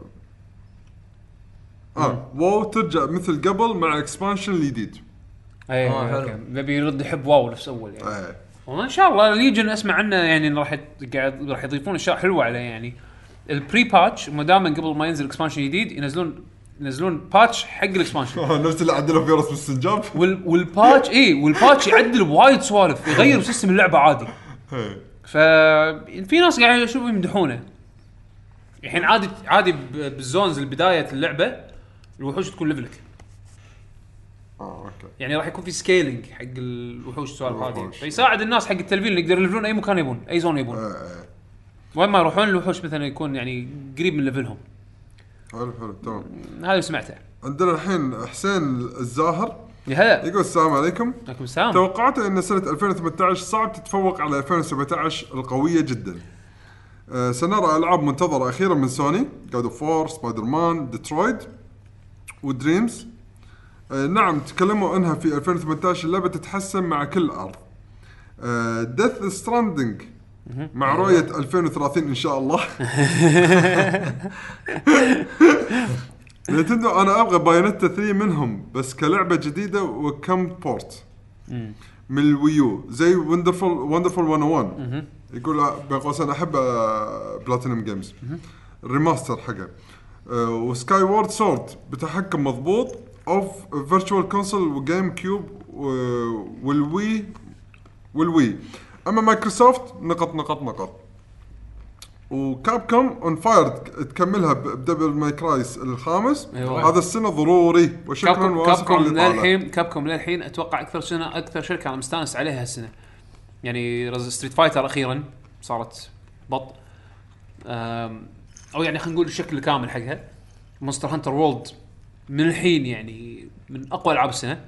آه واو ترجع مثل قبل مع اكسبانشن الجديد. اي آه، حلو. اوكي نبي يرد يحب واو نفس اول يعني. آه. وان شاء الله ليجن اسمع عنه يعني إنه راح يت- قاعد راح يضيفون اشياء حلوه عليه يعني. البري باتش ما دام قبل ما ينزل اكسبانشن جديد ينزلون ينزلون باتش حق الاكسبانشن. نفس اللي عدلوا فيروس بالاستنجاب. وال والباتش اي والباتش يعدل بوايد سوالف يغير بسيستم اللعبه عادي. إيه. ففي ناس قاعد يشوفوا يمدحونه الحين عادي عادي ب- بالزونز البدايه اللعبه الوحوش تكون ليفلك اه اوكي. يعني راح يكون في سكيلينج حق الوحوش السوالف هذه الوحوش. فيساعد الناس حق التلفيل اللي يقدرون يلفلون اي مكان يبون اي زون يبون آه، آه. وين ما يروحون الوحوش مثلا يكون يعني قريب من ليفلهم. حلو حلو تمام. هذا اللي سمعته. عندنا الحين حسين الزاهر يا هلا يقول السلام عليكم. عليكم السلام. توقعت ان سنه ألفين وثمانية عشر صعب تتفوق على ألفين وسبعة عشر القويه جدا. أه سنرى العاب منتظره اخيرا من سوني، جاد اوف وور، سبايدر مان، ديترويد ودريمز. أه نعم تكلموا عنها في ألفين وثمانية عشر اللعبه تتحسن مع كل عرض. أه ديث ستراندنج مع رؤيه ألفين وثلاثين ان شاء الله. نينتندو انا ابغى بايونيتا ثلاثة منهم بس كلعبه جديده وكم بورت من الويو زي وندرفول وندرفول مية وواحد. يقول بين قوسين احب بلاتينوم جيمز الريماستر حقه. أه وسكاي وورد سورد بتحكم مضبوط اوف فيرتشوال كونسول وجيم كيوب والوي والوي. اما مايكروسوفت نقط نقط نقط. وكاب كوم اون فاير تكملها بدبل ماي كرايس الخامس. أيوة. هذا السنه ضروري وشكرا كاب واسف كوم على الإطالة. للحين كاب كوم للحين اتوقع اكثر سنه اكثر شركه انا مستانس عليها هالسنه. يعني رز ستريت فايتر اخيرا صارت بط أم، او يعني خلينا نقول الشكل الكامل حقها. مونستر هانتر وورلد من الحين يعني من اقوى العاب السنه.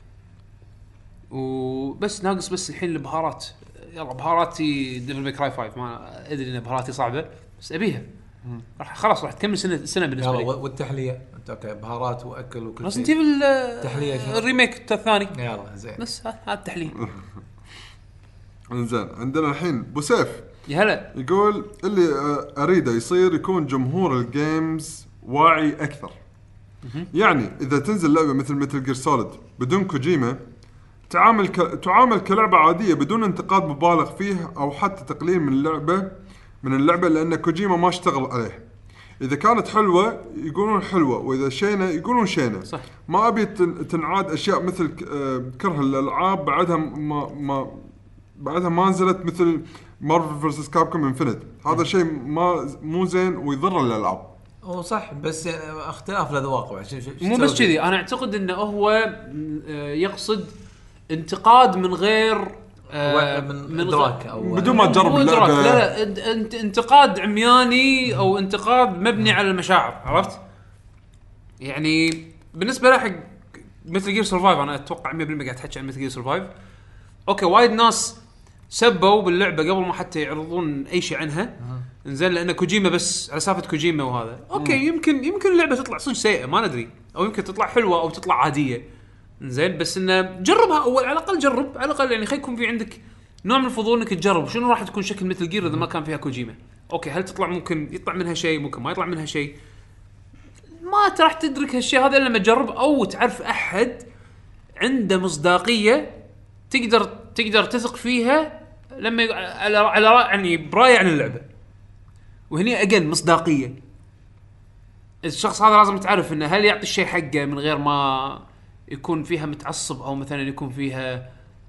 وبس ناقص بس الحين البهارات. يلا بهاراتي ديفل ماي كراي خمسة. ما ادري ان بهاراتي صعبه بس ابيها. راح خلاص راح تكمل سنه سنه بالنسبه لي. والتحليه انت اوكي بهارات واكل وكل ريزنت شيء. ايفل تحلية الريميك الثاني يلا زين. بس هذا التحليه. انزين عندنا الحين بوسيف يا هلا. يقول اللي آه، اريده يصير يكون جمهور الجيمز واعي اكثر. يعني اذا تنزل لعبه مثل متل جير سوليد بدون كوجيما تعامل ك... تعامل كلعبه عاديه بدون انتقاد مبالغ فيه او حتى تقليل من اللعبه من اللعبه لان كوجيما ما اشتغل عليها. اذا كانت حلوه يقولون حلوه واذا شينه يقولون شينه. صح. ما ابي تن... تنعاد اشياء مثل ك... آه، كره الالعاب بعدها ما ما بعدها ما نزلت مثل مارفل فيرسس كابكوم انفينيت. هذا شيء ما مو زين ويضر الالعاب. هو صح بس يعني اختلاف الاذواق. مو بس كذي انا اعتقد انه هو آه، يقصد انتقاد من غير آه، من ادراك او بدون ما تجرب مو إدراك، اللعبه. لا لا انت- انت انتقاد عمياني او انتقاد مبني على المشاعر. عرفت يعني بالنسبه له حق مثل جير سرفايف انا اتوقع مية بالمية قاعد تحكي عن مثل جير سرفايف. اوكي وايد ناس سبوا باللعبه قبل ما حتى يعرضون اي شيء عنها. انزين لان كوجيما بس على سالفه كوجيما وهذا اوكي يمكن يمكن اللعبه تطلع صدق سيئه ما ندري او يمكن تطلع حلوه او تطلع عاديه. انزين بس انه جربها اول على الاقل جرب على الاقل يعني خلي يكون في عندك نوع من الفضول انك تجرب شنو راح تكون شكل مثل جير اذا ما كان فيها كوجيما. اوكي هل تطلع ممكن يطلع منها شيء ممكن ما يطلع منها شيء ما راح تدرك هالشيء هذا الا لما تجرب او تعرف احد عنده مصداقيه تقدر تقدر تثق فيها لما ي- على على رأي- يعني براي عن اللعبه. وهني اجل مصداقيه الشخص هذا لازم تعرف انه هل يعطي الشيء حقه من غير ما يكون فيها متعصب او مثلا يكون فيها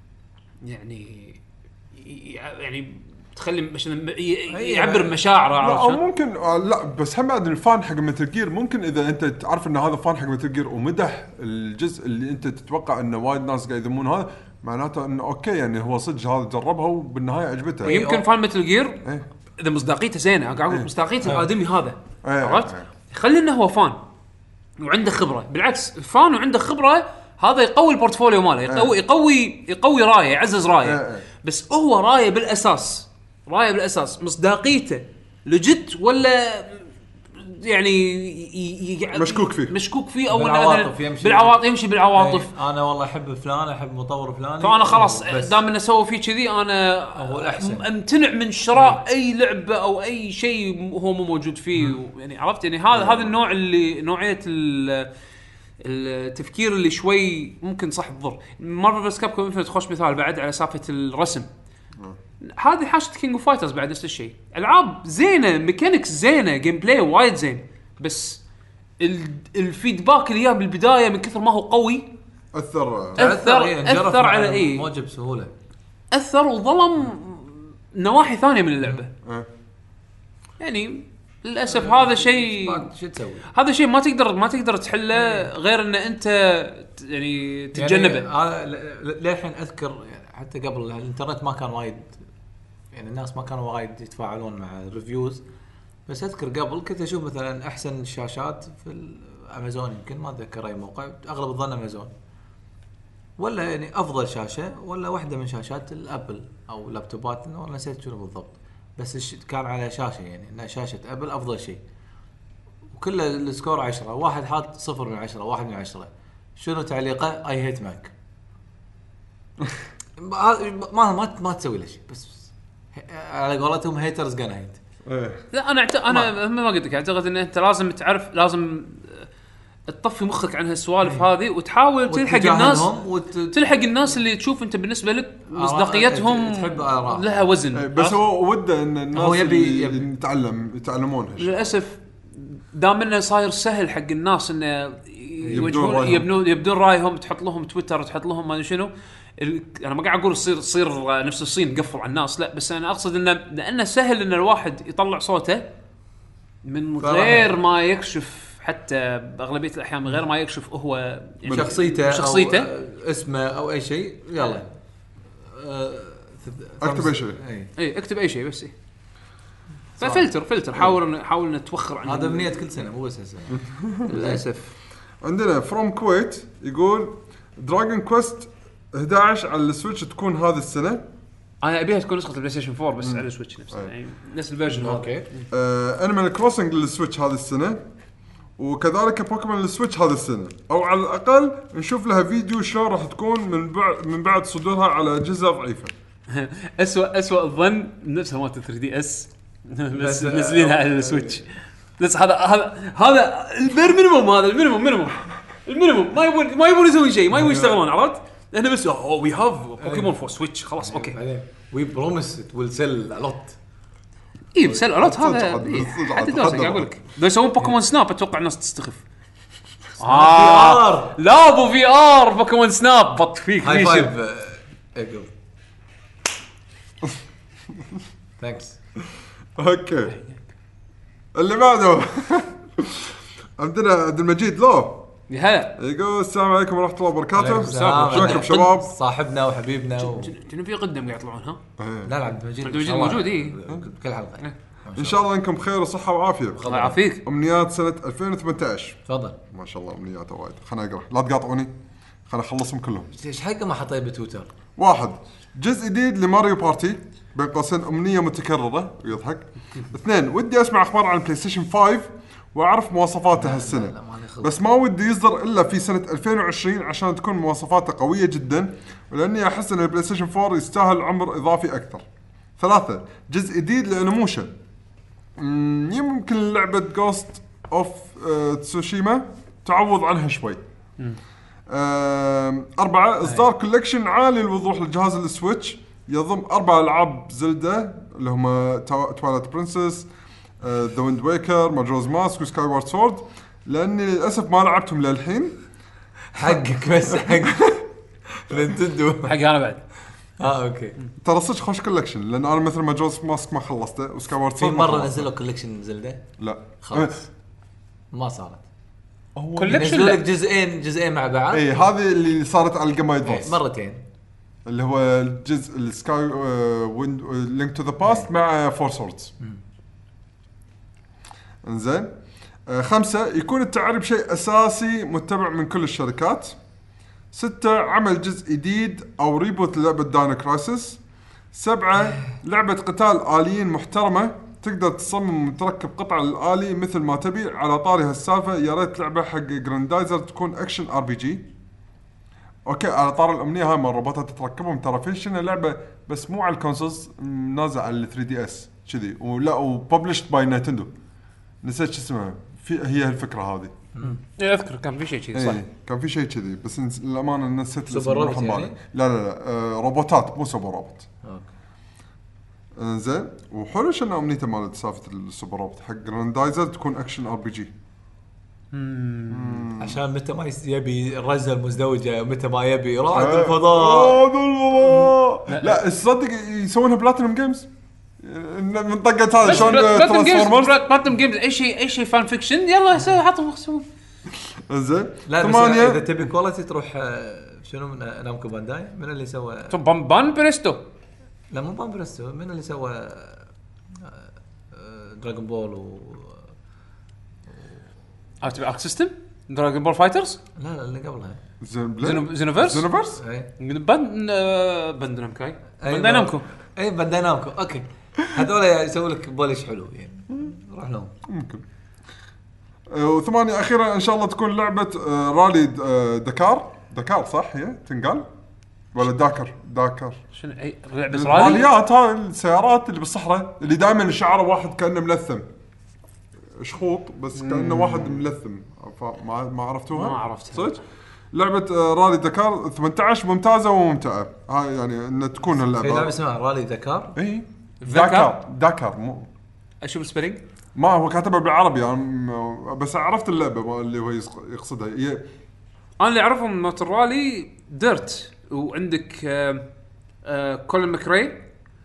يعني يعني تخلي مثلا يعبر بمشاعره. لا عرفت او شلون؟ ممكن آه، لا بس هم بعد الفان حق متل جير ممكن اذا انت تعرف ان هذا فان حق متل جير ومدح الجزء اللي انت تتوقع انه وايد ناس قاعد يذمون هذا معناته انه اوكي يعني هو صدق هذا جربها وبالنهايه عجبته. ويمكن فان متل جير إيه. اذا مصداقيته زينه قاعد اقول مصداقيه الادمي هذا. إيه. عرفت إيه. خلي انه هو فان وعنده خبره. بالعكس فان وعنده خبره هذا يقوي البورتفوليو ماله يقوي يقوي يقوي رايه يعزز رايه. إيه. بس هو رايه بالاساس رايه بالاساس مصداقيته لجت ولا يعني ي- ي- مشكوك فيه. مشكوك فيه او إنه بالعواطف مثلاً يمشي. بالعواطف يمشي بالعواطف. إيه، انا والله احب فلان احب مطور فلان فانا خلاص بس دام انه سووا فيه كذي انا هو الأحسن. امتنع من شراء اي لعبه او اي شيء هو مو موجود فيه. يعني عرفت يعني هذا هذا النوع اللي نوعيه ال- التفكير اللي شوي ممكن صح تضر. مارفل فيرس كابكوم انفنت خوش مثال بعد على سالفه الرسم. هذه حاشة كينج اوف فايترز بعد نفس الشيء. العاب زينه ميكانكس زينه جيم بلاي وايد زين بس ال- الفيدباك اللي جاب بالبدايه من كثر ما هو قوي اثر أثر- إيه، انجرف أثر مع على إيه؟ الموجة بسهوله. اثر وظلم نواحي ثانيه من اللعبه. إيه. يعني للاسف هذا شيء ما شو تسوي هذا شيء ما تقدر ما تقدر تحله غير ان انت ت- يعني تتجنبه. يعني أنا ل- ل- للحين اذكر يعني حتى قبل الانترنت ما كان وايد يعني الناس ما كانوا وايد يتفاعلون مع الريفيوز. بس اذكر قبل كنت اشوف مثلا احسن الشاشات في الامازون يمكن ما اتذكر اي موقع اغلب الظن امازون ولا يعني افضل شاشه ولا واحده من شاشات الابل او لابتوبات والله نسيت شنو بالضبط. بس الش... كان على شاشه يعني انها شاشه ابل افضل شيء وكل السكور عشرة. واحد حاط صفر من عشرة واحد من عشرة. شنو تعليقه اي هيت ماك. ما ما ما تسوي له شيء بس على قولتهم هيترز جانا هيت. إيه. لا انا أعت... انا ما قلت لك اعتقد ان انت لازم تعرف لازم تطفي مخك عن هالسوالف هذه وتحاول تلحق الناس وت... تلحق الناس اللي تشوف انت بالنسبه لك مصداقيتهم تحب آراء. لها وزن. إيه. بس هو وده ان الناس هو يبي- اللي يبي. يتعلم يتعلمون هالشيء. للاسف دام انه صاير سهل حق الناس انه يوجهون رايهم. يبنون يبدون رايهم تحط لهم تويتر تحط لهم ما أدري شنو ال- انا ما قاعد اقول تصير تصير نفس الصين تقفل على الناس، لا بس انا اقصد انه لانه سهل ان الواحد يطلع صوته من غير ما يكشف، حتى باغلبيه الاحيان من غير ما يكشف هو يعني شخصيته شخصيته أو اسمه او اي شيء. يلا آه، اكتب اي شيء. إيه. اي اكتب اي شيء بس. إيه. ففلتر فلتر حاول حاول نتوخر عن هذا امنيه كل سنه مو بس هسه. للاسف. عندنا فروم كويت يقول دراجون كويست احد عشر على السويتش تكون هذه السنه. انا ابيها تكون نسخه البلاي ستيشن فور بس على السويتش نفسه يعني نفس الفيرجن. اوكي آه انيمال كروسنج للسويتش هذه السنه، وكذلك بوكيمون للسويتش هذه السنه، او على الاقل نشوف لها فيديو شلون راح تكون من بعد من بعد صدورها على اجهزه ضعيفه. اسوء اسوء الظن نفسها مالت ثري دي اس بس بس- منزلينها على السويتش. بس هذا هذا هذا البير مينيموم، هذا المينيموم مينيموم المينيموم ما يبون ما يبون يسوون شيء، ما يبون يشتغلون، عرفت؟ احنا بس اوه وي هاف بوكيمون فور سويتش خلاص اوكي. بعدين وي بروميس ات ويل سيل ا لوت. اي بس الالوت هذا صدق، إيه، صدق، حتى صدق. دوسه قاعد اقول لك لو يسوون بوكيمون سناب اتوقع الناس تستخف. في اه ار لا ابو في ار بوكيمون سناب بط فيك هاي ميشو. فايف ايجو ثانكس. اوكي اللي بعده عندنا عبد المجيد لو يا هلا يقول السلام عليكم ورحمه الله وبركاته. السلام. شكرا شباب. صاحبنا وحبيبنا و... شنو في قدم قاعد يطلعون ها؟ لا لا عبد المجيد عبد المجيد موجود، إيه. بكل حلقه. ان شاء الله انكم بخير وصحه وعافيه. الله يعافيك. امنيات سنه ألفين وثمانية عشر. تفضل. ما شاء الله امنيات وايد. خلنا اقرا لا تقاطعوني، خلنا اخلصهم كلهم. ايش حقه ما حطيه بتويتر؟ واحد جزء جديد لماريو بارتي بين قوسين امنيه متكرره ويضحك. اثنين ودي اسمع اخبار عن بلاي ستيشن خمسة واعرف مواصفاته هالسنه، لا، ما لي خلق. بس ما ودي يصدر الا في سنه ألفين وعشرين عشان تكون مواصفاته قويه جدا، ولاني احس ان البلاي ستيشن فور يستاهل عمر اضافي اكثر. ثلاثة جزء جديد لانيموشن، مم، يمكن لعبه جوست اوف تسوشيما تعوض عنها شوي. آم، أربعة إصدار كولكشن عالي الوضوح لجهاز السويتش يضم أربع ألعاب زلدة اللي هم تواليت برنسس، ذا ويند ويكر، ماجورز ماسك، وسكاي وورد سورد، لأني للأسف ما لعبتهم للحين. حقك بس حق نينتندو. حق انا بعد اه اوكي. ترى صدق خوش كولكشن، لأن أنا مثل ماجورز ماسك ما خلصته وسكاي وورد في سورد ما مره خلصته. نزلوا كولكشن زلده لا خلاص ما صارت. كولكشن نزلوا لك لا. جزئين جزئين مع بعض. اي هذه اللي صارت على الجيم إيه، ادفانس مرتين. اللي هو الجزء السكاي ويند لينك تو ذا باست مع فور سوردز. انزين. آه خمسة يكون التعريب شيء اساسي متبع من كل الشركات. ستة عمل جزء جديد او ريبوت للعبه داينو كرايسيس. سبعة لعبه قتال آليين محترمه تقدر تصمم وتركب قطع الآلي مثل ما تبي. على طاري هالسالفه يا ريت لعبه حق جراندايزر تكون اكشن ار بي جي. اوكي على طار الامنيه هاي مال الروبوتات تركبهم، ترى في شنو لعبه بس مو على الكونسولز، نازل على ال ثري دي اس كذي ولا وببلشد باي نينتندو، نسيت شو اسمها. في هي الفكره هذه. إيه، اذكر كان في شيء كذي صح. ايه كان في شيء كذي بس نس... الامانه نسيت الاسم، سوبر راح روبوت بالي. يعني؟ لا لا لا آه روبوتات مو سوبر روبوت. اوكي. زين وحلو شنو امنيته مالت سالفه السوبر روبوت حق جراندايزر تكون اكشن ار بي جي. عشان متى ما يس- يبي الرجل المزدوجه ومتى ما يبي رائد الفضاء. رائد الفضاء. لا تصدق يسوونها بلاتينوم جيمز من طقه هذا شلون ترانسفورمرز. بلاتنم جيمز اي شيء اي شيء فان فيكشن يلا سوي حطوا مخسوم. زين لا بس اذا ثمانية تبي كواليتي تروح آه، شنو من نامكو بانداي من اللي سوى. بان بان بريستو لا مو بامبرستو من اللي سوى دراغون بول و ارتبي ارك سيستم دراغون بول فايترز لا لا اللي قبلها. زين زينو- زينوفيرس زينوفيرس اي بان آه، بان نامكاي أي بان نامكو. اي بانداي نامكو اوكي. هذول يسوي لك بولش حلو يعني روح لهم. ممكن. آه، وثمانية أخيرا إن شاء الله تكون لعبة آه، رالي د- آه، دكار. دكار صح هي تنقال ولا داكر داكر شنو اي لعبه رالي الراليات هاي السيارات اللي بالصحراء اللي دائما شعره واحد كأنه ملثم شخوط بس كأنه واحد ملثم فما ما عرفتوها ما عرفتها. صدق لعبة آه، رالي دكار ثمانية عشر ممتازة وممتعة هاي يعني إن تكون في لعبه اللعبة اسمها رالي دكار. اي ذكر؟ داكر داكر مو اشوف السبيلنج ما هو كاتبها بالعربي يعني م- بس عرفت اللعبة ما اللي هو يص- يقصدها هي انا اللي اعرفهم مات الرالي ديرت وعندك آه آه كولين ماكراي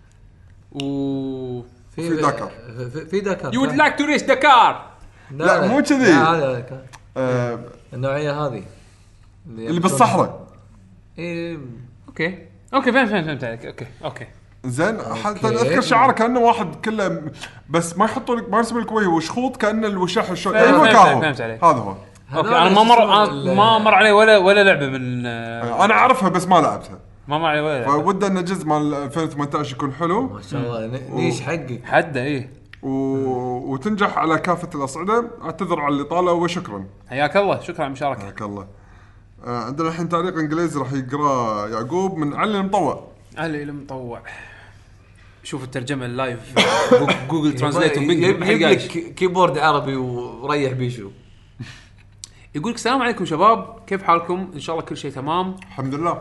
و في داكر. في, في داكر يو وود لايك تو ريس داكار. لا، مو كذي. لا، هذا داكر. آه النوعيه هذه اللي بالصحراء. ايه اوكي اوكي فهمت فهمت فهمت عليك. اوكي اوكي زين حتى اذكر شعاره كانه واحد كله بس ما يحطوا لك ما يرسم لك وجه وشخوط كانه الوشاح الشو ايوه كاهو. فهمت عليك. هذا هو. اوكي انا ما مر أنا ما مر علي ولا ولا لعبه من آه انا اعرفها بس ما لعبتها. ما مر علي ولا لعبة. فودي ان الجزء مال ألفين وثمانية عشر يكون حلو ما شاء الله نيش حقك حده ايه و... وتنجح على كافه الاصعده. اعتذر على الاطاله وشكرا. حياك الله شكرا على المشاركه. حياك الله. آه عندنا الحين تعليق انجليزي راح يقرا يعقوب من علي المطوع. علي المطوع. شوف الترجمه اللايف جوجل ترانزليت يجيب لك كيبورد عربي وريح بيشو. يقولك السلام عليكم شباب كيف حالكم ان شاء الله كل شيء تمام الحمد لله.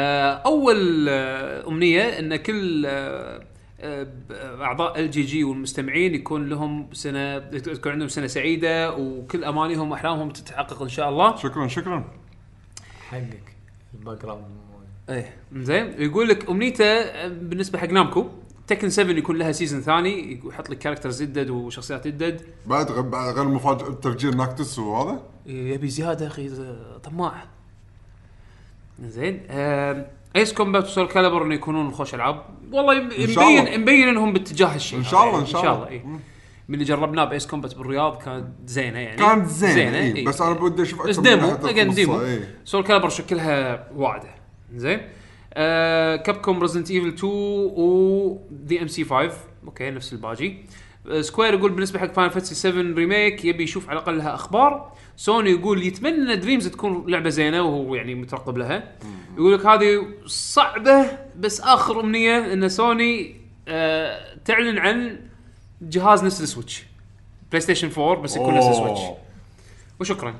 اول امنيه ان كل اعضاء ال جي جي والمستمعين يكون لهم سنه يكون عندهم سنه سعيده وكل امانيهم واحلامهم تتحقق ان شاء الله. شكرا شكرا حقك الباك جراوند. ايه زين. يقول لك امنيته بالنسبه حق نامكو تكن سبعة يكون لها سيزن ثاني يحط لك كاركترز جدد وشخصيات جدد بعد غير مفاجاه تفجير ناكتس وهذا يبي زياده اخي طماع. زين ايس كومبات وسول كاليبر انه يكونون خوش العاب والله مبين مبين انهم باتجاه الشيء ان شاء الله ان شاء الله, الله. إيه. من اللي جربناه بايس كومبات بالرياض كانت زينه يعني كانت زينه, زينة. إيه. إيه. بس انا بدي اشوف اكثر ديمو اجين ديمو إيه. سول كاليبر شكلها واعده. زين آه كابكوم ريزنت ايفل تو و دي ام سي خمسة اوكي نفس الباجي. آه سكوير يقول بالنسبه حق فاينل فانتسي سبعة ريميك يبي يشوف على الاقل لها اخبار. سوني يقول يتمنى دريمز تكون لعبه زينه وهو يعني مترقب لها. يقول لك هذه صعبه بس اخر امنيه ان سوني آه تعلن عن جهاز نفس السويتش بلاي ستيشن فور بس يكون نفس السويتش. وشكرا.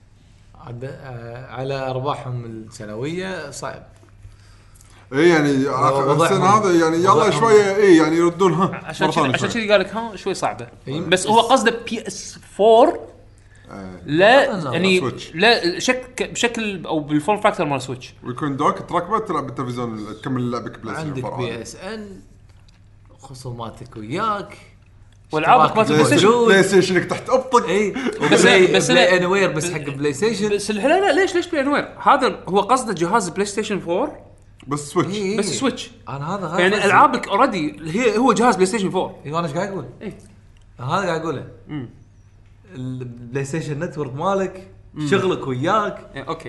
على ارباحهم السنويه صعب. اي يعني اخر السنه هذا يعني يلا شويه اي يعني يردونها عشان عشان كذي قال لك ها شوي صعبه بس هو قصده بي اس فور لا يعني لا شك بشكل او بالفورم فاكتور مال سويتش ويكون دوك تركبه تلعب بالتلفزيون تكمل لعبك بلاي ستيشن. عندك بي اس ان خصوماتك وياك والعابك مالت بلاي ستيشن تحت ابطك. اي بس بس بلاي انوير بس حق بلاي ستيشن بس لا لا ليش ليش بلاي انوير هذا هو قصده جهاز بلاي ستيشن فور بس سويتش إيه بس سويتش. انا هذا يعني العابك اوريدي هي هو جهاز بلاي ستيشن فور. ايوه انا ايش قاعد اقول اي هذا قاعد اقوله. امم البلاي ستيشن نتورك مالك مم. شغلك وياك إيه اوكي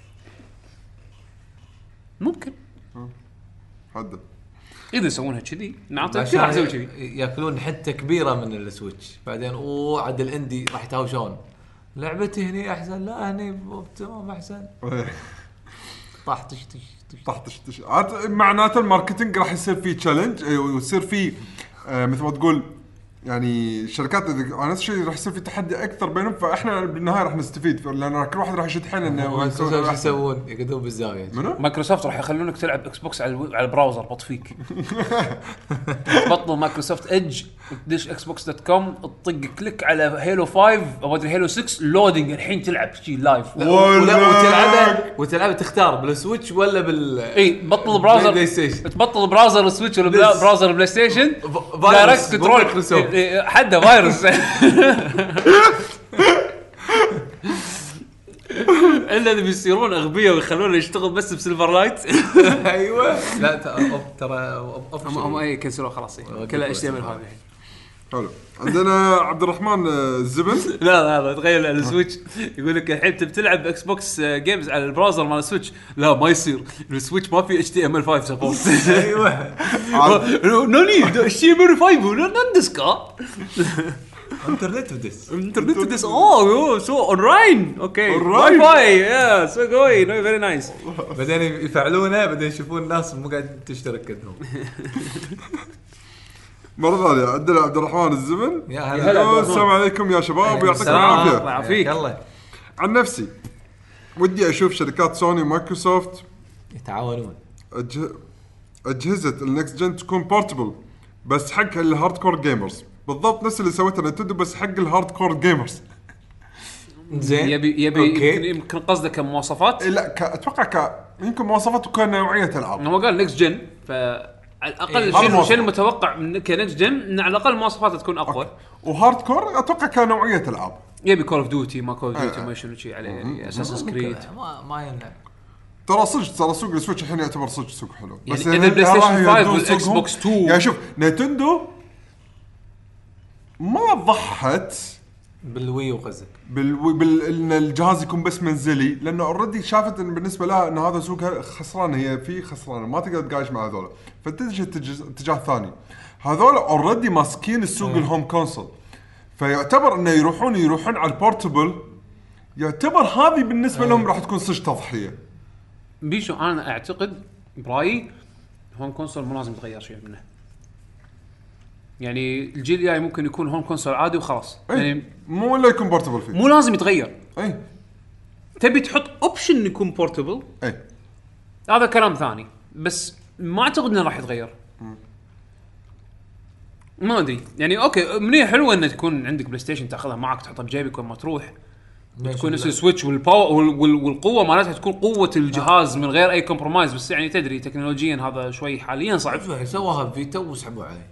ممكن حد اذا يسوونها كذي نعطي كثير راح يسوي كذي ياكلون حته كبيره من السويتش بعدين اوه عاد الاندي راح يتهاوشون لعبتي هني احسن لا هني تمام احسن طاح تش تش طاح تش تش معناته الماركتينج راح يصير فيه تشالنج ويصير فيه آه مثل ما تقول يعني الشركات اذا نفس الشيء راح يصير في تحدي اكثر بينهم فاحنا بالنهايه راح نستفيد لان كل واحد راح يشد حيله انه يسوون يقعدون بالزاويه. مايكروسوفت راح يخلونك تلعب اكس بوكس على على البراوزر بط فيك بطل مايكروسوفت ايدج تدش اكس بوكس دوت كوم تطق كليك على هيلو خمسة او ادري هيلو ستة لودينج الحين تلعب شيء لايف وتلعبه وتلعبه تختار بالسويتش ولا بال اي بطل براوزر بلاي ستيشن تبطل براوزر السويتش ولا براوزر بلاي ستيشن دايركت كنترول حدا فيروس الا اللي بيصيرون اغبياء ويخلونه يشتغل بس بسيلفر لايت. ايوه لا ترى هم اي كنسلوا خلاص كلها اتش تي ام ال هذا حلو. عندنا عبد الرحمن الزبن لا لا تغير على السويتش يقول لك الحين تبي تلعب اكس بوكس جيمز على البراوزر مال السويتش لا ما يصير السويتش ما في اتش تي ام ال خمسة سبورت. ايوه نوني اتش تي ام ال خمسة لا ندسكا انترنت ديس انترنت ديس اوه سو اونلاين اوكي واي فاي يا سو جوي نو فيري نايس بعدين يفعلونه بعدين يشوفون الناس مو قاعد تشترك كدهم. مرة ثانية عندنا عبد الرحمن الزمن يا هلا السلام عليكم يا شباب ويعطيكم العافية. الله يعافيك. يلا عن نفسي ودي أشوف شركات سوني ومايكروسوفت يتعاونون أجه... أجهزة النكست جن تكون بورتبل بس حق الهاردكور جيمرز بالضبط نفس اللي سويته نتندو بس حق الهاردكور جيمرز. زين يبي يبي أوكي. يمكن, يمكن قصده كمواصفات. إيه لا ك... اتوقع ك يمكن مواصفات وكنوعيه العاب. هو قال نكست جن، فعلى الاقل إيه. الشيء هذا الشيء المتوقع من كنكست جن ان على الاقل مواصفاتها تكون اقوى. وهارد كور اتوقع كنوعيه العاب. يبي كول اوف ديوتي ما كول اوف آه. ديوتي ما شنو شيء عليه يعني اساسن كريد. ما ما يمنع. ترى صدق ترى سوق السويتش الحين يعتبر صدق سوق حلو. يعني بس إذا يعني البلاي ستيشن راح خمسة يهدون والإكس سوقهم. بوكس تو. يعني شوف نينتندو ما ضحت بالوي وقصدك بال... بال... ان الجهاز يكون بس منزلي، لانه اوريدي شافت ان بالنسبه لها ان هذا سوق خسران، هي فيه خسران ما تقدر تقايش مع هذول، فتتجه اتجاه ثاني. هذول اوريدي ماسكين السوق الهوم كونسول، فيعتبر انه يروحون يروحون على البورتبل، يعتبر هذه بالنسبه أيه. لهم راح تكون صج تضحيه. بيشو انا اعتقد برايي هوم كونسول مو لازم يتغير شيء منه. يعني الجيل الجاي ممكن يكون هوم كونسول عادي وخلاص. أيه. يعني مو ولا يكون بورتبل فيه، مو لازم يتغير. اي تبي تحط اوبشن يكون بورتبل اي هذا كلام ثاني، بس ما اعتقد انه راح يتغير. ما ادري يعني اوكي منيح حلوه ان تكون عندك بلاي ستيشن تاخذها معك تحطها بجيبك وما تروح، تكون نفس السويتش والباور والقوه مالتها تكون قوه الجهاز من غير اي كومبرومايز. بس يعني تدري تكنولوجيا هذا شوي حاليا صعب. شوف سواها فيتا وسحبوا عليه.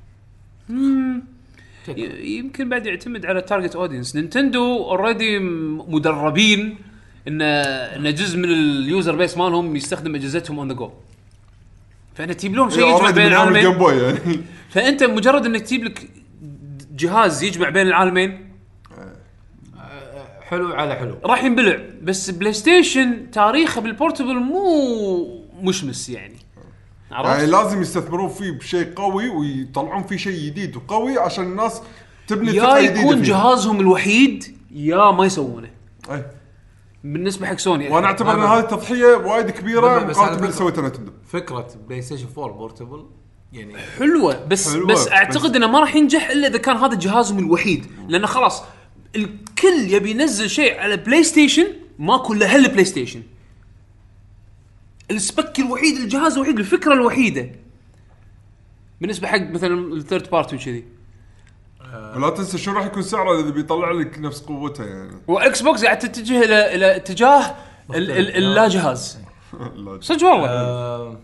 ي- يمكن بعد يعتمد على تارجت اودينس. نينتندو اوريدي مدربين ان ان جزء من اليوزر بيس مالهم يستخدم اجهزتهم اون ذا جو، فانا تجيب لهم شيء يجمع بين العالمين. يعني فانت مجرد انك تجيب لك جهاز يجمع بين العالمين حلو على حلو راح ينبلع. بس بلاي ستيشن تاريخه بالبورتبل مو مشمس يعني، عرفت؟ يعني لازم يستثمرون فيه بشيء قوي ويطلعون فيه شيء جديد وقوي عشان الناس تبني يا ثقة جديدة يكون فيه. جهازهم الوحيد يا ما يسوونه. أي. بالنسبه حق سوني وانا اعتبر ان هذه التضحيه وايد كبيره بس مقارنه على باللي فكرة- سويته نتندو. فكره بلاي ستيشن فور بورتبل يعني حلوه بس حلوة، بس اعتقد بس- انه ما راح ينجح الا اذا كان هذا جهازهم الوحيد، لانه خلاص الكل يبي ينزل شيء على بلاي ستيشن ماكو الا هل بلاي ستيشن، السبك الوحيد الجهاز الوحيد الفكره الوحيده بالنسبه حق مثلا الثيرد بارتي وكذي. ولا تنسى شو راح يكون سعره اذا بيطلع لك نفس قوته يعني. واكس بوكس قاعد تتجه الى الى اتجاه ال- ال- اللا جهاز لا. صدق والله. آه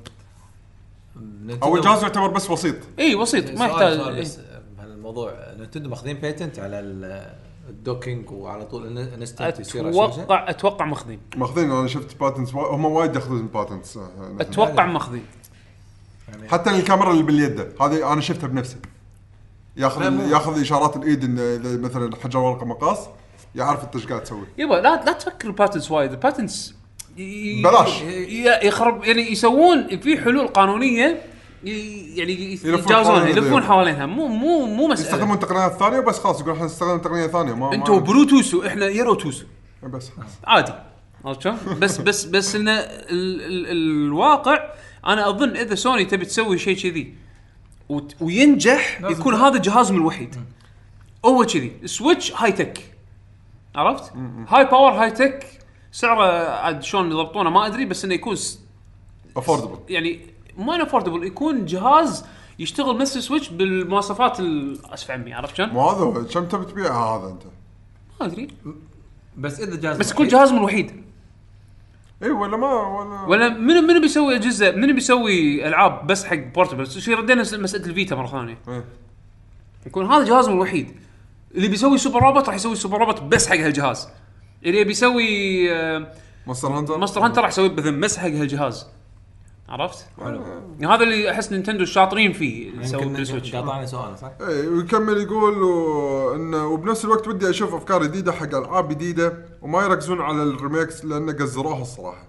او الجهاز يعتبر بس وسيط. اي بسيط ما سؤال- يحتاج سؤال إيه. بس بهالموضوع نتندو ماخذين بيتنت على ال- الدوكينج وعلى طول انستنت يصير على الشاشة. اتوقع اتوقع ماخذين ماخذين انا شفت باتنتس وا... هم وايد ياخذون باتنتس. اتوقع ماخذين. حتى الكاميرا اللي باليد هذه انا شفتها بنفسي. ياخذ لا، مو- ياخذ اشارات الايد ان اذا مثلا حجر ورقه مقاس يعرف انت ايش قاعد تسوي. يبا لا لا تفكر الباتنتس وايد. الباتنتس ي- بلاش. ي- يخرب يعني يسوون في حلول قانونيه ي- يعني يلفون يتجاوزونها حوالين يلفون ذي. حوالينها مو مو مو مساله. يستخدمون تقنيات ثانيه بس خلاص يقول احنا نستخدم تقنيه ثانيه ما انتوا ما بلوتوث واحنا يروتوث بس خلاص. عادي. عرفت شلون؟ بس بس بس ان ال ال الواقع انا اظن اذا سوني تبي تسوي شيء كذي وت- وينجح يكون هذا جهازهم الوحيد. هو كذي سويتش هاي تك، عرفت؟ هاي باور هاي تك، سعره عاد شلون يضبطونه ما ادري، بس انه يكون س- افوردبل. يعني ما افوردبل، يكون جهاز يشتغل مثل سويتش بالمواصفات الاسف عمي. عرفت شلون؟ مو هذا هو كم تبي تبيعها هذا انت؟ ما ادري بس اذا جهاز بس يكون وحيد- جهازهم الوحيد. اي ولا ما ولا ولا منو منو بيسوي اجهزه، منو بيسوي العاب بس حق بورتبل؟ شي ردينا مساله الفيتا مره ثانيه. إيه. يكون هذا جهازهم الوحيد. اللي بيسوي سوبر روبوت راح يسوي سوبر روبوت بس حق هالجهاز. اللي بيسوي آه، مونستر هانتر ماستر هانتر راح يسوي بس حق هالجهاز. عرفت؟ هذا اللي احس نينتندو شاطرين فيه يسوي يمكن بالسويتش. قاطعنا سؤال صح؟ اي ويكمل يقول و... انه وبنفس الوقت ودي اشوف افكار جديده حق العاب جديده وما يركزون على الريميكس لانه قزروها الصراحه.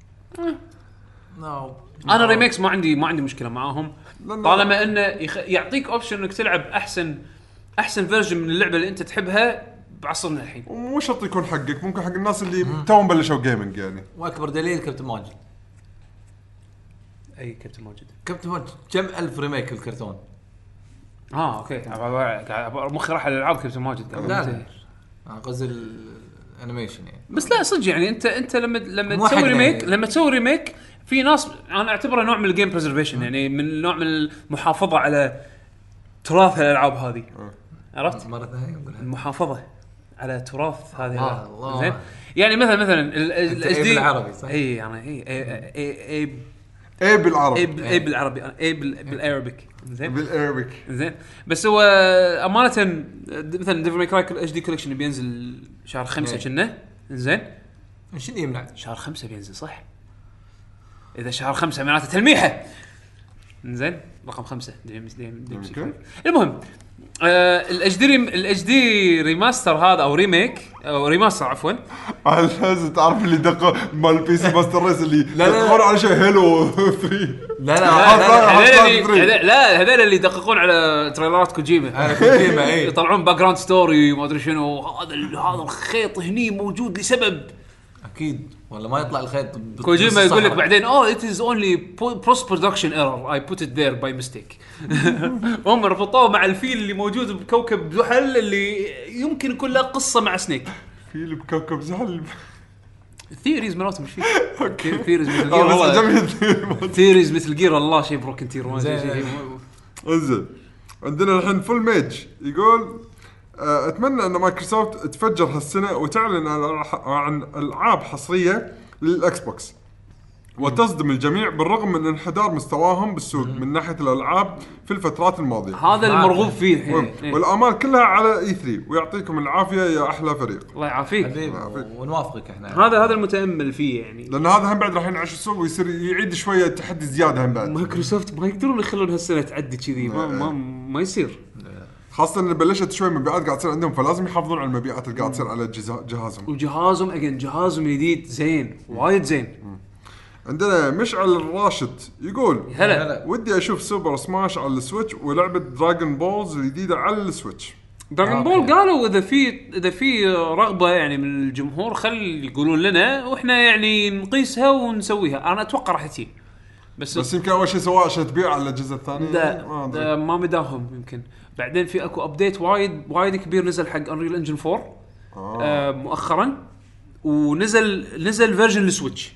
نو انا ريميكس ما عندي ما عندي مشكله معاهم لأنه- طالما انه يخ... يعطيك اوبشن انك تلعب احسن احسن فيرجن من اللعبه اللي انت تحبها بعصرنا الحين. ومو شرط يكون حقك، ممكن حق الناس اللي توهم بلشوا جيمنج يعني. واكبر دليل كابتن ماجد. اي كابتن ماجد. كابتن ماجد كم الف ريميك الكرتون؟ اه اوكي قاعد مخي راح على الالعاب كابتن ماجد. لا لا انا قصدي الانيميشن يعني. بس لا صدق يعني انت انت لما لما مو تسوي حقنا ريميك يعني. لما تسوي ريميك في ناس انا اعتبره نوع من الجيم بريزرفيشن يعني من نوع من المحافظه على تراث الالعاب هذه. عرفت؟ مره ثانيه نقولها المحافظه على تراث هذه الله الله. زين. يعني مثلا مثلا الاتش إيه دي بالعربي صح؟ اي يعني اي اي اي ايه بالعربي اي بالعربي اي بالارابيك زين بالارابيك زين. بس هو امانه مثلا ديفل ماي كراي الاتش دي كولكشن بينزل شهر خمسة كنا زين. شنو يمنع شهر خمسة بينزل صح؟ اذا شهر خمسة معناته تلميحه زين. رقم خمسة ديم ديم ديم سي. المهم الاتش دي الاتش دي ريماستر هذا او ريميك او ريماستر عفوا. لازم تعرف اللي دقوا مال بي سي ماستر ريس اللي دققون على شيء هيلو ثلاثة. لا لا هذول لا هذول اللي يدققون على تريلرات كوجيما كوجيما اي يطلعون باك جراوند ستوري وما ادري شنو. هذا هذا الخيط هني موجود لسبب اكيد ولا ما يطلع الخيط. كوجيما يقول لك بعدين اوه ات از اونلي بوست برودكشن ايرور اي بوت ات ذير باي ميستيك. هم ربطوه مع الفيل اللي موجود بكوكب زحل اللي يمكن يكون له قصه مع سنيك. فيل بكوكب زحل الثيوريز مالتهم مش فيه ثيوريز مثل اه بس جير عجبني ثيوريز مثل جير والله شيء بروكن تير ما زين. شيء. انزين عندنا الحين فول ميج يقول آه، اتمنى ان مايكروسوفت تفجر هالسنه وتعلن عن العاب حصريه للاكس بوكس وتصدم الجميع بالرغم من انحدار مستواهم بالسوق من ناحيه الالعاب في الفترات الماضيه. هذا المرغوب فيه الحين. والامال كلها على اي ثري ويعطيكم العافيه يا احلى فريق. الله يعافيك حبيبي ونوافقك احنا. هذا هذا المتامل فيه يعني لان هذا هم بعد راح ينعش السوق ويصير يعيد شويه تحدي زياده هم بعد. مايكروسوفت ما يقدرون يخلون هالسنه تعدي كذي ما, ما ما يصير. خاصه ان بلشت شوي مبيعات قاعد تصير عندهم فلازم يحافظون على المبيعات اللي قاعد تصير على جهازهم. وجهازهم اجين جهازهم الجديد زين وايد زين. عندنا مشعل الراشد يقول هلا ودي اشوف سوبر سماش على السويتش ولعبه دراغون بولز الجديده على السويتش. دراغون بول قالوا اذا في اذا في رغبه يعني من الجمهور خل يقولون لنا واحنا يعني نقيسها ونسويها. انا اتوقع راح تجي بس بس يمكن اول شيء سواء عشان تبيع على الجزء الثاني لا ما, ما مداهم يمكن. بعدين في اكو ابديت وايد وايد كبير نزل حق انريل انجن فور آه. آه مؤخرا ونزل نزل فيرجن للسويتش.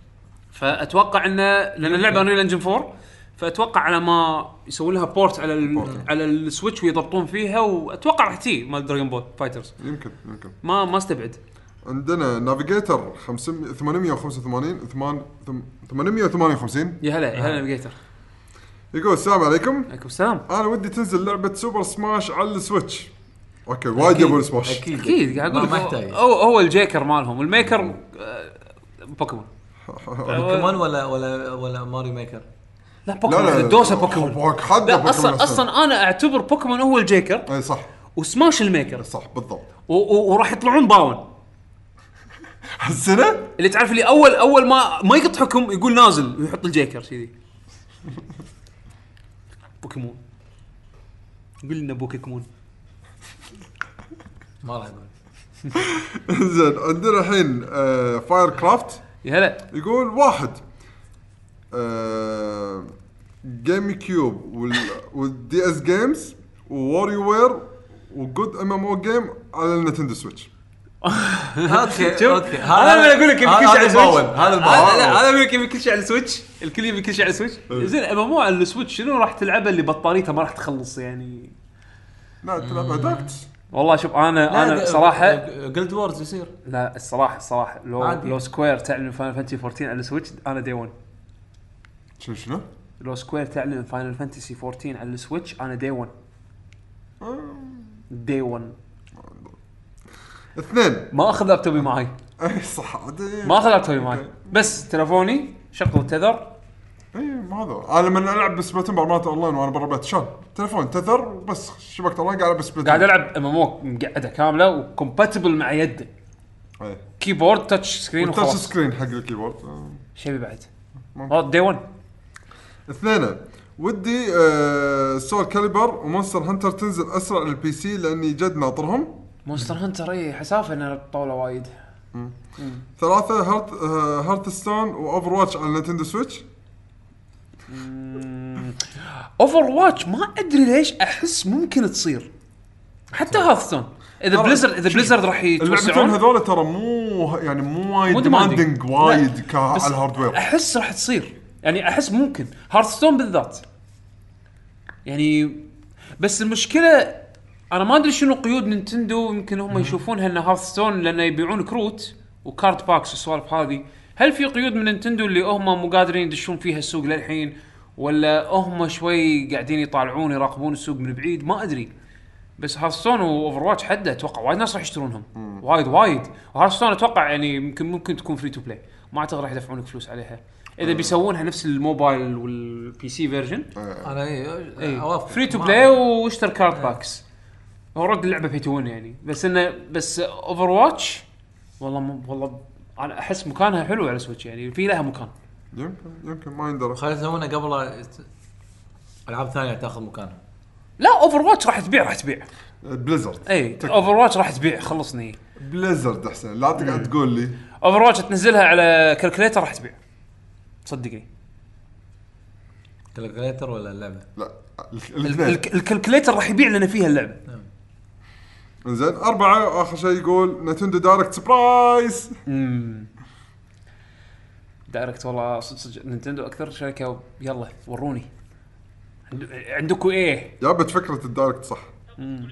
فاتوقع انه لان اللعبه انريل انجن فور فاتوقع على ما يسوون لها بورت على ال على السويتش ويضبطون فيها واتوقع راح تجي مال دراغون بول فايترز. يمكن يمكن ما ما استبعد. عندنا نافيجيتر ثمانمية وخمسة وثمانين ثمانمية وثمانية وخمسين. يا هلا يا هلا نافيجيتر يقول السلام عليكم. عليكم السلام. انا ودي تنزل لعبه سوبر سماش على السويتش. اوكي وايد يبون سماش اكيد اكيد قاعد اقول هو هو الجيكر مالهم الميكر بوكيمون. بوكيمون ولا ولا ولا ماريو ميكر. لا بوكيمون الدوسه بوكيمون. لا اصلا اصلا انا اعتبر بوكيمون هو الجيكر. اي صح. وسماش الميكر. صح بالضبط. وراح يطلعون باون هالسنه اللي تعرف اللي اول اول ما ما يقط حكم يقول نازل ويحط الجيكر كذي. بوكيمون قل لنا بوكيمون ما راح اقول. زين عندنا الحين آه فاير كرافت يا هلا يقول واحد آه جيم كيوب والدي اس جيمز ووريو وير وجود ام ام او جيم على النينتندو سويتش. اوكي اوكي هذا اقول لك كل شيء على السويتش. هذا الباول لا هذا اقول لك كل شيء على السويتش الكل يبي كل شيء على السويتش. زين ام ام او على السويتش شنو راح تلعبها اللي بطاريتها ما راح تخلص يعني. لا تلعب ادكت والله شوف انا انا صراحه جلد وورز يصير. لا الصراحه الصراحه لو لو سكوير تعلن فاينل فانتسي فورتين على السويتش انا دي ون. شنو شنو لو سكوير تعلن فاينل فانتسي فورتين على السويتش انا دي ون دي ون. اثنين ما اخذ لابتوبي معي. اي صح ما اخذ لابتوبي معي بس تلفوني شغل تذر. اي ما هذا انا لما العب بسبلاتون برمات اونلاين وانا برا البيت شلون تلفون تذر بس شبكه اونلاين قاعد بسبلاتون قاعد العب ام ام او مقعده كامله وكومباتبل مع يده. اي كيبورد تاتش سكرين وخلاص تاتش سكرين حق الكيبورد شيء بعد هذا دي ون. اثنين ودي آه سول كاليبر ومونستر هانتر تنزل اسرع للبي سي لاني جد ناطرهم. مونستر هانتر اي حسافه ان الطاوله وايد. مم. ثلاثة هارت آه هارت ستون واوفر واتش على نينتندو سويتش. اوفر واتش ما ادري ليش احس ممكن تصير حتى هارثستون اذا بليزرد اذا بليزرد راح يتوسعون. اللعبتين هذول ترى مو يعني مو وايد ديماندنج وايد على الهاردوير. احس راح تصير يعني احس ممكن هارثستون بالذات يعني. بس المشكله انا ما ادري شنو قيود نينتندو، يمكن هم يشوفونها ان هارثستون لانه يبيعون كروت وكارد باكس والسوالف هذه. هل في قيود من نينتندو اللي هم مو قادرين يدشون فيها السوق للحين، ولا هم شوي قاعدين يطالعون يراقبون السوق من بعيد؟ ما ادري. بس هارثستون واوفر واتش حده اتوقع وايد ناس راح يشترونهم وايد وايد. وهارثستون اتوقع يعني يمكن ممكن تكون فري تو بلاي، ما اعتقد راح يدفعونك فلوس عليها اذا بيسوونها نفس الموبايل والبي سي فيرجن. انا اي اوافق فري تو بلاي واشتر كارد باكس. هو رد اللعبه بيتون يعني، بس انه بس اوفر واتش والله م... والله انا احس مكانها حلو على سويتش، يعني في لها مكان. يمكن يمكن ما يندرى. خلينا يسوونه قبل العاب ثانيه تاخذ مكانها. لا اوفر واتش راح تبيع راح تبيع بليزرد. اي اوفر واتش راح تبيع، خلصني. بليزرد احسن، لا تقعد تقول لي اوفر واتش تنزلها على كالكوليتر راح تبيع، صدقني. كالكوليتر ولا اللعبه؟ لا الكالكوليتر راح يبيع لنا فيها اللعبه. زين. أربعة آخر شيء يقول نينتندو دايركت سبرايز. امم دايركت والله صدق صدق نينتندو اكثر شركه. يلا وروني عندكم ايه. جابت فكرة الدايركت صح. امم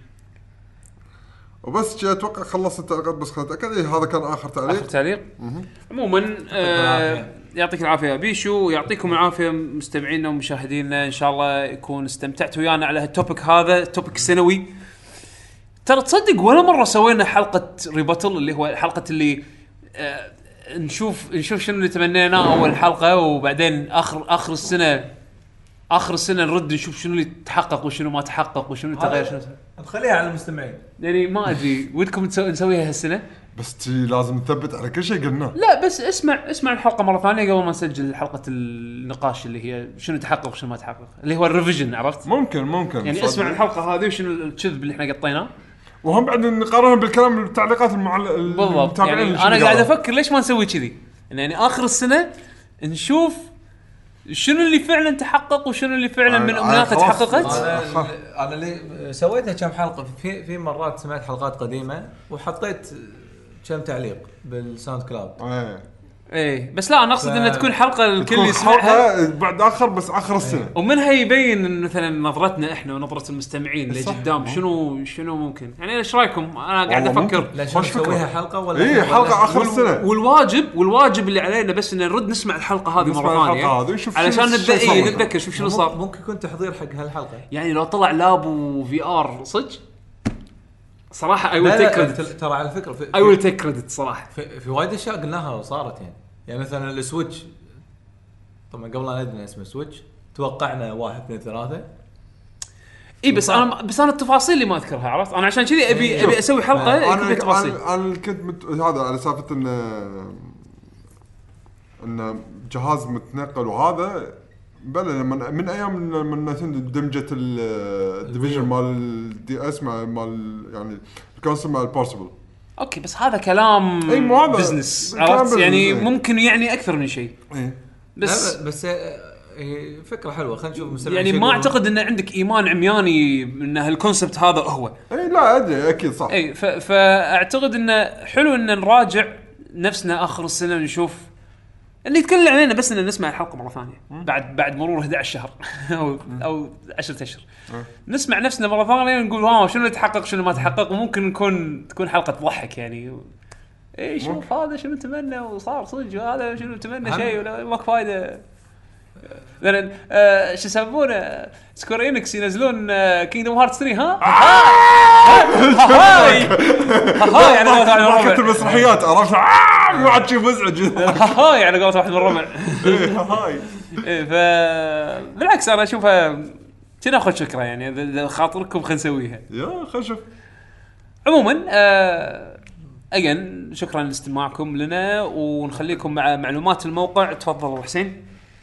وبس شيء اتوقع خلصت التعليقات، بس خليت اتاكد. إيه هذا كان اخر تعليق. اخر تعليق. عموما آه يعطيك العافيه بيشو، يعطيكم العافيه مستمعينا ومشاهدينا. ان شاء الله يكون استمتعتوا ويانا على هالتوبيك هذا، توبيك سنوي. ترى تصدق ولا مره سوينا حلقه ريباتل اللي هو حلقه اللي آه نشوف نشوف شنو اللي تمنيناه اول حلقه، وبعدين اخر اخر السنه اخر السنه نرد نشوف شنو اللي تحقق وشنو ما تحقق وشنو تغير شنو. نخليها على المستمعين يعني. ما ادري ودكم نسويها هالسنه، بس تي لازم نثبت على كل شيء قلناه. لا بس اسمع اسمع الحلقه مره ثانيه قبل ما نسجل حلقه النقاش اللي هي شنو تحقق وشنو ما تحقق، اللي هو الريفيجن. عرفت؟ ممكن ممكن يعني صدق. اسمع الحلقه هذه وشنو الكذب اللي احنا قطيناه، وهم بعد نقارنها بالكلام التعليقات المعل... بالضبط. يعني انا قاعد افكر ليش ما نسوي كذي، يعني اخر السنه نشوف شنو اللي فعلا تحقق وشنو اللي فعلا من امنياته تحققت. انا انا اللي سويتها كم حلقه في في مرات سمعت حلقات قديمه وحطيت كم تعليق بالساوند كلاود. ايه ايه بس لا انا اقصد ف... انها تكون حلقه الكل تكون يسمعها بعد اخر بس اخر السنه. ايه. ومنها يبين مثلا نظرتنا احنا ونظره المستمعين لقدام شنو شنو ممكن. يعني ايش رايكم؟ انا قاعد افكر ليش نسويها حلقه ولا ايه حلقه اخر السنه. والواجب والواجب اللي علينا بس ان نرد نسمع الحلقه هذه مره ثانيه علشان نبدا نتذكر شوف شنو صار. ممكن يكون تحضير حق هالحلقه. يعني لو طلع لاب وفي ار صدق صراحه اي ويل تيك كريدت. ترى على فكره اي ويل تيك كريدت صراحه في, في وايد اشياء قلناها وصارت. يعني يعني مثلا السويتش طبعا قبل لا ندري اسمه سويتش توقعنا واحد اثنين ثلاثة. اي بس انا بس انا التفاصيل اللي ما اذكرها. عرفت؟ انا عشان كذي ابي ابي اسوي حلقه انا تفاصيل. انا كنت مت... هذا على سالفه ان ان جهاز متنقل وهذا بلا من, من ايام من نتندو دمجت الديفيجن مال الدي اس مع مال يعني الكونسول مع البورتبل. اوكي بس هذا كلام اي مو هذا بزنس. عرفت؟ يعني ممكن يعني اكثر من شيء. اي بس بس فكره حلوه. خلينا نشوف يعني ما اعتقد ان عندك ايمان عمياني ان هالكونسبت هذا هو. اي لا ادري اكيد صح. اي فاعتقد انه حلو ان نراجع نفسنا اخر السنه ونشوف اللي يتكلم علينا، بس ان نسمع الحلقه مره ثانيه بعد بعد مرور أحد عشر شهر او او عشرة اشهر. نسمع نفسنا مره ثانيه ونقول ها شنو اللي تحقق شنو ما تحقق. وممكن نكون تكون حلقه تضحك يعني. اي شوف هذا شنو نتمنى وصار صدق، هذا شنو نتمنى شيء ولا ماك فايده. مثلا آه شو يسمونه سكوير انكس ينزلون آه كينجدوم هارت ثري. ها هاي هاي يعني ما كنت المسرحيات عرفت يقعد شيء مزعج. هاي يعني قالت واحد من الربع. هاي ف بالعكس انا اشوفها كنا اخذ فكره يعني اذا خاطركم خلينا نسويها. يا خل شوف. عموما آه اجين شكرا لاستماعكم لنا ونخليكم مع معلومات الموقع. تفضل حسين.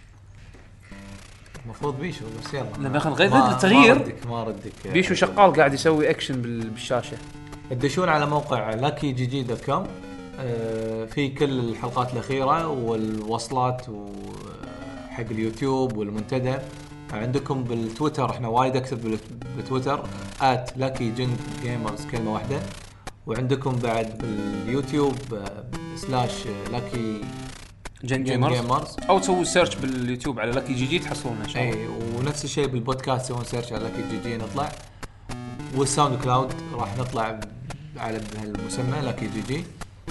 مفروض بيشو بس يلا لما خلنا غير التغيير. ما ردك ما ردك بيشو شغال قاعد يسوي اكشن بالشاشه. تدشون على موقع لاكي جي جي دوت كوم في كل الحلقات الأخيرة والوصلات حق اليوتيوب والمنتدى. عندكم بالتويتر احنا وايد اكتب بالتويتر آت لاكي جن جيمرز كلمة واحدة. وعندكم بعد باليوتيوب سلاش لاكي جن جيمرز او تسووا سيرش باليوتيوب على لاكي جي جي تحصلونها ان شاء الله. اي ونفس الشيء بالبودكاست سوون سيرش على لاكي جي جي نطلع. والساوند كلاود راح نطلع على هالمسمى لكي جي جي.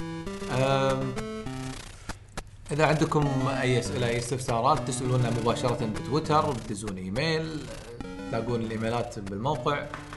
اذا عندكم اي اسئله اي استفسارات تسالونا مباشره بتويتر، بتدزون ايميل، تلاقون الايميلات بالموقع.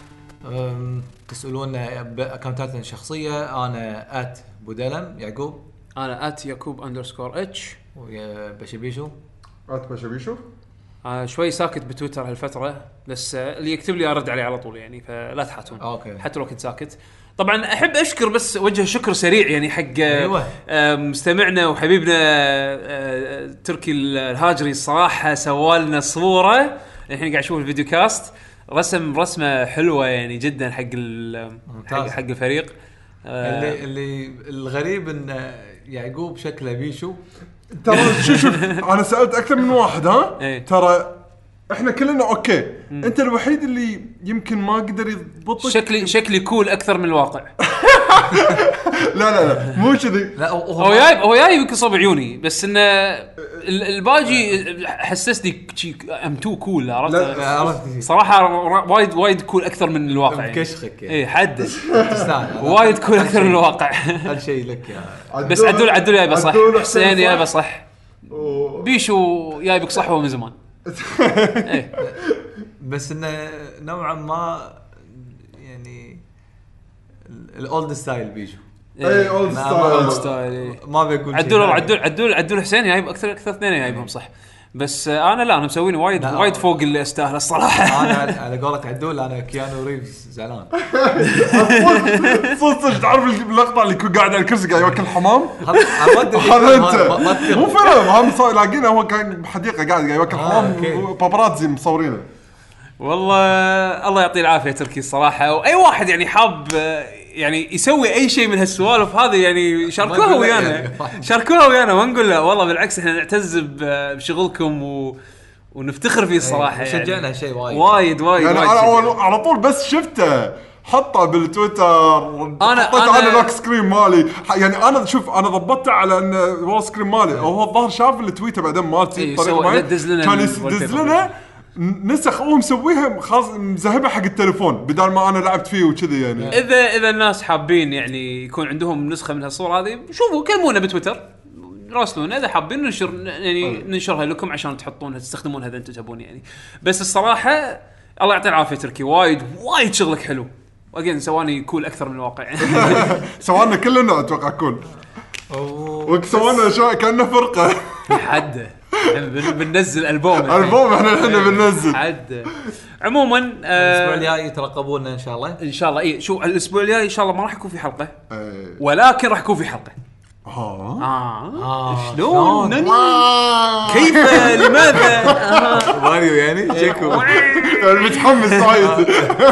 تسالونا باكونتاتنا الشخصيه، انا ات بودلم يعقوب، انا ات يعقوب اندرسكور اتش، ويا بشبيشو ات بشبيشو. آه شوي ساكت بتويتر هالفتره، بس آه اللي يكتب لي ارد عليه على طول يعني، فلا تحاتون. أوكي. حتى لو كنت ساكت. طبعا احب اشكر بس وجه شكر سريع يعني حق أيوة. آه مستمعنا وحبيبنا آه تركي الهاجري. الصراحه سوالنا صوره الحين قاعد اشوف الفيديو كاست، رسم رسمه حلوه يعني جدا حق حق, حق الفريق. آه اللي اللي الغريب ان يعقوب شكله بيشو. ترى شوف شوف انا سالت اكثر من واحد ها ايه. ترى احنا كلنا اوكي مم. انت الوحيد اللي يمكن ما قدر يضبطك. شكلي شكلي كول اكثر من الواقع. لا لا لا مو كذي. لا هو جايب هو جايب يمكن صوب عيوني، بس انه الباجي حسسني ام تو كول. عرفت صراحه وايد وايد كول اكثر من الواقع يعني. كشخك يعني. اي حد تستاهل وايد كول اكثر من الواقع. هذا شيء لك يا بس عدول عدول جايبه صح، حسين جايبه صح، بيشو جايبك صح ومن زمان. إيه. بس انه نوعا ما يعني الاولد ستايل بيشو. اي اولد ستايل ستايل ما بيقول عدول عدول عدول عدول حسين جايب اكثر اكثر اثنين جايبهم صح، بس انا لا انا مسويني وايد وايد فوق اللي استاهل الصراحه. انا على قولة عدول انا كيانو ريفز زعلان. صدق تعرف اللقطه اللي كان قاعد على الكرسي قاعد ياكل حمام؟ هذا انت مو فيلم هم لاقينه هو كان بحديقه قاعد قاعد ياكل حمام بابراتزي مصورينه. والله الله يعطيه العافيه تركي الصراحه، واي واحد يعني حاب يعني يسوي اي شيء من هالسوالف هذه يعني شاركوها ويانا شاركوها ويانا ما نقول لا والله بالعكس احنا نعتز بشغلكم و... ونفتخر فيه الصراحه يعني شجعنا شيء وايد وايد وايد يعني انا على طول بس شفته حطه بالتويتر انا حطيت على اللوك سكرين مالي يعني انا شوف انا ضبطته على ان اللوك سكرين مالي هو الظاهر شاف التويته بعدين مالتي بطريقه كان يدز لنا نسخ هو مسويها خاص مذهبها حق التليفون بدل ما انا لعبت فيه وكذي يعني. اذا اذا الناس حابين يعني يكون عندهم نسخه من هالصوره هذه شوفوا كلمونا بتويتر راسلونا اذا حابين ننشر يعني ننشرها لكم عشان تحطونها تستخدمونها اذا انتم تبون يعني. بس الصراحه الله يعطي العافيه تركي وايد وايد شغلك حلو واجين سواني كول اكثر من الواقع. سوانا كلنا اتوقع كول وسوانا شو كأنه فرقه حد بننزل البوم البوم احنا احنا بننزل حد. عموما الاسبوع الجاي يترقبونا ان شاء الله ان شاء الله. اي شو الاسبوع الجاي ان شاء الله ما راح يكون في حلقه ولكن راح يكون في حلقه. اه اه شلون كيف لماذا ماريو يعني شكو متحمس وايد.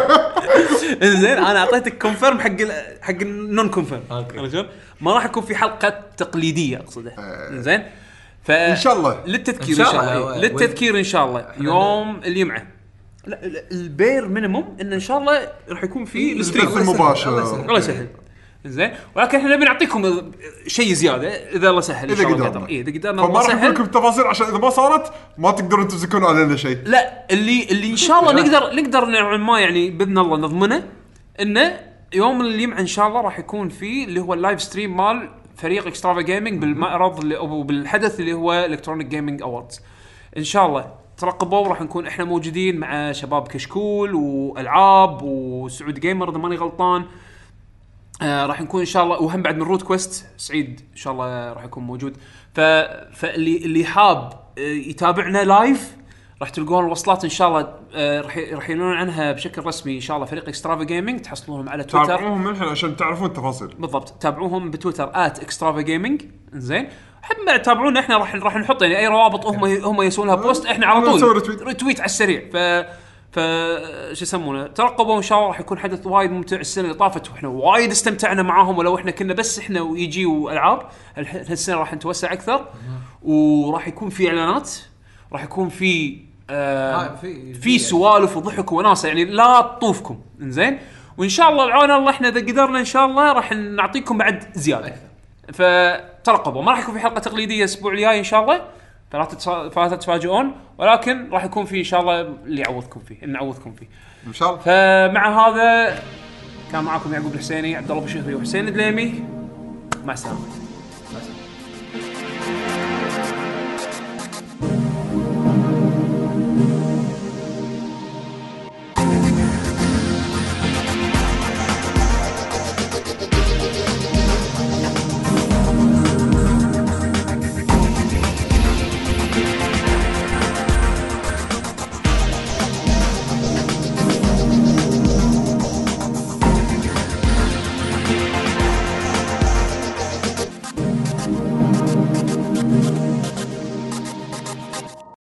زين انا اعطيتك كونفيرم حق حق النون كونفيرم رجل ما راح يكون في حلقه تقليديه اقصده. زين فان شاء الله للتذكير ان شاء الله للتذكير ان شاء الله يوم الجمعه لا البير مينيموم ان ان شاء الله راح يكون في الستريم المباشر الله يسهل. زين ولكن احنا نبي نعطيكم شيء زياده اذا الله سهل ان شاء الله قدر. اي اذا قدرنا فما راح نقول لكم التفاصيل عشان اذا ما صارت ما تقدرون تمسكون علينا شيء. لا اللي اللي ان شاء الله نقدر نقدر نوعا ما يعني باذن الله نضمنه انه يوم الجمعه ان شاء الله راح يكون فيه اللي هو اللايف ستريم مال فريق اكسترافا جيمنج بالمعرض اللي او بالحدث اللي هو الكترونيك جيمنج اووردز. ان شاء الله ترقبوا راح نكون احنا موجودين مع شباب كشكول والعاب وسعود جيمر اذا ماني غلطان. آه راح نكون ان شاء الله وهم بعد من روت كويست سعيد ان شاء الله راح يكون موجود. ف فاللي اللي حاب يتابعنا لايف راح تلقون الوصلات ان شاء الله. آه راح راح يعلنون عنها بشكل رسمي ان شاء الله فريق اكسترافا جيمنج تحصلونهم على تويتر. تابعوهم الحين عشان تعرفون التفاصيل بالضبط. تابعوهم بتويتر آت اكسترافا جيمنج. زين حب ما تتابعونا احنا راح راح نحط يعني اي روابط هم هم يسوونها بوست احنا على طول ريتويت على السريع. ف ف شو يسمونه ترقبوا ان شاء الله راح يكون حدث وايد ممتع. السنه اللي طافت واحنا وايد استمتعنا معاهم ولو احنا كنا بس احنا ويجي والعاب. هالسنه راح نتوسع اكثر وراح يكون في اعلانات راح يكون في آه في, في سوالف وضحك وناسه يعني لا تطوفكم. انزين وان شاء الله العون الله احنا اذا قدرنا ان شاء الله راح نعطيكم بعد زياده. فترقبوا ما راح يكون في حلقه تقليديه الاسبوع الجاي ان شاء الله. فلا تتص- فلا تتفاجئون، ولكن راح يكون في ان شاء الله اللي يعوضكم فيه نعوضكم فيه ان شاء الله. فمع هذا كان معكم يعقوب الحسيني، عبد الله بشهري وحسين الدليمي، مع السلامه.